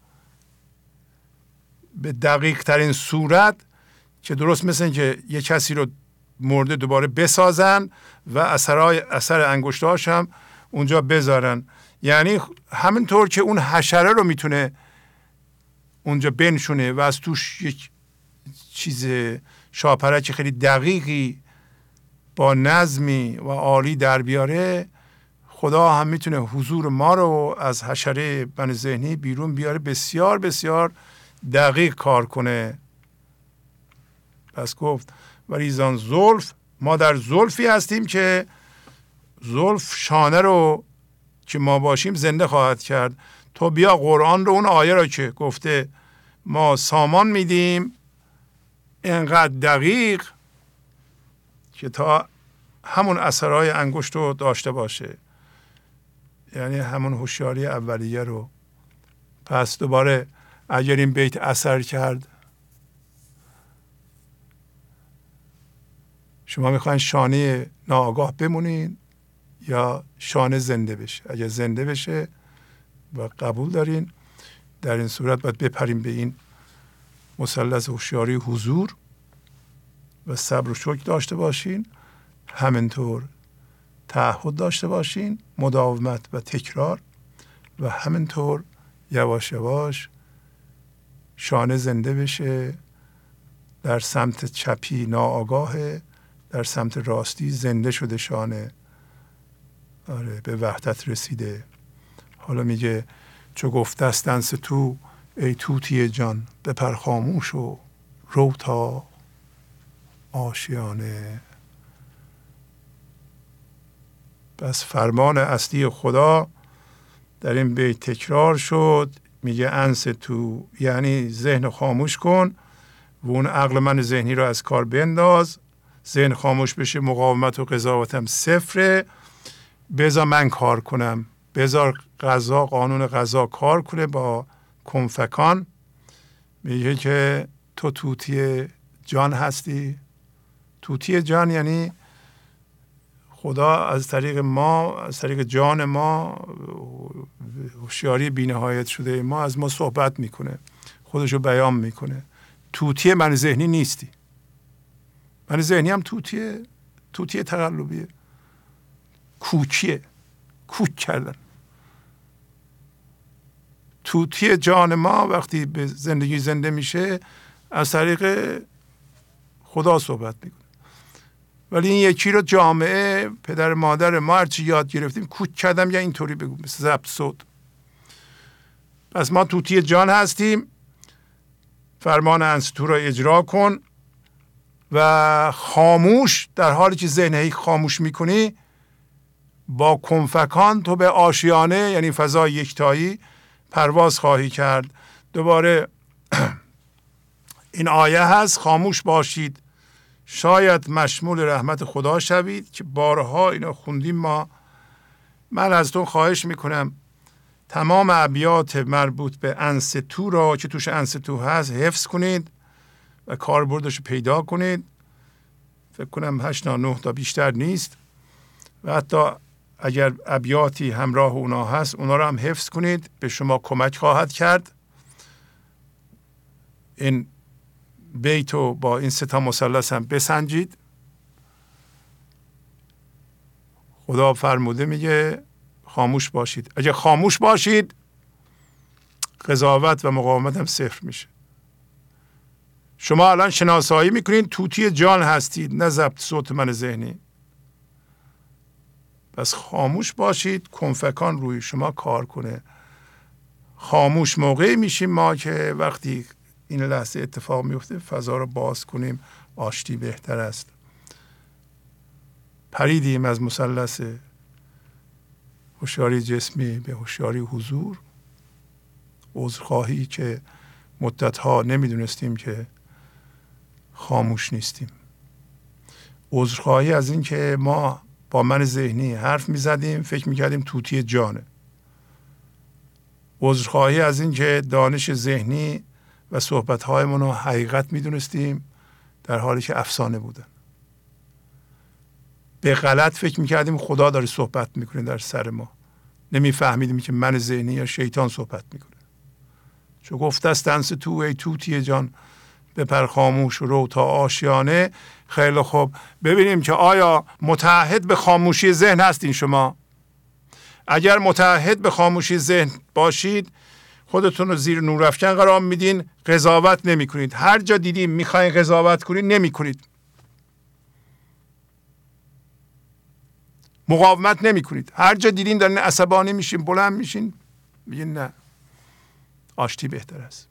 Speaker 4: به دقیق ترین صورت، که درست مثل این که یه کسی رو مرده دوباره بسازن و اثر انگشتاش هم اونجا بذارن. یعنی همینطور که اون حشره رو میتونه اونجا بنشونه و از توش یک چیز شاپرک خیلی دقیقی با نظمی و عالی در بیاره، خدا هم میتونه حضور ما رو از حشره من ذهنی بیرون بیاره، بسیار بسیار دقیق کار کنه. پس گفت ولی زان زلف، ما در زلفی هستیم که زلف شانه رو که ما باشیم زنده خواهد کرد. تو بیا قرآن رو، اون آیه رو که گفته ما سامان میدیم اینقدر دقیق که تا همون اثرهای انگشت رو داشته باشه، یعنی همون هوشیاری اولیه رو. پس دوباره اگر این بیت اثر کرد، شما میخواین شانه ناآگاه بمونین یا شانه زنده بشه؟ اگر زنده بشه و قبول دارین، در این صورت باید بپریم به این مثلث هوشیاری حضور و صبر و شکر داشته باشین، همینطور تعهد داشته باشین، مداومت و تکرار، و همینطور یواش یواش شانه زنده بشه. در سمت چپی ناآگاهه، در سمت راستی زنده شده شانه. آره، به وحدت رسیده. حالا میگه چو گفتستن تو ای طوطی جان، بپر خاموش و رو تا آشیانه. پس فرمان اصلی خدا در این بیت تکرار شد. میگه انس تو، یعنی ذهن خاموش کن و اون عقل من ذهنی رو از کار بنداز ذهن خاموش بشه، مقاومت و قضاوتم صفره. بذار من کار کنم، بذار قضا، قانون قضا کار کنه با کنفکان. میگه که تو توتی جان هستی. توتی جان یعنی خدا از طریق ما، از طریق جان ما، هوشیاری بی‌نهایت شده ما از ما صحبت میکنه، خودشو بیان میکنه. توتی من ذهنی نیستی. من ذهنی هم توتی تقلبیه، کوچیه، کوک کردن. توتی جان ما وقتی به زندگی زنده میشه از طریق خدا صحبت میکنه. ولی این یکی رو جامعه، پدر مادر ما هرچی یاد گرفتیم کوک کردم یا اینطوری بگو، مثل ضبط صوت. پس ما توتی جان هستیم. فرمان انستو را اجرا کن و خاموش، در حالی که ذهن خاموش میکنی با کنفکان تو به آشیانه یعنی فضای یکتایی پرواز خواهی کرد. دوباره این آیه هست خاموش باشید شاید مشمول رحمت خدا شوید که بارها اینا خوندیم ما. من از تو خواهش میکنم تمام ابیات مربوط به انستو را که توش انستو هست حفظ کنید و کاربردش پیدا کنید. فکر کنم 8 تا 9 تا بیشتر نیست و حتی اگر ابیاتی همراه اونا هست اونا رو هم حفظ کنید، به شما کمک خواهد کرد. این بیتو با این 3 مثلث هم بسنجید. خدا فرموده میگه خاموش باشید. اگه خاموش باشید قضاوت و مقاومت هم صفر میشه. شما الان شناسایی میکنید توتی جان هستید، نه ضبط صوت من ذهنی. پس خاموش باشید، کنفکان روی شما کار کنه. خاموش موقعی میشیم ما که وقتی این لحظه اتفاق میفته فضا رو باز کنیم، آشتی بهتر است. پریدیم از مثلث هوشیاری جسمی به هوشیاری حضور. عذرخواهی که مدتها نمیدونستیم که خاموش نیستیم. عذرخواهی از این که ما با من ذهنی حرف میزدیم، فکر میکردیم توتی جانه. عذرخواهی از این که دانش ذهنی و صحبت‌هایمون رو حقیقت میدونستیم در حالی که افسانه بودن. به غلط فکر میکردیم خدا داره صحبت میکنه در سر ما. نمیفهمیدیم که من ذهنی یا شیطان صحبت میکنه. چون گفته است انستو ای توتی جان بپر خاموش رو تا آشیانه. خیلی خوب، ببینیم که آیا متعهد به خاموشی ذهن هستین شما؟ اگر متعهد به خاموشی ذهن باشید خودتون رو زیر نورافکن قرار میدین، قضاوت نمی کنید. هر جا دیدیم میخواین قضاوت کنید نمی کنید، مقاومت نمی کنید. هر جا دیدین دارین عصبانی میشین، بلند میشین، میگین نه، آشتی بهتر است.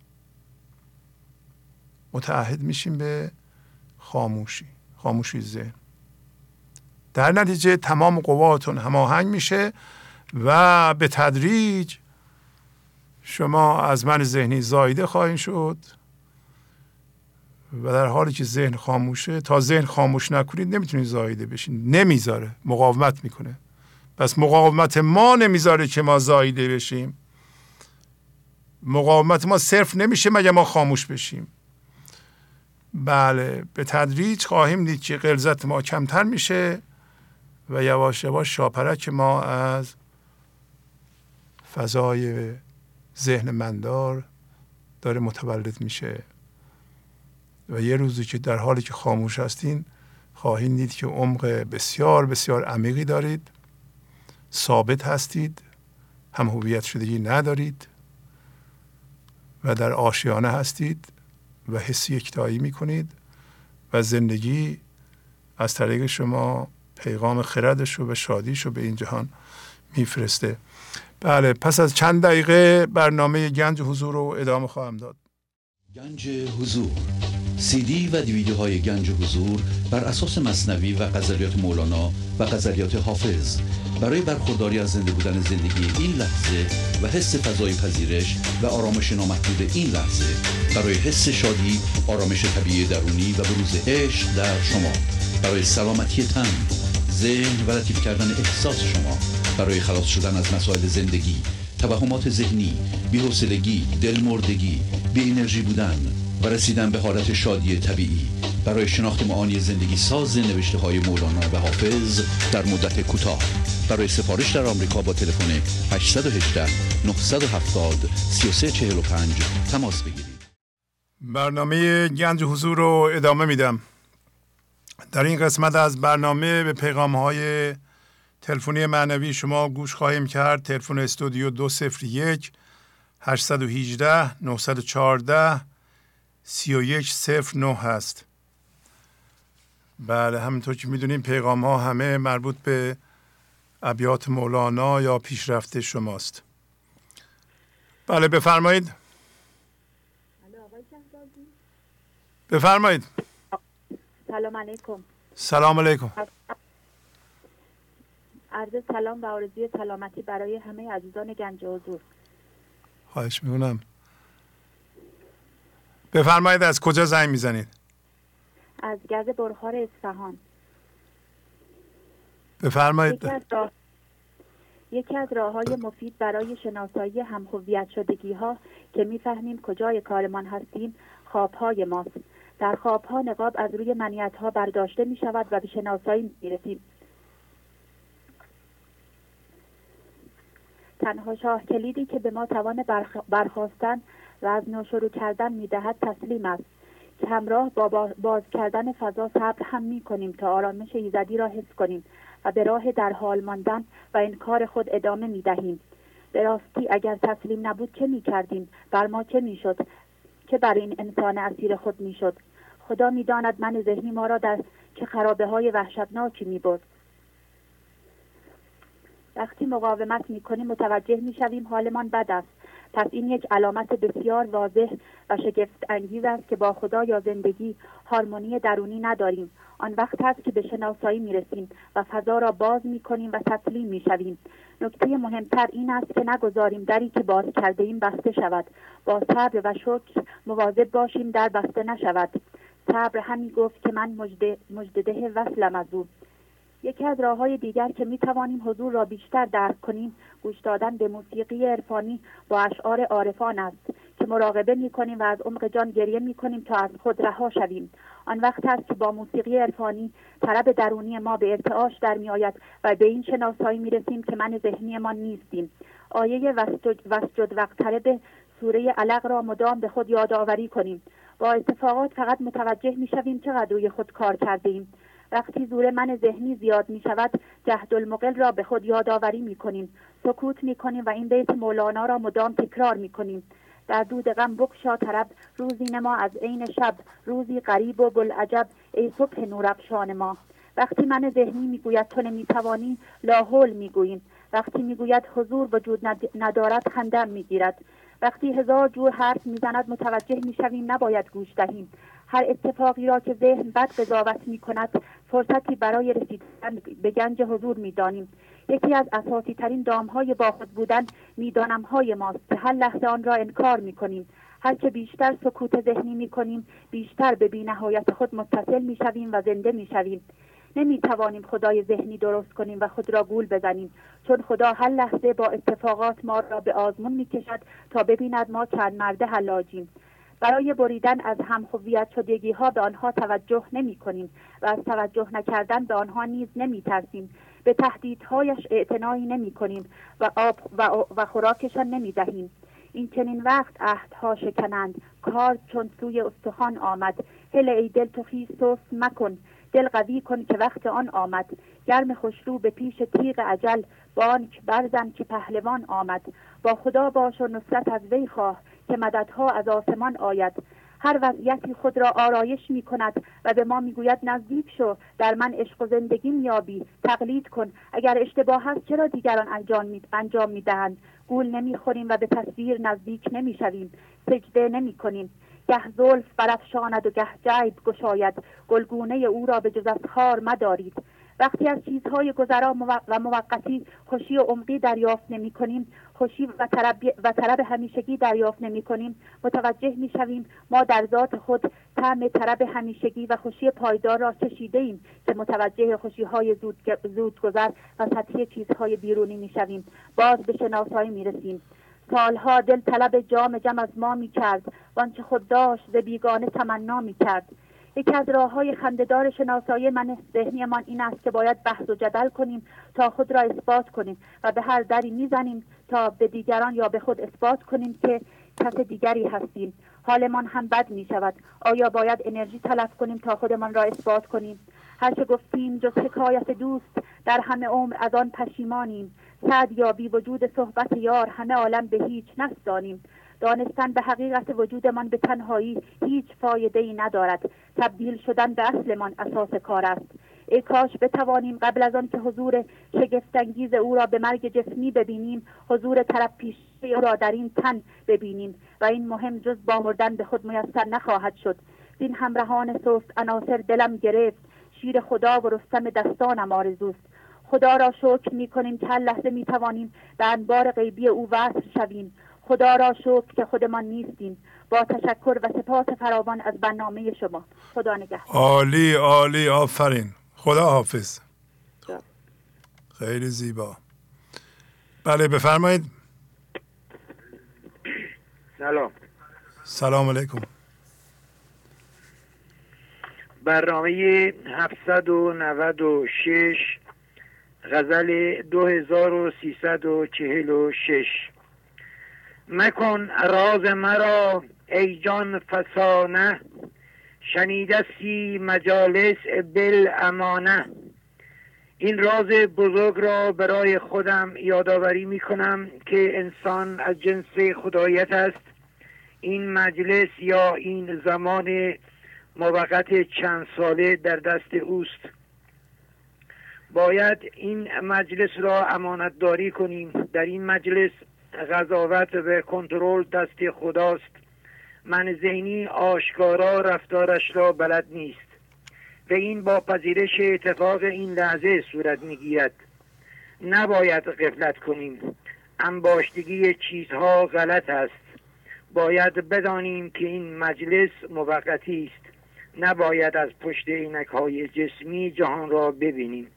Speaker 4: متعهد میشیم به خاموشی ذهن. در نتیجه تمام قواتون هماهنگ میشه و به تدریج شما از من ذهنی زایده خواهید شد و در حالی که ذهن خاموشه، تا ذهن خاموش نکنید نمیتونید زایده بشین. نمیذاره، مقاومت میکنه. پس مقاومت ما نمیذاره که ما زایده بشیم. مقاومت ما صرف نمیشه مگه ما خاموش بشیم. بله، به تدریج خواهیم دید که غلظت ما کمتر میشه و یواش یواش شاپرک ما از فضای ذهن مندار داره متولد میشه و یه روزی که در حالی که خاموش هستین خواهید دید که عمق بسیار بسیار عمیقی دارید، ثابت هستید، هم هویت شدگی ندارید و در آشیانه هستید و حس یکتایی میکنید و زندگی از طریق شما پیغام خردش رو و شادیش رو به این جهان میفرسته. بله، پس از چند دقیقه برنامه گنج حضور رو ادامه خواهم داد.
Speaker 1: گنج حضور، CD و دیویدیوهای گنج حضور بر اساس مثنوی و غزلیات مولانا و غزلیات حافظ برای برخورداری از زنده بودن زندگی این لحظه و حس فضای پذیرش و آرامش نامحدود این لحظه، برای حس شادی، آرامش طبیعی درونی و بروز عشق در شما، برای سلامتی تن، ذهن و لطیف کردن احساس شما، برای خلاص شدن از مسائل زندگی، توهمات ذهنی، بی‌حوصلگی، دلمردگی، بی انرژی بودن و رسیدن به حالت شادی طبیعی، برای شناخت معانی زندگی ساز نوشته های مولانا و حافظ در مدت کوتاه. برای سفارش در آمریکا با تلفن 818 970 3345 تماس بگیرید.
Speaker 4: برنامه گنج حضور رو ادامه میدم. در این قسمت از برنامه به پیغام‌های تلفنی معنوی شما گوش خواهیم کرد. تلفن استودیو 201 818 914 3109 هست. بله، همونطور که میدونیم پیغام ها همه مربوط به ابیات مولانا یا پیشرفت شماست. بله بفرمایید. بفرمایید.
Speaker 5: سلام علیکم.
Speaker 4: سلام علیکم.
Speaker 5: عرض سلام و آرزوی سلامتی برای همه عزیزان گنج حضور.
Speaker 4: خواهش میکنم. بفرمایید از کجا زنگ میزنید؟
Speaker 5: از گرد برخار اصفهان.
Speaker 4: بفرمایید.
Speaker 5: یکی از راه‌های مفید برای شناسایی هم‌هویت شدگی ها که می‌فهمیم کجای کارمان هستیم، خواب‌های ماست. در خواب‌ها نقاب از روی منیت‌ها برداشته می‌شود و به شناسایی می‌رسیم. تنها شاه کلیدی که به ما توان برخاستن و از نو شروع کردن می‌دهد تسلیم است که همراه با باز کردن فضا صبر هم می‌کنیم تا آرامش ایزدی را حس کنیم و به راه در حال ماندن و انکار خود ادامه می‌دهیم. به راستی اگر تسلیم نبود چه می‌کردیم؟ بر ما چه می‌شد؟ که بر این انسان اسیر خود می‌شد؟ خدا می‌داند من ذهنی ما را در چه خرابه‌های وحشتناکی می‌برد. وقتی مقاومت می‌کنیم متوجه می‌شویم حالمان بد است. پس این یک علامت بسیار واضح و شگفت انگیز است که با خدا یا زندگی هارمونی درونی نداریم. آن وقت است که به شناسایی می‌رسیم و فضا را باز می‌کنیم و تسلیم می‌شویم. نکته مهمتر این است که نگذاریم دری که باز کرده ایم بسته شود. با صبر و شکر مواظب باشیم در بسته نشود. صبر همین گفت که من مجدده وصلم از او. یکی از راه‌های دیگر که می‌توانیم حضور را بیشتر درک کنیم، گوش دادن به موسیقی عرفانی با اشعار عارفان است که مراقبه می‌کنیم و از عمق جان گریه می‌کنیم تا از خود رها شویم. آن وقت است که با موسیقی عرفانی طرب درونی ما به ارتعاش در می‌آید و به این شناسایی می‌رسیم که من ذهنی ما نیستیم. آیه وسجد واقترب سوره علق را مدام به خود یادآوری کنیم. با اتفاقات فقط متوجه می‌شویم چقدر روی خود کار کرده‌ایم. وقتی زور من ذهنی زیاد می شود جهد المقل را به خود یادآوری می کنیم، سکوت می کنیم و این بیت مولانا را مدام تکرار می کنیم. در دود غم بگشا طرب، روزی نما از عین شب، روزی غریب و بلعجب ای صبح نورافشان ما. وقتی من ذهنی می گوید تو نمی توانی، لا حول می گوییم. وقتی می گوید حضور وجود ندارد خندم می گیرد. وقتی هزار جور حرف می زند متوجه می شویم نباید گوش دهیم. هر اتفاقی را که ذهن بد قضاوت می کند فرصتی برای رسیدن به گنج حضور می دانیم. یکی از اساسی ترین دامهای با خود بودن میدانمهای ماست که هر لحظه آن را انکار می کنیم. هرچه بیشتر سکوت ذهنی می کنیم بیشتر به بی‌نهایت خود متصل می شویم و زنده می شویم. نمی توانیم خدای ذهنی درست کنیم و خود را گول بزنیم، چون خدا هر لحظه با اتفاقات ما را به آزمون می کشد تا ببیند ما چند مرده حلاجیم. برای بریدن از هم‌هویت شدگی ها به آنها توجه نمی کنیم و از توجه نکردن به آنها نیز نمی ترسیم. به تهدیدهایش اعتنایی نمی کنیم و آب و خوراکشان نمی دهیم. این چنین وقت عهدها شکنند، کار چون سوی استخوان آمد. هل ای دل تو خیز سست مکن، دل قوی کن که وقت آن آمد. گرم خوشرو به پیش تیغ اجل، بانک برزن که پهلوان آمد. با خدا باش و نصرت از وی خواه که مددها از آسمان آید. هر وضعیتی خود را آرایش می کند و به ما می گوید نزدیک شو، در من عشق و زندگی میابی، تقلید کن. اگر اشتباه هست چرا دیگران انجام می دهند؟ گول نمی خوریم و به تصویر نزدیک نمی شویم، سجده نمی کنیم. گه زلف برافشاند و گه جیب گشاید، گلگونه او را به جز از خار مدارید. وقتی از چیزهای گذرا و موقتی خوشی و عمقی دریافت نمی کنیم، خوشی و طلب همیشگی دریافت نمی کنیم، متوجه می شویم ما در ذات خود طعم طلب همیشگی و خوشی پایدار را چشیده ایم که متوجه خوشیهای زودگذر و سطحی چیزهای بیرونی می شویم. باز به شناسایی می رسیم. سالها دل طلب جام جم از ما می کرد و آنچه خود داشت ز بیگانه تمنا می کرد. یکی از راه‌های خنده‌دار شناسایی من ذهنیمان این است که باید بحث و جدل کنیم تا خود را اثبات کنیم و به هر دری میزنیم تا به دیگران یا به خود اثبات کنیم که کس دیگری هستیم. حالمان هم بد می شود. آیا باید انرژی تلف کنیم تا خودمان را اثبات کنیم؟ هر چه گفتیم جز حکایت دوست، در همه عمر از آن پشیمانیم. سعد یا بی وجود صحبت یار، همه عالم به هیچ نستانیم. دانستن به حقیقت وجودمان به تنهایی هیچ فایده‌ای ندارد. تبدیل شدن به اصلمان اساس کار است. ای کاش بتوانیم قبل از آن که حضور شگفت‌انگیز او را به مرگ جسمی ببینیم، حضور طرف پیشه او را در این تن ببینیم و این مهم جز با مردن به خود میسر نخواهد شد. این همراهان سست عناصر دلم گرفت، شیر خدا و رستم دستانم آرزوست. خدا را شکر می کنیم که هر لحظه می توانیم به انبار غیبی او وصل شویم. خدا را شکر که خودمان نیستیم. با تشکر و سپاس فراوان از برنامه شما. خدا نگهدار.
Speaker 4: عالی عالی، آفرین. خدا حافظ. خیلی زیبا. بله بفرمایید. سلام علیکم.
Speaker 6: برنامه 796 غزل 2346. مکن راز مرا ای جان فسانه، شنیدستی مجالس بالامانه. این راز بزرگ را برای خودم یادآوری می کنم که انسان از جنس خدایت است. این مجلس یا این زمان موقت چند ساله در دست اوست. باید این مجلس را امانت داری کنیم. در این مجلس قضاوت و کنترل دست خداست. من ذهنی آشکارا رفتارش را بلد نیست و این با پذیرش اتفاق این لحظه صورت میگیرد. نباید غفلت کنیم. انباشتگی چیزها غلط است. باید بدانیم که این مجلس موقتی است. نباید از پشت عینک‌های جسمی جهان را ببینیم.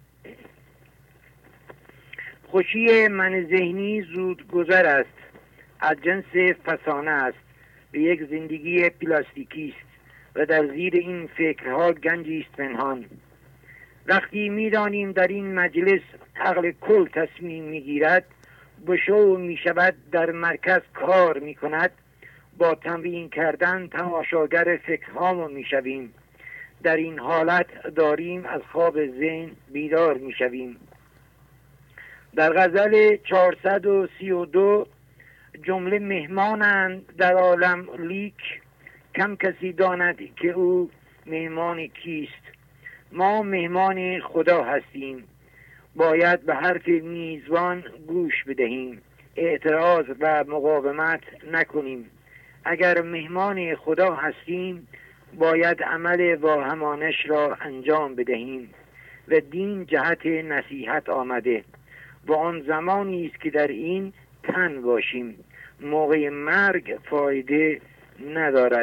Speaker 6: خوشی من ذهنی زود گذر است، از جنس فسانه است، به یک زندگی پلاستیکی است و در زیر این فکرها گنجی است پنهان. وقتی می‌دانیم در این مجلس عقل کل تصمیم می‌گیرد، بشو می‌شود در مرکز کار می‌کند، با تمرین کردن تماشاگر فکرهامون می‌شویم. در این حالت داریم از خواب ذهن بیدار می‌شویم. در غزل 432 جمله مهمانند در عالم لیک کم کسی داند که او مهمان کیست. ما مهمان خدا هستیم. باید به حرف میزبان گوش بدهیم. اعتراض و مقاومت نکنیم. اگر مهمان خدا هستیم باید عمل واهمانش را انجام بدهیم و دین جهت نصیحت آمده و آن زمانی است که در این تن باشیم. موقع مرگ فایده ندارد.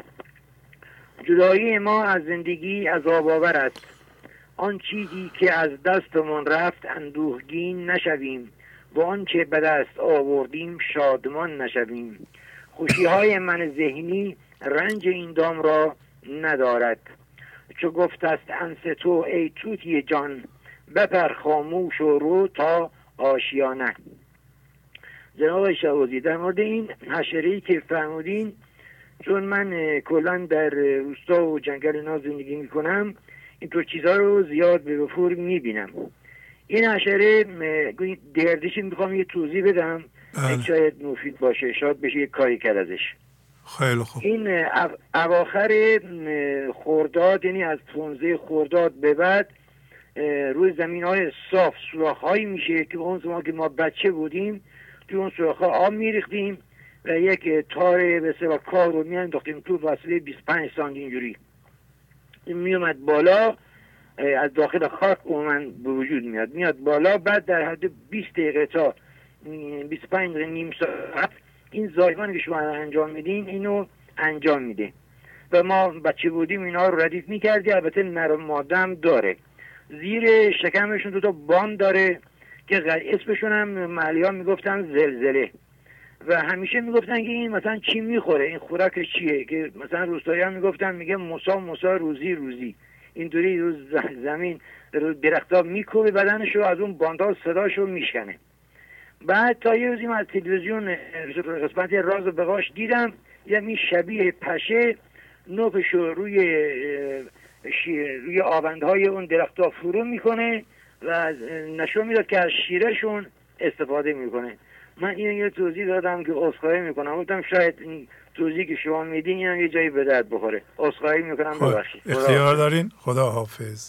Speaker 6: جدایی ما از زندگی عذاب آور است. آن چیزی که از دستمون رفت اندوهگین نشویم و آنچه به دست آوردیم شادمان نشویم. خوشی‌های من ذهنی رنج این دام را ندارد. چو گفت است انس تو ای توتی جان، بپر خاموش و رو تا آشیانه. جناب شهبازی، در مورد این حشره‌ای که فرمودین، چون من کلا در روستا و جنگل اینا زندگی میکنم، اینطور چیزها رو زیاد به وفور میبینم. این حشره گردش میخوام یه توضیح بدم. شاید مفید باشه، شاید بشه یک کاری کرد ازش.
Speaker 4: خیلی خوب.
Speaker 6: این اواخر خرداد، یعنی از 15 خرداد به بعد، روی زمین‌های صاف سوراخ‌هایی میشه که اون زمان که ما بچه بودیم توی اون سوراخ‌ها آب میریختیم و یک تار به اصطلاح کاه رو میانداختیم تو فاصله 25 سانتی اینجوری میومد بالا از داخل خاک عموما به وجود میاد بالا، بعد در حد 20 دقیقه تا 25 دقیقه نیم ساعت این زایمانی که شما انجام میدین اینو انجام میده. و ما بچه بودیم اینا رو ردیف میکردی. البته نر و ماده هم داره، زیر شکمشون 2 تا باند داره که اسمشون هم محلی ها میگفتن زلزله، و همیشه میگفتن که این مثلا چی میخوره، این خوراک چیه، که مثلا روستایی ها میگفتن میگه موسا روزی اینطوری روز زمین رو درختا میکوبه بدنشو، از اون باندها صداشو میشکنه. بعد تا یه روزی من از تلویزیون قسمت راز و بقاش دیدم این شبیه پشه نوکشو روی آوندهای اون درختها فرو میکنه و نشون میداد که از شیرشون استفاده میکنه. من این یه توضیح دادم که عذرخواهی میکنم، گفتم شاید این توضیحی که شما میدین اینم یه جایی به درد بخوره. عذرخواهی میکنم، ببخشید.
Speaker 4: اختیار دارین. خدا حافظ.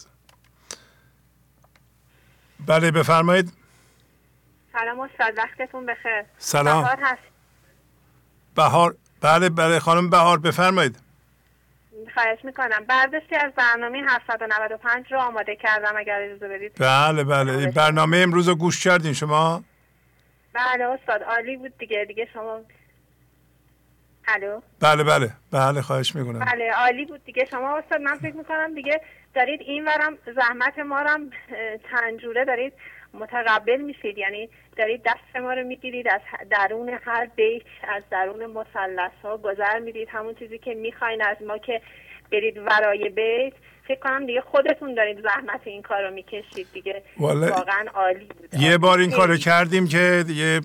Speaker 4: بله بفرمایید.
Speaker 7: سلام استاد، وقتتون بخیر.
Speaker 4: سلام.
Speaker 7: بهار هست.
Speaker 4: بهار. بله خانم بهار بفرمایید.
Speaker 7: خواهش میکنم. برداشتی از برنامه 795 رو آماده کردم اگر اجازه بدید.
Speaker 4: بله این برنامه امروز رو گوش کردین شما؟
Speaker 7: بله استاد، عالی بود دیگه شما. الو.
Speaker 4: بله خواهش میکنم.
Speaker 7: بله عالی بود دیگه شما استاد. من فکر میکنم دیگه دارید این ورم زحمت ما رو چند جوره دارید متقبل میشید، یعنی دارید دست ما رو میگیرید، از درون هر بیت، از درون مثلث ها گذر میدید، همون چیزی که میخواین از ما که برید ورای بیت. فکر کنم دیگه خودتون دارید زحمت این کار رو میکشید دیگه. واقعا عالی بود.
Speaker 4: یه بار این کار رو کردیم که دیگه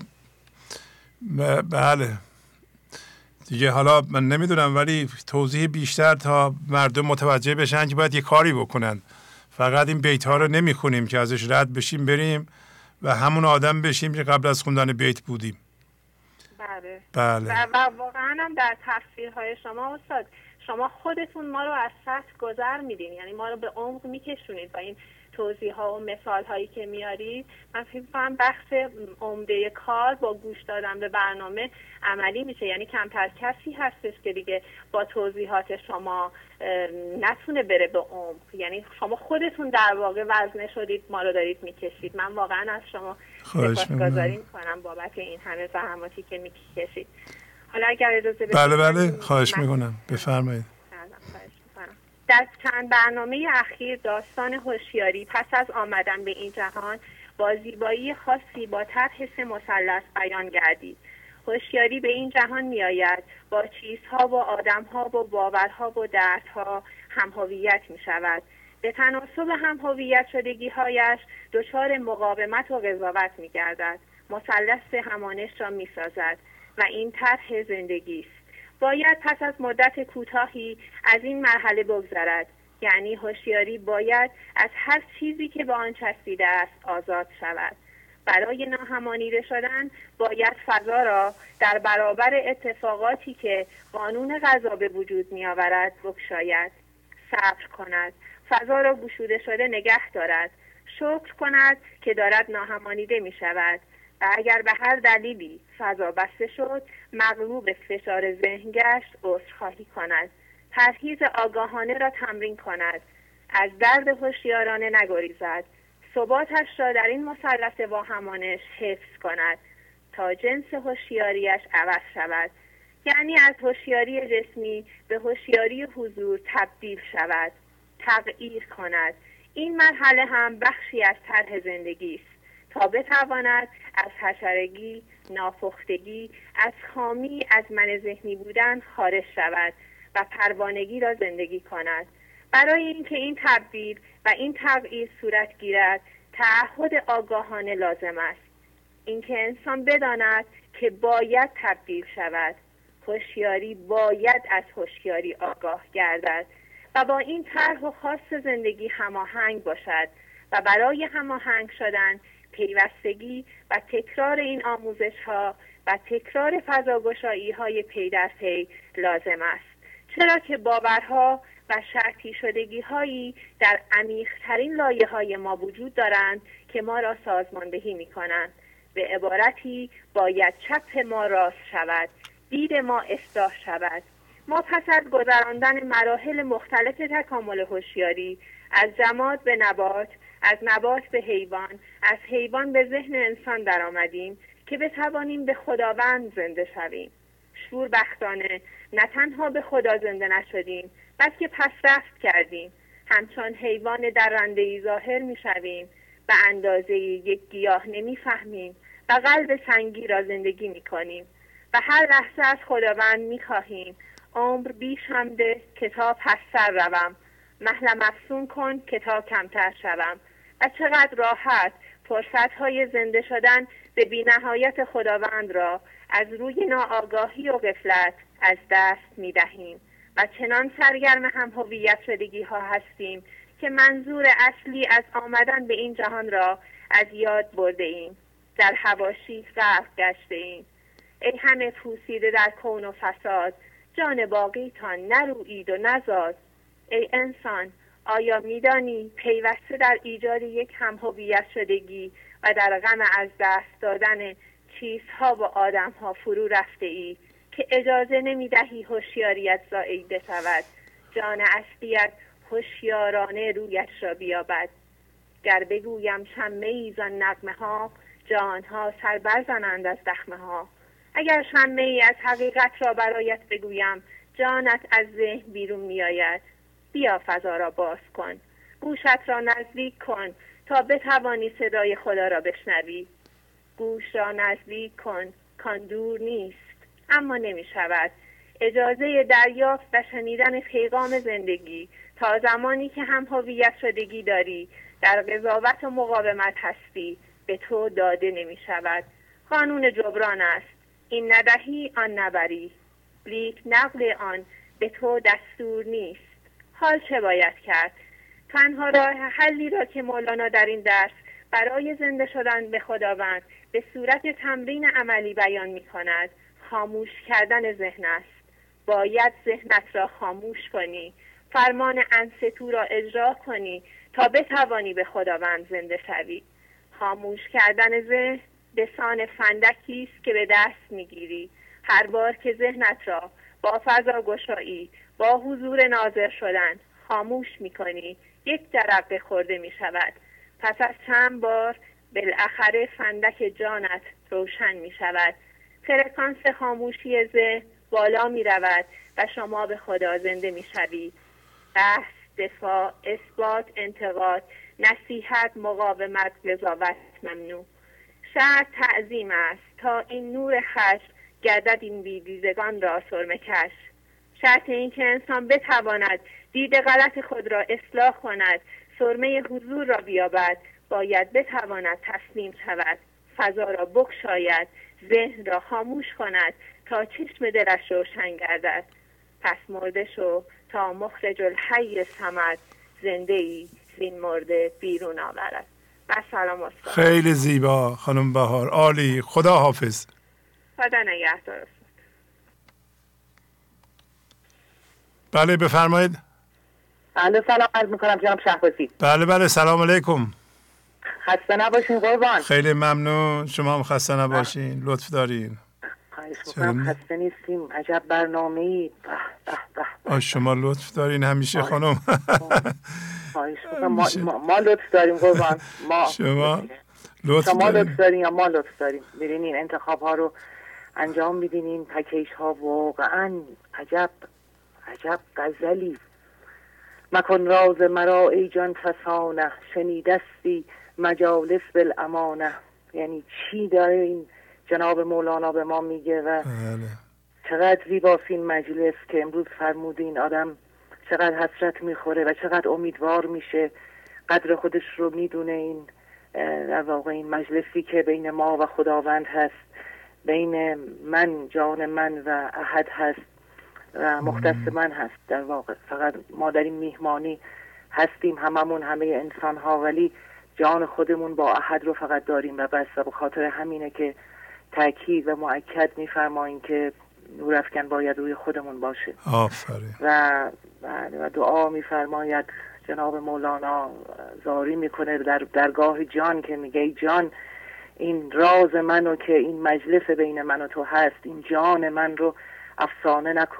Speaker 4: بله دیگه، حالا من نمیدونم ولی توضیح بیشتر تا مردم متوجه بشن که باید یه کاری بکنن. فقط این بیت ها رو نمیخونیم که ازش رد بشیم بریم و همون آدم بشیم که قبل از خوندن بیت بودیم.
Speaker 7: بله. و واقعا هم در تفسیرهای شما استاد، شما خودتون ما رو از سطح گذر میدین، یعنی ما رو به عمق میکشونید با این توضیح ها و مثال هایی که میارید. من فکر می‌کنم بخش عمده کار با گوش دادن به برنامه عملی میشه، یعنی کمتر کسی هستش که دیگه با توضیحات شما نتونه بره به عمق. یعنی شما خودتون در واقع وزنه شدید، ما رو دارید میکشید. من واقعا از شما سپاسگزاری میکنم بابت این همه زحماتی که میکشید. حالا اگر اجازه بدید.
Speaker 4: بله خواهش میکنم، بفرمایید.
Speaker 7: در چند برنامه اخیر داستان هوشیاری پس از آمدن به این جهان با زیبایی خاصی با طرح 3 مثلث بیان گردید. هوشیاری به این جهان می آید، با چیزها و آدمها و باورها و دردها هم‌هویت می شود. به تناسب هم‌هویت شدگی هایش دچار مقاومت و قضاوت می گردد. مثلث همانش را می سازد و این طرح زندگی است. باید پس از مدت کوتاهی از این مرحله بگذرد، یعنی هوشیاری باید از هر چیزی که به آن چسبیده است آزاد شود. برای ناهمانیده شدن باید فضا را در برابر اتفاقاتی که قانون قضا به وجود می آورد بگشاید، صبر کند، فضا را گشوده شده نگه دارد، شکر کند که دارد ناهمانیده می شود و اگر به هر دلیلی فضا بسته شد مغلوب فشار ذهن گشت عذرخواهی کند، پرهیز آگاهانه را تمرین کند، از درد هوشیارانه نگریزد، ثباتش را در این مثلث واهمانش حفظ کند تا جنس هوشیاریش عوض شود، یعنی از هوشیاری جسمی به هوشیاری حضور تبدیل شود، تغییر کند. این مرحله هم بخشی از طرح زندگی است تا بتواند از حشرگی، ناپختگی، از خامی، از من ذهنی بودن خارج شود و پروانگی را زندگی کند. برای اینکه این تبدیل و این تغییر صورت گیرد تعهد آگاهانه لازم است. اینکه انسان بداند که باید تبدیل شود. هوشیاری باید از هوشیاری آگاه گردد و با این طرح و خاص زندگی هماهنگ باشد و برای هماهنگ شدن پیوستگی و تکرار این آموزش ها و تکرار فضاگشایی های پی در پی لازم است، چرا که باورها و شرطی شدگی هایی در عمیق‌ترین لایه های ما وجود دارند که ما را سازماندهی می کنند. به عبارتی باید چپ ما راست شود، دید ما اصلاح شود. ما پس از گذراندن مراحل مختلف تکامل هوشیاری از جماد به نبات، از نبات به حیوان، از حیوان به ذهن انسان درآمدیم که بتوانیم به خداوند زنده شویم. شوربختانه نه تنها به خدا زنده نشدیم، بلکه پسرفت کردیم. همچون حیوان درنده‌ای ظاهر می‌شویم، به اندازه یک گیاه نمی‌فهمیم و قلب سنگی را زندگی می‌کنیم و هر لحظه از خداوند می‌خواهیم عمر بیش هم ده که تا پس‌تر روم، مهلم افزون کن که تا کمتر شوم. و چقدر راحت فرصت‌های زنده شدن به بی‌نهایت خداوند را از روی ناآگاهی و غفلت از دست می‌دهیم و چنان سرگرم هم هویت شدگی‌ها هستیم که منظور اصلی از آمدن به این جهان را از یاد برده ایم. در حواشی غرق گشته ایم. ای همه پوسیده در کون و فساد، جان باقیتان نرویید و نزاد. ای انسان، آیا میدانی پیوسته در ایجاد یک هم هویت شدگی و در غم از دست دادن چیزها و آدمها فرو رفته ای که اجازه نمیدهی هوشیاریت زائل بشود، جان اصلیت هوشیارانه رویش را بیابد. گر بگویم شمه ای زان نغمه ها، جانها سر برزنند از دخمه ها. اگر شمه ای از حقیقت را برایت بگویم، جانت از ذهن بیرون می آید. بیا فضا را باز کن، گوشت را نزدیک کن تا بتوانی صدای خدا را بشنوی. گوش را نزدیک کن، کان دور نیست اما نمی شود. اجازه دریافت و شنیدن پیغام زندگی تا زمانی که هم هویت شدگی داری در قضاوت و مقاومت هستی به تو داده نمی شود. قانون جبران است، این ندهی آن نبری، لیک نقل آن به تو دستور نیست. حال چه باید کرد؟ تنها راه حلی را که مولانا در این درس برای زنده شدن به خداوند به صورت تمرین عملی بیان می کند خاموش کردن ذهن است. باید ذهنت را خاموش کنی، فرمان انستو را اجرا کنی تا بتوانی به خداوند زنده شوی. خاموش کردن ذهن بسان فندکی است که به دست میگیری هر بار که ذهنت را با فضا گشایی، با حضور ناظر شدن خاموش میکنی، یک جرقه خورده میشود. پس از چند بار بالاخره فندک جانت روشن میشود. فرکانس خاموشی ذهن بالا میرود و شما به خدا زنده میشوید. بحث، دفاع، اثبات، انتقاد، نصیحت، مقاومت، قضاوت ممنوع. شرط تعظیم است تا این نور خشم گردد این بیدیدگان را سرمه کش. شرط این که انسان بتواند دید غلط خود را اصلاح کند، سرمه حضور را بیابد، باید بتواند تسلیم شود، فضا را بگشاید، ذهن را خاموش کند تا چشم دلش روشن گردد. پس مرده شو تا مخرج الحی صمد زنده ای زین مرده بیرون آورد. و سلام استاد.
Speaker 4: خیلی زیبا خانم بهار، عالی. خدا حافظ.
Speaker 7: خدا نگهدار استاد.
Speaker 4: بله بفرمایید.
Speaker 8: بله سلام عرض میکنم جناب شهبازی.
Speaker 4: بله سلام علیکم.
Speaker 8: خسته نباشین قربان.
Speaker 4: خیلی ممنون، شما هم خسته نباشین. لطف دارین.
Speaker 8: خواهش میکنم. خسته نیستیم. عجب برنامه‌ای.
Speaker 4: شما لطف دارین همیشه خانم.
Speaker 8: خواهش میکنم. ما لطف داریم قربان.
Speaker 4: شما لطف
Speaker 8: دارین یا ما لطف داریم. میرین انتخاب ها رو انجام میدین، این پکیج ها واقعا عجب غزلی. مکن راز مرا ای جان فسانه، شنیدستی مجالس بالامانه. یعنی چی داره این جناب مولانا به ما میگه و چقدر زیباست این مجلس که امروز فرمودین. آدم چقدر حسرت میخوره و چقدر امیدوار میشه، قدر خودش رو میدونه. این در واقع این مجلسی که بین ما و خداوند هست، بین من، جان من و احد هست و مختص من هست. در واقع فقط ما در این میهمانی هستیم، هممون، همه انسان ها، ولی جان خودمون با احد رو فقط داریم و بس. و به خاطر همینه که تأکید و مؤکد میفرماییم که نور افکن باید روی خودمون باشه.
Speaker 4: آفرین.
Speaker 8: و دعا میفرماید جناب مولانا، زاری میکنه در درگاه جان که میگه ای جان، این راز منو که این مجلس بین من و تو هست، این جان من رو افسانه نکن.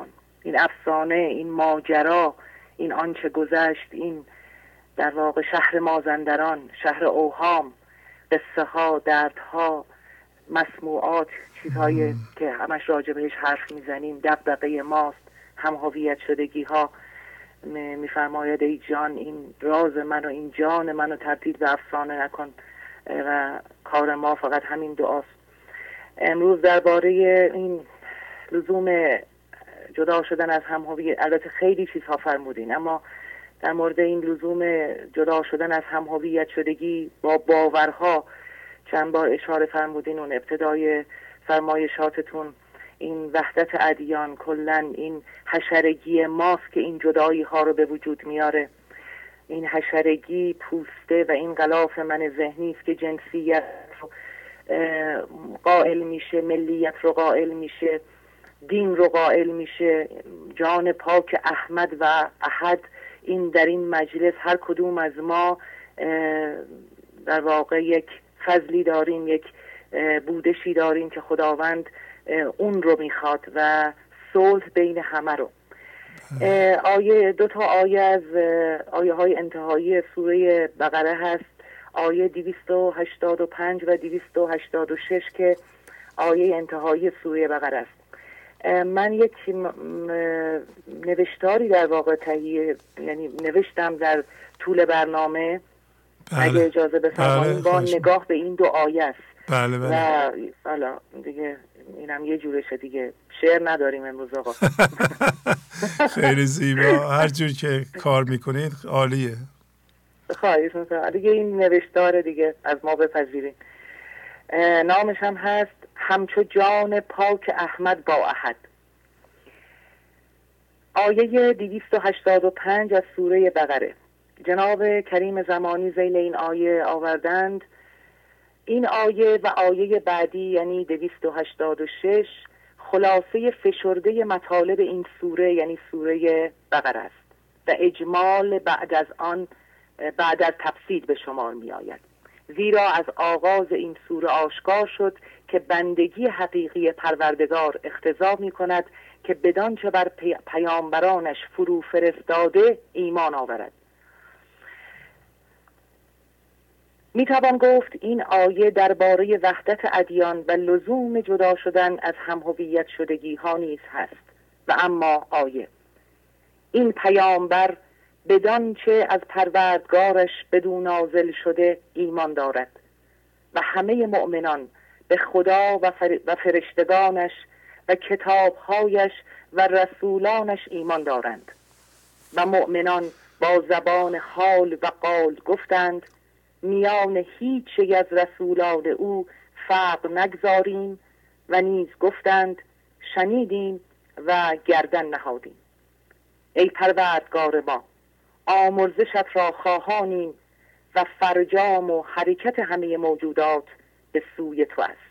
Speaker 8: این افسانه، این ماجرا، این آنچه گذشت، این در واقع شهر مازندران، شهر اوهام، قصه ها، دردها، مسموعات، چیزهایی که همش راجع بهش حرف میزنیم، دغدغه ماست، هم هویت شدگی ها. میفرماید ای جان این راز من و این جان منو تبدیل به افسانه نکن و کار ما فقط همین دعاست. امروز درباره این لزوم جدا شدن از هم هویت، البته خیلی چیزها فرمودین، اما در مورد این لزوم جدا شدن از هم هویت شدگی با باورها چند بار اشاره فرمودین. اون ابتدای فرمایشاتتون این وحدت ادیان، کلن این حشرگی ماست که این جدایی ها رو به وجود میاره. این حشرگی پوسته و این غلاف من ذهنی است که جنسیت رو قائل میشه، ملیت رو قائل میشه، دین رو قائل میشه. جان پاک احمد و احد این در این مجلس هر کدوم از ما در واقع یک فضلی داریم، یک بودشی داریم که خداوند اون رو میخواد و صلح بین همه رو. دو تا آیه از آیه های انتهایی سوره بقره هست، آیه 285 و 286 که آیه انتهایی سوره بقره است. من یک نوشتاری در واقع یعنی نوشتم در طول برنامه. اگه اجازه بفرمایید با نگاه به این دو آیه است.
Speaker 4: بله.
Speaker 8: و حالا دیگه اینم یه جورشه دیگه، شعر نداریم امروز آقا.
Speaker 4: خیلی زیبا، هر جور که کار میکنید عالیه.
Speaker 8: خواهش میکنم دیگه، این نوشتار دیگه از ما بپذیرین. نامش هم هست همچو جان پاک احمد با احد. آیه 285 از سوره بقره. جناب کریم زمانی ذیل این آیه آوردند. این آیه و آیه بعدی یعنی 286 خلاصه فشرده مطالب این سوره یعنی سوره بقره است و اجمال بعد از تفصیل به شمار می آید. زیرا از آغاز این سوره آشکار شد که بندگی حقیقی پروردگار اقتضا می کند که بدان چه بر پیامبرانش فرو فرستاده ایمان آورد. می توان گفت این آیه درباره وحدت ادیان و لزوم جدا شدن از هم‌هویت شدگی ها نیز هست. و اما آیه این پیامبر بدان چه از پروردگارش بدون نازل شده ایمان دارد و همه مؤمنان به خدا و فرشتگانش و کتابهایش و رسولانش ایمان دارند و مؤمنان با زبان حال و قال گفتند میان هیچ شی از رسولان او فرق نگذاریم و نیز گفتند شنیدیم و گردن نهادیم. ای پروردگار ما، آمرزشت را خواهانیم و فرجام و حرکت همه موجودات به سوی تو است.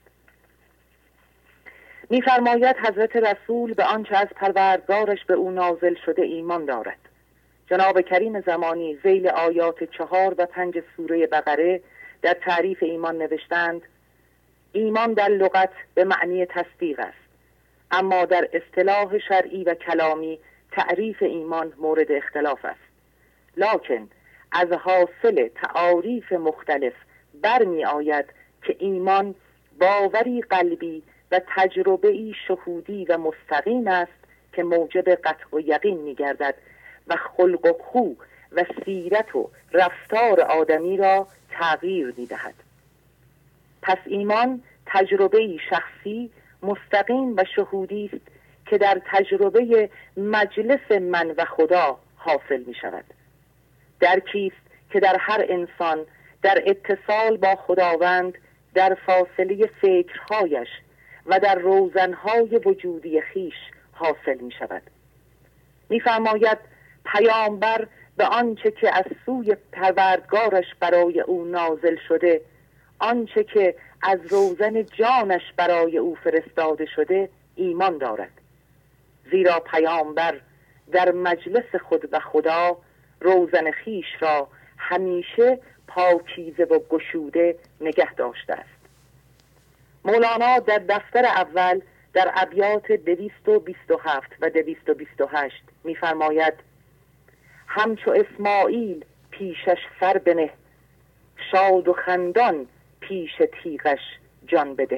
Speaker 8: می‌فرماید حضرت رسول به آنچه از پروردگارش به او نازل شده ایمان دارد. جناب کریم زمانی ذیل آیات 4 و 5 سوره بقره در تعریف ایمان نوشتند ایمان در لغت به معنی تصدیق است، اما در اصطلاح شرعی و کلامی تعریف ایمان مورد اختلاف است. لکن از حاصل تعاریف مختلف برمی آید که ایمان باوری قلبی و تجربه‌ای شهودی و مستقیم است که موجب قطع و یقین می گردد و خلق و خو و سیرت و رفتار آدمی را تغییر می دهد. پس ایمان تجربه‌ای شخصی مستقیم و شهودی است که در تجربه مجلس من و خدا حاصل می شود. درکی است که در هر انسان در اتصال با خداوند در فاصله فکرهایش و در روزنهای وجودی خیش حاصل می شود. می فرماید پیامبر به آنچه که از سوی پروردگارش برای او نازل شده، آنچه که از روزن جانش برای او فرستاده شده ایمان دارد. زیرا پیامبر در مجلس خود و خدا روزن خیش را همیشه پاکیزه و گشوده نگه داشته است. مولانا در دفتر اول در ابیات 227 و 228 می‌فرماید: همچو اسماعیل پیشش سر بنه، شاد و خندان پیش تیغش جان بده.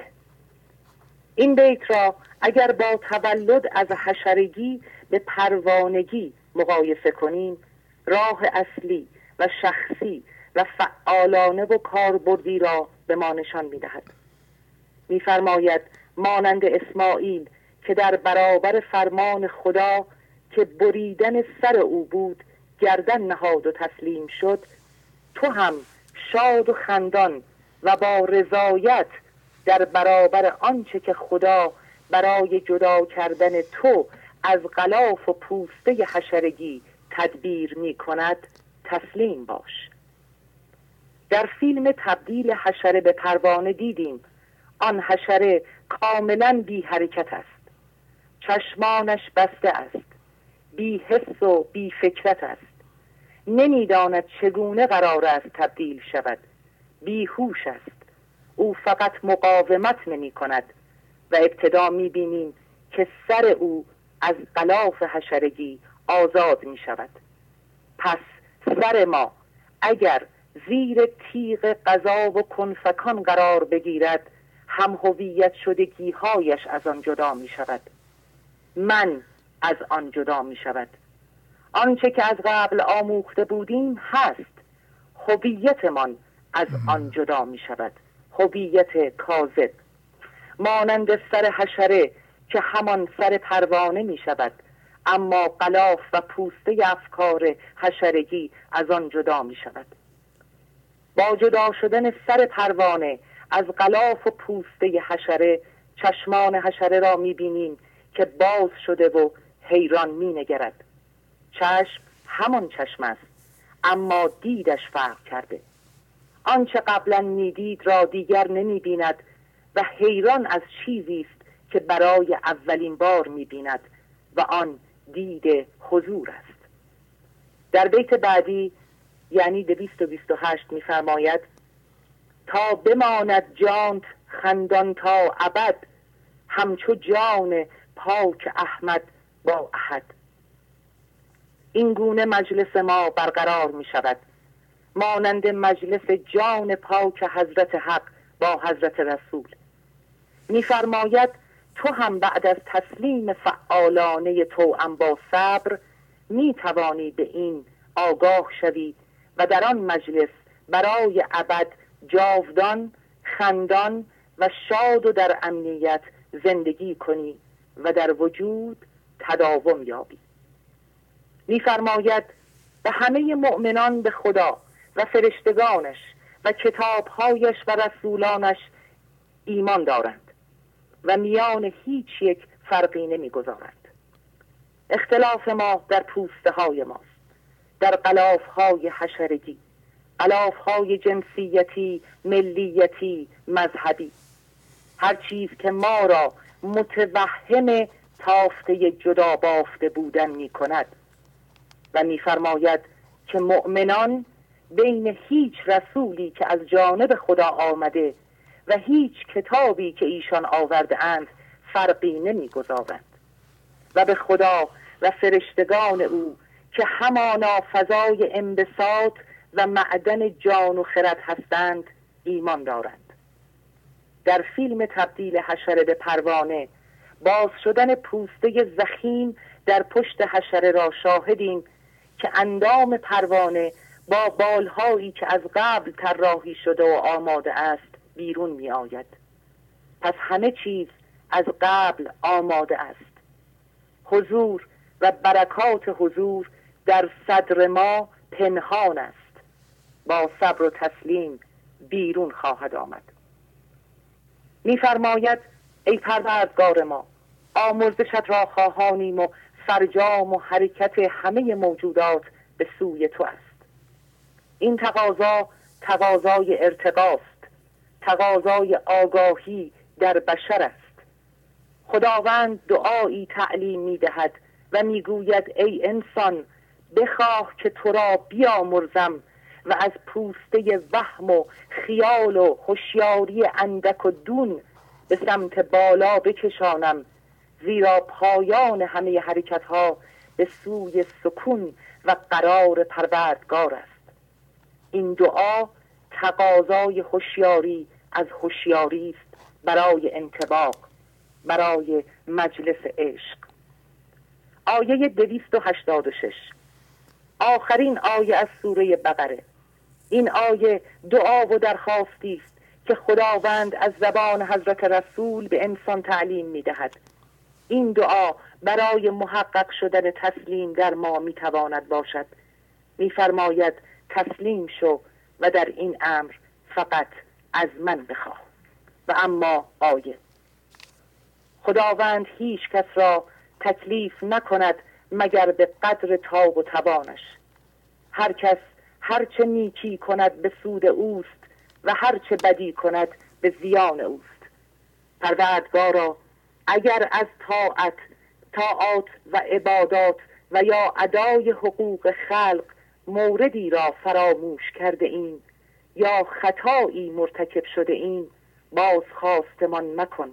Speaker 8: این بیت را اگر با تولد از حشرگی به پروانگی مقایسه کنیم، راه اصلی و شخصی و فعالانه و کاربردی را به ما نشان می‌دهد. می‌فرماید مانند اسماعیل که در برابر فرمان خدا که بریدن سر او بود گردن نهاد و تسلیم شد، تو هم شاد و خندان و با رضایت در برابر آنچه که خدا برای جدا کردن تو از غلاف و پوسته حشرگی تدبیر می کند تسلیم باش. در فیلم تبدیل حشره به پروانه دیدیم آن حشره کاملا بی حرکت است، چشمانش بسته است، بی حس و بی فکرت است، نمیداند چگونه قرار است تبدیل شود، بی هوش است. او فقط مقاومت نمی کند و ابتدا می بینیم که سر او از غلاف حشرگی آزاد می شود. پس سر ما اگر زیر تیغ قضا و کنفکان قرار بگیرد، هم هویت شدگی هایش از آن جدا می شود، من از آن جدا می شود. آنچه که از قبل آموخته بودیم هست، هویتمان از آن جدا می شود، هویت کاذب، مانند سر حشره که همان سر پروانه می شود، اما غلاف و پوسته افکار حشرگی از آن جدا می شود. با جدا شدن سر پروانه از غلاف و پوسته حشره، چشمان حشره را می بینیم که باز شده و حیران می نگرد. چشم همان چشم است، اما دیدش فرق کرده. آنچه قبلا می دید را دیگر نمی بیند و حیران از چیزی است که برای اولین بار می بیند و آن دید حضور است. در بیت بعدی یعنی 228 می فرماید: تا بماند جانت خندان تا ابد، همچو جان پاک احمد با احد. این گونه مجلس ما برقرار می شود، مانند مجلس جان پاک حضرت حق با حضرت رسول. می فرماید تو هم بعد از تسلیم فعالانه توأم با صبر می توانی به این آگاه شوی و در آن مجلس برای ابد جاودان، خندان و شاد و در امنیت زندگی کنی و در وجود تداوم یابی. می‌فرماید به همه مؤمنان به خدا و فرشتگانش و کتابهایش و رسولانش ایمان دارند و میان هیچ یک فرقی نمی‌گذارند. اختلاف ما در پوسته های ماست، در غلاف های حشرگی، غلاف های جنسیتی، ملیتی، مذهبی. هر چیز که ما را متوهم تافته جدا بافته بودن می کند و می فرماید که مؤمنان بین هیچ رسولی که از جانب خدا آمده و هیچ کتابی که ایشان آورده اند فرقی نمی گذارند و به خدا و فرشتگان او که همانا فضای انبساط و معدن جان و خرد هستند ایمان دارند. در فیلم تبدیل حشره به پروانه باز شدن پوسته زخیم در پشت حشره را شاهدیم که اندام پروانه با بالهایی که از قبل طراحی شده و آماده است بیرون می آید. پس همه چیز از قبل آماده است. حضور و برکات حضور در صدر ما پنهان است، با صبر و تسلیم بیرون خواهد آمد. می‌فرماید ای پروردگار ما، آمرزشت را خواهانیم و فرجام و حرکت همه موجودات به سوی تو است. این تقاضا تقاضای ارتقاست، تقاضای آگاهی در بشر است. خداوند دعایی تعلیم می‌دهد و می‌گوید ای انسان، بخواه که تو را بیامرزم و از پوسته وهم و خیال و هوشیاری اندک و دون به سمت بالا بکشانم، زیرا پایان همه حرکت ها به سوی سکون و قرار پروردگار است. این دعا تقاضای هوشیاری از هوشیاری است برای انطباق، برای مجلس عشق. آیه 286 آخرین آیه از سوره بقره. این آیه دعا و درخواستی است که خداوند از زبان حضرت رسول به انسان تعلیم می‌دهد. این دعا برای محقق شدن تسلیم در ما می‌تواند باشد. می‌فرماید تسلیم شو و در این امر فقط از من بخواه. و اما آیه خداوند هیچ کس را تکلیف نکند مگر به قدر تاب و توانش. هر کس هرچه نیکی کند به سود اوست و هرچه بدی کند به زیان اوست. پروردگارا اگر از طاعات و عبادات و یا ادای حقوق خلق موردی را فراموش کرده ایم یا خطایی مرتکب شده ایم، بازخواستمان مکن.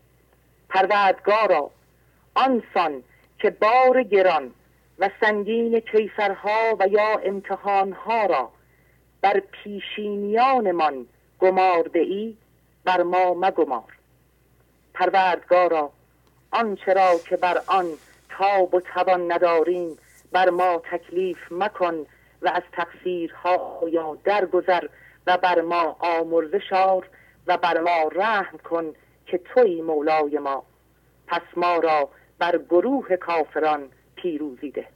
Speaker 8: پروردگارا آنسان که بار گران و سنگین کیفرها و یا امتحانها را بر پیشینیانمان گمارده ای، بر ما مگمار. پروردگارا آنچه را که بر آن تاب و توان نداریم بر ما تکلیف مکن و از تقصیرها یا درگذر و بر ما آمرزش آر و بر ما رحم کن که تویی مولای ما. پس ما را بر گروه کافران پیروزی ده.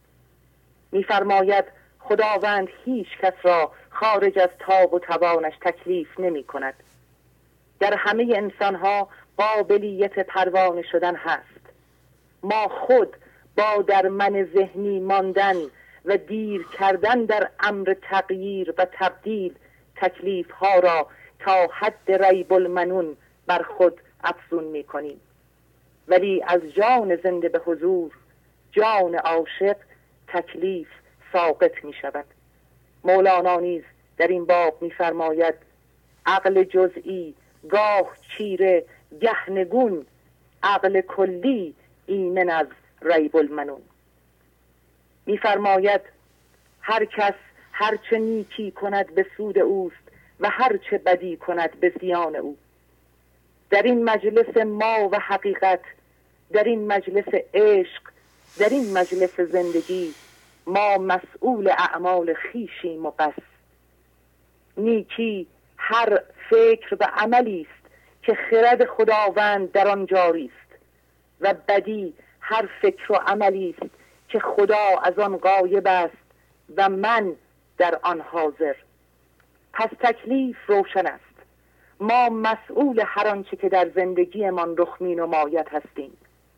Speaker 8: می‌فرماید خداوند هیچ کس را خارج از تاب و توانش تکلیف نمی کند. در همه انسان‌ها قابلیت پروانه شدن هست. ما خود با در من ذهنی ماندن و دیر کردن در امر تغییر و تبدیل تکلیف‌ها را تا حد ریب المنون بر خود افزون می‌کنیم. ولی از جان زنده به حضور، جان عاشق، تکلیف ساقط می شود. مولانا نیز در این باب می فرماید عقل جزئی گاه چیره گه نگون، عقل کلی ایمن از ریب المنون. می فرماید هر کس هرچه نیکی کند به سود اوست و هرچه بدی کند به زیان او. در این مجلس ما و حقیقت، در این مجلس عشق، در این مجلس زندگی، ما مسئول اعمال خویشیم و بس. نیکی هر فکر و عملی است که خرد خداوند در آن جاری است و بدی هر فکر و عملی است که خدا از آن غایب است و من در آن حاضر. پس تکلیف روشن است. ما مسئول هر آنچه که در زندگیمان رخ می‌نماید هستیم.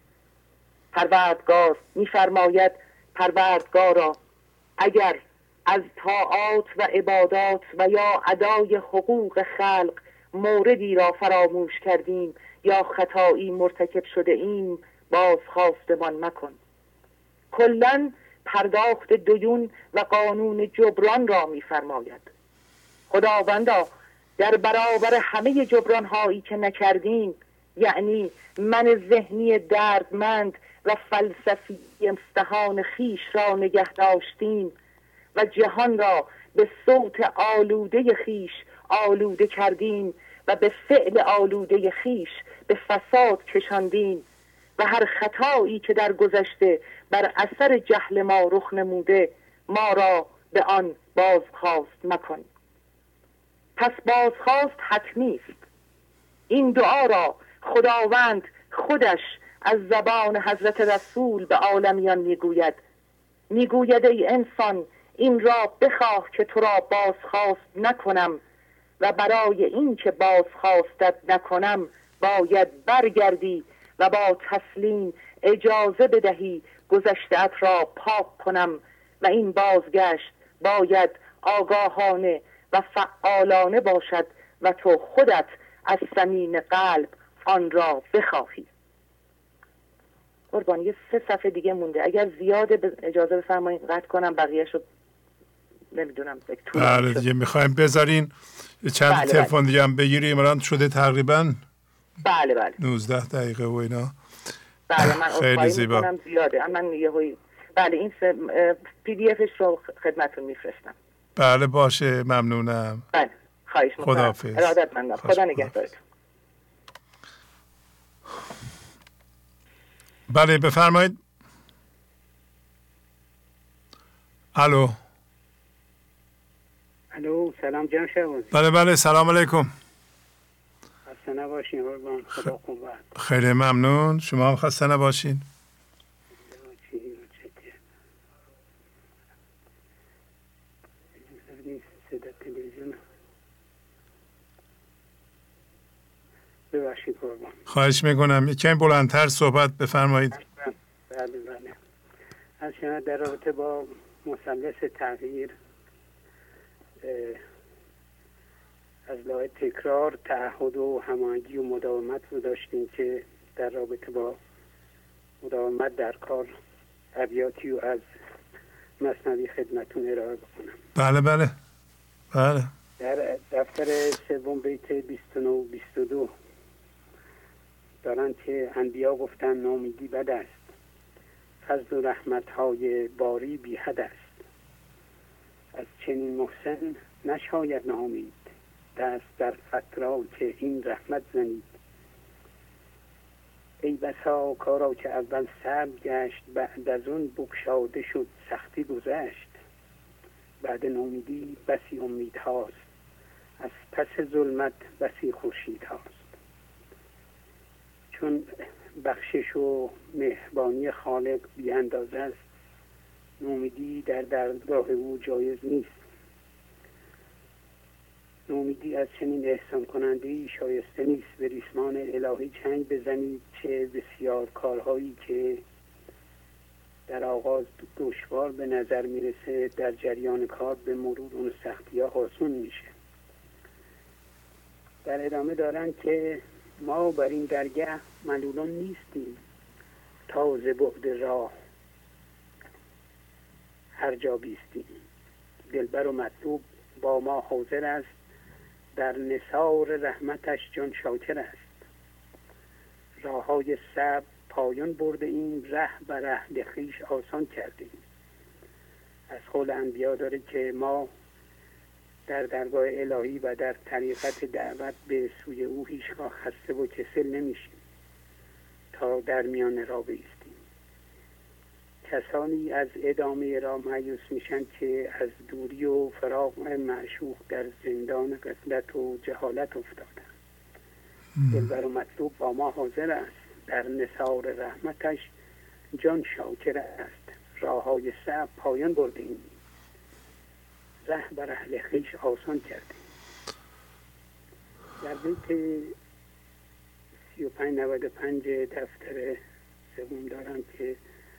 Speaker 8: پروردگار می‌فرماید پروردگارا اگر از طاعات و عبادات و یا ادای حقوق خلق موردی را فراموش کردیم یا خطایی مرتکب شده ایم، بازخواستمان مکن. کلاً پرداخت دیون و قانون جبران را می‌فرماید. خداوندا در برابر همه جبران هایی که نکردیم، یعنی من ذهنی دردمند و فلسفی امتحان خیش را نگه داشتیم و جهان را به صوت آلوده خیش آلوده کردیم و به فعل آلوده خیش به فساد کشاندیم و هر خطایی که در گذشته بر اثر جهل ما رخ نموده، ما را به آن بازخواست مکن. پس بازخواست حتمی است. این دعا را خداوند خودش از زبان حضرت رسول به عالمیان میگوید ای انسان این را بخواه که تو را بازخواست نکنم و برای این که بازخواستت نکنم باید برگردی و با تسلیم اجازه بدهی گذشته‌ات را پاک کنم و این بازگشت باید آگاهانه و فعالانه باشد و تو خودت از صمیم قلب آن را بخواهی. قربان یه 3 صفحه دیگه مونده، اگر زیاده اجازه بفرمایید قطع کنم، بقیه‌شو نمیدونم.
Speaker 4: بله دیگه میخوایم بذارین چند تلفن دیگه هم بگیریم، الان شده تقریبا
Speaker 8: بله بله
Speaker 4: 19 دقیقه و اینا.
Speaker 8: بله من
Speaker 4: خیلی زیبا.
Speaker 8: میکنم زیاده. من یه بله این پی دی افش رو خدمتتون میفرستم.
Speaker 4: بله باشه، ممنونم.
Speaker 8: بله خواهش میکنم.
Speaker 4: خداحافظ.
Speaker 8: ارادتمندم. خدا نگهدارتون.
Speaker 4: بله بفرمایید. الو
Speaker 9: سلام جان شهبازی.
Speaker 4: بله سلام علیکم.
Speaker 9: خسته نباشین قربان. خدا قوت.
Speaker 4: خیلی ممنون، شما هم خسته نباشین.
Speaker 9: صدا تلویزیون ببخشید قربان.
Speaker 4: خواهش میکنم یکم بلندتر صحبت بفرمایید.
Speaker 9: بله از شما در رابطه با مثلث تغییر از لای تکرار، تعهد و هماهنگی و مداومت رو داشتیم که در رابطه با مداومت در کار ابیاتی رو از مثنوی خدمتون ارائه بکنم.
Speaker 4: بله
Speaker 9: در دفتر سوم بیت 29 و 22 دارن که انبیا گفتن ناامیدی بد است، فضل و رحمت‌های باری بی حد است، از چنین محسن نشاید ناامید، دست در فترا که این رحمت زنید. ای بسا کارا که اول صبر گشت، بعد از اون بگشاده شد سختی گذشت. بعد ناامیدی بسی امید هاست، از پس ظلمت بسی خورشید هاست. چون بخشش و مهربانی خالق بی اندازه است، ناامیدی در درگاه او جایز نیست. ناامیدی از چنین احسان کننده‌ای شایسته نیست. به ریسمان الهی چنگ بزنید چه بسیار کارهایی که در آغاز دشوار به نظر میرسه در جریان کار به مرور اون سختی ها آسون میشه. در ادامه دارن که ما بر این درگاه ملولان نیستیم، تازه بعد راه هر جا بیستیم. دلبر و مطلوب با ما حاضر است، در نثار رحمتش جان شاکر است. راه های صبر پایان برده ایم، ره بر اهل خویش آسان کردیم. از قول انبیا داره که ما در درگاه الهی و در طریقت دعوت به سوی او هیچگاه خسته و کسل نمیشیم تا در میان راه بایستیم. کسانی از ادامه راه مایوس میشن که از دوری و فراق معشوق در زندان غفلت و جهالت افتادن. دلبر و مطلوب با ما حاضر است، در نثار رحمتش جان شاکر است. راه های صعب پایان بردیم، ره بر اهل خویش آسان کردیم. در بیت 35-95 دفتر سوم دارم که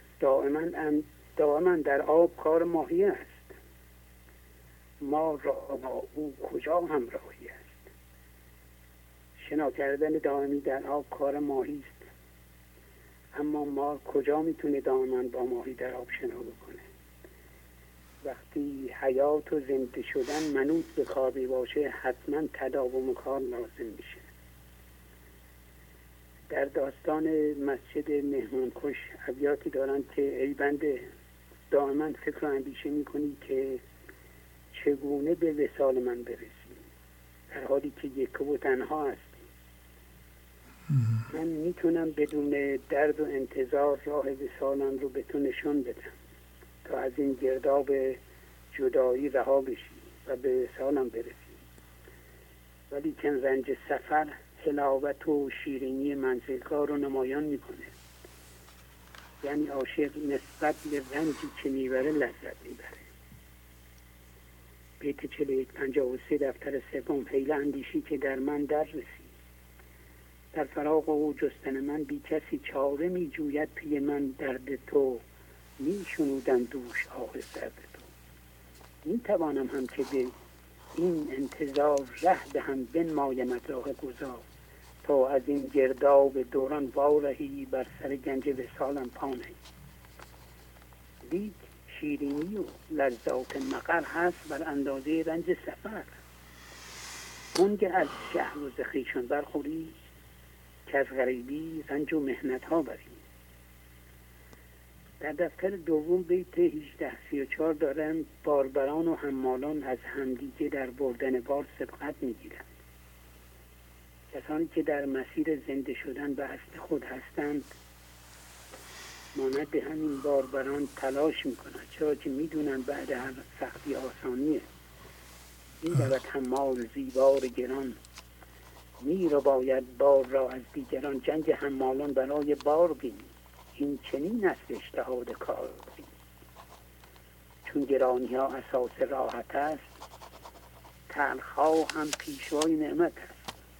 Speaker 9: دائما در آب کار ماهی است، ما را با او کجا همراهی است. شنا کردن دائمی در آب کار ماهی است، اما ما کجا میتونه دائما با ماهی در آب شنا بکنه؟ وقتی حیات و زنده شدن منوط به کار باشه، حتما تداوم کار لازم میشه. در داستان مسجد مهمانکش ابیاتی دارن که ای بنده دائما فکر و اندیشه میکنی که چگونه به وصال من برسی، در حالی که یک و تنها هستی. من میتونم بدون درد و انتظار راه وصالم رو به تو نشون بدم تا از این گرداب جدایی رها بشی و به وصالم برسی. ولی که رنج سفر حلاوت و شیرینی منزلگاه رو نمایان میکنه. یعنی عاشق نسبت به رنجی که میبره لذت میبره. بیت 41-53 دفتر سوم حیله اندیشی که در من در رسی، در فراق او جستن من بی کسی چاره می جوید پی من درد تو، می شنودم دوش آه درد تو. می توانم هم که به این انتظار ره دهم بنمایمت راه گذار، تا از این گرداب دوران وارهی بر سر گنج وصالم پا نهی. لیک شیرینی و لذات مقر هست بر اندازه رنج سفر. اونگه از شهر و زخیشان برخوری که از غریبی رنج و محنت ها بریم. در دفتر دوم بیت 1834 دارن باربران و حمالان از همدیگه در بردن بار سبقت میگیرند. کسانی که در مسیر زنده شدن به اصل خود هستند مانند همین باربران تلاش میکنند، چرا که میدونن بعد هر سختی آسانیه. این دولت حمال زیبار گران میرا باید بار را از دیگران. جنگ حمالان برای بار بین، این چنین است اجتهاد کار بین. چون گرانی ها اساس راحت است، تلخا هم پیشوای نعمت است.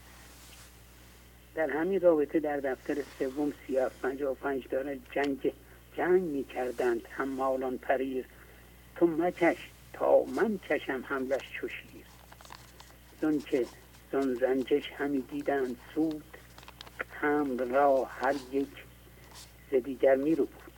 Speaker 9: در همین رابطه در دفتر سوم 355 داره جنگ می کردند حمالان پریر، تو مکش تا من کشم حملش چو شیر. زن که زن رنجش همی دیدند سود، حمل را هر یک ز دیگر می رو بود.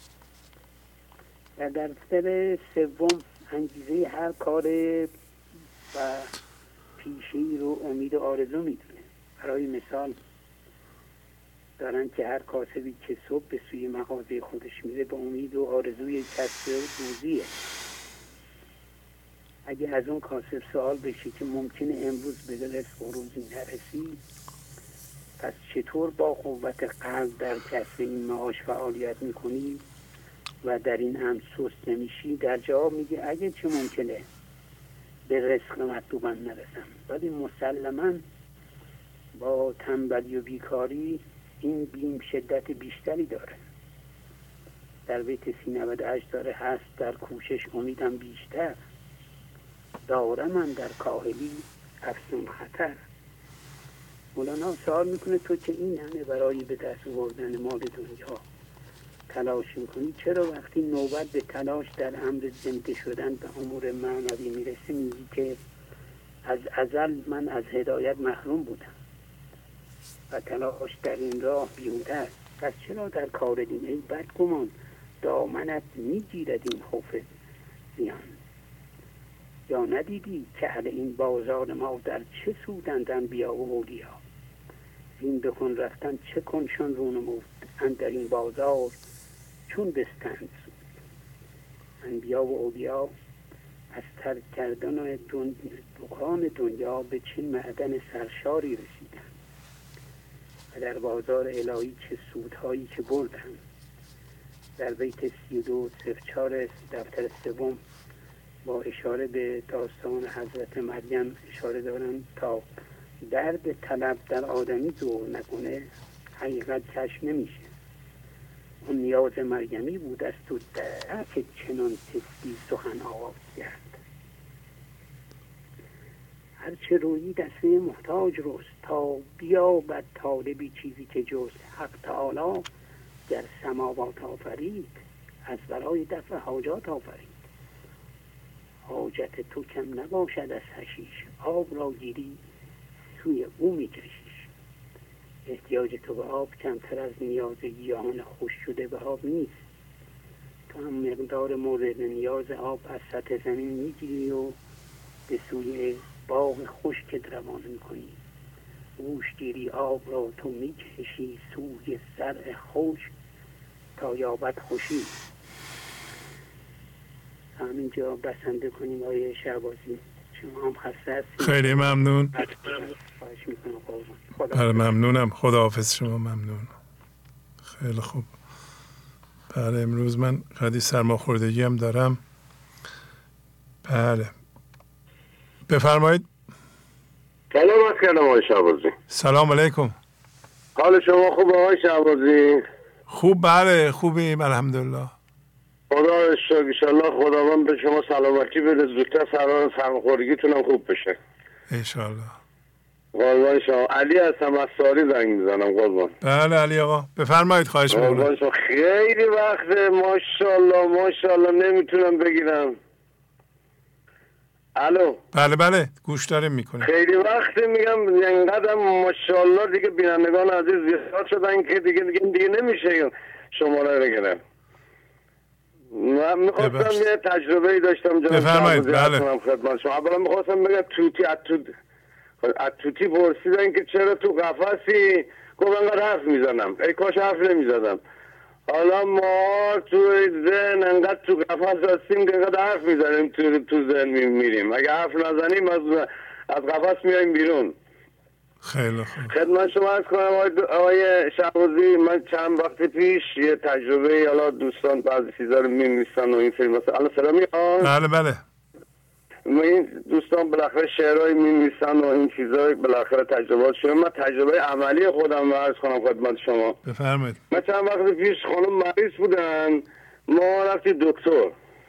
Speaker 9: در دفتر سوم انگیزه هر کار و پیشی رو امید و آرزو می دونه. برای مثال دارن که هر کاسبی که صبح به سوی مغازه خودش میره به امید و آرزوی کسب روزیه. اگه از اون کاسب سوال بشه که ممکنه امروز به رزق و روزی نرسی، پس چطور با قوت قلب در کسب این معاش فعالیت میکنی و در این هم سست نمیشی؟ در جواب میگه اگه چه ممکنه به رزق مطلوبم نرسم، ولی مسلماً با تنبلی و بیکاری این بیم شدت بیشتری داره. در بیت 398 داره هست در کوشش امیدم بیشتر، داره من در کاهلی افسون خطر. مولانا سوال میکنه تو که این همه برای به دست آوردن مال دنیا تلاش میکنی، چرا وقتی نوبت به تلاش در امر زنده شدن به امور معنوی میرسه میگی که از ازل من از هدایت محروم بودم و تلاش در این راه بیهوده است؟ پس چرا در کار دین ای بدگمان دامنت میگیرد این خوف زیان؟ یا ندیدی که اهل این بازار ما در چه سودند انبیا و اولیا؟ این بکن رفتن چه کنشان رونمود، اندر این بازار چون بستند سود. انبیا و اولیا از ترک کردن دکان دنیا به چه معدن سرشاری رسیدند و در بازار الهی چه سودهایی که بردند. در بیت 3204 دفتر سوم با اشاره به داستان حضرت مریم اشاره دارن تا درد طلب در آدمی ظهور نکنه حقیقت کشف نمیشه. اون نیاز مریمی بود است تو درک چنان تسبیح سخن آغاز کرد. هرچه رویی دسته محتاج رست، تا بیابد طالبی چیزی که جست. حق تعالی در سماوات آفرید، از برای دفع حاجات آفرید. حاجت تو کم نباشد از حشیش، آب را گیری سوی او میکشیش. احتیاج تو به آب کمتر از نیاز گیاهان خوش شده به آب نیست. تو هم مقدار مورد نیاز آب از سطح زمین میگیری و به سوی باغ خشکت روانه میکنی. گوشگیری آب را تو میکشی سوی زرع خشک تا یابد خوشی. همینجا بسنده کنیم آیه شهبازی. شما هم خسته هستید.
Speaker 4: خیلی ممنون.
Speaker 9: خواهش میکنم قربان.
Speaker 4: ممنونم. خداحافظ. شما ممنون. خیلی خوب. بله امروز من خیلی سرماخوردگی هم دارم. بله بفرمایید.
Speaker 10: سلام کردم آقای شهبازی.
Speaker 4: سلام علیکم.
Speaker 10: حال شما خوب آقای شهبازی؟
Speaker 4: خوب. بله خوبیم الحمدلله.
Speaker 10: خدا شکر. انشالله خداوند به شما سلامتی بده، زودتر سرماخوردگیتونم خوب بشه
Speaker 4: انشالله.
Speaker 10: قربان شما. علی هستم از ساری زنگ میزنم قربان.
Speaker 4: بله علی آقا بفرمایید. خواهش میکنم.
Speaker 10: خیلی وقته ماشاءالله نمیتونم بگیرم. الو.
Speaker 4: بله گوش داریم میکنیم.
Speaker 10: خیلی وقت میگم اینقدر ماشاءالله دیگه بینندگان عزیز زیاد شدن که دیگه نمیشه شماره بگیرم. من میخواستم یه تجربه داشتم
Speaker 4: بفرمایید. بله
Speaker 10: خدمت شما. اولا میخواستم بگم توتی پرسیدن که چرا تو قفسی، گفت انقدر حرف میزنم، ای کاش حرف نمیزدم. حالا ما توی ذهن انقدر تو قفس هستیم که انقدر حرف میزنیم تو ذهن میریم. اگه حرف نزنیم از قفس میایم بیرون.
Speaker 4: خیلی خوب.
Speaker 10: خدمت شما عرض کنم آقای شهبازی، من چند وقت پیش یه تجربه، حالا دوستان بعضی چیزا رو می‌نویسن و این فیلم مثلا الان صدا میاد؟
Speaker 4: بله بله.
Speaker 10: این دوستان بالاخره شعرهایی می‌نویسن و این چیزا بالاخره تجربات شده. من تجربه عملی خودم رو عرض کنم خدمت شما.
Speaker 4: بفرمایید.
Speaker 10: من چند وقت پیش خانم مریض بودن، ما رفتیم دکتر.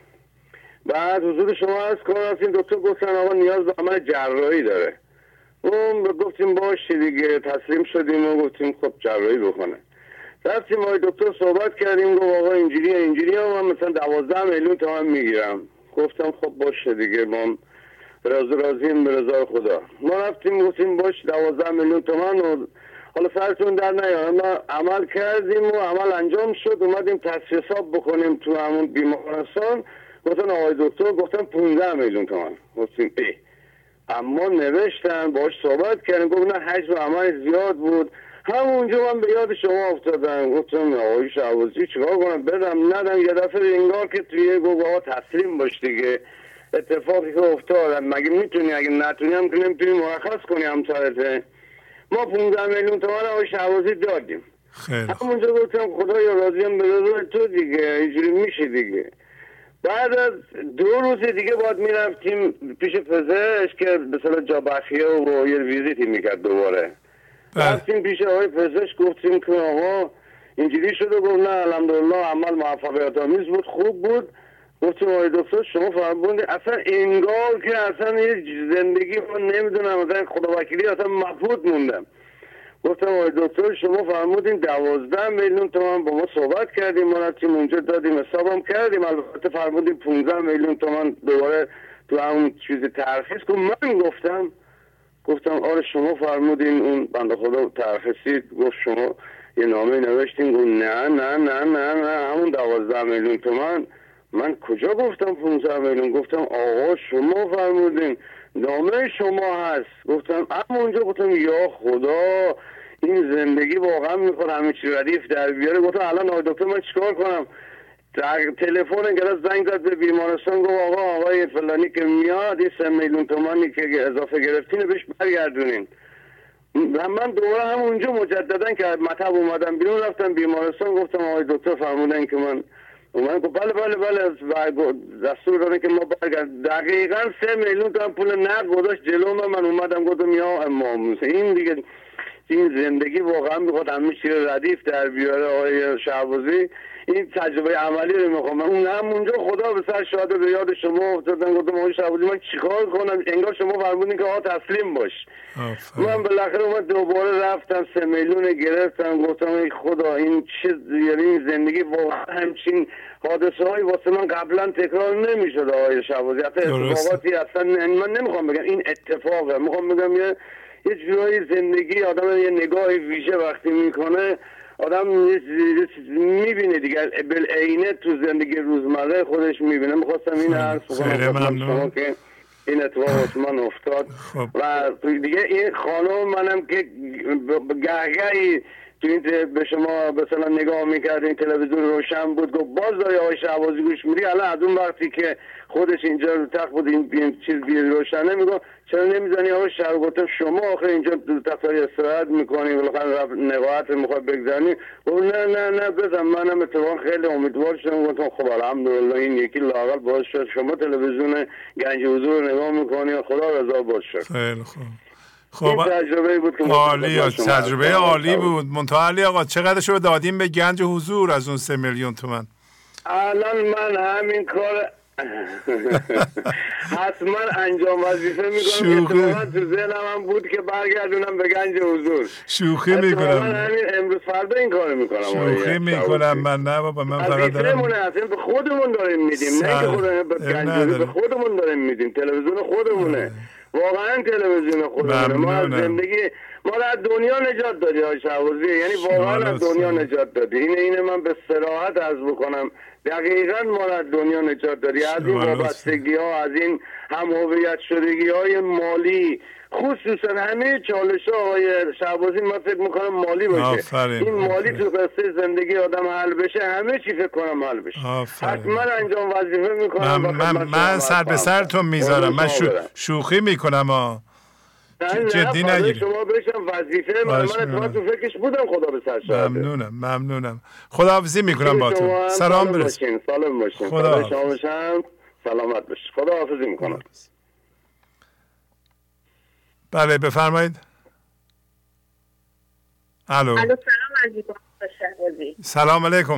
Speaker 10: بعد حضور شما عرض کنم رفتیم دکتر، گفتن آقا نیاز به عمل جراحی داره. گفتیم باش دیگه، تسلیم شدیم و گفتیم خب جراحی بکنه. رفتیم آقای دکتر صحبت کردیم، گفت آقا اینجوری و من مثلا 12 میلیون تومان میگیرم. گفتم خب باشه دیگه، ما راضیم به رضای خدا. ما رفتیم گفتیم باش 12 میلیون تومان و حالا سرتون در نیاد. ما عمل کردیم و عمل انجام شد، اومدیم تصفیه حساب بکنیم تو همون بیمارستان. گفتن آقای دکتر، گفتن 15 میلیون تومان. گفتیم اما نوشتن باش صحبت کردن، گفت نه حجم عمل زیاد بود. همونجا من به یاد شما افتادم، گفتم آقای شهبازی چیکار کنم، بدم ندم؟ یه دفعه انگار که توی گفت آقا تسلیم باش دیگه، اتفاقی که افتاد مگه میتونی، اگه نتونی هم که نمیتونی مرخص کنی همسرته. ما 15 میلیون تومان آقای شهبازی دادیم. همونجا گفتم خدایا راضیم به رضای تو دیگه، اینجوری میشه دیگه. بعد از 2 روز دیگه باید میرفتیم پیش پزشک که به صلاح جابخیه و یه ویزیتی میکرد دوباره. رفتیم پیش آقای پزشک، گفتیم که آقا اینجوری شده. گفت نه الحمدلله عمل موفقیت آمیز بود، خوب بود. گفتیم آقای دکتر شما فرمودید اصلا انگار که اصلا یه زندگی من نمیدونم، اصلا خدا وکیلی اصلا مفقود موندم. گفتم آقای دکتر شما فرمودین 12 میلیون تومان، با ما صحبت کردیم، ما رفتیم اونجا دادیم حسابم کردیم، البته فرمودین 15 میلیون تومان دوباره تو همون چیز ترخیص. من گفتم آره شما فرمودین اون بنده خدا ترخیصی، گفت شما یه نامه نوشتین. گفت نه نه نه نه نه همون 12 میلیون تومان. من کجا گفتم 15 میلیون؟ گفتم آقا شما فرمودین، نامه شما هست. گفتم همونجا گفتم یا خدا این زندگی واقعا میخواد همه چی ردیف در بیاره. گفتم الان آقای دکتر من چیکار کنم؟ تلفن گرفت، زنگ زد به بیمارستان، گفت آقای فلانی که میاد این 3 میلیون تومانی که اضافه گرفتین بهش برگردونین. من دوباره همونجا مجددا که مطب اومدم بیرون رفتم بیمارستان، گفتم آقای دکتر فرمودن که من گفت بله دستور دادن که ما برگرد. دقیقاً 3 میلیون تومان پول نقد گذاشت جلو من اومدم گفتم یا امام این دیگه این زندگی واقعا میخواد همه چی رو ردیف در بیاره. آقای شهبازی این تجربه عملی رو میخوام. اون همونجا خدا به سر شاده به یاد شما افتادن، گفتم آقای شهبازی من چیکار کنم؟ انگار شما فرمودین که آقا تسلیم باش. من بالاخره اومد دوباره رفتم 3 میلیون گرفتم. گفتم ای خدا این چه، یعنی این زندگی واقعا همچین حادثه هایی واسه من قبلا تکرار نمیشد آقای شهبازی. حتی اتفاقاتی اصلا من نمیخوام بگم این اتفاقه، میخوام بگم یه جورایی زندگی آدم یه نگاه ویژه وقتی میکنه آدم میبینه دیگه بالعینه تو زندگی روزمره خودش میبینه. میخواستم این عرض بکنم که این اتفاق من افتاد. و دیگه این خانم منم که گهگهی تو این به شما مثلا نگاه میکردین تلویزیون روشن بود، گفت باز داری آقای شهبازی گوش میدی؟ الان از اون وقتی که خودش اینجا رو تخت بود این چیز روشنه میگم چرا نمیزنی آقای شهر؟ گفتم شما آخه اینجا تو تختاری استراحت میکنی بالاخره نقاهت میخوای بگذارنی. گفت نه نه نه بزن. منم اتفاقا خیلی امیدوار شدم، گفتم خب الحمدلله این یکی لااقل باعث شد شما تلویزیون گنج حضور نگاه میکنی، خدا رضا باشه.
Speaker 4: خیلی خوب. خب تجربه بود که عالی، تجربه عالی بود. منتها علی آقا چقدرش رو دادیم به گنج حضور از اون 3 میلیون تومان؟
Speaker 10: الان من همین کار حتما انجام وظیفه میکنم. اتفاقا تو ذهنم هم بود که برگردونم به گنج حضور.
Speaker 4: شوخی میکنم.
Speaker 10: من همین امروز فردا این کارو میکنم.
Speaker 4: شوخی میکنم من. نه بابا من فقط دارم
Speaker 10: به خودمون داریم میدیم، نه که خودمون به گنج حضور، به خودمون داریم میدیم. تلویزیون خودمونه، واقعا تلویزیون خودمونه. ما از زندگی ما رو از دنیا نجات دادی آقای شهبازی، یعنی واقعا از دنیا نجات دادی. اینه من به صراحت عرض بکنم دقیقا ما را دنیا نجات داری از این وابستگی ها، از این هم هویت شدگی های مالی، خصوصا همه چالش ها. آقای شهبازی من فکر میکنم مالی باشه. این مالی تو قصه زندگی آدم حل بشه، همه چی فکر کنم حل بشه. حتما انجام وظیفه میکنم.
Speaker 4: من سر به سرتون میذارم. من شوخی میکنم جدی نگیری.
Speaker 10: شما بشم وظیفه من اتفاقا تو فکرش بودم. خدا به سر شده.
Speaker 4: ممنونم. خداحافظی میکنم با تو. سلام برسون.
Speaker 10: سلام باشین. خدا شما باشم. سلامت باشین. خداحافظی میکنم.
Speaker 4: بله بفرمایید. الو.
Speaker 7: سلام عزیزم شهبازی.
Speaker 4: سلام علیکم.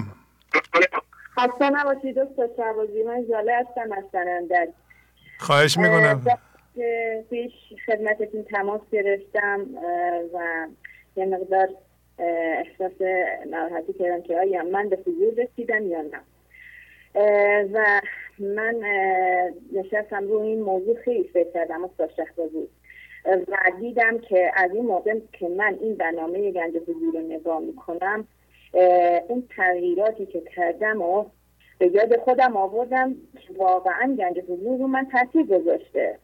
Speaker 7: خسته نباشید دکتر شهبازی. من ژاله هستم از سنندج.
Speaker 4: خواهش میکنم.
Speaker 7: پیش خدمتتون تماس گرفتم و یه مقدار احساس ناراحتی کردم که آیا من به حضور رسیدم یا نه. و من نشستم رو این موضوع خیلی فکر کردم استاد شهبازی و دیدم که از این موقع که من این برنامه گنج حضور رو نگاه میکنم، اون تغییراتی که کردم و به یاد خودم آوردم که واقعا گنج حضور رو من تاثیر گذاشته.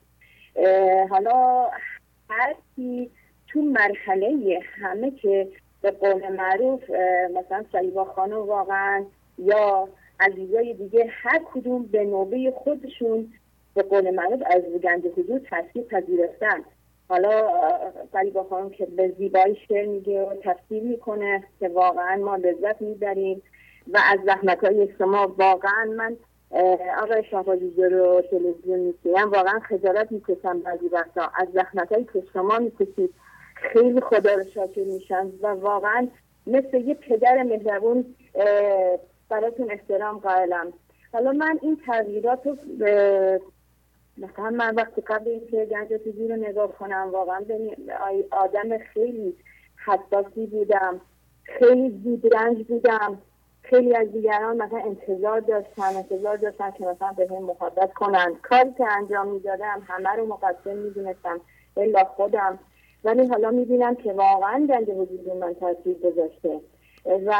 Speaker 7: حالا هر کی تو مرحله همه که به قول معروف مثلا صلیبا خانم واقعا یا عزیزای دیگه هر کدوم به نوبه خودشون به قول معروف از گنج حضور تاثیر پذیرفتن. حالا صلیبا خانم که به زیبایی شعر میگه و تفسیر میکنه که واقعا ما لذت میبریم و از زحمت‌های شما واقعا من آقای شهبازی رو تلویزیون می‌بینم واقعا خجالت میکشم بعضی وقتا از زحمت‌هایی که شما میکشید. خیلی خدا رو شاکر میشم و واقعا مثل یه پدر مهربون براتون احترام قائلم. حالا من این تغییرات رو مثلا من وقتی قبل اینکه گنج حضور رو نگاه کنم واقعا آدم خیلی حساسی بودم، خیلی زودرنج بودم. خیلی از دیگران مثلا انتظار داشتن که مثلا به هم محبت کنن. کاری که انجام میدادم همه رو مقصر میدونستم الا خودم، ولی حالا میبینم که واقعا گنج حضور من تاثیر گذاشته. و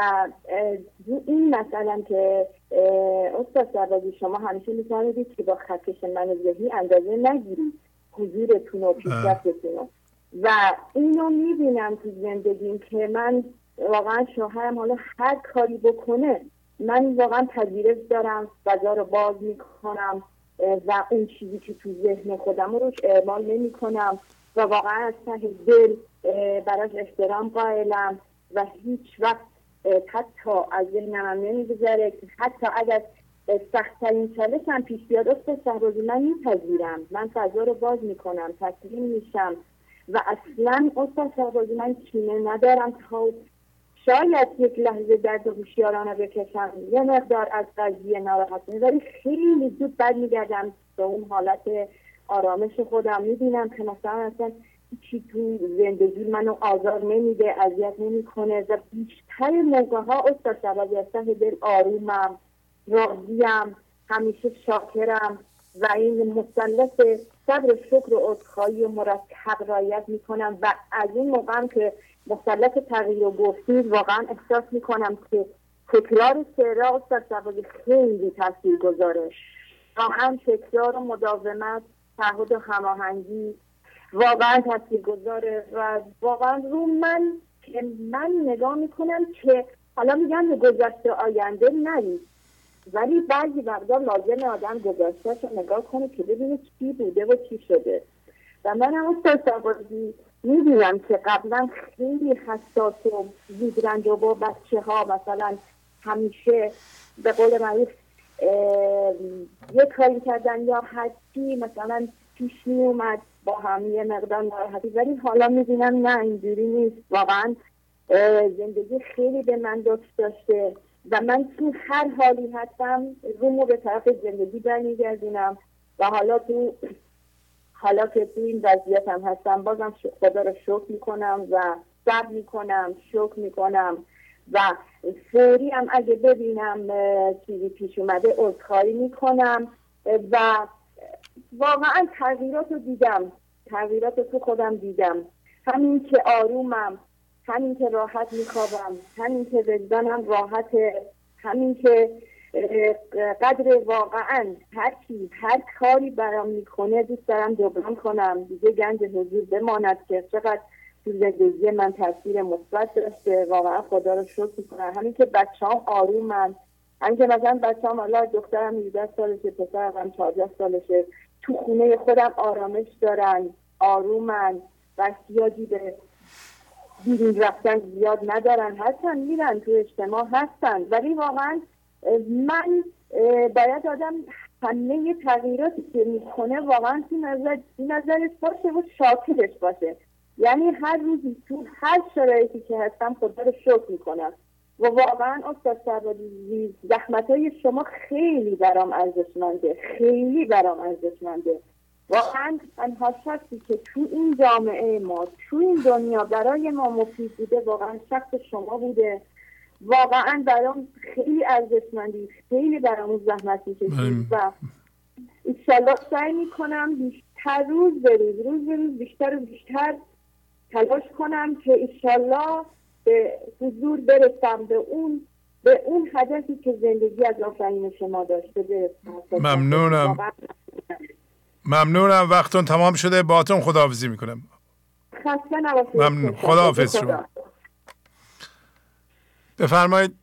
Speaker 7: این مثلا که استاد شهبازی شما همیشه می‌فرمایید که با خطکش من ذهنی اندازه نگیرید حضورتون و پیشرفتتون و اینو میبینم تو زندگیم که من واقعا شوهرم حالا هر کاری بکنه من واقعا پذیرش دارم، فضا رو باز میکنم و اون چیزی که تو ذهن خودم روش اعمال نمی کنم و واقعا از ته دل براش احترام قائلم و هیچ وقت حتی از ذهنم هم نمیگذره. حتی اگر سخت‌ترین چالش هم پیش بیاد استاد شهبازی من میپذیرم، من فضا رو باز میکنم، تسلیم میشم و اصلا استاد شهبازی من کینه ندارم تا شاید یک لحظه درد هوشیارانه بکشم، یه مقدار از قضیه ناراحت میشم، ولی خیلی زود برمیگردم به اون حالت آرامش خودم. میبینم که مثلا چی تو زندگی منو آزار نمیده، اذیت نمیکنه و بیشتر موقع‌ها استاد شهبازی از ته دل آرومم، راضیم، همیشه شاکرم و این مثلث صبر، شکر و عذرخواهی و مرتب رعایت میکنم و از این موقعم که مثلث تغییر و گفتید واقعا احساس میکنم که تکرار شعرها استاد شهبازی خیلی تاثیر گذاره. واقعا تکرار و مداومت، تعهد و هماهنگی واقعا تاثیر گذاره و واقعا رو من که من نگاه میکنم که حالا میگن گذشته آینده نرید، ولی بعضی وقتا لازم آدم گذشته‌شو نگاه کنه که ببینه چی بوده و چی شده. و من هم استاد شهبازی میدونم که قبلا خیلی حساس و زودرنج و با بچه ها مثلا همیشه به قول معروف یه کاری کردن یا هرچی مثلا پیش می اومد با هم یه مقدار ناراحتی، ولی حالا میبینم نه اینجوری نیست. واقعا زندگی خیلی به من لطف داشته و من تو هر حالی هستم رومو به طرف زندگی برمیگردونم و حالا که تو این وضعیت هم هستم بازم خدا رو شکر میکنم و صبر میکنم، شکر میکنم و فوری هم اگه ببینم چیزی پیش اومده عذرخواهی میکنم و واقعا تغییرات رو دیدم، تغییرات رو تو خودم دیدم. همین که آرومم، همین که راحت میخوابم، همین که وجدانم راحته، همین که
Speaker 5: قدر واقعا هر کاری برام میکنه دوست دارم جبران کنم. دیگه گنج حضور بماند که چقدر تو زندگی من تاثیر مثبت داشته. واقعا خدا رو شکر میکنم. همین که بچه‌ام آرومن، همین که مثلا بچه‌ام الله دخترم 18 سالشه، پسرم 14 سالشه، تو خونه خودم آرامش دارن، آرومن و احتیاجی به بیرون رفتن زیاد ندارن. هستن میرن تو اجتماع هستن، ولی واقعا من باید آدم همه تغییراتی که میکنه واقعا تو نظرش باشه و شاکرش باشه. یعنی هر روزی تو هر شرایطی که هستم خدا رو شکر میکنم و واقعا استاد سربازی زحمتهای شما خیلی برام ارزشمنده، خیلی برام ارزشمنده. واقعا تنها شخصی که تو این جامعه ما، تو این دنیا برای ما مفید بوده واقعا شخص شما بوده. واقعا برام خیلی ارزشمندی، خیلی برام زحمت میکشید و انشالله سعی میکنم بیشتر روز به روز بیشتر و بیشتر تلاش کنم که انشالله به حضور برسم، به اون هدفی که زندگی از آفرین شما داشته برسم.
Speaker 4: ممنونم. وقتون تمام شده. باهاتون خداحافظی میکنم.
Speaker 5: خسته نباشید.
Speaker 4: ممنون. خداحافظ شما. بفرمایید.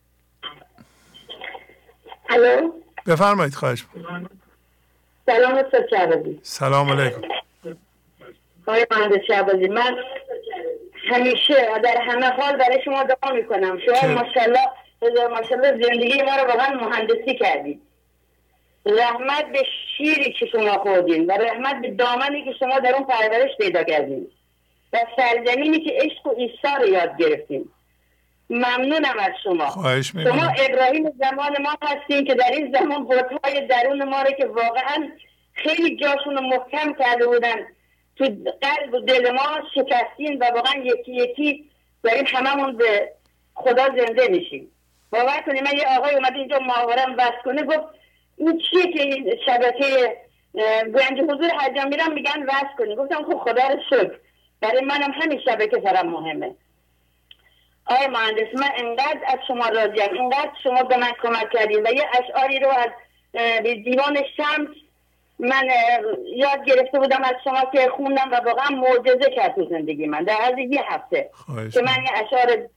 Speaker 11: الو.
Speaker 4: بفرمایید. خواهش می‌کنم.
Speaker 11: سلام استاد شهبازی.
Speaker 4: سلام علیکم.
Speaker 11: آقای مهندس شهبازی، من همیشه در همه حال برای شما دعا میکنم. شما ماشاءالله زندگی ما رو واقعا مهندسی کردید. رحمت به شیری که شما خوردین و رحمت به دامنی که شما در اون پرورش پیدا کردین و سرزمینی که عشق و عیسی رو یاد گرفتین. ممنونم از شما.
Speaker 4: خواهش میکنم.
Speaker 11: شما ابراهیم زمان ما هستین که در این زمان بت‌های درون ما رو که واقعا خیلی جاشون رو محکم کرده بودن تو قلب و دل ما شکستین و واقعا یکی یکی داریم هممون به خدا زنده میشیم. باور کنید من یه آقای اومد اینجا محاورم بس کنه، گفت این چیه که این شبکه گنج حضور هر جا میرم میگن وصل کنی. گفتم خب خدا رو شکر، برای منم همین شبکه برام مهمه. آقای مهندس، من انقدر از شما راضیم، انقدر شما به من کمک کردین و یه اشعاری رو از دیوان شمس من یاد گرفته بودم از شما که خوندم و واقعا معجزه کرد تو زندگی من در عرض یه هفته که من یه اشعار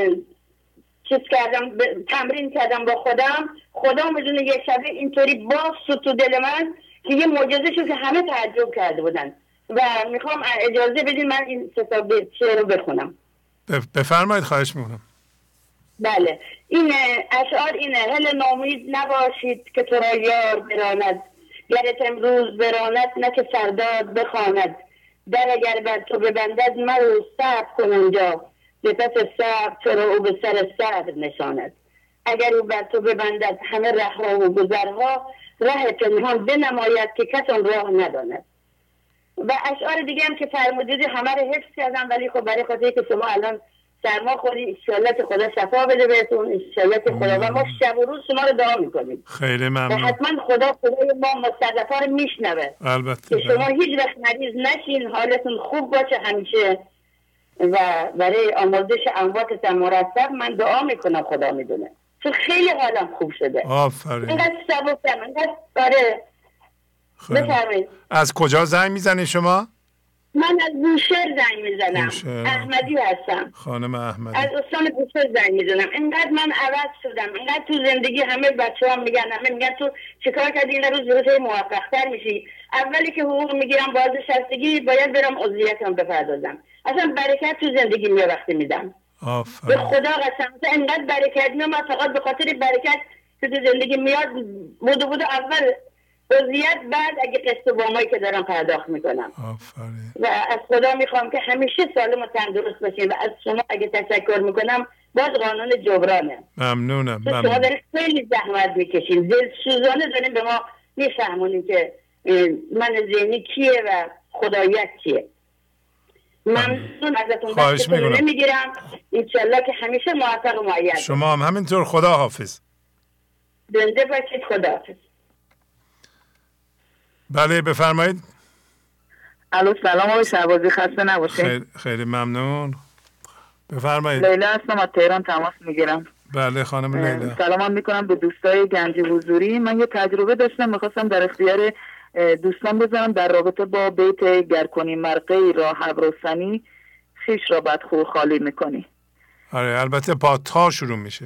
Speaker 11: تمرین کردم با خودم بدون یه شبه اینطوری باز شد تو دل من که یه معجزه شد که همه تعجب کرده بودن و میخوام اجازه بدین من این شعر رو بخونم.
Speaker 4: بفرمایید. خواهش میکنم.
Speaker 11: بله، این اشعار اینه: هل ناامید نباشید که تو را یار براند، گرت امروز براند نه که فرداد بخواند، در اگر بر تو ببندد مرو صبر کن اونجا، به پس صبر تو را او به سر صبر نشاند. اگر او بر تو ببندد همه رهها و گذرها، راه پنهان بنماید که کس آن راه نداند. و اشعار دیگه هم که فرمودید همه رو حفظ کردم، ولی خب برای خاطری که شما الان سرما خوری انشالله که خدا شفا بده بهتون، انشالله که خدا و ما شب و روز شما رو دعا میکنیم.
Speaker 4: خیلی ممنون.
Speaker 11: و حتما خدای ما مستضعفا رو میشنوه
Speaker 4: البته
Speaker 11: که شما هیچ وقت مریض نشین، حالتون خوب باشه همیشه و برای آموزش امواتتون مرتب من دعا میکنم. خدا میدونه چون خیلی حالم خوب شده.
Speaker 4: آفرین.
Speaker 11: اینقدر سبکم، اینقدر داره. بفرمایید.
Speaker 4: از کجا زنگ میزنی شما؟
Speaker 11: من از بوشهر زنگ میزنم. احمدی هستم.
Speaker 4: خانم احمدی.
Speaker 11: از استان بوشهر زنگ میزنم. اینقدر من عوض شدم، اینقدر تو زندگی همه بچه‌ها میگن تو چیکار کردی این روز روزهای موفق‌تر میشی. اولی که حقوق میگیرم بازنشستگی باید برم عضویتم بپردازم. اصلا برکت تو زندگی میاد وقتی میدم.
Speaker 4: آفرین.
Speaker 11: به خدا قسم اینقدر برکت میاد، من فقط به خاطر برکت که تو زندگی میاد بودو اول عضویت، بعد اگه قسط و وامایی که دارم پرداخت میکنم.
Speaker 4: آفرین.
Speaker 11: و از خدا میخوام که همیشه سالم و تندرست باشین و از شما اگه تشکر میکنم باز قانون جبرانه.
Speaker 4: ممنونم.
Speaker 11: شما دارید خیلی زحمت میکشین، دل سوزانه دارین به ما میفهمونین که من ذهنی کیه و خداییت کیه. ممنون ازتون.
Speaker 4: خواهش میکنم.
Speaker 11: نمیگیرم انشالله که همیشه موفق و معید.
Speaker 4: شما هم همینطور. خدا حافظ.
Speaker 11: زنده باشید. خدا حافظ.
Speaker 4: بله بفرمایید.
Speaker 8: الو سلام آقای شهبازی، خسته نباشید.
Speaker 4: خیلی ممنون. بفرمایید.
Speaker 8: لیلا هستم از تهران تماس میگیرم.
Speaker 4: بله خانم لیلا.
Speaker 12: سلام میکنم به دوستای گنج حضوری. من یه تجربه داشتم، میخواستم در اختیار دوستان بذارم در رابطه با بیت گر کنی مرقی را حبرستنی خیش را بدخو خالی میکنی.
Speaker 4: آره البته با تا شروع میشه.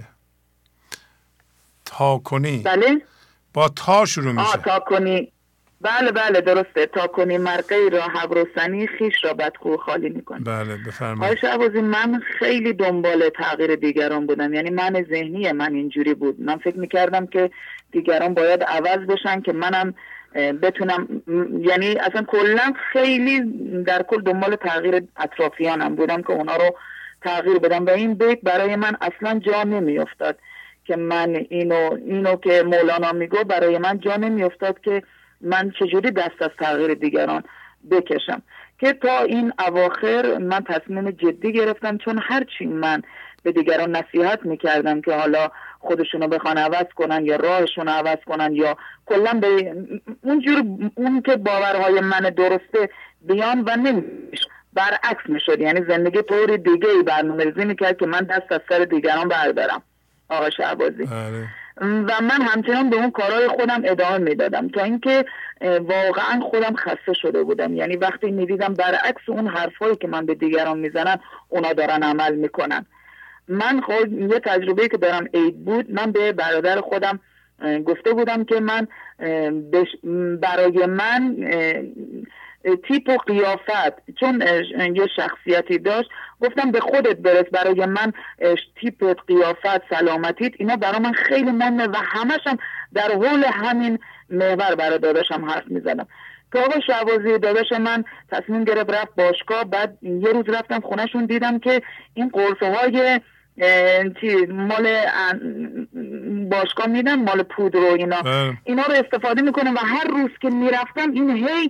Speaker 4: تا کنی.
Speaker 12: بله
Speaker 4: با تا شروع میشه.
Speaker 12: تا کنی. بله بله درسته. تا کنی مرقی را حبرستنی خیش را بدخو خالی میکنی.
Speaker 4: بله بفرمایید.
Speaker 12: آقای شهبازی من خیلی دنبال تغییر دیگران بودم، یعنی من ذهنی من اینجوری بود. من فکر میکردم که دیگران باید عوض بشن که منم بتونم، یعنی اصلا کلا خیلی در کل دنبال تغییر اطرافیانم بودم که اونا رو تغییر بدم و این بیت برای من اصلا جا نمیافتاد که من اینو که مولانا میگه برای من جا نمیافتاد که من چجوری دست از تغییر دیگران بکشم، که تا این اواخر من تصمیم جدی گرفتم، چون هرچی من به دیگران نصیحت میکردم که حالا خودشونو بخوان عوض کنن یا راهشون عوض کنن یا کلا به اون که باورهای من درسته بیان و نمیشه، برعکس میشد، یعنی زندگی طور دیگه ای برنامه‌ریزی میکرد که من دست از سر دیگران بردارم آقا شهبازی. و من همچنان به اون کارهای خودم ادامه میدادم تا اینکه واقعا خودم خسته شده بودم، یعنی وقتی میدیدم برعکس اون حرفایی که من به دیگران میزنن اونا دارن عمل میکنن. من خود یه تجربه که دارم عید بود، من به برادر خودم گفته بودم که من برای من تیپ و قیافت، چون یه شخصیتی داشت، گفتم به خودت برس، برای من تیپ قیافت سلامتیت اینا برای من خیلی مهمه و همشم در حول همین محور برای داداشم حرف میزنم. که آقا شهبازی داداش من تصمیم گرفت رفت باشگاه، بعد یه روز رفتم خونهشون دیدم که این قرصه های مال باشگاه میدن، مال پودر و اینا رو استفاده میکنه و هر روز که میرفتم این هی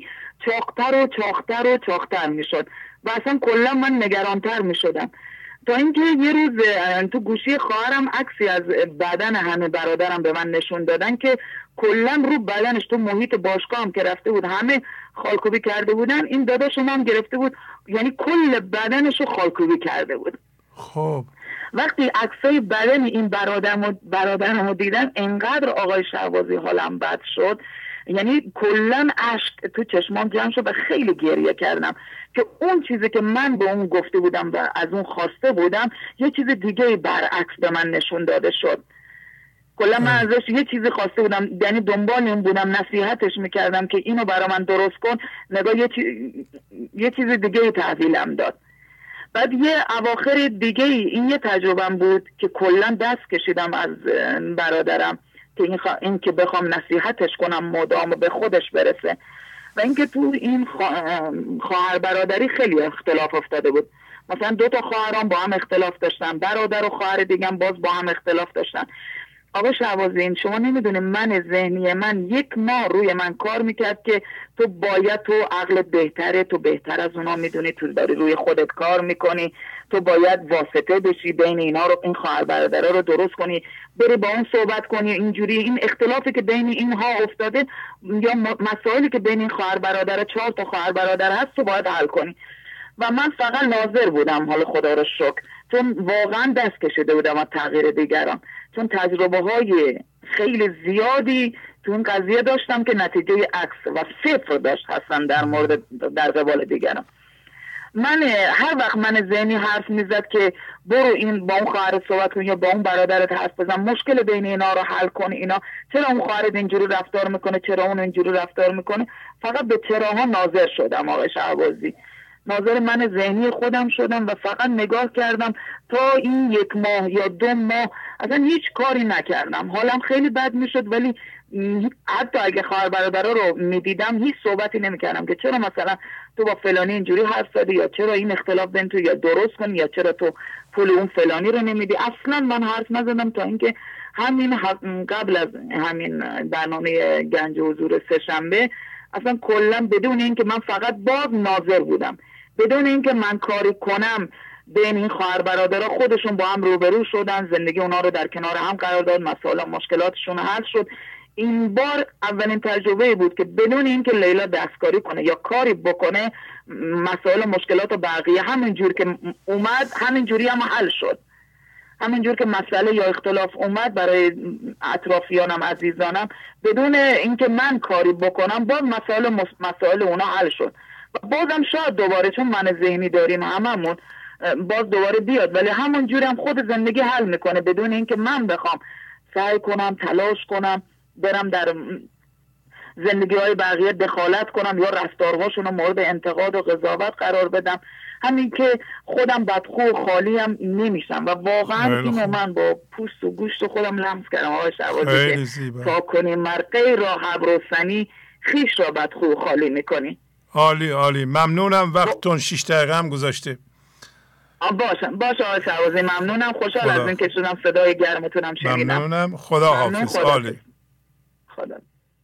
Speaker 12: چاقتر میشد و اصلا کلا من نگرانتر میشدم، تا اینکه یه روز تو گوشی خواهرم عکسی از بدن همه برادرم به من نشون دادن که کلا رو بدنش تو محیط باشگاه هم که رفته بود همه خالکوبی کرده بودن، این داداشم هم گرفته بود، یعنی کل بدنش رو خالکوبی کرده بود.
Speaker 4: خب
Speaker 12: وقتی عکسای بدن این برادرمو دیدم انقدر آقای شهبازی حالم بد شد، یعنی کلن اشک تو چشمام جمع شد و خیلی گریه کردم که اون چیزی که من به اون گفته بودم و از اون خواسته بودم یه چیز دیگه برعکس به من نشون داده شد. کلا من ازش یه چیزی خواسته بودم، یعنی دنبال این بودم، نصیحتش میکردم که اینو برای من درست کن، نگاه یه چیز دیگه تحویلم داد. بعد یه اواخر دیگه این یه تجربم بود که کلا دست کشیدم از برادرم که این که بخوام نصیحتش کنم مدام به خودش برسه و اینکه تو این خواهر برادری خیلی اختلاف افتاده بود. مثلا 2 تا خواهرام با هم اختلاف داشتن، برادر و خواهر دیگه باز با هم اختلاف داشتن. آقا شهبازی شما نمیدونید من ذهنی من 1 ماه روی من کار میکرد که تو باید، تو عقلت بهتره، تو بهتر از اونا میدونی، تو داری روی خودت کار میکنی، تو باید واسطه بشی بین اینا رو، این خواهر برادرها رو درست کنی، بری با اون صحبت کنی، اینجوری این اختلافی که بین اینها افتاده یا مسائلی که بین این خواهر برادر 4 تا خواهر برادر هست تو باید حل کنی. و من فقط ناظر بودم، حال خدا رو شکر، چون واقعا دست کشیده بودم از تغییر دیگران، چون تجربه های خیلی زیادی تو این قضیه داشتم که نتیجه عکس و صفر داشت هستن در قبال دیگران. من هر وقت من ذهنی حرف میزد که برو این با اون خواهر صحبت کن یا با اون برادرت حرف بزن، مشکل بین اینا رو حل کن، اینا چرا اون خواهرت اینجوری رفتار میکنه، چرا اون اینجوری رفتار میکنه، فقط به چراها ناظر شدم آقای شهبازی، ناظر من ذهنی خودم شدم و فقط نگاه کردم. تا این 1 ماه یا 2 ماه اصلا هیچ کاری نکردم، حالم خیلی بد میشد، ولی حتی اگه خواهر برادرها رو میدیدم هیچ صحبتی نمیکردم که چرا مثلا تو با فلانی اینجوری حرف زدی، یا چرا این اختلاف بین تو یا درست کن، یا چرا تو پول اون فلانی رو نمیدی. اصلا من حرف نزدم تا اینکه قبل از همین برنامه گنج حضور 3 شنبه اصلا کلا بدون اینکه من فقط باز ناظر بودم، بدون اینکه من کاری کنم، بین این خواهر برادرها خودشون با هم روبرو شدن، زندگی اونا رو در کنار هم قرار داد، مسائل و مشکلاتشون حل شد. این بار اولین تجربه بود که بدون اینکه لیلا دستکاری کنه یا کاری بکنه مسائل و مشکلات و بقیه همینجور که اومد همینجوری هم حل شد. همینجور که مسئله یا اختلاف اومد برای اطرافیانم عزیزانم، بدون اینکه من کاری بکنم باز مسائل اونا حل شد و بازم شاید دوباره چون من ذهنی داریم هممون باز دوباره بیاد، ولی همون جوری هم خود زندگی حل میکنه بدون اینکه من بخوام سعی کنم تلاش کنم برم در زندگی های بقیه دخالت کنم یا رفتارهاشون رو مورد انتقاد و قضاوت قرار بدم. همین که خودم بدخو و خالی هم نمیشم و واقعا اینو من با پوست و گوشت خودم لمس کردم. آقای شهبازی که تا کنی مرقه را حبرستنی خیش را بدخو و خالی میکنی.
Speaker 4: عالی عالی، ممنونم. وقتتون 6 دقیقه هم گذاشته.
Speaker 12: باشه آقای شهبازی، ممنونم. خوشحال از این که شدم صدای گرمتونم شنیدم.
Speaker 4: ممنونم. خدا حافظ. عالی.
Speaker 12: خدا.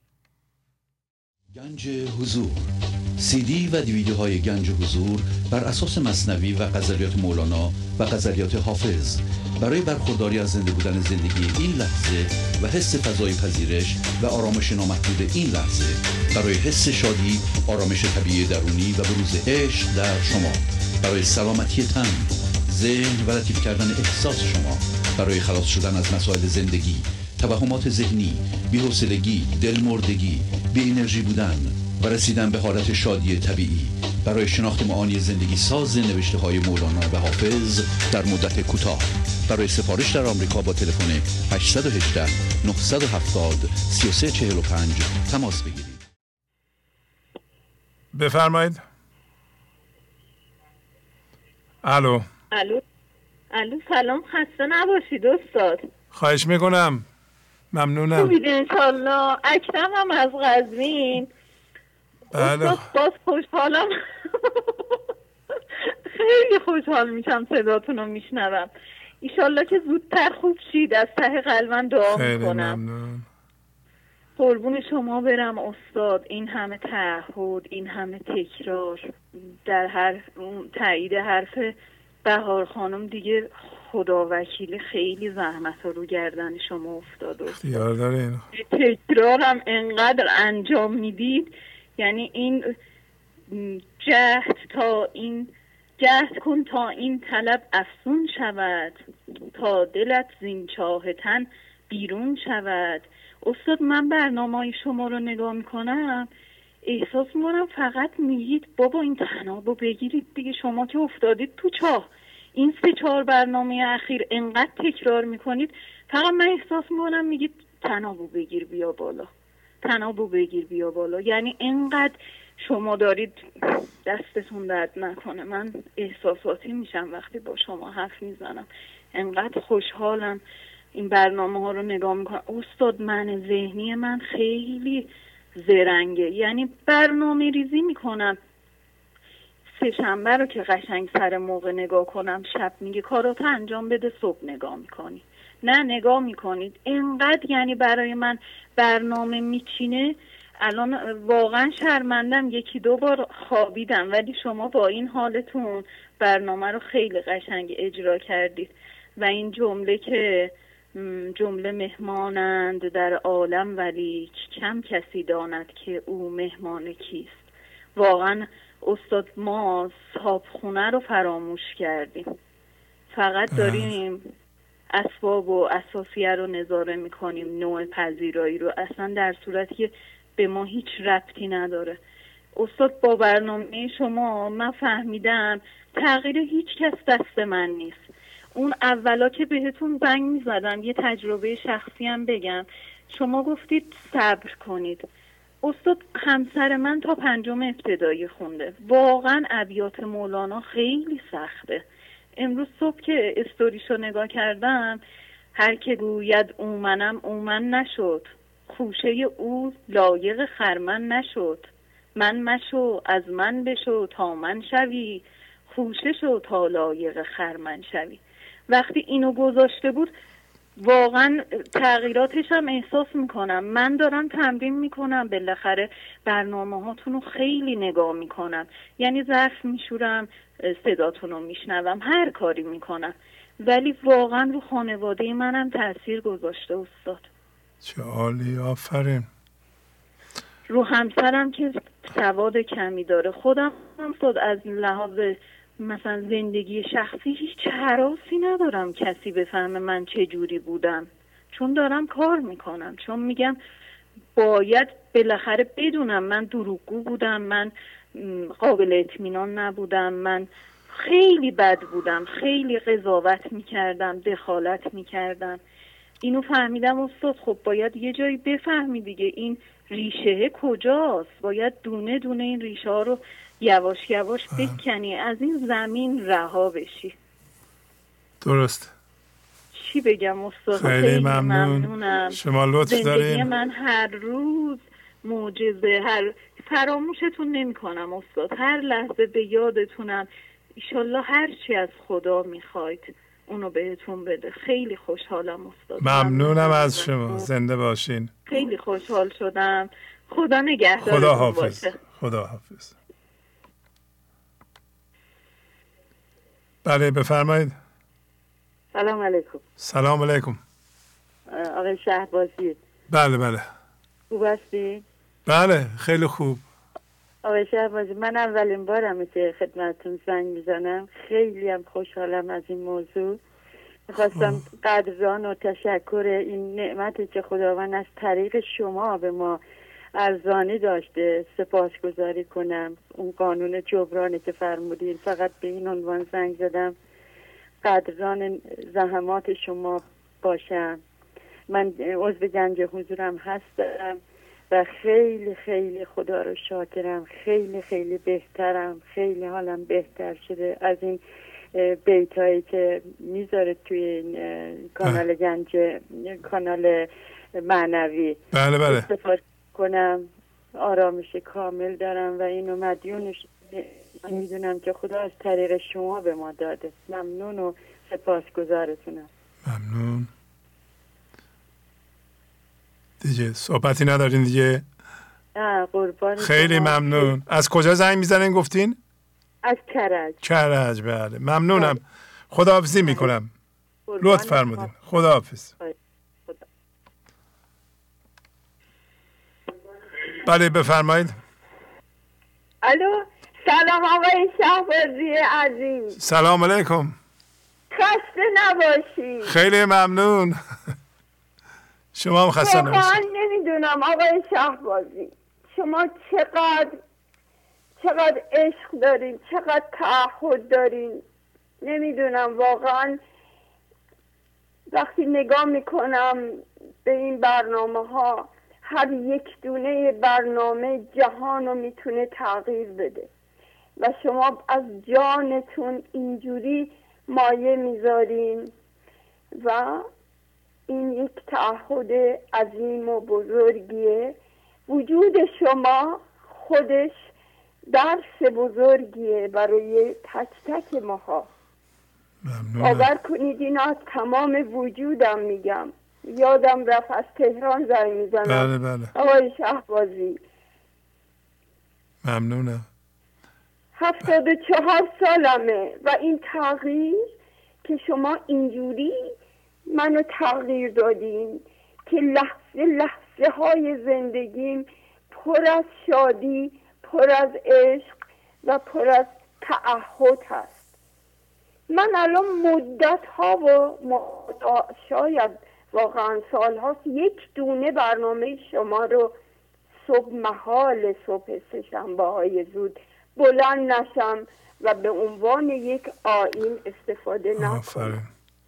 Speaker 1: گنج حضور، سی دی و دیویدیوهای گنج حضور بر اساس مثنوی و غزلیات مولانا و غزلیات حافظ برای برخورداری از زنده بودن زندگی این لحظه و حس فضای پذیرش و آرامش نامحدود این لحظه، برای حس شادی، آرامش طبیعی درونی و بروز عشق در شما، برای سلامتی تن، ذهن و لطیف کردن احساس شما، برای خلاص شدن از مسائل زندگی، توهمات ذهنی، بی‌حوصلگی، دلمردگی، بی انرژی بودن و رسیدن به حالت شادی طبیعی، برای شناخت معانی زندگی ساز نوشته‌های مولانا و حافظ در مدت کوتاه. برای سفارش در آمریکا با تلفن 818 970 3345 تماس بگیرید.
Speaker 4: بفرمایید. الو
Speaker 13: سلام، خسته نباشید استاد.
Speaker 4: خواهش میکنم. ممنونم.
Speaker 13: خوبید انشالله. اکرم هم از قزوین.
Speaker 4: بله.
Speaker 13: باز خوشحالم. خیلی خوشحال میشم صداتون رو میشنوم. ایشالله که زودتر خوب شید. از ته قلبم دعا میکنم.
Speaker 4: خیلی ممنون.
Speaker 13: قربون شما برم استاد. این همه تعهد، این همه تکرار در هر تایید حرف بهار خانم، دیگه خدا وکیلی خیلی زحمت ها رو گردن شما افتاد.
Speaker 4: اختیار دارین.
Speaker 13: تکرارم انقدر انجام میدید، یعنی این جهد کن تا این طلب افزون شود، تا دلت زین چاه تن بیرون شود. استاد من برنامه‌های شما رو نگاه میکنم، احساس میکنم فقط میگید بابا این طنابو بگیرید دیگه. شما که افتادید تو چاه. این 3-4 برنامه اخیر انقدر تکرار میکنید، فقط من احساس میکنم میگید طنابو بگیر بیا بالا، طنابو بگیر بیا بالا. یعنی انقدر شما دارید، دستتون درد نکنه. من احساساتی میشم وقتی با شما حرف میزنم. انقدر خوشحالم این برنامه ها رو نگاه میکنم. استاد من ذهنی من خیلی زرنگه، یعنی برنامه ریزی میکنم. 3 شنبه رو که قشنگ سر موقع نگاه کنم، شب میگه کاراتو انجام بده، صبح نگاه میکنی. نه نگاه میکنید. اینقدر یعنی برای من برنامه میچینه. الان واقعا شرمندم 1-2 بار خوابیدم، ولی شما با این حالتون برنامه رو خیلی قشنگ اجرا کردید. و این جمله که جمله مهمانند در عالم ولی کم کسی داند که او مهمان کیست. واقعا استاد ما صابخونه رو فراموش کردیم، فقط داریم اسباب و اساسیه رو نظاره میکنیم، نوع پذیرایی رو، اصلا در صورتی که به ما هیچ ربطی نداره. استاد با برنامه شما من فهمیدم تغییر هیچ کس دست من نیست. اون اولا که بهتون زنگ میزدم یه تجربه شخصی هم بگم. شما گفتید صبر کنید. استاد همسر من تا 5 ابتدایی خونده. واقعا ابیات مولانا خیلی سخته. امروز صبح که استوریشو نگاه کردم، هر که گوید اومنم اومن نشد، خوشه او لایق خرمن نشد، من مشو از من بشو تا من شوی، خوشه شو تا لایق خرمن شوی. وقتی اینو گذاشته بود واقعا تغییراتش هم احساس میکنم. من دارم تمرین میکنم، بالاخره برنامه هاتون رو خیلی نگاه میکنم، یعنی ظرف میشورم، صداتون رو میشنوم، هر کاری میکنم، ولی واقعا رو خانواده منم تاثیر گذاشته استاد.
Speaker 4: چه عالی، آفرین.
Speaker 13: رو همسرم که سواد کمی داره. خودم هم استاد از لحاظ مثلا زندگی شخصی هیچ هراسی ندارم کسی بفهمه من چه جوری بودم، چون دارم کار میکنم، چون میگم باید بالاخره بدونم من دروغگو بودم، من قابل اطمینان نبودم، من خیلی بد بودم، خیلی قضاوت میکردم، دخالت میکردم. اینو فهمیدم استاد. خب باید یه جایی بفهمی دیگه این ریشه کجاست، باید دونه دونه این ریشه ها رو یواش یواش بکنی، از این زمین رها بشی.
Speaker 4: درست.
Speaker 13: چی بگم استاد؟
Speaker 4: خیلی ممنونم. شما لطف دارین.
Speaker 13: زندگی من هر روز معجزه، فراموشتون نمی کنم استاد، هر لحظه به یادتونم. ایشالله هر چی از خدا میخواید اونو بهتون بده. خیلی خوشحالم استاد.
Speaker 4: ممنونم از شما. زنده باشین.
Speaker 13: خیلی خوشحال شدم. خدا نگهدارتون.
Speaker 4: خدا حافظ. خدا حافظ. بله بفرمایید.
Speaker 14: سلام علیکم.
Speaker 4: سلام علیکم.
Speaker 14: آقای شهبازی.
Speaker 4: بله بله.
Speaker 14: خوب هستی؟
Speaker 4: بله خیلی خوب.
Speaker 14: آقای شهبازی، من اولین بارمه که خدمتتون زنگ میزنم. خیلی هم خوشحالم از این موضوع. میخواستم قدردان و تشکر این نعمتی که خداوند از طریق شما به ما ارزانی داشته سپاسگزاری کنم. اون قانون جبرانی که فرمودین، فقط به این عنوان زنگ زدم قدردان زحمات شما باشم. من عضو گنج حضورم هستم و خیلی خیلی خدا رو شاکرم. خیلی خیلی بهترم. خیلی حالم بهتر شده از این بیتایی که میذاره توی این کانال گنج، کانال معنوی.
Speaker 4: بله بله.
Speaker 14: استفاده کنم، آرامش کامل دارم و اینو مدیونش میدونم که خدا از طریق شما به ما داده. ممنون و سپاسگزارتونم.
Speaker 4: ممنون. دیگه صحبتی ندارین دیگه؟
Speaker 14: نه قربان.
Speaker 4: خیلی ممنون. از کجا زنگ میزنین گفتین؟
Speaker 14: از کرج.
Speaker 4: کرج. بله ممنونم. خداحافظی میکنم. لطف فرمودین. خداحافظ. بله بفرمایید.
Speaker 11: الو سلام آقای شهبازی عزیز.
Speaker 4: سلام علیکم.
Speaker 11: خسته نباشی.
Speaker 4: خیلی ممنون. شما هم خسته نباشید.
Speaker 11: واقعا نمیدونم آقای شهبازی شما چقدر عشق دارین، چقدر تعهد دارین. نمیدونم واقعا وقتی نگاه میکنم به این برنامه ها، هر یک دونه برنامه جهان رو میتونه تغییر بده و شما از جانتون اینجوری مایه میذارین و این یک تعهد عظیم و بزرگیه. وجود شما خودش درس بزرگیه برای تک تک ماها. باور کنید اینا از تمام وجودم میگم. یادم رفت از تهران زنگ میزنم.
Speaker 4: بله بله.
Speaker 11: آقای شهبازی
Speaker 4: ممنونم.
Speaker 11: 74 سالمه و این تغییر که شما اینجوری منو تغییر دادین که لحظه لحظه های زندگیم پر از شادی، پر از عشق و پر از تعهد هست. من الان مدت ها و شاید واقعا سال هاست یک دونه برنامه شما رو صبح محال صبح سه‌شنبه های زود بلند نشم و به عنوان یک آیین استفاده نکنم.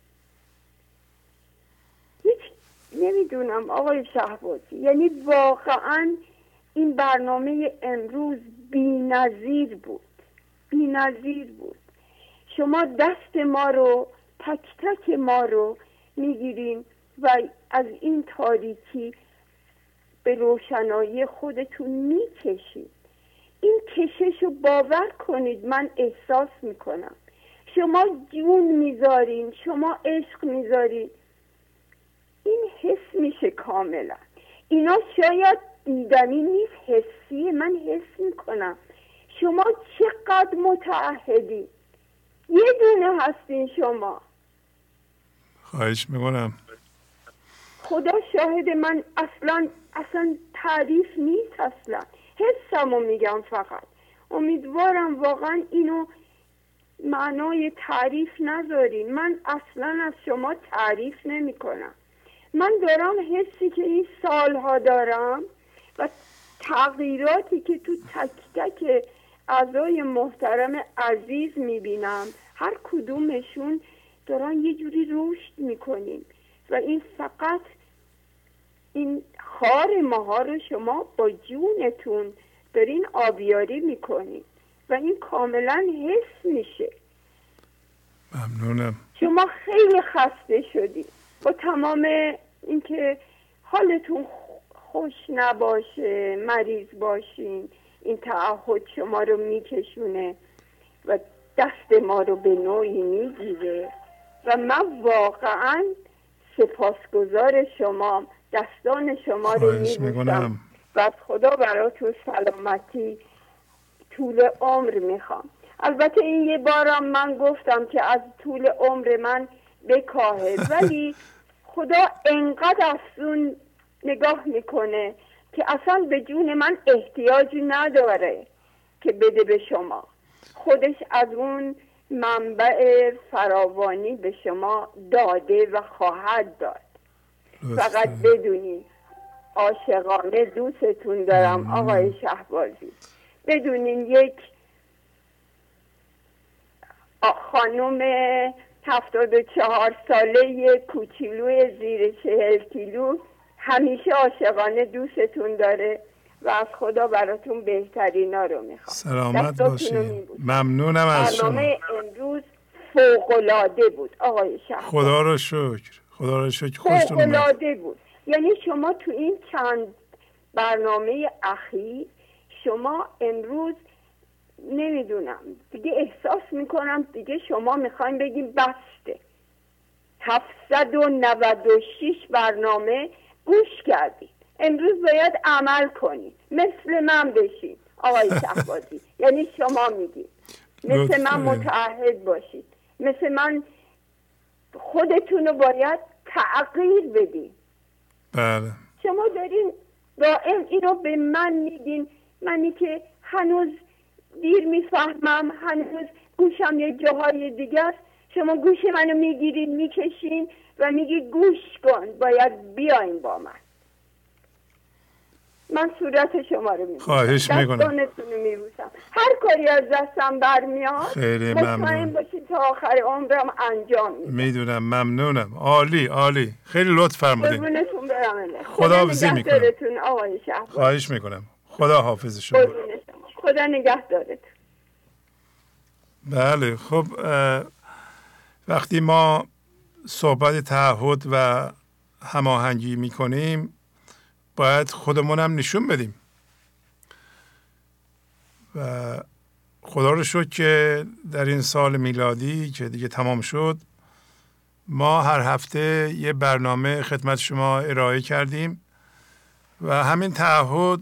Speaker 11: هیچ نمیدونم آقای شهبازی، یعنی واقعا این برنامه امروز بی‌نظیر بود. بی‌نظیر بود. شما دست ما رو، تک تک ما رو میگیرین و از این تاریکی به روشنایی خودتون میکشید. این کشش رو باور کنید من احساس میکنم. شما جون میذارین، شما عشق میذارین، این حس میشه کاملا. اینا شاید دیدنی نیست، حسی. من حس میکنم شما چقدر متعهدی. یه دونه هستین شما.
Speaker 4: خواهش میکنم.
Speaker 11: خدا شاهد من اصلا تعریف نیست. اصلا حسمو میگم. فقط امیدوارم واقعا اینو
Speaker 15: معنای تعریف نذارین. من اصلا از شما تعریف نمی کنم. من دارم حسی که این سالها دارم و تغییراتی که تو تک تک اعضای محترم عزیز میبینم، هر کدومشون دارن یه جوری رشد میکنین و این فقط این خار ماها رو شما با جونتون دارین آبیاری میکنین و این کاملا حس میشه.
Speaker 4: ممنونم.
Speaker 15: شما خیلی خسته شدید با تمام اینکه حالتون خوش نباشه، مریض باشین، این تعهد شما رو میکشونه و دست ما رو به نوعی میگیره و من واقعا سپاسگزار شما، دستان شما رو میبوسم و از خدا براتون سلامتی طول عمر میخوام. البته این یه بارم من گفتم که از طول عمر من بکاهه، ولی خدا انقدر افزون نگاه میکنه که اصلا به جون من احتیاجی نداره که بده به شما. خودش از اون منبع فراوانی به شما داده و خواهد داد. فقط بدونید عاشقانه دوستتون دارم آقای شهبازی. بدونین یک خانم 74 ساله کوچولوی زیر 40 کیلو همیشه عاشقانه دوستتون داره و از خدا براتون بهترینا رو میخوام.
Speaker 4: سلامت باشید. ممنونم از شما.
Speaker 15: برنامه امروز فوق‌العاده بود آقای شهبازی.
Speaker 4: خدا رو شکر. خدا رو شکر. خوشتون اومد.
Speaker 15: فوق‌العاده بود. یعنی شما تو این چند برنامه اخیر شما امروز نمیدونم دیگه احساس میکنم دیگه شما میخوایم بگیم بسته. 796 برنامه گوش کردید. امروز باید عمل کنید، مثل من بشید آقای شهبازی. یعنی شما میگید مثل من متعهد باشید، مثل من خودتون رو باید تغییر بدید.
Speaker 4: بله.
Speaker 15: شما دارین دائم اینو به من میگین، منی که هنوز دیر میفهمم، هنوز گوشم یه جاهای دیگه است. شما گوش منو میگیرین میکشین و میگی گوش کن، باید بیاین با من. من صورت شما رو میبوسم،
Speaker 4: خواهش میکنم،
Speaker 15: دستانتون رو میبوسم. هر کاری از دستم برمیاد
Speaker 4: خیلی
Speaker 15: مطمئن باشید تا آخر عمرم انجام میدم.
Speaker 4: میدونم. ممنونم. عالی عالی. خیلی لطف فرمودین.
Speaker 15: قربونتون برم.
Speaker 4: خدا حافظی میکنم.
Speaker 15: آقای شهبازی.
Speaker 4: خواهش میکنم. خدا حافظ شما.
Speaker 15: خدا نگهدارتون.
Speaker 4: بله. خب وقتی ما صحبت تعهد و هماهنگی میکنیم باید خودمونم نشون بدیم و خدا رو شکر که در این سال میلادی که دیگه تمام شد ما هر هفته یه برنامه خدمت شما ارائه کردیم و همین تعهد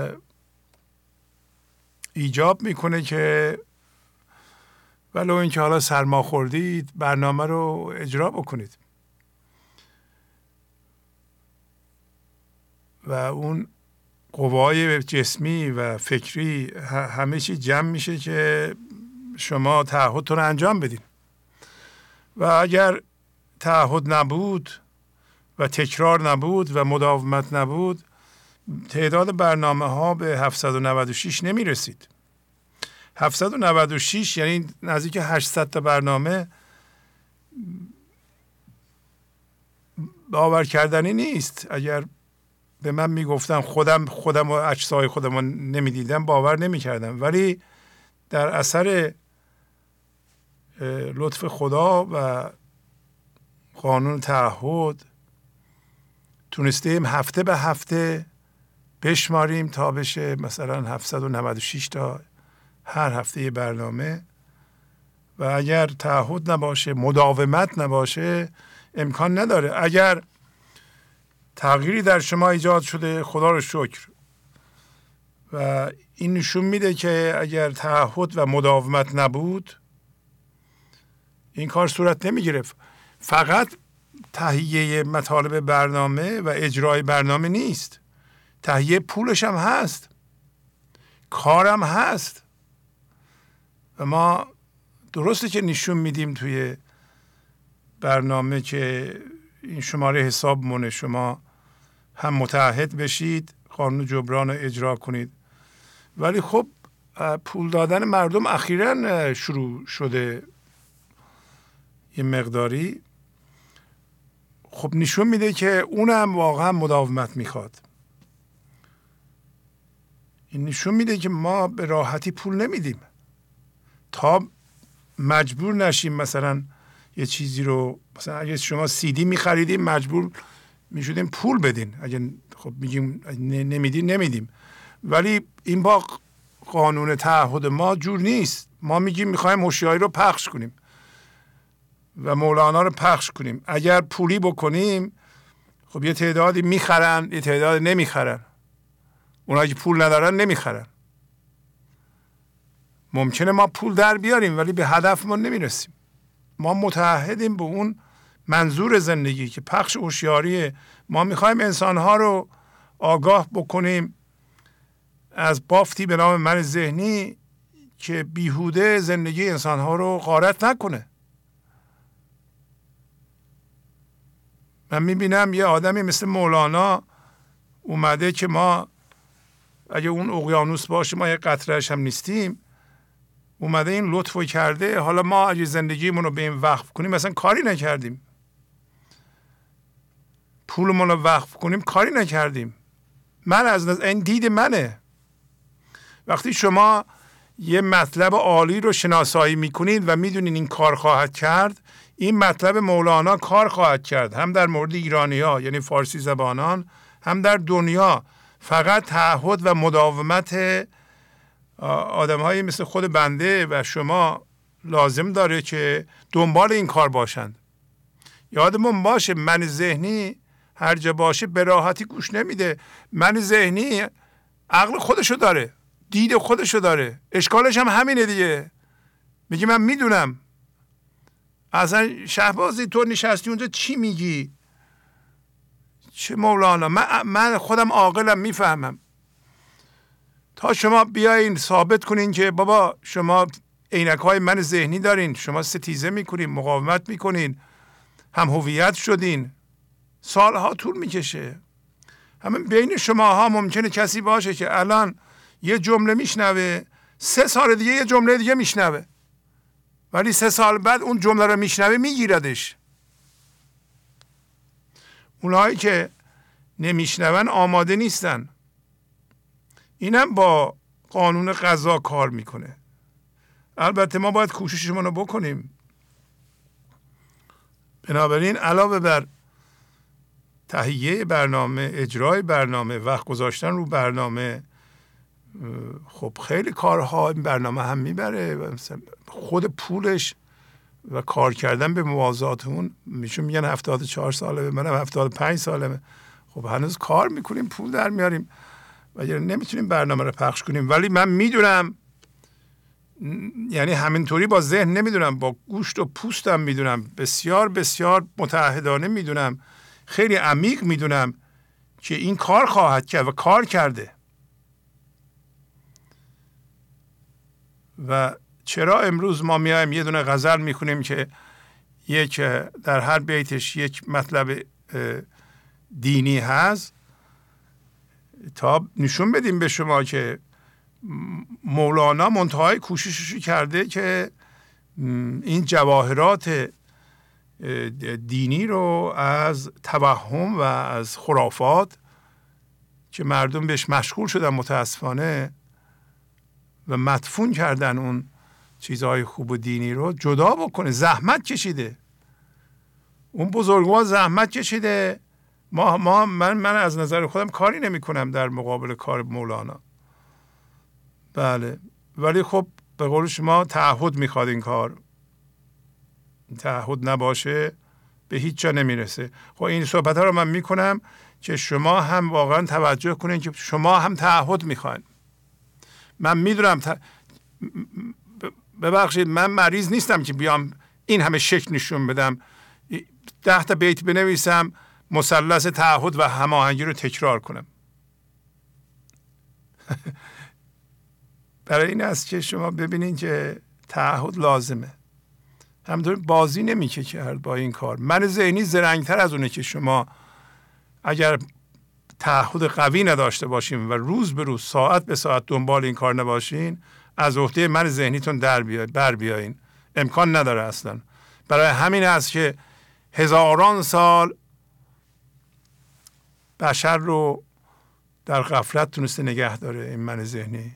Speaker 4: ایجاب میکنه که ولو اینکه حالا سرما خوردید برنامه رو اجرا بکنید و اون قوای جسمی و فکری همه چی جمع میشه که شما تعهدتون رو انجام بدین. و اگر تعهد نبود و تکرار نبود و مداومت نبود تعداد برنامه ها به 796 نمی رسید. 796 یعنی نزدیک 800 تا برنامه باور کردنی نیست. اگر به من میگفتن خودم و اجزای خودم نمیدیدم باور نمیکردم، ولی در اثر لطف خدا و قانون تعهد تونستیم هفته به هفته بشماریم تا بشه مثلا 796 تا هر هفته یه برنامه. و اگر تعهد نباشه، مداومت نباشه، امکان نداره. اگر تغییری در شما ایجاد شده خدا رو شکر و این نشون میده که اگر تعهد و مداومت نبود این کار صورت نمی گرفت. فقط تهیه مطالب برنامه و اجرای برنامه نیست، تهیه پولش هم هست، کارم هست و ما درسته که نشون میدیم توی برنامه که این شماره حساب مونه، شما هم متعهد بشید قانون جبران رو اجرا کنید، ولی خب پول دادن مردم اخیراً شروع شده یه مقداری، خب نشون میده که اونم واقعا مداومت میخواد. این نشون میده که ما به راحتی پول نمیدیم تا مجبور نشیم مثلا یه چیزی رو، مثلا اگه شما CD میخریدیم مجبور میشدیم پول بدین، اگه خب میگیم نمیدیم، ولی این با قانون تعهد ما جور نیست. ما میگیم میخوایم هوشیاری رو پخش کنیم و مولانا رو پخش کنیم. اگر پولی بکنیم خب یه تعدادی میخرن، یه تعداد نمیخرن. اونایی که پول ندارن نمیخرن. ممکنه ما پول در بیاریم ولی به هدف ما نمیرسیم. ما متعهدیم به اون منظور زندگی که پخش هوشیاریه. ما میخوایم انسانها رو آگاه بکنیم از بافتی به نام من ذهنی که بیهوده زندگی انسانها رو غارت نکنه. من میبینم یه آدمی مثل مولانا اومده که ما اگه اون اقیانوس باشه ما یه قطرهش هم نیستیم، اومده این لطفو کرده. حالا ما اگه زندگیمون رو به این وقف کنیم مثلا کاری نکردیم، پولمون رو وقف کنیم کاری نکردیم. من از این دید منه. وقتی شما یه مطلب عالی رو شناسایی میکنید و میدونید این کار خواهد کرد، این مطلب مولانا کار خواهد کرد، هم در مورد ایرانی‌ها یعنی فارسی زبانان، هم در دنیا. فقط تعهد و مداومت آدم‌هایی مثل خود بنده و شما لازم داره که دنبال این کار باشند. یادمون باشه من ذهنی هر جا باشه به راحتی گوش نمیده. من ذهنی عقل خودشو داره، دید خودشو داره، اشکالش هم همینه دیگه. میگه من میدونم. اصلا شهبازی تو نشستی اونجا چی میگی؟ چه مولانا؟ من خودم عاقلم میفهمم. تا شما بیاین ثابت کنین که بابا شما عینک‌های من ذهنی دارین، شما ستیزه میکنین، مقاومت میکنین، هم هویت شدین، سالها طول میکشه. همین بین شماها ممکنه کسی باشه که الان یه جمله میشنوه، 3 سال دیگه یه جمله دیگه میشنوه، ولی 3 سال بعد اون جمله رو میشنوه میگیردش. اونایی که نمیشنون آماده نیستن. اینم با قانون قضا کار میکنه. البته ما باید کوششمون رو بکنیم. بنابراین علاوه بر تهیه برنامه، اجرای برنامه، وقت گذاشتن رو برنامه، خب خیلی کارها این برنامه هم میبره. خود پولش و کار کردن به موازات اون، میگن 74 ساله، منم 75 ساله، خب هنوز کار میکنیم، پول در میاریم و نمیتونیم برنامه رو پخش کنیم. ولی من میدونم، یعنی همینطوری با ذهن نمیدونم، با گوشت و پوستم میدونم، بسیار بسیار متعهدانه میدونم، خیلی عمیق میدونم که این کار خواهد کرد و کار کرده. و چرا امروز ما میایم یه دونه غزل میکنیم که یک در هر بیتش یک مطلب دینی هست، تا نشون بدیم به شما که مولانا منتهای کوششش کرده که این جواهرات دینی رو از توهم و از خرافات که مردم بهش مشغول شدن متاسفانه و مدفون کردن اون چیزهای خوب و دینی رو جدا بکنه. زحمت کشیده، اون بزرگوار زحمت کشیده. من از نظر خودم کاری نمی کنم در مقابل کار مولانا. بله، ولی خب به قول شما تعهد میخواد این کار. تعهد نباشه به هیچ جا نمیرسه. خب این صحبت ها رو من میکنم که شما هم واقعا توجه کنین که شما هم تعهد میخواین. من میدونم ببخشید من مریض نیستم که بیام این همه شکل نشون بدم، 10 تا بیت بنویسم، مثلث تعهد و هماهنگی رو تکرار کنم. برای این است که شما ببینین که تعهد لازمه. همینطوری بازی نمیشه کرد با این کار. من ذهنی زرنگتر از اونه که شما اگر تعهد قوی نداشته باشین و روز به روز ساعت به ساعت دنبال این کار نباشین، از عهده من ذهنیتون بر بیاین. امکان نداره اصلا. برای همین است که هزاران سال بشر رو در غفلت تونسته نگه داره این من ذهنی.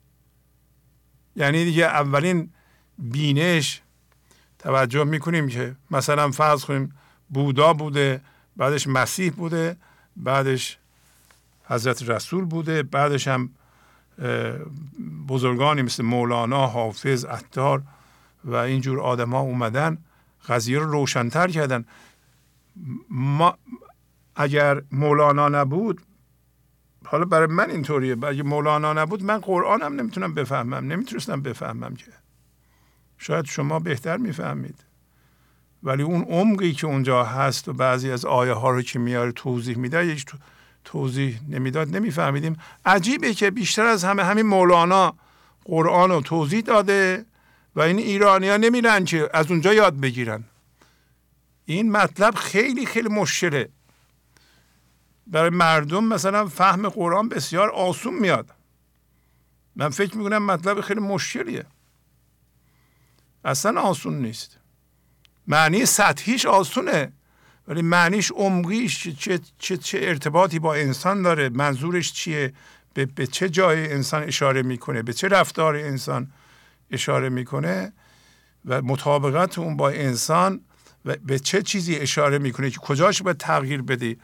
Speaker 4: یعنی دیگه اولین بینش توجه میکنیم که مثلا فرض کنیم بودا بوده، بعدش مسیح بوده، بعدش حضرت رسول بوده، بعدش هم بزرگانی مثل مولانا، حافظ، عطار و اینجور آدم ها اومدن قضیه رو روشن‌تر کردن. ما اگر مولانا نبود، حالا برای من اینطوریه، اگه مولانا نبود من قرآنم نمیتونم بفهمم، نمیتونستم بفهمم که. شاید شما بهتر میفهمید، ولی اون عمقی که اونجا هست و بعضی از آیه ها رو که میاره توضیح میده، یک توضیح نمیداد نمیفهمیدیم. عجیبه که بیشتر از همه همین مولانا قرآن رو توضیح داده و این ایرانی ها نمیرن که از اونجا یاد بگیرن. این مطلب خیلی خیلی مشکله برای مردم. مثلا فهم قرآن بسیار آسون میاد. من فکر میکنم مطلب خیلی مشکلیه، اصلا آسون نیست. معنی سطحیش آسونه ولی معنیش عمقیش چه ارتباطی با انسان داره، منظورش چیه، به چه جای انسان اشاره میکنه، به چه رفتار انسان اشاره میکنه و مطابقت اون با انسان و به چه چیزی اشاره میکنه که کجاش باید تغییر بده،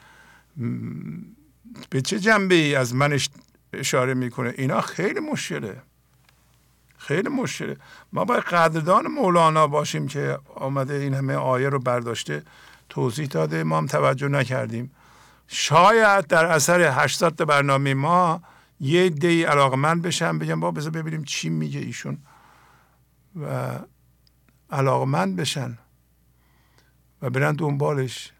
Speaker 4: به چه جنبه ای از منش اشاره میکنه. اینا خیلی مشکله، خیلی مشکله. ما باید قدردان مولانا باشیم که آمده این همه آیه رو برداشته توضیح داده، ما هم توجه نکردیم. شاید در اثر 80 تا برنامه ما یه عده‌ای علاقمند بشن، بگم با بذار ببینیم چی میگه ایشون و علاقمند بشن و برن دنبالش.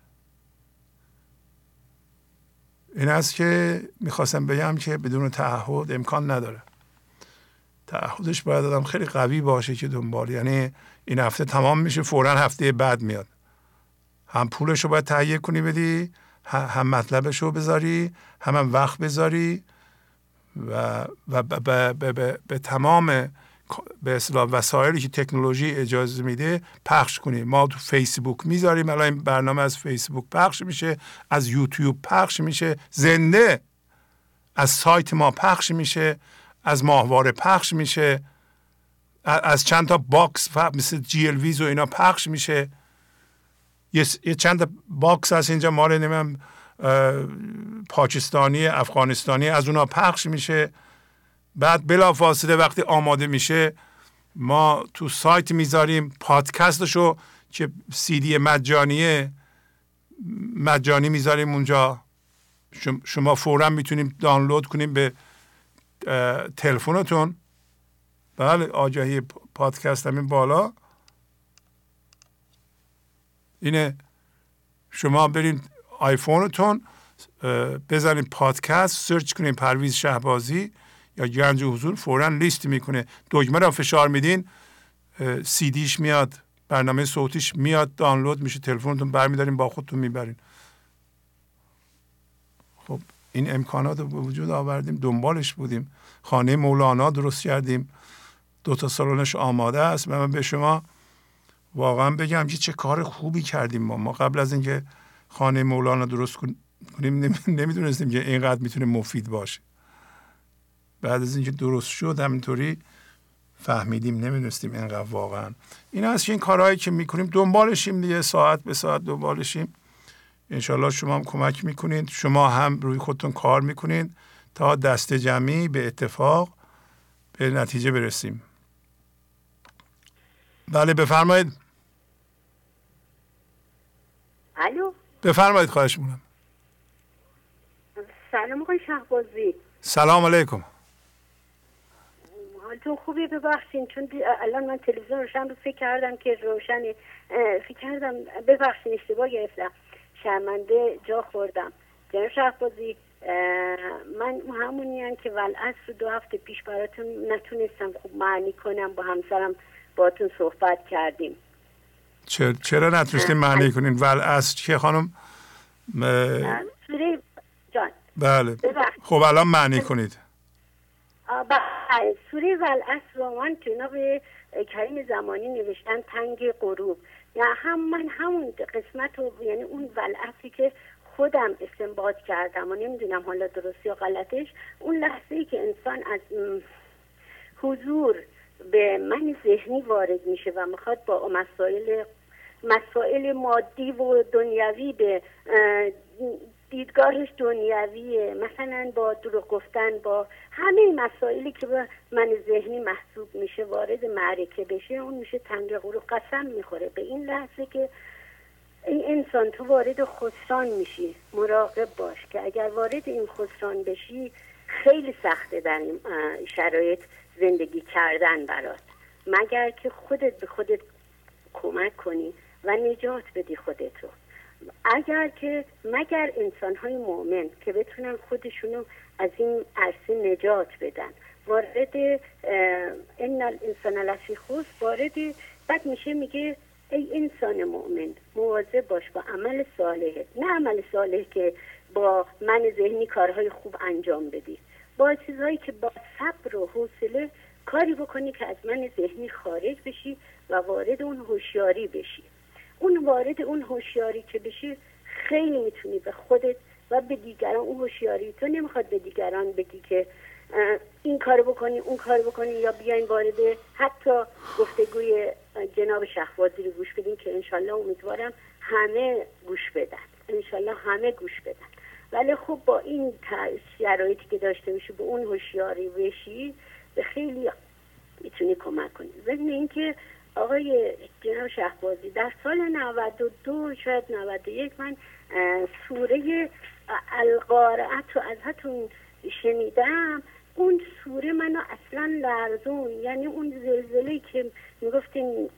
Speaker 4: این است که میخواستم بگم که بدون تعهد امکان نداره. تعهدش باید آدم خیلی قوی باشه که دنبال، یعنی این هفته تمام میشه فوراً هفته بعد میاد. هم پولش رو باید تهیه کنی بدی، هم مطلبش رو بذاری، هم وقت بذاری و به تمام به اصطلاح وسایلی که تکنولوژی اجازه میده پخش کنی. ما تو فیسبوک میذاریم، الان این برنامه از فیسبوک پخش میشه، از یوتیوب پخش میشه، زنده از سایت ما پخش میشه، از ماهواره پخش میشه، از چند تا باکس مثل جی ال ویز و اینا پخش میشه. یه چند تا باکس هست اینجا مال نمیم پاکستانی، افغانستانی، از اونا پخش میشه. بعد بلافاصله وقتی آماده میشه ما تو سایت میذاریم پادکستشو که سی دی مجانی میذاریم اونجا. شما فوراً میتونیم دانلود کنیم به تلفنتون. بله، آگهی پادکست همین بالا اینه. شما برین آیفونتون بزنین پادکست، سرچ کنین پرویز شهبازی یا گنج حضور، فوراً لیست میکنه. دکمه را فشار میدین سی دیش میاد، برنامه صوتیش میاد، دانلود میشه، تلفنتون برمیدارین با خودتون میبرین. خب این امکانات رو به وجود آوردیم، دنبالش بودیم، خانه مولانا درست کردیم، 2 تا سالنش آماده است. من به شما واقعا بگم که چه کار خوبی کردیم. ما قبل از اینکه خانه مولانا درست کنیم نمیدونستیم که اینقدر میتونه مفید باشه. بعد از اینکه درست شد همینطوری فهمیدیم، نمیدونستیم اینقدر واقعا. این است که این کارهایی که میکنیم دنبالشیم دیگه، ساعت به ساعت دنبالشیم. انشالله شما هم کمک میکنید، شما هم روی خودتون کار میکنید تا دست جمعی به اتفاق به نتیجه برسیم. بله بفرمایید.
Speaker 16: الو
Speaker 4: بفرمایید، خواهش میکنم.
Speaker 16: سلام آقای شهبازی.
Speaker 4: سلام علیکم.
Speaker 16: حالتون خوبه؟ ببخشین چون الان من تلویزیون روشن رو فکر کردم که روشنه، فکر کردم ببخشین اشتباه گرفتم، شرمنده جا خوردم. جناب شهبازی، من همونیم که والعصر 2 هفته پیش براتون نتونستم خوب معنی کنم، با همسرم باهاتون صحبت کردیم.
Speaker 4: چرا نتونستین معنی کنین؟ والعصر چیه خانم؟
Speaker 16: سوره جان
Speaker 4: بله خب الان معنی کنید.
Speaker 16: سوره والعصر رو من جناب کریم زمانی نوشتن تنگ غروب. یا من همون قسمت رو، یعنی اون والعصری که خودم استنباط کردم و نمیدونم حالا درست یا غلطش، اون لحظه‌ای که انسان از حضور به من ذهنی وارد میشه و میخواد با مسائل مادی و دنیوی، به دیدگاهش دنیویه، مثلا با دروغ گفتن، با همه مسائلی که به من ذهنی محسوب میشه وارد معرکه بشه، اون میشه تنگ غروب. قسم میخوره به این لحظه که این انسان تو وارد خسران میشی، مراقب باش که اگر وارد این خسران بشی خیلی سخته در این شرایط زندگی کردن برات، مگر که خودت به خودت کمک کنی و نجات بدی خودت رو. مگر انسان‌های مؤمن که بتونن خودشونو از این عرصه نجات بدن، وارد ان الانسان لفی خسر وارد، بعد میگه ای انسان مؤمن مواظب باش با عمل صالح، نه عمل صالح که با من ذهنی کارهای خوب انجام بدی، با چیزهایی که با صبر و حوصله کاری بکنی که از من ذهنی خارج بشی و وارد اون هوشیاری بشی. اون وارد اون هوشیاری که بشی خیلی میتونی به خودت و به دیگران، اون هوشیاری تو نمیخواد به دیگران بگی که این کارو بکنی اون کارو بکنی، یا بیاین وارد حتی گفتگوی جناب شهبازی رو گوش بدین که انشالله امیدوارم همه گوش بدن، انشالله همه گوش بدن. ولی خب با این شرایطی که داشته باشی به اون هوشیاری بشی به خیلی میتونی کمک کنی. ضمن اینکه آقای جناب شهبازی در سال 92 شاید 91 من سوره القارعه رو ازتون شنیدم. اون سوره منو اصلا لرزون، یعنی اون زلزله‌ای که میگفتین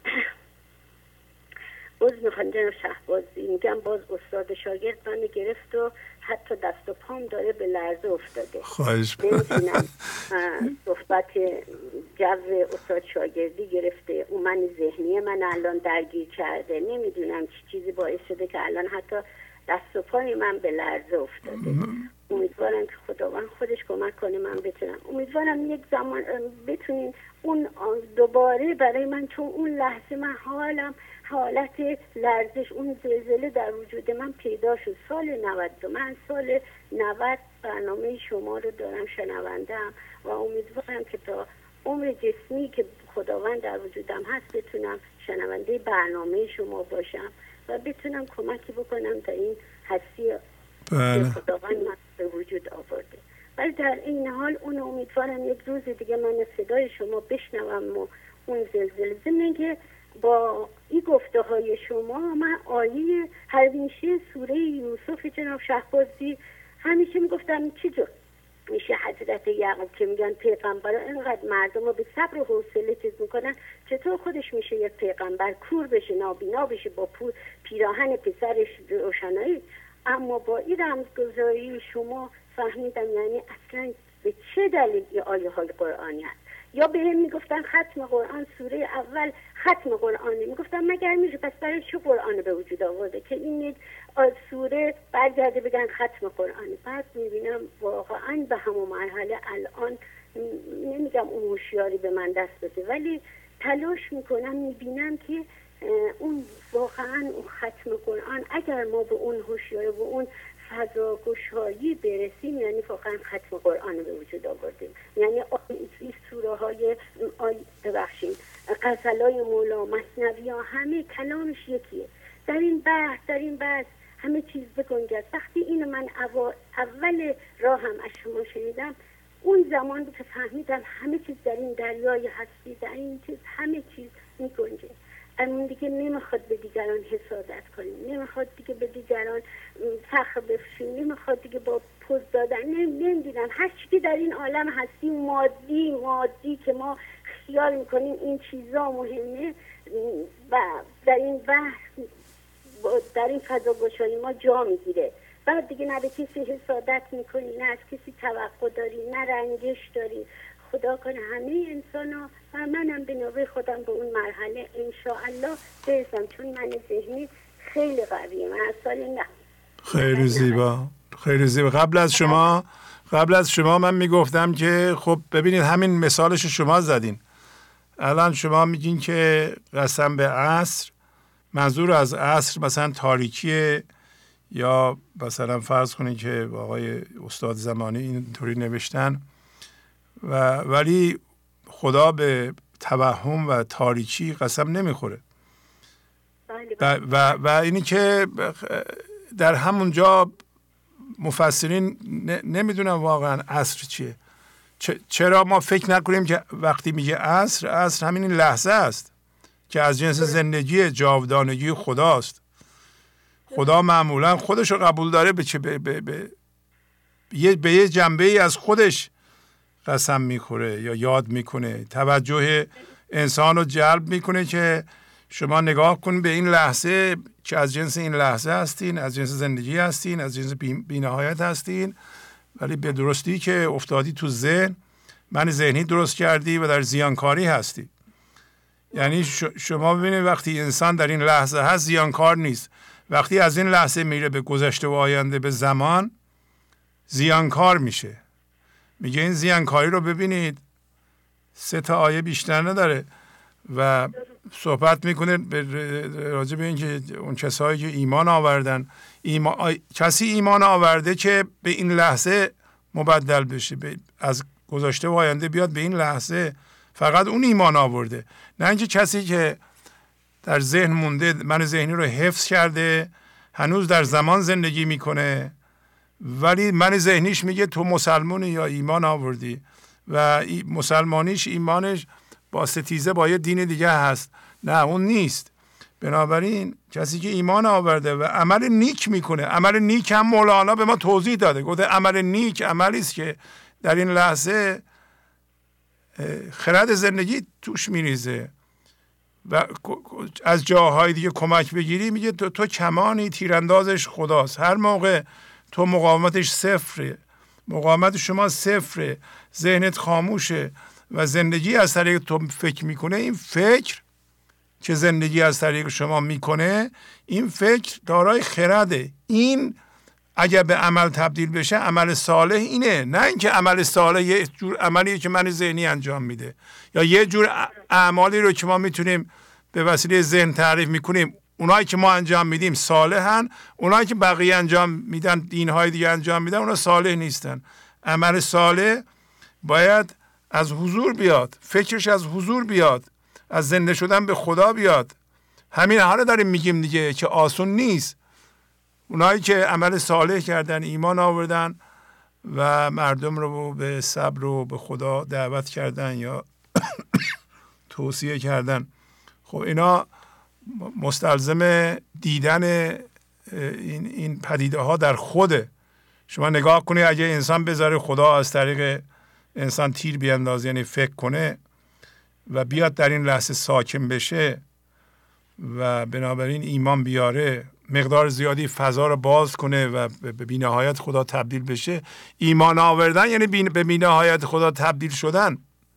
Speaker 16: میخوان جناب شهبازی، میگم باز استاد شاگرد من گرفت و حتی دست و پام داره به لرزه افتاده.
Speaker 4: خواهش
Speaker 16: نمیتونم صحبت جو استاد شاگردی گرفته، اون من ذهنی من الان درگیر کرده، نمیدونم چی چیزی باعث شده که الان حتی دست و پای من به لرزه افتاده. امیدوارم که خداوند خودش کمک کنه من بتونم، امیدوارم یک زمان بتونین اون دوباره برای من، چون اون لحظه من حالت لرزش، اون زلزله در وجود من پیدا شد سال 90. من سال 90 برنامه شما رو دارم شنوندم و امیدوارم که تا عمر جسمی که خداوند در وجودم هست بتونم شنونده برنامه شما باشم و بتونم کمکی بکنم تا این هستی که خداوند من به وجود آورده. ولی در این حال اون امیدوارم یک روز دیگه من صدای شما بشنوم و اون زلزله. ضمن که با این گفته های شما من آیه همیشه سوره یوسف جناب شهبازی همیشه میگفتم چیزو میشه حضرت یعقوب که میگن پیغمبر اینقدر مردم رو به صبر و حوصله چیز میکنن، چطور خودش میشه یک پیغمبر کور بشه، نابینا بشه، با پیراهن پسرش روشنایی. اما با این رمزگذاری شما فهمیدم یعنی اصلا به چه دلیل این آیه های قرآنی هست. یا به هم میگفتن ختم قرآن، سوره اول ختم قرآنه، میگفتن مگر میشه پس برای چه قرآن به وجود آورده که این سوره برگرده بگن ختم قرآنه. بعد میبینم واقعا به همون مرحله الان نمیگم اون هوشیاری به من دست بده، ولی تلاش میکنم میبینم که اون واقعا اون ختم قرآن اگر ما به اون هوشیاری و اون فضا گشایی برسیم یعنی واقعا ختم قرآن به وجود آوردیم. یعنی این سوره های غزلای مولا، مثنوی ها، همه کلامش یکیه. در این بحث همه چیز بگنجد. وقتی اینو من اول راهم از شما شنیدم، اون زمان بود که فهمیدم همه چیز در این دریای هستی، در این چیز همه چیز میگنجه. اون دیگه نمیخواد به دیگران حسادت کنیم، نمیخواد دیگه به دیگران فخر بفشیم، نمیخواد دیگه با پوز دادن، نمیدونم هر چی که در این عالم هستی مادی که ما خیال میکنیم این چیزا مهمه و در این بحث در این فضا گشایی ما جا میگیره. بعد دیگه نه به کسی حسادت میکنی، نه از کسی توقع داری، نه رنجش داری. خدا کنه همه انسان ها و منم به نوبه خودم به اون مرحله انشاءالله برسم، چون من ذهنی خیلی قویه. من از سال نه.
Speaker 4: خیلی زیبا، خیلی زیبا. قبل از شما من میگفتم که خب ببینید همین مثالش شما زدین. الان شما میگین که قسم به عصر، منظور از عصر مثلا تاریکیه، یا مثلا فرض کنید که آقای استاد زمانی اینطوری نوشتن، ولی خدا به توهم و تاریکی قسم نمیخوره. و اینی که در همونجا مفسرین نمیدونن واقعا عصر چیه. چرا ما فکر نکنیم که وقتی میگه عصر همین این لحظه است که از جنس زندگی جاودانگی خداست. خدا معمولا خودش رو قبول داره به یه جنبه ای از خودش قسم میخوره یا یاد میکنه، توجه انسان رو جلب میکنه که شما نگاه کن به این لحظه که از جنس این لحظه هستین، از جنس زندگی هستین، از جنس بی‌نهایت هستین، ولی به درستی که افتادی تو ذهن، من ذهنی درست کردی و در زیانکاری هستی. یعنی شما ببینید وقتی انسان در این لحظه هست زیانکار نیست، وقتی از این لحظه میره به گذشته و آینده به زمان زیانکار میشه. میگه این زیانکاری رو ببینید 3 آیه بیشتر نداره و صحبت میکنه راجع به اینکه اون کسایی که ایمان آوردن، کسی ایمان آورده که به این لحظه مبدل بشه، از گذشته و آینده بیاد به این لحظه، فقط اون ایمان آورده، نه اینکه کسی که در ذهن مونده، من ذهنی رو حفظ کرده، هنوز در زمان زندگی میکنه ولی من ذهنیش میگه تو مسلمانی یا ایمان آوردی و مسلمانیش، ایمانش با ستیزه با یه دین دیگه هست. نه، اون نیست. بنابراین کسی که ایمان آورده و عمل نیک میکنه، عمل نیک هم مولانا به ما توضیح داده، گفته عمل نیک عملی است که در این لحظه خرد زندگی توش میریزه و از جاهای دیگه کمک بگیری. میگه تو کمانی، تیراندازش خداست. هر موقع تو مقاومتش صفره، مقاومت شما صفره، ذهنت خاموشه و زندگی از طریق تو فکر میکنه، این فکر که زندگی از طریق شما میکنه، این فکر دارای خرده. این اگر به عمل تبدیل بشه، عمل صالح اینه، نه اینکه عمل صالح یه جور عملیه که من ذهنی انجام میده یا یه جور اعمالی رو که ما میتونیم به وسیله ذهن تعریف میکنیم. اونایی که ما انجام میدیم صالحن، اونایی که بقیه انجام میدن، دینهای دیگه انجام میدن، اونا صالح نیستن. عمل صالح باید از حضور بیاد، فکرش از حضور بیاد، از زنده شدن به خدا بیاد. همین حالا داریم میگیم دیگه که آسون نیست. اونایی که عمل صالح کردن، ایمان آوردن و مردم رو به صبر و به خدا دعوت کردن یا توصیه کردن، خب اینا مستلزم دیدن این پدیده ها در خوده. شما نگاه کنید، اگه انسان بذاره خدا از طریق انسان تیر بیاندازه، یعنی فکر کنه و بیاد در این لحظه ساکن بشه و بنابراین ایمان بیاره، مقدار زیادی فضا رو باز کنه و به بی‌نهایت خدا تبدیل بشه. ایمان آوردن یعنی به بی‌نهایت خدا تبدیل شدن.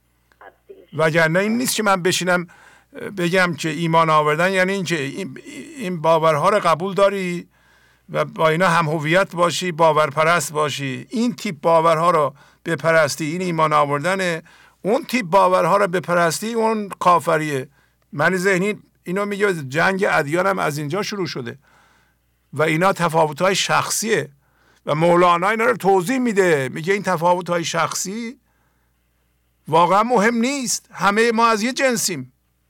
Speaker 4: وگرنه این نیست که من بشینم بگم که ایمان آوردن یعنی اینکه این باورها رو قبول داری و با اینا هم هویت باشی، باورپرست باشی، این تیپ باورها رو بپرستی، این ایمان آوردنه. اون تیپ باورها رو بپرستی، اون کافریه. من ذهنی اینو میگه جنگ ادیان هم از اینجا شروع شده و اینا تفاوت‌های شخصیه و مولانا اینا رو توضیح میده، میگه این تفاوت‌های شخصی واقعا مهم نیست، همه ما از یه جنسیم.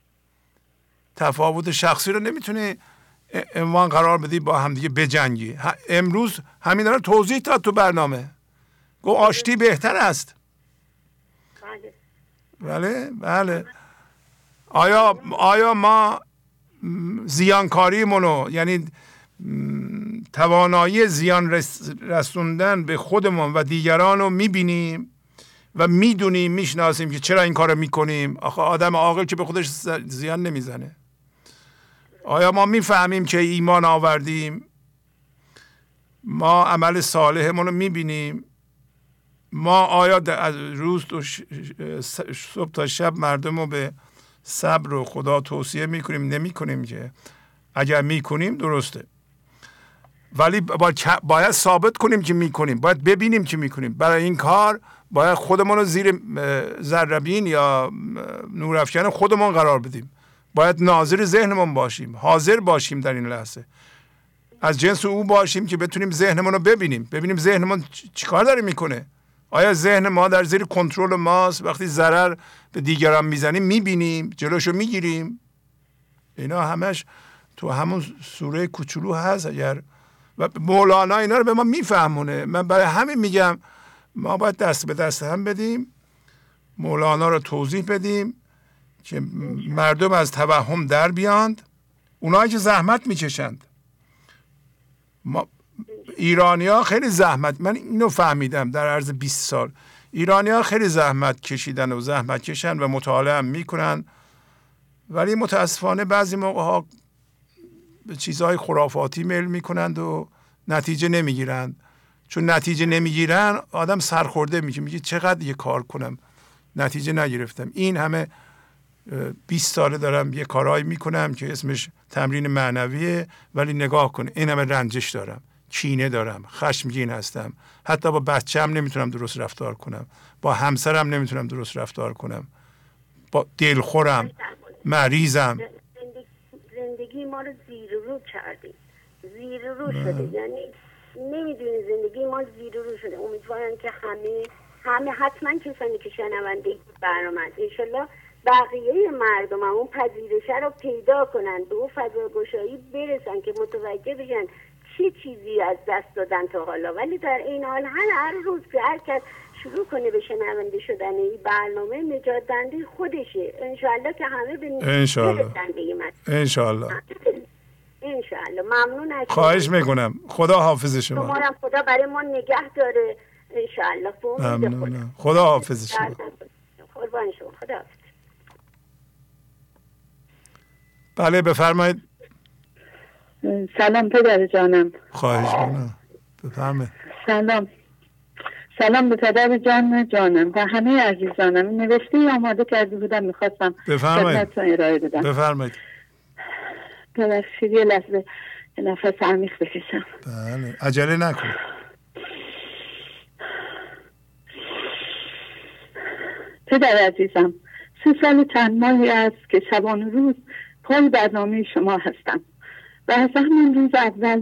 Speaker 4: تفاوت شخصی رو نمیتونه عنوان قرار بدی با همدیگه بجنگی. امروز همین رو توضیح داد تو برنامه، گفت آشتی بهتر است. بله. آیا ما زیانکاری منو، یعنی توانایی زیان رسوندن به خودمون و دیگران رو میبینیم و میدونیم، میشناسیم که چرا این کار رو میکنیم؟ آخه آدم عاقل که به خودش زیان نمیزنه. آیا ما میفهمیم که ایمان آوردیم؟ ما عمل صالحمون رو میبینیم، ما آیا از روز صبح تا شب مردم رو به صبر و خدا توصیه میکنیم؟ نمیکنیم که. اگر میکنیم درسته، ولی باید ثابت کنیم که میکنیم، باید ببینیم که میکنیم. برای این کار باید خودمون رو زیر ذره‌بین یا نورافکن خودمون قرار بدیم. باید ناظر ذهنمون باشیم، حاضر باشیم در این لحظه، از جنس او باشیم که بتونیم ذهنمون رو ببینیم ذهنمون چیکار داره میکنه. آیا ذهن ما در زیر کنترل ماست؟ وقتی ضرر به دیگران میزنیم میبینیم، جلوشو میگیریم. اینا همش تو همون سوره کوچولو هست. اگر و مولانا اینا رو به ما میفهمونه. من برای همین میگم ما باید دست به دست هم بدیم، مولانا رو توضیح بدیم که مردم از توهم در بیاند. اونایی که زحمت میکشند، ما ایرانی‌ها خیلی زحمت، من اینو فهمیدم در عرض 20 سال، ایرانی‌ها خیلی زحمت کشیدن و زحمت کشن و مطالعه هم میکنن، ولی متاسفانه بعضی موقع‌ها به چیزهای خرافاتی میل میکنند و نتیجه نمیگیرند. چون نتیجه نمیگیرن آدم سرخورده میگه چقدر یه کار کنم نتیجه نگرفتم. این همه 20 ساله دارم یه کارایی میکنم که اسمش تمرین معنویه، ولی نگاه کن این همه رنجش دارم، کینه دارم، خشمگین هستم، حتی با بچه‌م نمیتونم درست رفتار کنم، با همسرم نمیتونم درست رفتار کنم، با دلخورم، مریضم.
Speaker 16: زندگی ما رو زیر رو کردیم، زیر رو شده، یعنی نمیدونی زندگی ما زیر رو شده. امیدوارم که همه حتما کسانی که شنونده برنامه انشالله بقیه مردم هم اون پذیرشه رو پیدا کنن، به اون فضاگشایی برسن که متوجه بشن چه چیزی از دست دادن تا حالا. ولی در این حال هر روز که هر کس شروع کنه به شنونده شدن این برنامه، نجات دهنده خودشه. انشالله که همه به
Speaker 4: انشالله
Speaker 16: ممنون از
Speaker 4: خواهش میکنم. خدا حافظ شما.
Speaker 16: شما خدا برای ما نگه داره انشالله.
Speaker 4: ممنونم. خدا حافظ شما.
Speaker 16: قربان شما. خدا حافظ.
Speaker 4: بله بفرمایید.
Speaker 12: سلام پدر جانم.
Speaker 4: خواهش میکنم بفرمایید.
Speaker 12: سلام به پدر جانم و همه عزیزانم. نوشته آماده کرده بودم میخواستم خدمتتون ارائه بدم.
Speaker 4: بفرمایید.
Speaker 12: ببخشید یه لحظه نفس عمیق بکشم.
Speaker 4: بله عجله نکن.
Speaker 12: پدر عزیزم 3 سال چند ماهی است که شبان روز پای برنامه شما هستم و از همون روز اول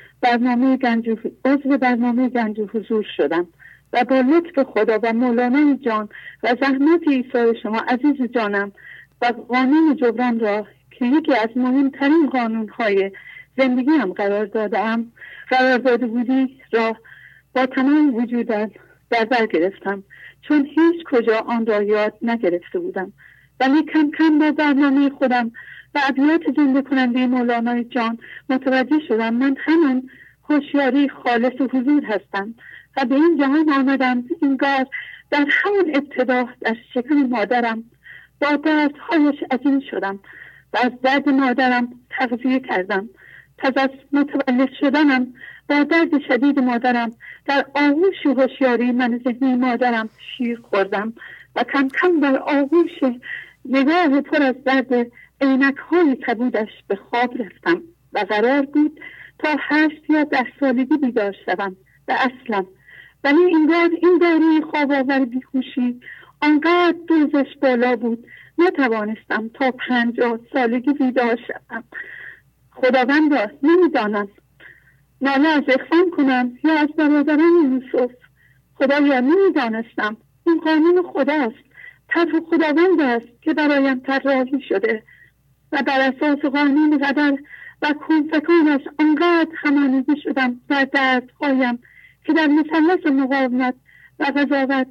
Speaker 12: عضو برنامه گنج حضور شدم و با لطف خدا و مولانا جان و زحمت عیسی شما عزیز جانم و قانون جبران را که یکی از مهمترین قانون‌های زندگی هم قرار داده بودی را با تمام وجود در بر گرفتم، چون هیچ کجا آن را یاد نگرفته بودم. ولی کم کم با برنامه خودم و ابیات زنده کننده مولانا جان متوجه شدم من همان هوشیاری خالص و حضور هستم و به این جهان آمدم. اینگار در همون ابتدا در شکم مادرم با دردهایش عجین شدم و از درد مادرم تغذیه کردم. پس از متولد شدنم با درد شدید مادرم در آغوش هوشیاری من ذهنی مادرم شیر خوردم و کم کم در آغوش نگاه پر از درد عینک‌های کبودش به خواب رفتم و قرار بود تا 8 یا 10 سالگی بیدار شدم و اصلا. ولی این داروی خواب آور بیهوشی آنقدر دوزش بالا بود نتوانستم تا 50 سالگی بیدار شدم. خداوندا نمیدانم ناله از اخوان کنم یا از برادران یوسف. خدایا نمیدانستم. این قانون خداست، طرف خداوند است که برایم طراحی شده و بر اساس قانون قدر و کنفکانش آنقدر همانیده شدم در دردهایم که در مثلث مقاومت و قضاوت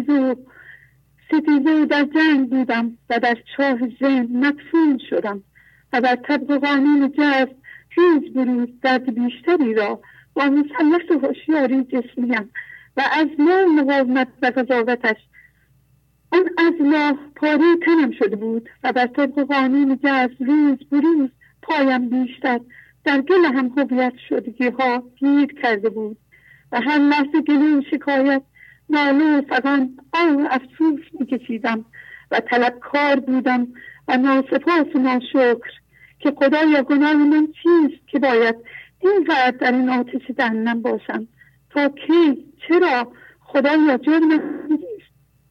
Speaker 12: ستیزه و در جنگ بودم و در چاه ذهن مدفون شدم و در طبق قانون جذب روز به روز درد بیشتری را با مثلث هوشیاری جسمیم و از مقاومت و قضاوتش اون اضلاع پاره تنم شده بود و بر طبق قانون جذب روز به روز پایم بیشتر در گل هم هویت شدگی ها گیر کرده بود و هر لحظه گله و شکایت ناله و فغان افسوس میکشیدم و طلبکار بودم و ناسپاس و ناشکر که خدایا گناه من چیست که باید اینقدر در این آتش جهنم باشم؟ تا کی؟ چرا؟ خدایا جرم نیست.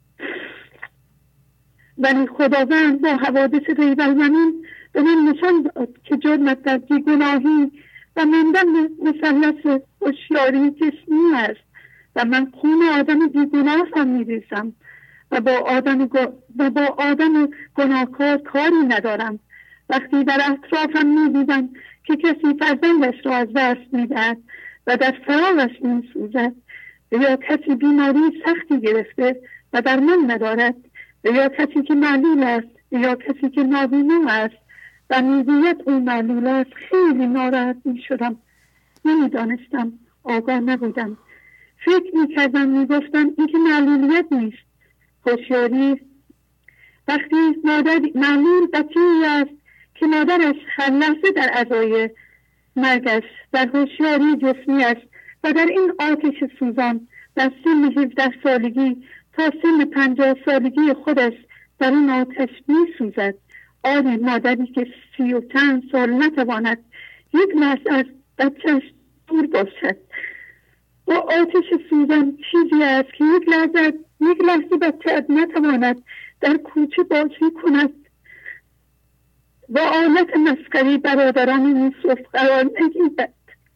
Speaker 12: ولی خداوند با حوادث ریبل زمین به من نشان داد که جرمت در بیگناهی و ماندن مثلث هوشیاری جسمی است و من خون آدم بیگناه هم میریزم و با آدم گناهکار کاری ندارم. وقتی در اطرافم میدیدم که کسی فرزندش را از دست میدهد و در فراقش میسوزد، یا کسی بیماری سختی گرفته و درمان ندارد، یا کسی که معلول است، یا کسی که نابینا است و میگوید او معلول است، خیلی ناراحت میشدم. نمیدانستم، آگاه نبودم. فکر میکردم، میگفتم این که معلولیت نیست، هوشیاری. وقتی معلول بچه‌ای است که مادرش هر لحظه در عزای مرگش در هوشیاری جسمی است و در این آتش سوزان در سن 17 سالگی تا سن 50 سالگی خودش در این آتش می سوزد. آری مادری که 30 و چند سال نتواند یک لحظه از بچهش دور باشد. با آتش سوزان چیزی است که یک لحظه بچه نتواند در کوچه بازی کند. با آلت مسخری برادران یوسف قرار نگیرد.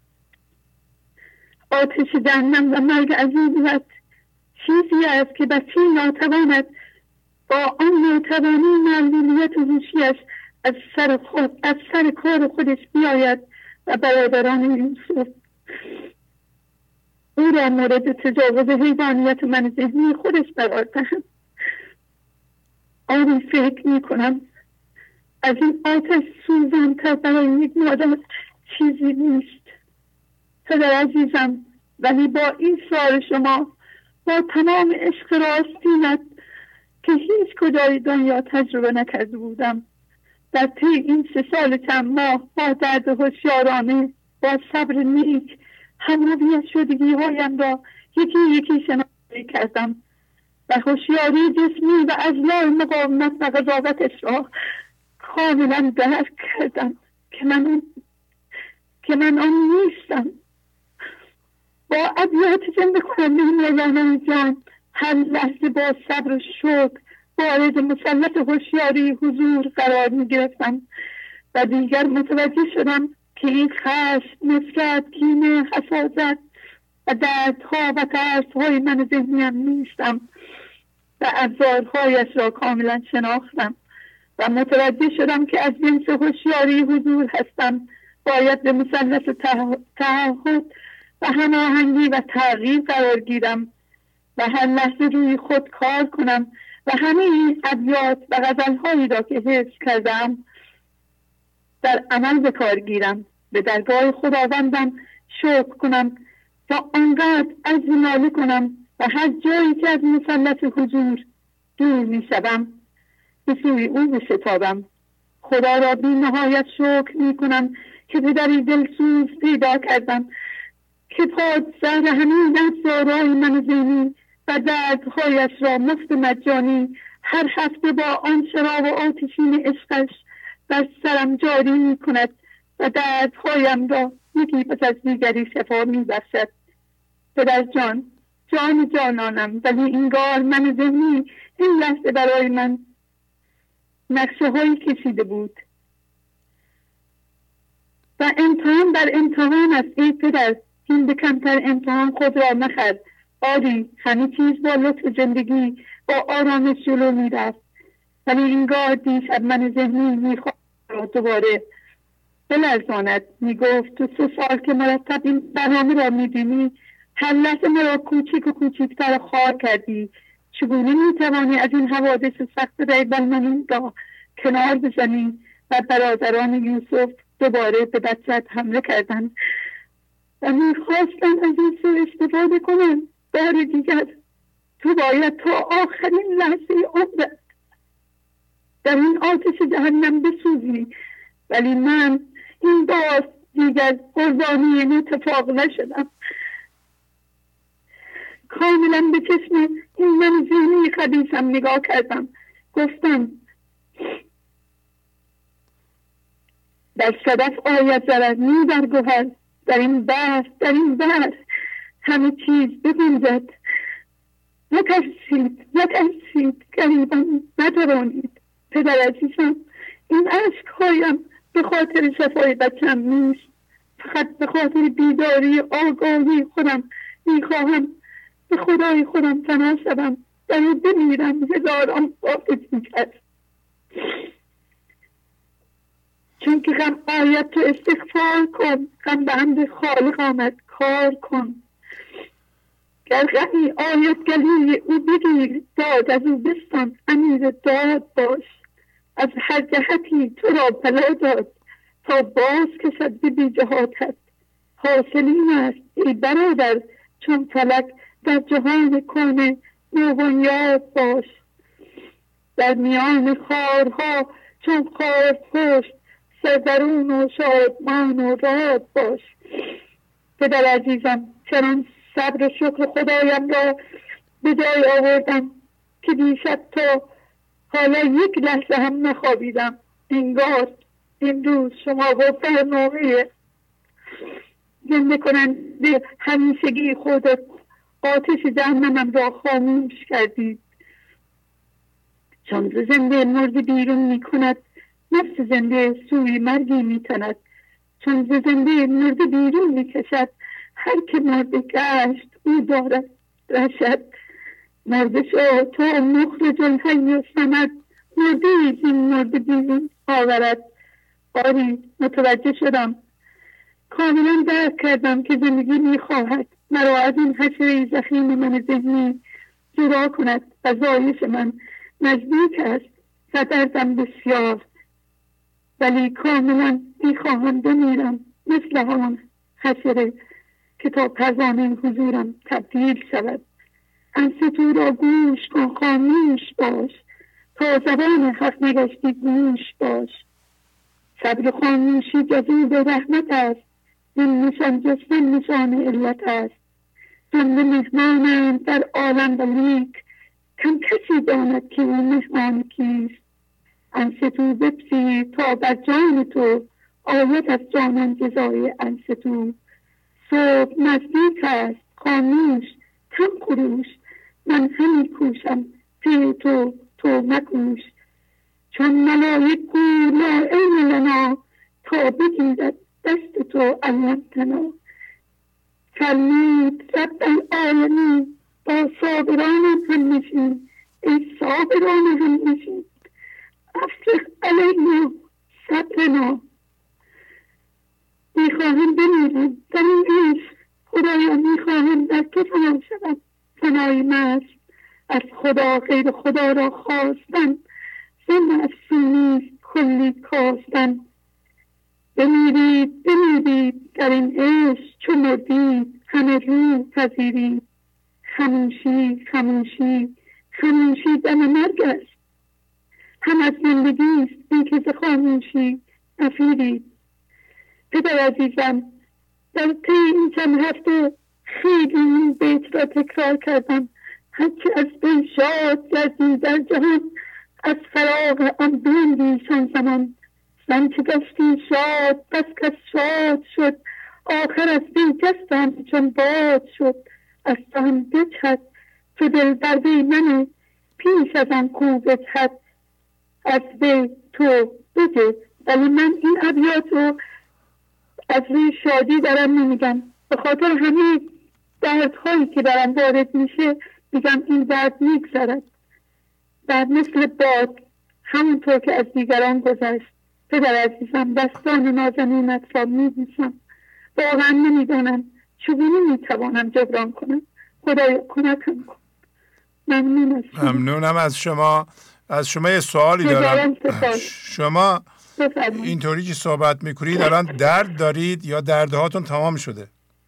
Speaker 12: آتش جهنم و مرگ عزیزت چیزی است که بچه ناتواند با آن ناتوانی معلولیت و هوشیش از سر کار خودش بیاید و برادران یوسف او را مورد تجاوز حیوانیت من ذهنی خودش قرار دهند. آنی فکر می کنم از این آتش سوزان تا برای یک مادر چیزی نیست. پدر عزیزم، ولی با این سوال شما، با تمام عشق راستینت که هیچ کجای دنیا تجربه نکرده بودم، در طی این 3 سال چند ماه با درد هوشیارانه، با صبر نیک، همراهی شدگی هایم را یکی شناسایی کردم و هوشیاری جسمی و اضلاع مقاومت و قضاوتش را کاملا درک کردم که من آن نیستم. با ابیات زنده کننده مولانا جان هر لحظه با صبر و شکر وارد مسلط هوشیاری حضور قرار می گرفتم و دیگر متوجه شدم که این خشم، نفرت، کینه، حسادت و دردها و ترسهای من ذهنیم نیستم و ابزارهایش را کاملا شناختم و متوجه شدم که از جنس هوشیاری حضور هستم. باید به مثلث تعهد و هماهنگی و تغییر قرار گیرم و هر لحظه روی خود کار کنم و همه این ابیات و غزلهایی را که حفظ کردم در عمل به کار گیرم، به درگاه خداوندم شکر کنم تا آنقدر عجز ناله کنم و هر جایی که از مثلث حضور دور می شدم به سوی او بشتابم. خدا را بی نهایت شکر می کنم که پدری دلسوز پیدا کردم که پادزر همین ابزارهای من ذهنی و دردهایش را مفت مجانی هر هفته با آن شراب و آتشین عشقش در سرم جاری می کند و دردهایم را یکی پس از دیگری شفا می بخشد. پدر جان، جان جانانم، ولی اینگار من ذهنی این لحظه برای من نقشه هایی کشیده بود و امتحان بر امتحان است. ای پدر، این به کمتر امتحان خود را مخر. آری همه چیز با لطف زندگی با آرامش جلو می رفت، ولی اینگار دیشب من ذهنی می خواهد دوباره بلرزاند. می گفت تو 3 سال که مرتب این برنامه را می بینی هر لحظه مرا کوچیک و کوچیکتر خوار کردی. چگونه می توانی از این حوادث سخت ریبل من را کنار بزنی؟ و برادران یوسف دوباره به بچت حمله کردند و می خواستن از این سو استفاده کنن. بار دیگر تو باید تا آخرین لحظه عمرت در این آتش جهنم بسوزی، ولی من این دیگر قربانی این اتفاق نشدم. کاملا به چشم این من ذهنی خبیثم نگاه کردم. گفتم در صدف آید ضرر نی در گوهر، در این بحر همه چیز بگنجد. نترسید گریبان ندرانید. پدر عزیزم، این عشقهایم به خاطر شفای بچم نیست، فقط به خاطر بیداری آگاهی خودم میخواهم به خدای خودم فنا شدم، در او بمیرم هزاران بافت کرد. چون که غم آید تو استغفار کن، غم به حمد خالق آمد کار کن. گر غمی آید گلوی او بگیر، داد از او بستان امیر داد باش. از هر جهتی تو را بلا داد، تا باز کشد به بی جهاتت. حاصل این است ای برادر چون فلک، در جهان کون نوبنیاد باش. در میان خارها چون خار پشت، سردرون و شادمان و راد باش. پدر عزیزم، چنان صبر و شکر خدایم را به جای آوردم که دیشب تا حالا یک لحظه هم نخوابیدم. انگار امروز شما با برنامه زنده کننده همیشگی خودت آتش جهنمم را خاموش کردید. چون زنده مرد بیرون می کند، نفس زنده سوی مرگی می تند. چون زنده مرد بیرون می کشد، هر که مرد گشت او دارد رشد. مرد شو تو مخرج الحی و سمد، مردی این مرد بیرون آورد. آری متوجه شدم، کاملا درک کردم که زندگی میخواهد مرا از این حشره زخیم من ذهنی جدا کند و زایش من نزدیک است و دردم بسیار، ولی کاملا میخواهم بمیرم مثل همان حشره که تا پروانه حضورم تبدیل شود. انصتو را گوش کن، خاموش باش، تا زبان حق نگشتی گوش باش. صبر خاموشی جزیب رحمت است، این نشان جستن نشان علت است. جمله مهمانند در عالم ولیک، کم کسی داند که او مهمان کیست. انصتو بپذیر تا بر جان تو آید از جانان جزای انصتو. صبح نزدیک است، خاموش کم خروش، من همی کوشم پی تو مکوش. چون ملائک گو لا علم لنا، تا بگیرد دست تو علمتنا. فرمود رب العالمین با صابران هم نشین، ای صابران هم نشین، افرغ علینا صبرنا. میخواهم بمیرم در این عشق، خدایا میخواهم در تو فنا شدم. فنای مست از خدا غیر خدا را خواستن، زن از سونی کلی کاستن. بمیرید در این عشق چو مردید، همه روح پذیرید. خموشی دم مرگ است، هم از زندگی است این که ز خاموشی نفیرید. پدر عزیزم، در طی این چند هفته خیلی این بیت را تکرار کردم. هرچه از دل شاد گردی در جهان، از فراغ آن بیندیشان زمان. زن که گشتی شاد بس کس شاد شد، آخر از بی جستم چون باد شد. از تو هم بجهد تو دل بر بی منه، پیش از آن کو بجهد از بی تو بجه. ولی من این ابیات رو از روی شادی دارم نمیگم، به خاطر همه دردهایی که دارم وارد میشه میگم این درد میگذرد. در مثل باد همونطور که از دیگران گذشت. پدر عزیزم، دستان نازنینت را میبوسم، واقعا نمیدانم چگونه میتوانم جبران کنم. خدایا کمکم کن.
Speaker 4: ممنونم از شما. از شما یه سوالی دارم. شما اینطوری که صحبت میکنید الان درد دارید یا دردهاتون تمام شده؟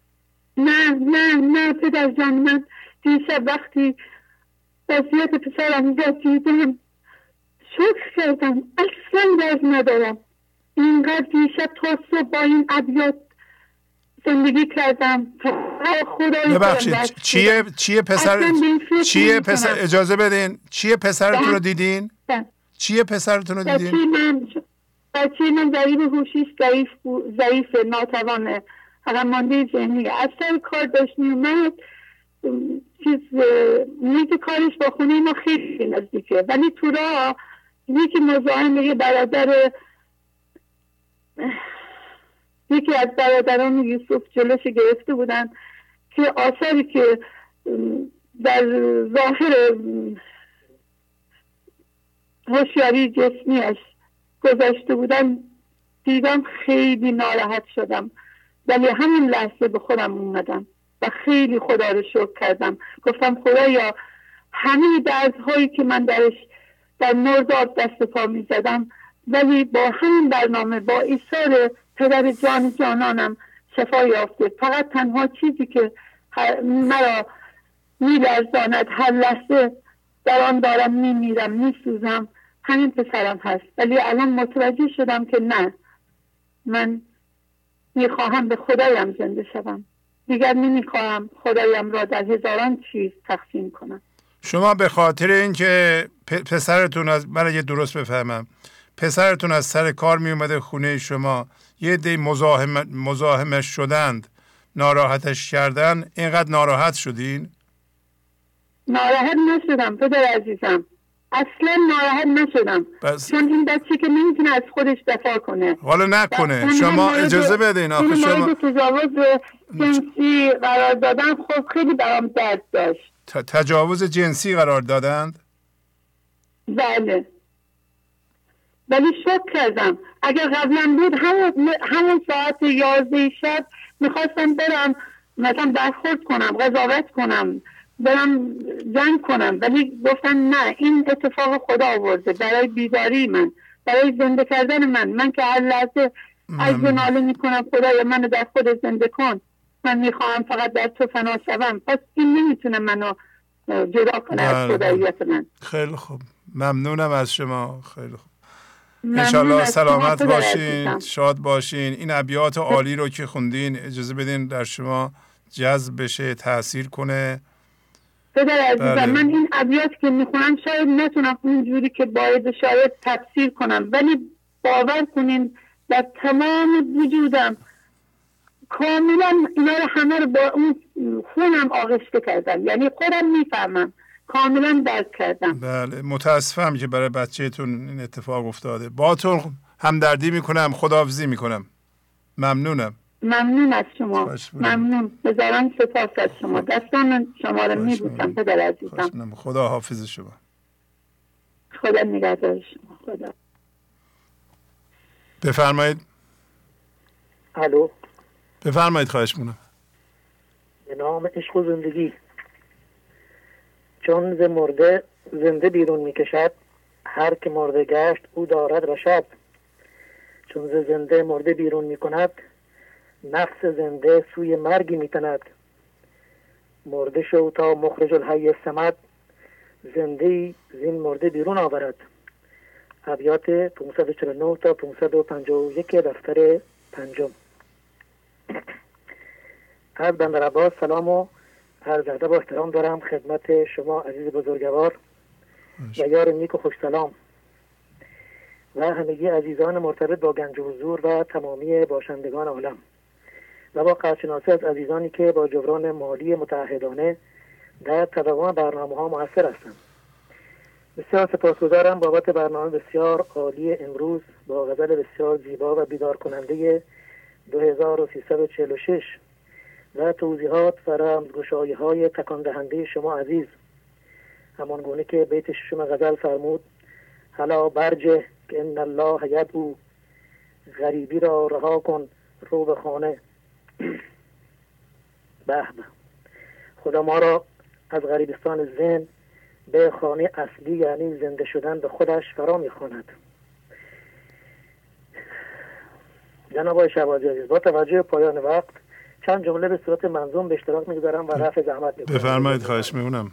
Speaker 12: نه پدر جان، من دیشب وقتی وضعیت پسرم را دیدم شکر کردم، اصلا درد ندارم. اینقدر دیشب تا صبح با این ابیات زندگی کردم.
Speaker 4: ببخشید چیه پسر اجازه بدین، چیه پسرتون رو دیدین؟ چیه پسرتون رو دیدین؟
Speaker 12: بچه من ضریب هوشیش ضعیف ناتوانه، عقب مانده ذهنی. از سر کار داشت میومد، محیط کارش با خونه ما خیلی نزدیکه، ولی تو راه یکی مزاحم یکی از برادران یوسف جلوش گرفته بودن که آثاری که در ظاهر هوشیاری جسمیش گذاشته بودن دیدم، خیلی ناراحت شدم، ولی همین لحظه به خودم اومدم و خیلی خدا رو شکر کردم. گفتم خدایا همه دردهایی که من در مرداد دست پا می زدم، ولی با همین برنامه، با ایثار پدر جانانم شفا یافته. فقط تنها چیزی که مرا میلرزاند، هر لحظه در آن دارم میمیرم، میسوزم، همین پسرم هست. ولی الان متوجه شدم که نه، من میخواهم به خدایم زنده شدم، دیگر نمیخواهم خدایم را در هزاران چیز تقسیم کنم.
Speaker 4: شما به خاطر اینکه پسرتون من اگه درست بفهمم، پسرتون از سر کار می اومده خونه شما، یه دی مزاحمش شدند، ناراحتش کردن، اینقدر ناراحت شدین؟
Speaker 12: ناراحت نشدم پدر عزیزم، اصلا ناراحت نشدم، چون این بچه که نمیتونه از خودش دفاع کنه.
Speaker 4: حالا نکنه، شما اجازه بدین. آخه شما
Speaker 12: تجاوز جنسی قرار دادن، خب خیلی برام درد داشت.
Speaker 4: تجاوز جنسی قرار دادند؟
Speaker 12: بله، ولی شک کردم. اگر قبلا بود همون ساعت 11 شب میخواستم برم مثلا برخورد کنم، قضاوت کنم، برم جنگ کنم، ولی گفتم نه، این اتفاق خدا آورده برای بیداری من، برای زنده کردن من که هر لحظه از ناله میکنم خدایا منو در خود زنده کن، من میخواهم فقط در تو فنا شوم. پس این نمیتونه منو جدا کنه از خداییت من.
Speaker 4: خیلی خوب، ممنونم از شما. خیلی خوب، انشالله سلامت باشین، شاد باشین. این ابیات عالی رو که خوندین اجازه بدین در شما جذب بشه، تأثیر کنه.
Speaker 12: پدر عزیزم، من این ابیات که میخونم شاید نتونم اونجوری که باید شاید تفسیر کنم، ولی باور کنین در تمام وجودم کاملا اینا رو همه رو با اون خونم آغشته کردم، یعنی خودم میفهمم، کاملا درک کردم.
Speaker 4: بله، متاسفم که برای بچه‌تون این اتفاق افتاده. باهاتون همدردی میکنم، خداحافظی میکنم. ممنونم.
Speaker 12: ممنون از شما، ممنون، هزاران سپاس از شما. دستان شما رو میبوسم پدر عزیزم.
Speaker 4: خدا حافظ شما.
Speaker 12: خدا نگهدار شما. خدا.
Speaker 4: بفرمایید.
Speaker 17: الو.
Speaker 4: بفرمایید، خواهش میکنم.
Speaker 17: به نام عشق و زندگی. چون ز مرده زنده بیرون میکشد، هر که مرده گشت او دارد رشد. چون ز زنده مرده بیرون میکند، نفس زنده سوی مرگی میتند. مرده شو تا مخرج الحی الصمد، زنده زین مرده بیرون آورد. ابیات 549 تا 551 دفتر 5. از بندر عباس سلام و عرض ادب و احترام دارم خدمت شما عزیز بزرگوار و یار نیک و خوش سلام و همگی عزیزان مرتبط با گنج حضور و تمامی باشندگان عالم و با قدرشناسی از عزیزانی که با جبران مالی متعهدانه در تداوم برنامه ها مؤثر هستند. بسیار سپاسگزارم بابت برنامه بسیار عالی امروز با غزل بسیار زیبا و بیدار کننده 2346 و توضیحات و رمزگشایی های تکان دهنده شما عزیز، همان گونه که بیت ششم غزل فرمود هلا برجه که ان الله یدعو، غریبی را رها کن رو به خانه. به خدا ما را از غریبستان ذهن به خانه اصلی یعنی زنده شدن به خودش فرا می‌خواند. جناب آقای شهبازی عزیز، با توجه پایان وقت چند جمله به صورت منظوم به اشتراک می‌گذارم و رفع زحمت می‌کنم.
Speaker 4: بفرمایید، خواهش می‌کنم.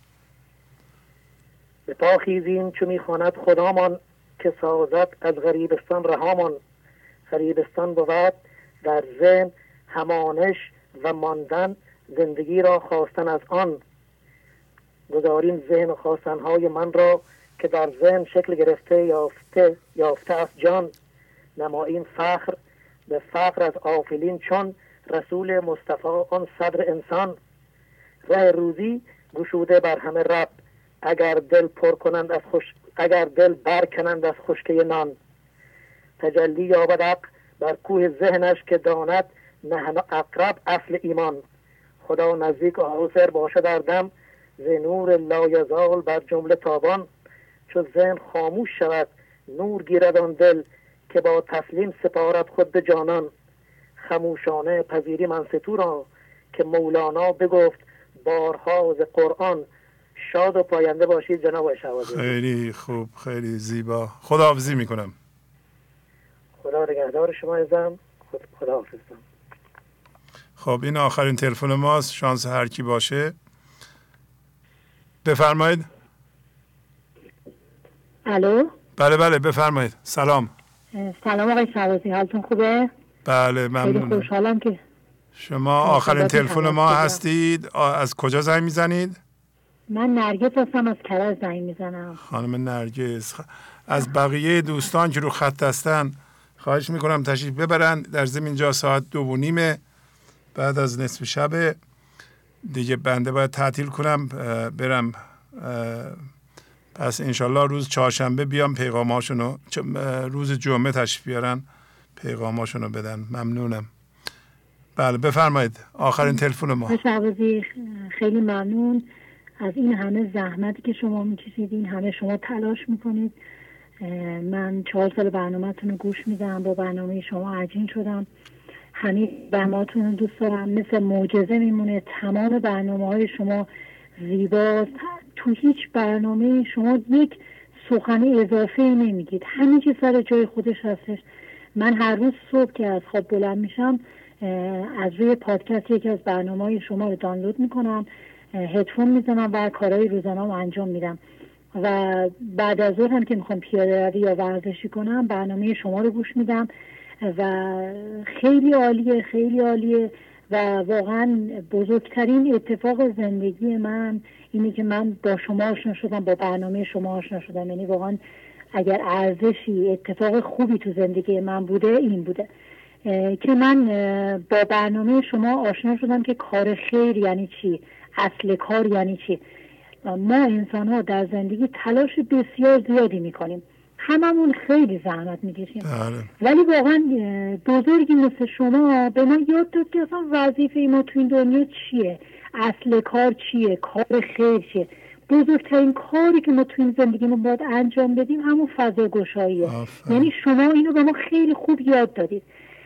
Speaker 17: به پا خیزیم چو می‌خواند خدامان، که سازد از غریبستان رهامان. غریبستان بود در ذهن همانش و ماندن زندگی را خواستن از آن. گذاریم ذهن و خواستنهای من را که در ذهن شکل گرفته یافته از جان. نماییم فخر به فقر از آفلین چون رسول مصطفی آن صدر انسان. ره روزی گشوده بر همه رب، اگر دل بر کنند از خشکی نان. تجلی یابد حق بر کوه ذهنش که داند نحن اقرب اصل ایمان. خدا نزدیک و حاضر باشد در دم، ز نور لایزال بر جمله تابان. چو ذهن خاموش شود نور گیرد آن دل، که با تسلیم سپارد خود به جانان. خموشانه پذیری منصتو را که مولانا بگفت بارها ز قرآن. شاد و پاینده باشید جناب شهبازی.
Speaker 4: خیلی خوب، خیلی زیبا. خداحافظی میکنم.
Speaker 17: خدا نگهدار شما عزیزم. خداحافظ.
Speaker 4: خب این آخرین تلفن ماست، شانس هر کی باشه. بفرمایید.
Speaker 18: الو.
Speaker 4: بله بفرمایید. سلام.
Speaker 18: سلام آقای شهبازی، حالتون خوبه؟
Speaker 4: بله ممنونم.
Speaker 18: خیلی خوشحالم که
Speaker 4: شما آخرین تلفن ما هستید. از کجا زنگ میزنید؟
Speaker 18: من نرگس هستم، از کرج زنگ میزنم.
Speaker 4: خانم نرگس، از بقیه دوستان که رو خط هستن خواهش میکنم تشریف ببرن. در ضمن اینجا ساعت 2:30 بعد از نصف شب دیگه بنده باید تعطیل کنم برم. پس انشالله روز چهارشنبه بیام پیغاماشونو، روز جمعه تشریف بیارن پیغاماشونو بدن. ممنونم. بله بفرمایید. آخرین تلفن ما.
Speaker 18: شهبازی خیلی ممنون از این همه زحمتی که شما میکشید، این همه شما تلاش میکنید. من 4 سال برنامه‌تون رو گوش میدم، با برنامه شما عجین شدم. همه برنامه‌تون رو دوست دارم، مثل معجزه میمونه. تمام برنامه‌های شما زیباست. تو هیچ برنامه شما یک سخن اضافه نمیگید، همه چیز سر جای خودش هستش. من هر روز صبح که از خواب بلند میشم از روی پادکست یکی از برنامه‌های شما رو دانلود میکنم، هدفون میزنم و کارهای روزانه‌ام انجام میدم. و بعد از ظهر هم که میخوام پیاده روی یا ورزشی کنم برنامه شما رو گوش میدم و خیلی عالیه، خیلی عالیه. و واقعا بزرگترین اتفاق زندگی من اینه که من با شما آشنا شدم، با برنامه شما آشنا شدم. یعنی واقعا اگر ارزشی، اتفاق خوبی تو زندگی من بوده این بوده که من با برنامه شما آشنا شدم که کار خیر یعنی چی، اصل کار یعنی چی. ما انسان ها در زندگی تلاش بسیار زیادی میکنیم، هممون خیلی زحمت میکشیم، ولی واقعا بزرگی مثل شما به ما یاد داد که اصلا وظیفه ما تو این دنیا چیه، اصل کار چیه، کار خیر چیه. بزرگترین کاری که ما تو این زندگیمون باید انجام بدیم همون فضاگشاییه. یعنی شما اینو به ما خیلی خوب یاد دادید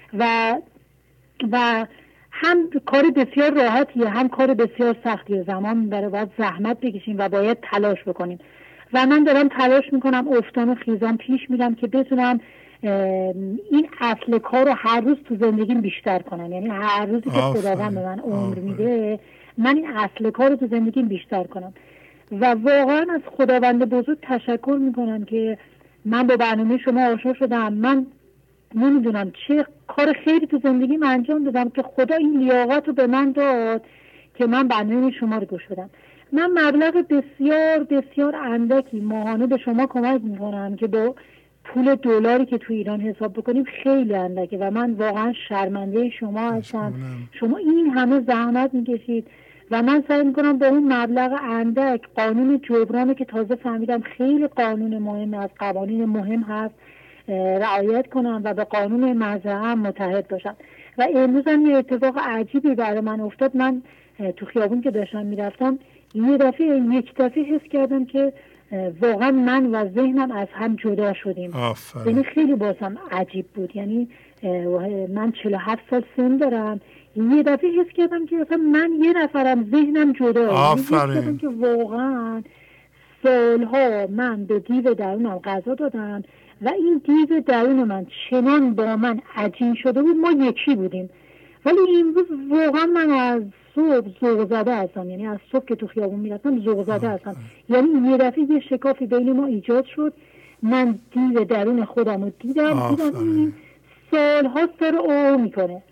Speaker 18: و هم کار بسیار راحتیه، هم کار بسیار سختیه. زمان میبره، باید زحمت بکشیم و باید تلاش بکنیم. و من دارم تلاش میکنم، افتان و خیزان پیش میرم که بتونم این اصل کار رو هر روز تو زندگیم بیشتر کنم. یعنی هر روزی که خداوند به من عمر میده من این اصل کار رو تو زندگیم بیشتر کنم. و واقعا از خداوند بزرگ تشکر میکنم که من با برنامه شما آشنا شدم. من نمیدونم چه کار خیری تو زندگیم انجام دادم که خدا این لیاقت رو به من داد که من برنامه شما رو گوش بدم. من مبلغ بسیار بسیار اندکی ماهانه به شما کمک میکنم که با پول دلاری که تو ایران حساب بکنیم خیلی اندکه و من واقعا شرمنده شما هستم. شما این همه زحمت میکشید و من سعی میکنم با اون مبلغ اندک قانون جبران که تازه فهمیدم خیلی قانون مهم از قوانین مهم هست رعایت کنم و به قانون مزرعه متحد باشم. و امروز هم یه اتفاق عجیبی برای من افتاد. من تو خیابون که داشتم میرفتم یک دفعه حس کردم که واقعا من و ذهنم از هم جدا شدیم. یعنی خیلی بازم عجیب بود. یعنی من 47 سال سن دارم، یه دفعه حس کردم که اصلا من یه نفرم، ذهنم جدا. حس کردم که واقعا سالها من به دیو درونم غذا دادم و این دیو درون من چنان با من عجین شده بود، ما یکی بودیم. ولی امروز واقعا من از صبح ذوق زده هستم. یعنی از صبح که تو خیابون میرفتم ذوق زده هستم. یعنی یه دفعه یه شکافی بین ما ایجاد شد. من دیو درون خودم رو دیدم این سالها سر او میکنه،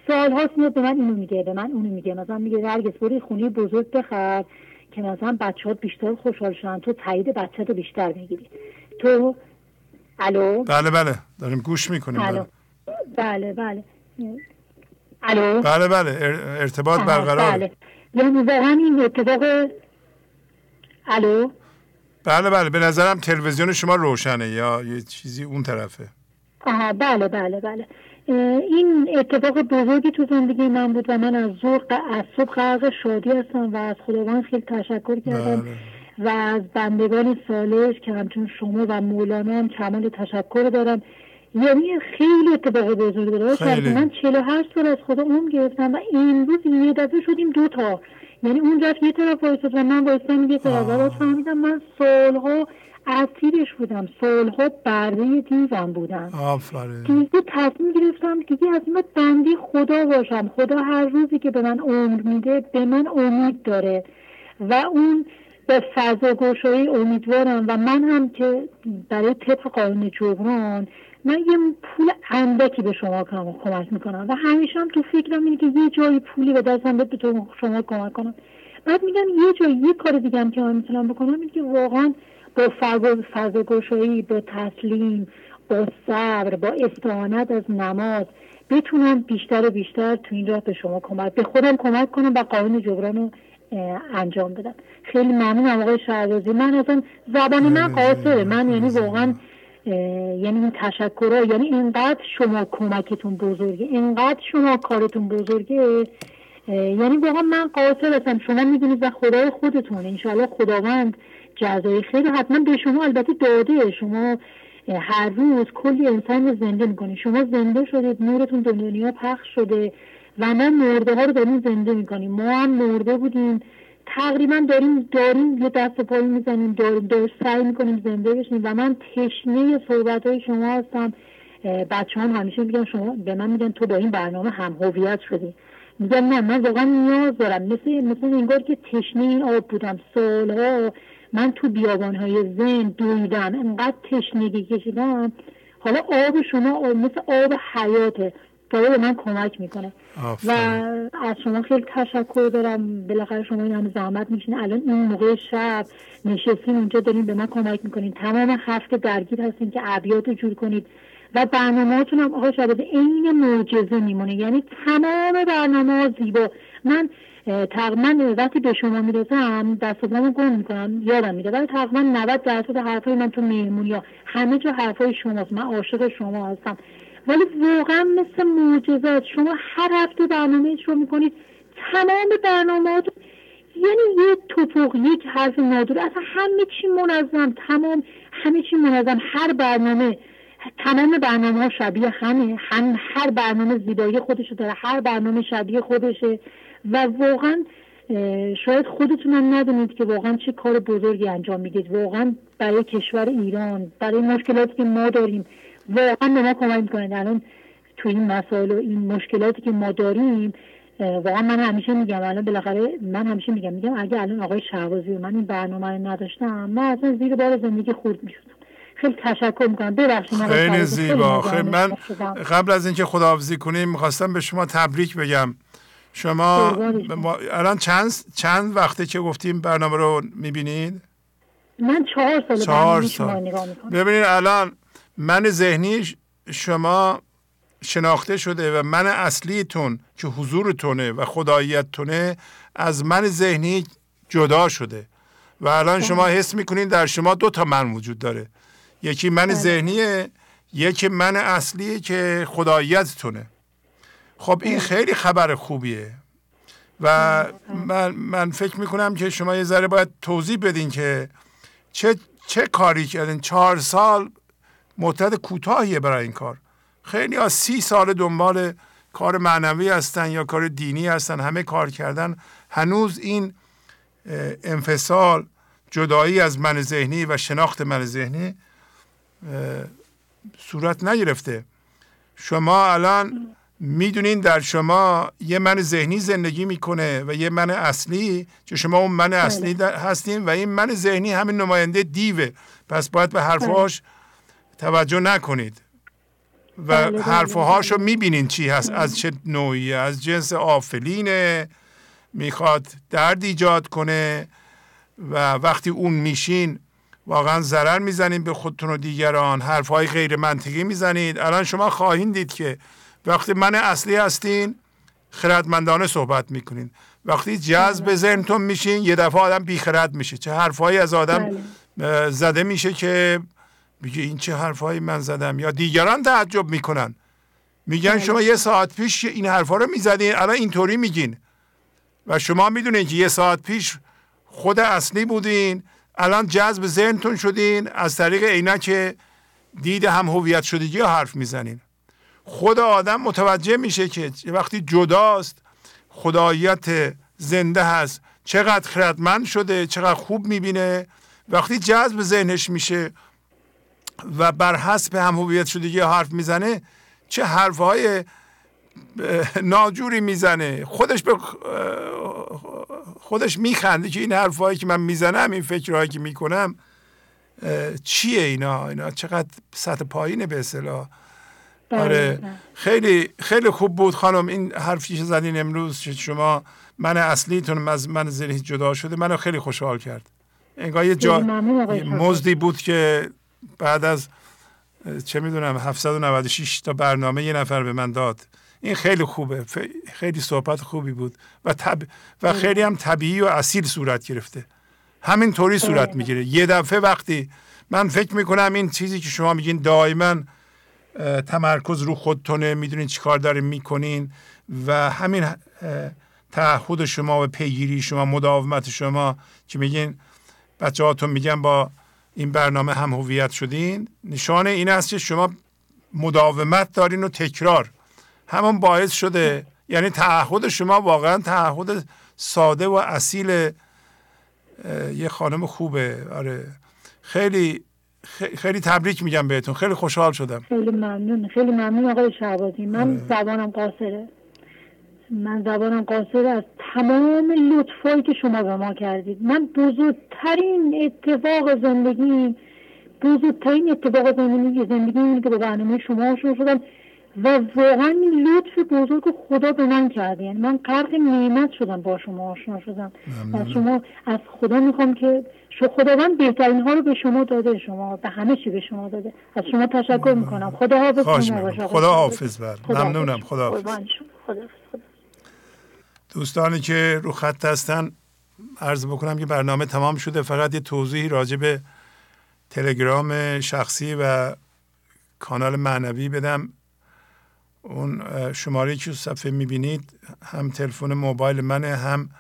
Speaker 18: سال‌هاست میاد به من اینو میگه، به من اونو میگه. مثلا میگه نرگس برو خونه بزرگ بخر که مثلا بچه‌ها بیشتر خوشحال شدن، تو تایید بچه‌تو بیشتر بگیری. تو الو؟
Speaker 4: بله داریم گوش میکنیم.
Speaker 18: الو. بله الو؟
Speaker 4: بله ارتباط برقراره.
Speaker 18: بله. یعنی واقعا این اتفاق. الو؟
Speaker 4: بله به نظرم تلویزیون شما روشنه یا یه چیزی اون طرفه.
Speaker 18: بله. این اتفاق بزرگی تو زندگی من بود و من از صبح غرق شادی هستم و از خداوند خیلی تشکر کردم و از بندگان صالح که همچون شما و مولانا هم کمال تشکر دارم. یعنی خیلی اتفاق بزرگی داره. من 48 سال از خدا عمر گرفتم و امروز یه دفعه شدیم 2 تا. یعنی اون رفت یه طرف وایساد و من وایسادم یه طرف. و فهمیدم من سالها اسیرش بودم، سالها برده دیوم بودم.
Speaker 4: آفرین.
Speaker 18: دیگه تصمیم گرفتم دیگه از این بندی خدا باشم. خدا هر روزی که به من عمر میده به من امید داره و اون به فضاگوشایی امیدوارم و من هم که برای طبق قانون جبران من یه پول اندکی به شما کمک میکنم و همیشه هم تو فکرم اینه که یه جایی پولی به دستم به تو شما کمک کنم. بعد میگم یه جایی یه کار دیگه هم که من میتونم بکنم اینه که واقعا با فضاگوشایی، با تسلیم، با صبر، با استعانت از نماز بتونم بیشتر و بیشتر تو این راه به شما به خودم کمک کنم و قانون جبران رو انجام بدم. خیلی ممنونم آقای شهبازی. من اصلا زبان من قاصره. من یعنی واقعا یعنی این تشکرها، یعنی اینقدر شما کمکتون بزرگه، اینقدر شما کارتون بزرگه، یعنی واقعا من قاصر هستم. شما میدونید و خدای خودتون انشاءالله خداوند جزای خیر حتما به شما البته داده. شما هر روز کلی انسان رو زنده میکنید. شما زنده شدید، نورتون به دنیا پخش شده و ما مرده ها رو داریم زنده میکنیم. ما هم مرده بودیم، تقریبا داریم یه دست پایی میزنیم، داریم سعی میکنیم زنده بشیم و من تشنه صحبت های شما هستم. بچه هم همیشه میگن شما به من میگن تو با این برنامه هم هویت شدی. میگم نه، من واقعا نیاز دارم. مثل انگار که تشنه این آب بودم. سالها من تو بیابانهای ذهن دویدم، انقدر تشنگی کشیدم. حالا آب شما مثل آب حیاته، داره به من کمک میکنه و از شما خیلی تشکر دارم. بالاخره شما این همه زحمت میکشین، الان این موقع شب نشستین اونجا دارین به من کمک میکنین. تمام هفته درگیر هستین که ابیات رو جور کنید و برنامه‌هاتون هم آقای شهبازی عین معجزه میمونه. یعنی تمام برنامه‌ها زیبا. من تقریبا وقتی به شما میرسم دست و پامو گم میکنم، یادم میره، ولی تقریبا 90% حرفای من تو مهمونی‌ها همه جا حرفای شماست. من عاشق شما هستم. ولی واقعا مثل معجزات شما هر هفته برنامه رو میکنید، تمام برنامه‌ها یعنی یه توپق، یک حرف نادر، اصلا همه چی منظم، همه چی منظم. هر برنامه، تمام برنامه‌ها شبیه هر برنامه زیبایی خودشو داره، هر برنامه شبیه خودشه و واقعا شاید خودتون هم ندونید که واقعا چه کار بزرگی انجام میدید. واقعا برای کشور ایران، برای مشکلاتی که ما داریم واقعا به ما کمک میکنید. الان تو این مسائل و این مشکلاتی که ما داریم واقعا من همیشه میگم، الان بالاخره من همیشه میگم اگه الان آقای شهبازی و من این برنامه رو نداشتم من اصلا زیر بار زندگی خورد میشدم. خیلی تشکر میکنم. ببخشید
Speaker 4: خیلی زیبا. خیلی من قبل از اینکه خداحافظی کنیم میخواستم به شما تبریک بگم. شما الان چند وقته که گفتیم برنامه رو میبینید؟
Speaker 18: من 4 سال نگاه میکنم.
Speaker 4: ببینید الان من ذهنی شما شناخته شده و من اصلیتون که حضورتونه و خداییتونه از من ذهنی جدا شده و الان شما حس میکنید در شما 2 تا من وجود داره. یکی من ذهنیه، یکی من اصلیه که خداییتتونه. خب این خیلی خبر خوبیه و من فکر میکنم که شما یه ذره باید توضیح بدین که چه کاری کردین. 4 سال مدت کوتاهیه برای این کار. خیلی از 30 سال دنبال کار معنوی هستن یا کار دینی هستن، همه کار کردن، هنوز این انفصال، جدایی از من ذهنی و شناخت من ذهنی صورت نگرفته. شما الان میدونین در شما یه من ذهنی زندگی میکنه و یه من اصلی که شما اون من اصلی هستین و این من ذهنی همین نماینده دیوه، پس باید به حرفاش توجه نکنید. و حرفهاشو میبینین چی هست، از چه نوعی، از جنس آفلینه، میخواد درد ایجاد کنه و وقتی اون میشین واقعا ضرر میزنید به خودتون و دیگران، حرفهای غیر منطقی میزنید. الان شما خواهید دید که وقتی من اصلی هستین خردمندانه صحبت میکنین، وقتی جذب ذهنتون میشین یه دفعه آدم بیخرد میشه، چه حرفهایی از آدم زده میشه که میگه این چه حرفهایی من زدم، یا دیگران تعجب میکنن میگن شما یه ساعت پیش این حرفا رو میزدین الان اینطوری میگین و شما میدونین که یه ساعت پیش خود اصلی بودین، الان جذب ذهنتون شدین، از طریق عینک دید هم هویت شدگی حرف میزنین. خود آدم متوجه میشه که وقتی جداست، خداییت زنده هست، چقدر خردمند شده، چقدر خوب میبینه. وقتی جذب ذهنش میشه و بر حسب هم هویت شدگی حرف میزنه، چه حرفهای ناجوری میزنه، خودش میخنده که این حرفهایی که من میزنم، این فکرهایی که میکنم چیه، اینا چقدر سطح پایینه به اصطلاح. آره خیلی خیلی خوب بود خانم این حرفی که زدین امروز، که شما من اصلیتون از من ذهنی جدا شده، منو خیلی خوشحال کرد. انگار یه مزدی بود که بعد از چه میدونم 796 تا برنامه یه نفر به من داد. این خیلی خوبه، خیلی صحبت خوبی بود و خیلی هم طبیعی و اصیل صورت گرفته، همین طوری صورت میگیره. یه دفعه وقتی من فکر میکنم این چیزی که شما میگین دائما تمرکز رو خودتونه، میدونین چی کار دارین میکنین و همین تعهد شما و پیگیری شما، مداومت شما که میگین بچه هاتون میگن با این برنامه هم هویت شدین، نشان این است که شما مداومت دارین و تکرار همون باعث شده، یعنی تعهد شما واقعا تعهد ساده و اصیل یه خانم خوبه. آره خیلی خیلی تبریک میگم بهتون، خیلی خوشحال شدم.
Speaker 18: خیلی ممنون آقای شهبازی. من زبانم قاصره از تمام لطفایی که شما به ما کردید. من بزرگترین اتفاق زندگی اینه که به برنامه شما آشنا شدم و واقعا این لطف بزرگ خدا به من کرده، یعنی من غرق نعمت شدم با شما آشنا شدم. از شما، از خدا میخوام که خداوند بهترین ها رو به شما داده، شما به همه چی به شما داده. از شما تشکر میکنم. خدا حافظ.
Speaker 4: خدا حافظ. ممنونم. خدا حافظ. دوستانی که رو خط هستن عرض بکنم که برنامه تمام شده. فقط یه توضیحی راجع به تلگرام شخصی و کانال معنوی بدم. اون شماره که صفحه میبینید هم تلفن موبایل منه، هم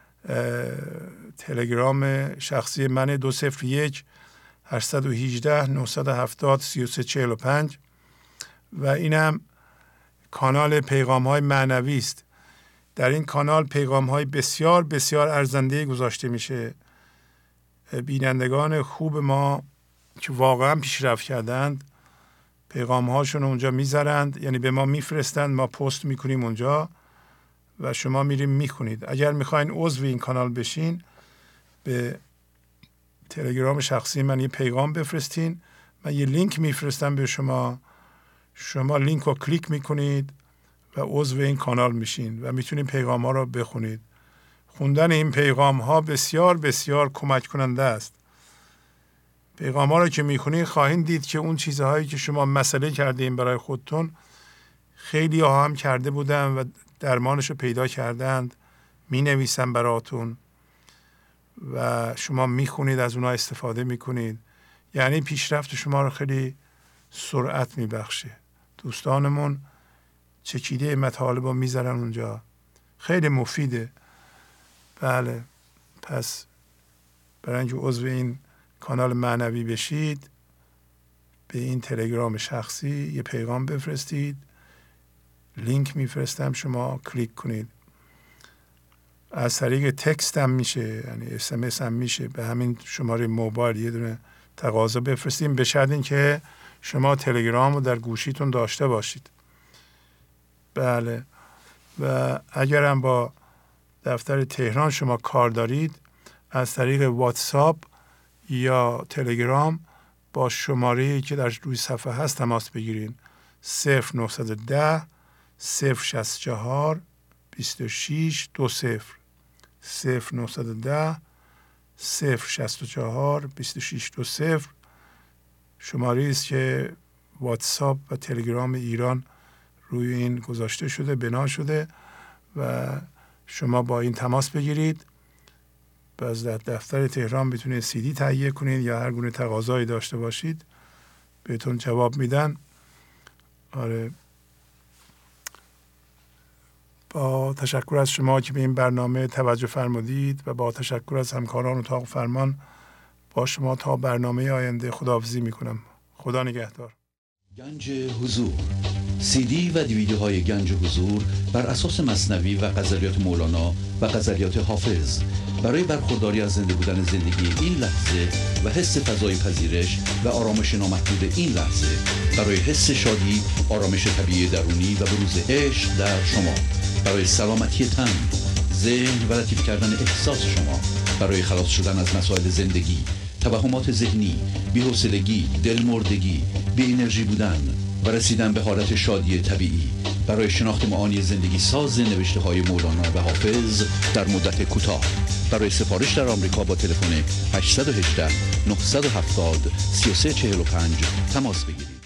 Speaker 4: تلگرام شخصی منه، 201 818 970 3345 و اینم کانال پیغام های معنوی است. در این کانال پیغام های بسیار بسیار ارزنده گذاشته میشه. بینندگان خوب ما که واقعا پیشرفت کردند پیغام هاشون اونجا میذارند، یعنی به ما میفرستند، ما پست میکنیم اونجا و شما میریم میخونید. اگر میخواین عضو این کانال بشین، به تلگرام شخصی من یه پیغام بفرستین، من یه لینک میفرستم به شما لینک رو کلیک میکنید و عضو این کانال میشین و میتونید پیغام ها رو بخونید. خوندن این پیغام ها بسیار بسیار کمک کننده است. پیغام ها رو که میخونید خواهید دید که اون چیزهایی که شما مسئله کردین برای خودتون خیلی ها هم کرده بودن و درمانش رو پیدا کردند، می نویسن براتون و شما میخونید، از اونها استفاده میکنید. یعنی پیشرفت شما رو خیلی سرعت میبخشه. دوستانمون چکیده مطالب رو میذارن اونجا، خیلی مفیده. بله، پس برای اینکه عضو این کانال معنوی بشید به این تلگرام شخصی یه پیغام بفرستید، لینک میفرستم، شما کلیک کنید. از طریق تکست هم میشه، یعنی SMS هم میشه. به همین شماره موبایل یه دونه تقاضا بفرستیم، به شرط اینکه شما تلگرام رو در گوشیتون داشته باشید. بله، و اگر هم با دفتر تهران شما کار دارید، از طریق واتساپ یا تلگرام با شماره‌ای که در روی صفحه هست تماس بگیرین. 0910 064 26 20 0910 064 26 20 شماره است که واتساپ و تلگرام ایران روی این گذاشته شده، بنا شده و شما با این تماس بگیرید. باز در دفتر تهران میتونید CD تهیه کنید یا هر گونه تقاضایی داشته باشید بهتون جواب میدن. آره، با تشکر از شما که به این برنامه توجه فرمودید و با تشکر از همکاران اتاق فرمان با شما تا برنامه آینده خداحافظی میکنم. خدا نگهدار.
Speaker 1: گنج حضور، CD و دیویدیوهای گنج حضور بر اساس مثنوی و غزلیات مولانا و غزلیات حافظ برای برخورداری از زنده بودن زندگی این لحظه و حس فضای پذیرش و آرامش نامحدود این لحظه، برای حس شادی، آرامش طبیعی درونی و بروز عشق در شما، برای سلامتی تن، ذهن و لطیف کردن احساس شما، برای خلاص شدن از مسائل زندگی، توهمات ذهنی، بی‌حوصلگی، دلمردگی، بی انرژی بودن و رسیدن به حالت شادی طبیعی، برای شناخت معانی زندگی ساز نوشته های مولانا و حافظ در مدت کوتاه. برای سفارش در آمریکا با تلفن 818 970 3345 تماس بگیرید.